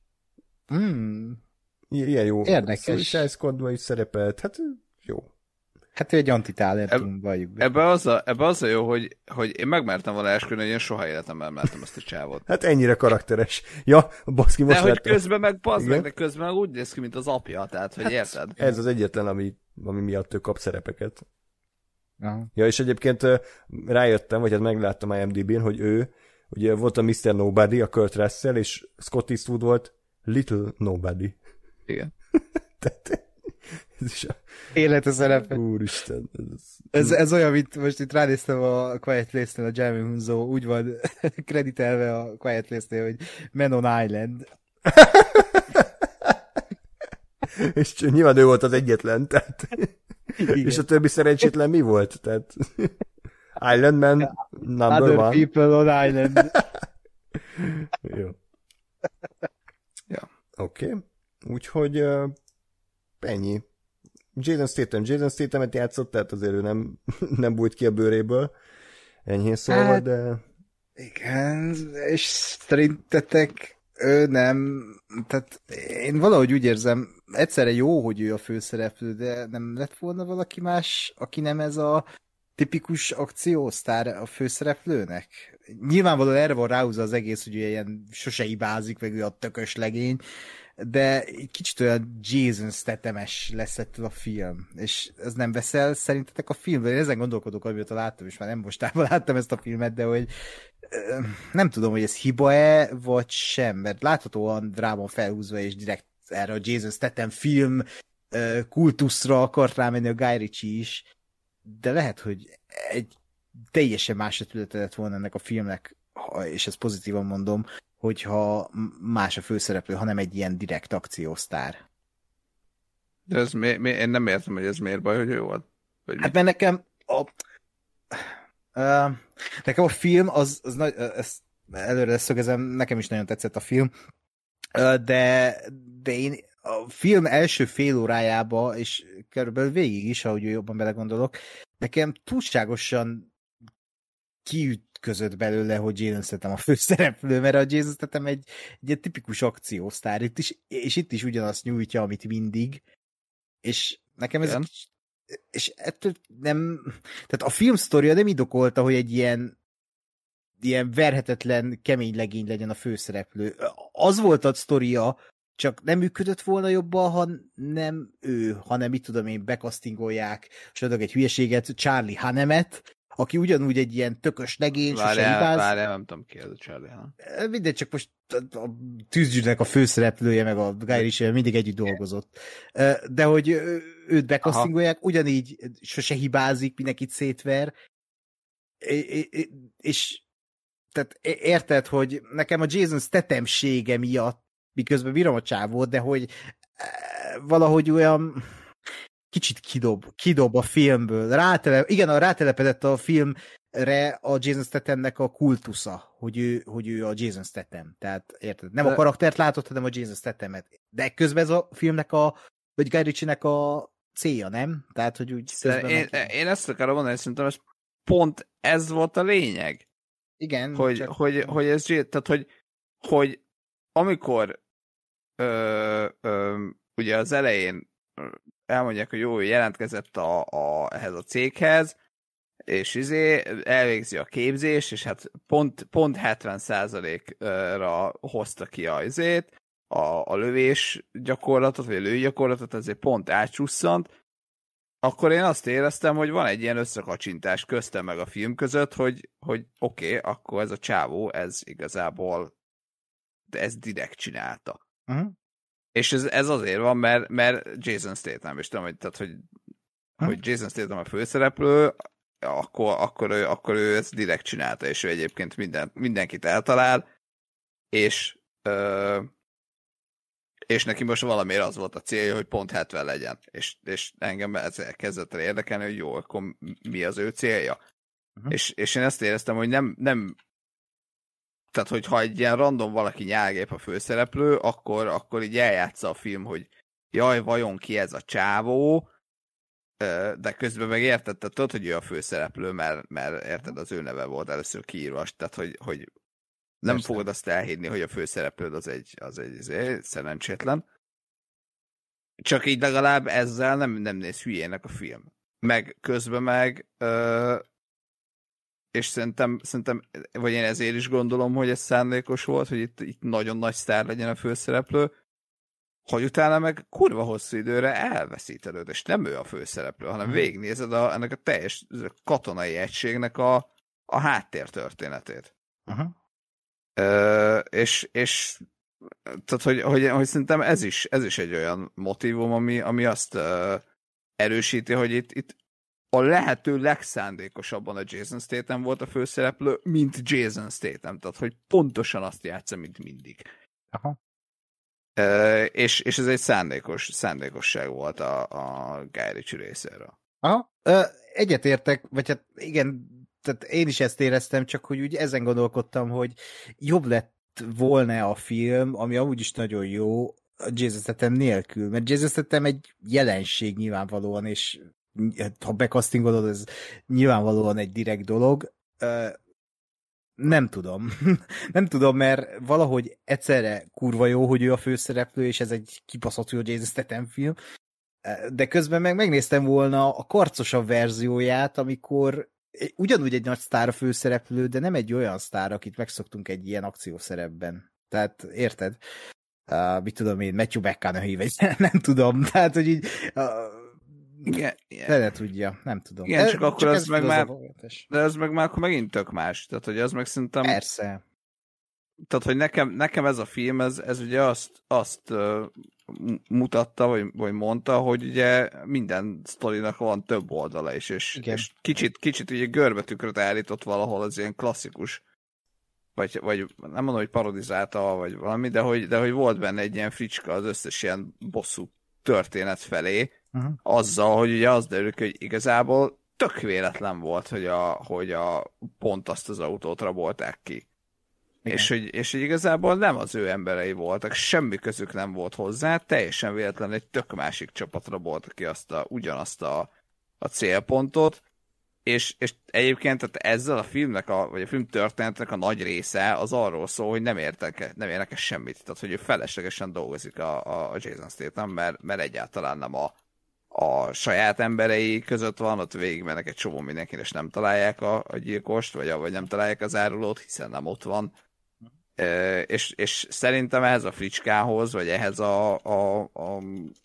Mm. Ilyen jó. Érdekes. Suicide Squadban is szerepelt. Hát jó. Hát ő egy antitalentum, valljuk be. Ebbe az, a, ebbe az a jó, hogy, hogy én megmertem volna esküdni, hogy én soha életemben láttam ezt a csávot. Hát ennyire karakteres. Ja, baszki, most de hogy láttam. közben meg bazd meg, de közben meg úgy néz ki, mint az apja, tehát, hogy hát érted? Ez az egyetlen, ami, ami miatt ő kap szerepeket. Aha. Ja, és egyébként rájöttem, vagy hát megláttam i em dé bén, hogy ő, ugye volt a miszter Nobody, a Kurt Russell, és Scott Eastwood volt Little Nobody. Igen. Tehát Ez is a... Élete szerepe. Úristen. Ez... Ez, ez olyan, mint most itt ránéztem a Quiet Place-nél, a Jamie Hunzo, úgy van kreditelve a Quiet Place-nél, hogy Man on Island. És nyilván ő volt az egyetlen, tehát... Igen. És a többi szerencsétlen mi volt? Tehát... Island Man number Other one. people on Island. Jó. Ja. Oké. Okay. Úgyhogy uh, ennyi. Jason Statham, Jason Statham-et játszott, tehát azért ő nem, nem bújt ki a bőréből. Enyhén szólva, Hát, de... Igen, és szerintetek ő nem, tehát én valahogy úgy érzem, egyszerre jó, hogy ő a főszereplő, de nem lett volna valaki más, aki nem ez a tipikus akciósztár a főszereplőnek? Nyilvánvalóan erre van ráhúzva az egész, hogy ő ilyen sose hibázik, meg ő a tökös legény, de egy kicsit olyan Jason Statham-es lesz ettől a film, és ez nem veszel szerintetek a filmben? Én ezen gondolkodok, amióta láttam, és már nem mostában láttam ezt a filmet, de hogy nem tudom, hogy ez hiba-e, vagy sem, mert láthatóan dráma felhúzva, és direkt erre a Jason Statham film kultuszra akart rámenni a Guy Ritchie is, de lehet, hogy egy teljesen más vetülete lett volna ennek a filmnek, és ezt pozitívan mondom, hogyha más a főszereplő, hanem egy ilyen direkt akciósztár. De ez mi, mi, én nem értem, hogy ez miért baj, hogy ő volt. Vagy hát mert nekem a, uh, nekem a film, az, az nagy, ezt előre leszögezem, nekem is nagyon tetszett a film, uh, de, de én a film első fél órájába, és körülbelül végig is, ahogy jobban belegondolok, nekem túlságosan kiütközött belőle, hogy Jason Statham a főszereplő, mert a Jason Statham egy, egy ilyen tipikus akciósztár, itt is, és itt is ugyanazt nyújtja, amit mindig, és nekem ez kicsit, és ettől nem, tehát a film sztoria nem indokolta, hogy egy ilyen ilyen verhetetlen, kemény legény legyen a főszereplő. Az volt a sztoria, csak nem működött volna jobban, ha nem ő, hanem mit tudom én, bekasztingolják, és adok egy hülyeséget, Charlie Hunnam-et, aki ugyanúgy egy ilyen tökös legény, sose hibáz. Várjál, nem tudom ki ez a Charlie Hunnam. Mindegy, csak most a tűzgyűrűnek a főszereplője, meg a Guy Ritchie mindig együtt dolgozott. De hogy őt bekasztingolják, Aha. ugyanígy sose hibázik, mindenkit szétver, és tehát érted, hogy nekem a Jason Statham-sége miatt, miközben bírom a csávót, de hogy valahogy olyan kicsit kidob, kidob a filmből. Rátele, igen, a rátelepedett a filmre a Jason Stathamnek a kultusza, hogy ő, hogy ő a Jason Statham. Tehát érted? Nem de... a karaktert látott, hanem a Jason Stathamet. De közben ez a filmnek a, vagy Guy Ritchie-nek a célja, nem? Tehát, hogy úgy közben én, neki... én ezt akarom mondani, hogy szerintem ez pont ez volt a lényeg. Igen. Hogy, csak... hogy, hogy ez, tehát, hogy, hogy amikor ö, ö, ugye az elején elmondják, hogy jó, jelentkezett a, a, ehhez a céghez, és izé, elvégzi a képzés, és hát pont, pont hetven százalékra hozta ki a izét, a, a lövés gyakorlatot, vagy a lőgyakorlatot, ezért pont átcsusszant, akkor én azt éreztem, hogy van egy ilyen összekacsintás köztem meg a film között, hogy, hogy oké, okay, akkor ez a csávó, ez igazából de ez direkt csinálta. Uh-huh. És ez, ez azért van, mert, mert Jason Statham, és tudom, hogy, tehát, hogy, uh-huh. hogy Jason Statham a főszereplő, akkor, akkor, ő, akkor ő ezt direkt csinálta, és ő egyébként minden, mindenkit eltalál, és ö, és neki most valamiért az volt a célja, hogy pont hetven legyen. És, és engem ez elkezdett el érdekelni, hogy jó, akkor mi az ő célja. Uh-huh. És, és én ezt éreztem, hogy nem, nem tehát, hogyha egy ilyen random valaki nyálgép a főszereplő, akkor, akkor így eljátsza a film, hogy jaj, vajon ki ez a csávó, de közben meg érted, tehát tudod, hogy ő a főszereplő, mert, mert érted, az ő neve volt először kiírva, tehát, hogy, hogy nem Persze. fogod azt elhinni, hogy a főszereplőd az egy, az egy, az egy szerencsétlen. Csak így legalább ezzel nem, nem néz hülyének a film. Meg közben meg ö, és szerintem, szerintem, vagy én ezért is gondolom, hogy ez szándékos volt, hogy itt, itt nagyon nagy sztár legyen a főszereplő, hogy utána meg kurva hosszú időre elveszíted, és nem ő a főszereplő, hanem végignézed a, ennek a teljes katonai egységnek a, a háttértörténetét. Uh-huh. Ö, és, és tehát, hogy, hogy, hogy szerintem ez is, ez is egy olyan motívum, ami, ami azt, ö, erősíti, hogy itt, itt a lehető legszándékosabban a Jason Statham volt a főszereplő, mint Jason Statham. Tehát, hogy pontosan azt játsza, mint mindig. Aha. Uh, és, és ez egy szándékos, szándékosság volt a, a Guy Ritchie részéről. Aha. Ö, egyetértek, vagy hát igen, tehát én is ezt éreztem, csak hogy úgy ezen gondolkodtam, hogy jobb lett volna a film, ami amúgy is nagyon jó, a Jason Statham nélkül, mert Jason Statham egy jelenség nyilvánvalóan, és ha bekasztingolod, ez nyilvánvalóan egy direkt dolog. Ö, nem tudom. nem tudom, mert valahogy egyszerre kurva jó, hogy ő a főszereplő, és ez egy kibaszott jó Jason Statham film, de közben meg megnéztem volna a karcosabb verzióját, amikor ugyanúgy egy nagy sztár a főszereplő, de nem egy olyan sztár, akit megszoktunk egy ilyen akciószerepben. Tehát érted? Uh, mit tudom én, Matthew McConaughey, vagy nem tudom. Tehát, hogy így uh, igen, igen. Fele tudja, nem tudom. Igen, csak, csak akkor az meg már, az de az meg már akkor megint tök más. Tehát, hogy az meg szerintem... Persze. Tehát, hogy nekem, nekem ez a film, ez, ez ugye azt, azt uh, mutatta, vagy, vagy mondta, hogy ugye minden sztorinak van több oldala is, és, és kicsit, kicsit ugye görbetükröt állított valahol az ilyen klasszikus, vagy, vagy nem mondom, hogy parodizálta, vagy valami, de hogy, de hogy volt benne egy ilyen fricska az összes ilyen bosszú történet felé, uh-huh. azzal, hogy ugye az derül, hogy igazából tök véletlen volt, hogy a, hogy a pont azt az autót rabolták ki. És hogy, és hogy igazából nem az ő emberei voltak, semmi közük nem volt hozzá, teljesen véletlen egy tök másik csapatra voltak ki azt a, ugyanazt a, a célpontot, és, és egyébként tehát ezzel a filmnek, a, vagy a film történetnek a nagy része az arról szól, hogy nem értek, nem érnek semmit, tehát hogy ő feleslegesen dolgozik a, a Jason Statham, mert, mert egyáltalán nem a, a saját emberei között van, ott végigmennek egy csomó mindenkinek, és nem találják a, a gyilkost, vagy, a, vagy nem találják az árulót, hiszen nem ott van. Uh, és, és szerintem ehhez a fricskához, vagy ehhez a, a, a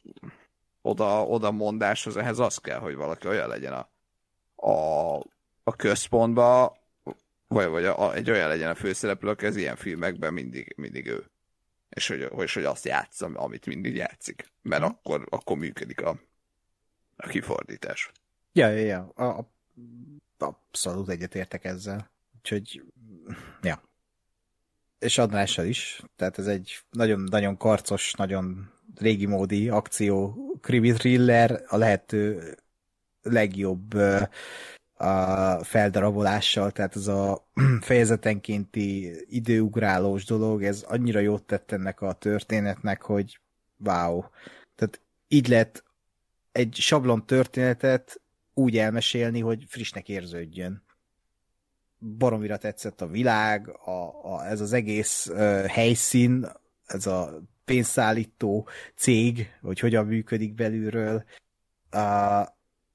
oda, oda mondáshoz, ehhez az kell, hogy valaki olyan legyen a, a, a központba, vagy, vagy a, a, egy olyan legyen a főszereplő, aki az ilyen filmekben mindig, mindig ő. És hogy, és hogy azt játsza, amit mindig játszik. Mert hmm. akkor, akkor működik a, a kifordítás. Ja, ja, ja. A, a, abszolút egyetértek ezzel. Úgyhogy, ja. És Andrással is, tehát ez egy nagyon-nagyon karcos, nagyon régi módi akció, krimi thriller, a lehető legjobb uh, a feldarabolással, tehát ez a fejezetenkénti időugrálós dolog, ez annyira jót tett ennek a történetnek, hogy wow. Tehát így lehet egy sablon történetet úgy elmesélni, hogy frissnek érződjön. Baromira tetszett a világ, a, a, ez az egész uh, helyszín, ez a pénzszállító cég, hogy hogyan működik belülről. Uh,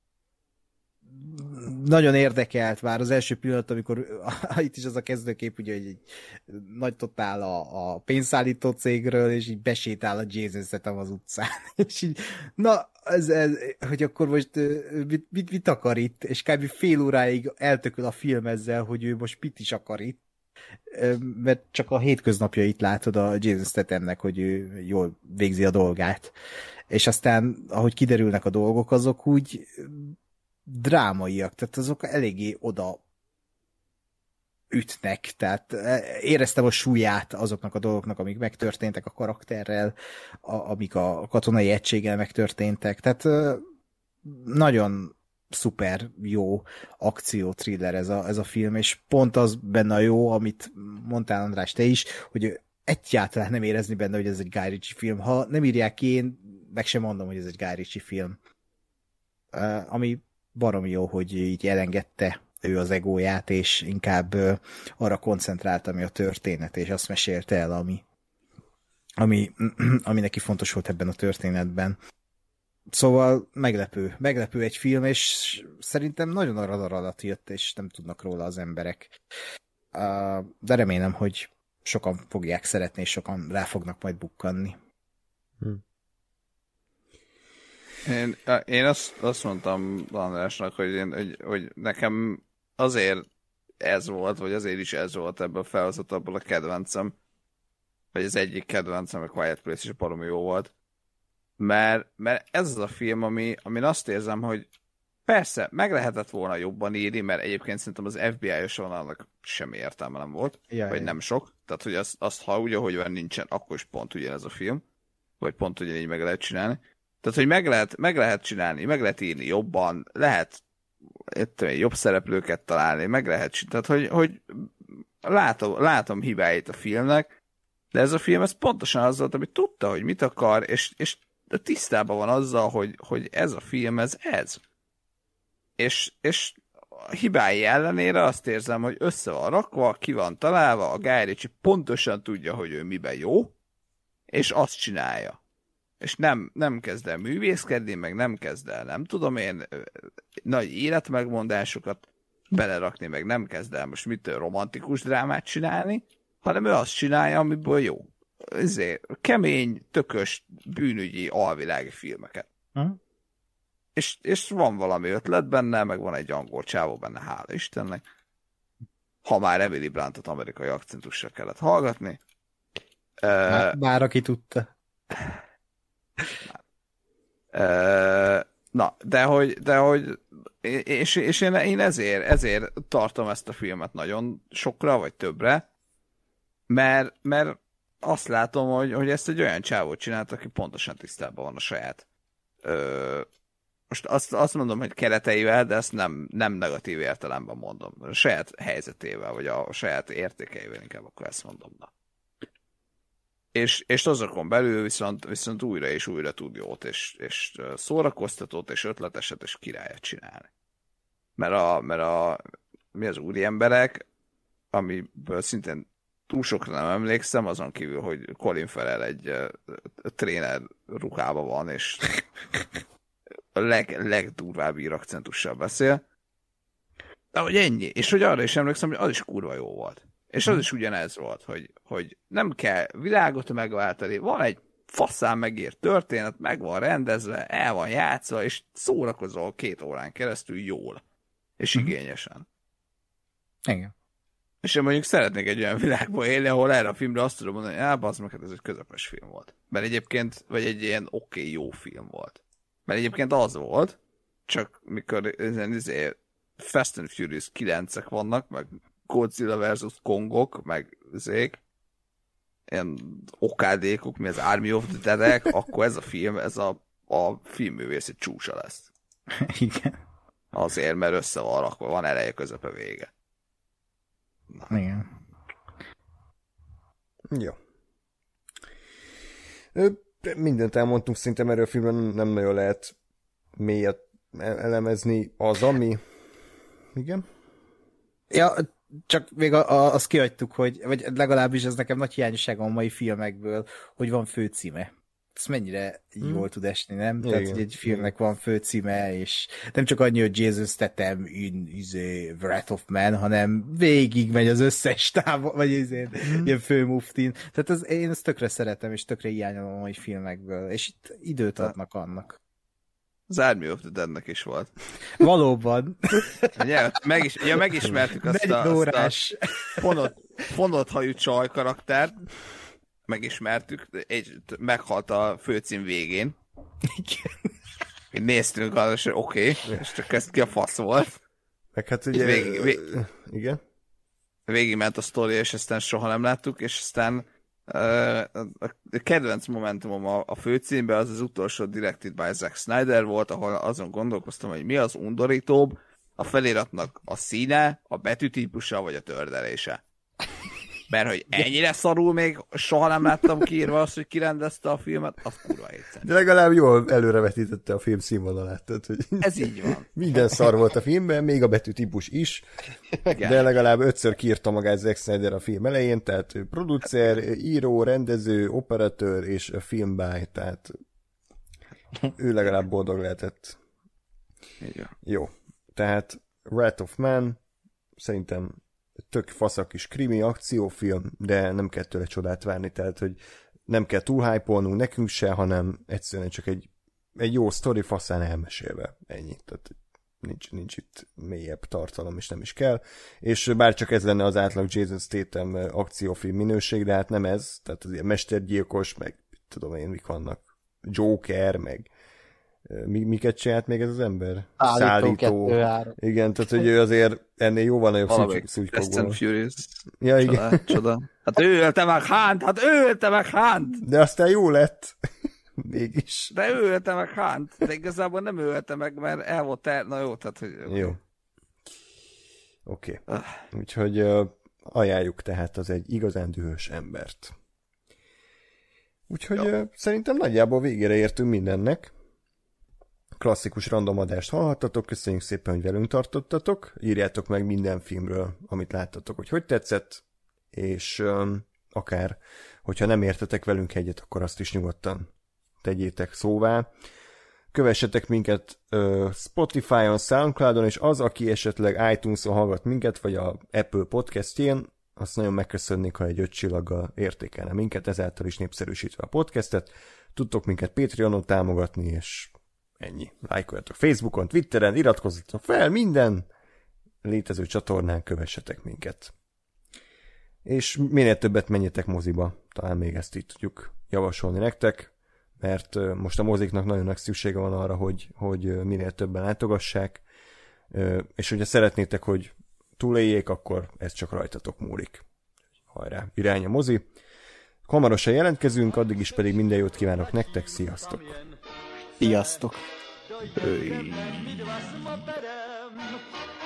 nagyon érdekelt már az első pillanat, amikor uh, itt is az a kezdőkép, ugye, hogy egy nagy totál a, a pénzszállító cégről, és így besétál a Jason Statham az utcán. És így, na, ez, ez, hogy akkor most mit, mit, mit akar itt? És kb. Fél óráig eltököl a film ezzel, hogy ő most mit is akar itt. Mert csak a hétköznapjait látod a Jason Stathamnek, hogy ő jól végzi a dolgát. És aztán, ahogy kiderülnek a dolgok, azok úgy drámaiak, tehát azok eléggé oda ütnek, tehát éreztem a súlyát azoknak a dolgoknak, amik megtörténtek a karakterrel, a, amik a katonai egységgel megtörténtek, tehát nagyon szuper jó akció-thriller ez a, ez a film, és pont az benne a jó, amit mondtál András te is, hogy egyáltalán nem érezni benne, hogy ez egy Guy Ritchie film. Ha nem írják ki, én meg sem mondom, hogy ez egy Guy Ritchie film. Uh, ami baromi jó, hogy így elengedte ő az egóját, és inkább uh, arra koncentrált, ami a történet, és azt mesélte el, ami, ami, ami neki fontos volt ebben a történetben. Szóval meglepő, meglepő egy film, és szerintem nagyon a radar alatt jött, és nem tudnak róla az emberek. Uh, de remélem, hogy sokan fogják szeretni, és sokan rá fognak majd bukkanni. Hm. Én, én azt, azt mondtam Andrásnak, hogy, én, hogy, hogy nekem azért ez volt, vagy azért is ez volt ebből a felhozatból a kedvencem, vagy az egyik kedvencem, a Quiet Place is baromi jó volt, mert, mert ez az a film, ami, amin azt érzem, hogy persze, meg lehetett volna jobban írni, mert egyébként szerintem az ef bé i-os vonalnak semmi értelme nem volt, Ja, vagy ja. nem sok. Tehát, hogy azt, azt ha úgy, ahogy van nincsen, akkor is pont ugyanez a film, vagy pont ugyanígy meg lehet csinálni. Tehát, hogy meg lehet, meg lehet csinálni, meg lehet írni jobban, lehet tudom, jobb szereplőket találni, meg lehet csinálni. Tehát, hogy, hogy látom, látom hibáit a filmnek, de ez a film ez pontosan az volt, amit tudta, hogy mit akar, és, és tisztában van azzal, hogy, hogy ez a film, ez ez. És, és a hibái ellenére azt érzem, hogy össze van rakva, ki van találva, a Guy Ritchie pontosan tudja, hogy ő miben jó, és azt csinálja. És nem, nem kezd el művészkedni, meg nem kezd el, nem tudom én, nagy életmegmondásokat belerakni, meg nem kezd el most mitől romantikus drámát csinálni, hanem ő azt csinálja, amiből jó. Ezért kemény, tökös, bűnügyi, alvilági filmeket. Hm? És, és van valami ötlet benne, meg van egy angol csávó benne, hála Istennek. Ha már Emily Bluntot amerikai akcentusra kellett hallgatni. Bár, bár aki tudta. Uh, na, de hogy, de hogy és, és én, én ezért, ezért tartom ezt a filmet nagyon sokra, vagy többre, mert, mert azt látom, hogy, hogy ezt egy olyan csávót csinált, aki pontosan tisztában van a saját uh, most azt, azt mondom, hogy kereteivel, de ezt nem, nem negatív értelemben mondom. A saját helyzetével, vagy a, a saját értékeivel inkább akkor ezt mondom. Na. És, és azokon belül viszont, viszont újra és újra tud jót, és, és szórakoztatót, és ötleteset, és királyat csinálni. Mert a, mert a mi az úri emberek, amiből szintén túl sokra nem emlékszem, azon kívül, hogy Colin Farrell egy uh, tréner ruhában van, és a leg, legdurvább ír akcentussal beszél. De hogy ennyi. És hogy arra is emlékszem, hogy az is kurva jó volt. És az is ugyanez volt, hogy, hogy nem kell világot megváltani, van egy faszán megírt történet, meg van rendezve, el van játszva, és szórakozol két órán keresztül jól. És Mhm. igényesen. Igen. És én mondjuk szeretnék egy olyan világban élni, ahol erre a filmre azt tudom mondani, hogy á, bazd meg, hát ez egy közepes film volt. Mert egyébként, vagy egy ilyen oké, okay, jó film volt. Mert egyébként az volt, csak mikor izé, Fast and Furious kilencek vannak, meg Godzilla versus Kongok, meg zék, ilyen okádékok, mi az Army of the Dead-ek, akkor ez a film, ez a, a filmművészet csúcsa lesz. Igen. Azért, mert össze van rakva, van eleje, közepe, vége. Na. Igen. Jó. Ö, Mindent elmondtunk, szinte erről a filmben nem nagyon lehet mélyet elemezni az, ami... Igen? Ja, csak még a, a, azt kihagytuk, hogy, vagy legalábbis ez nekem nagy hiányosságom a mai filmekből, hogy van főcíme. Ez mennyire Hmm. jól tud esni, nem? Igen. Tehát, hogy egy filmnek van főcíme, és nem csak annyi, hogy Jason Statham in izé, Wrath of Man, hanem végig megy az összes táv, vagy izé, Hmm. ilyen főmuftin. Tehát az, én ezt tökre szeretem, és tökre hiányolom a mai filmekből, és itt időt adnak annak. Az Army of the Deadnek is volt. Valóban. Ugye? Meg is, ja, megismertük azt a, negyven azt órás. a fonott, fonott hajú csaj karaktert. Megismertük. Egy, meghalt a főcím végén. Igen. Néztünk arra, és oké, okay, és csak ez ki a fasz volt. Meg hát ugye... Végig, vég... Igen? Végig ment a sztori, és aztán soha nem láttuk, és aztán uh, a kedvenc momentumom a, a főcímben az az utolsó Directed by Zack Snyder volt, ahol azon gondolkoztam, hogy mi az undorítóbb, a feliratnak a színe, a betűtípusa, vagy a tördelése. Mert hogy ennyire szarul még soha nem láttam kiírva azt, hogy kirendezte a filmet, az kurva egyszerű. De legalább jól előrevetítette a film színvonalát. Tehát, hogy Ez így van. minden szar volt a filmben, még a betűtípus is, de legalább ötször kiírta magát Zack Snyder a film elején, tehát ő producer, író, rendező, operatőr és filmbáj, tehát ő legalább boldog lehetett. Így van. Jó, tehát Wrath of Man szerintem tök faszak kis krimi akciófilm, de nem kell tőle csodát várni, tehát hogy nem kell túl hype-olnunk nekünk se, hanem egyszerűen csak egy, egy jó sztori faszán elmesélve. Ennyi. Tehát nincs, nincs itt mélyebb tartalom, és nem is kell. És bár csak ez lenne az átlag Jason Statham akciófilm minőség, de hát nem ez. Tehát az ilyen mestergyilkos, meg tudom én, mik vannak. Joker, meg mi, miket csinált még ez az ember? Szállító. Kettő, három. Igen, tehát hogy ő azért ennél jóval nagyobb szúcskokból. Fast and Furious. Ja, igen. Csoda, csoda. Hát ő ölte meg Hunt, hát ő ölte meg Hunt! De aztán jó lett. Mégis. De ő ölte meg Hunt, de igazából nem ő ölte meg, mert el volt el... Na jó, tehát hogy... Jó. Oké. Okay. Úgyhogy uh, ajánljuk tehát az egy igazán dühös embert. Úgyhogy uh, szerintem nagyjából végére értünk mindennek. Klasszikus random adást hallhattatok, köszönjük szépen, hogy velünk tartottatok. Írjátok meg minden filmről, amit láttatok, hogy hogy tetszett, és um, akár, hogyha nem értetek velünk egyet, akkor azt is nyugodtan tegyétek szóvá. Kövessetek minket uh, Spotify-on, Soundcloud-on, és az, aki esetleg iTunes-on hallgat minket, vagy a Apple podcastjén, azt nagyon megköszönnék, ha egy öt csillaggal értékelne minket, ezáltal is népszerűsítve a podcastet. Tudtok minket Patreonon támogatni, és ennyi. Lájkoljatok Facebookon, Twitteren, iratkozzatok fel, minden létező csatornán kövessetek minket. És minél többet menjetek moziba, talán még ezt így tudjuk javasolni nektek, mert most a moziknak nagyon nagy szüksége van arra, hogy, hogy minél többen látogassák, és hogyha szeretnétek, hogy túléljék, akkor ez csak rajtatok múlik. Hajrá, irány a mozi. Hamarosan jelentkezünk, addig is pedig minden jót kívánok nektek, sziasztok! Sziasztok! Dojde, my dva s motorem,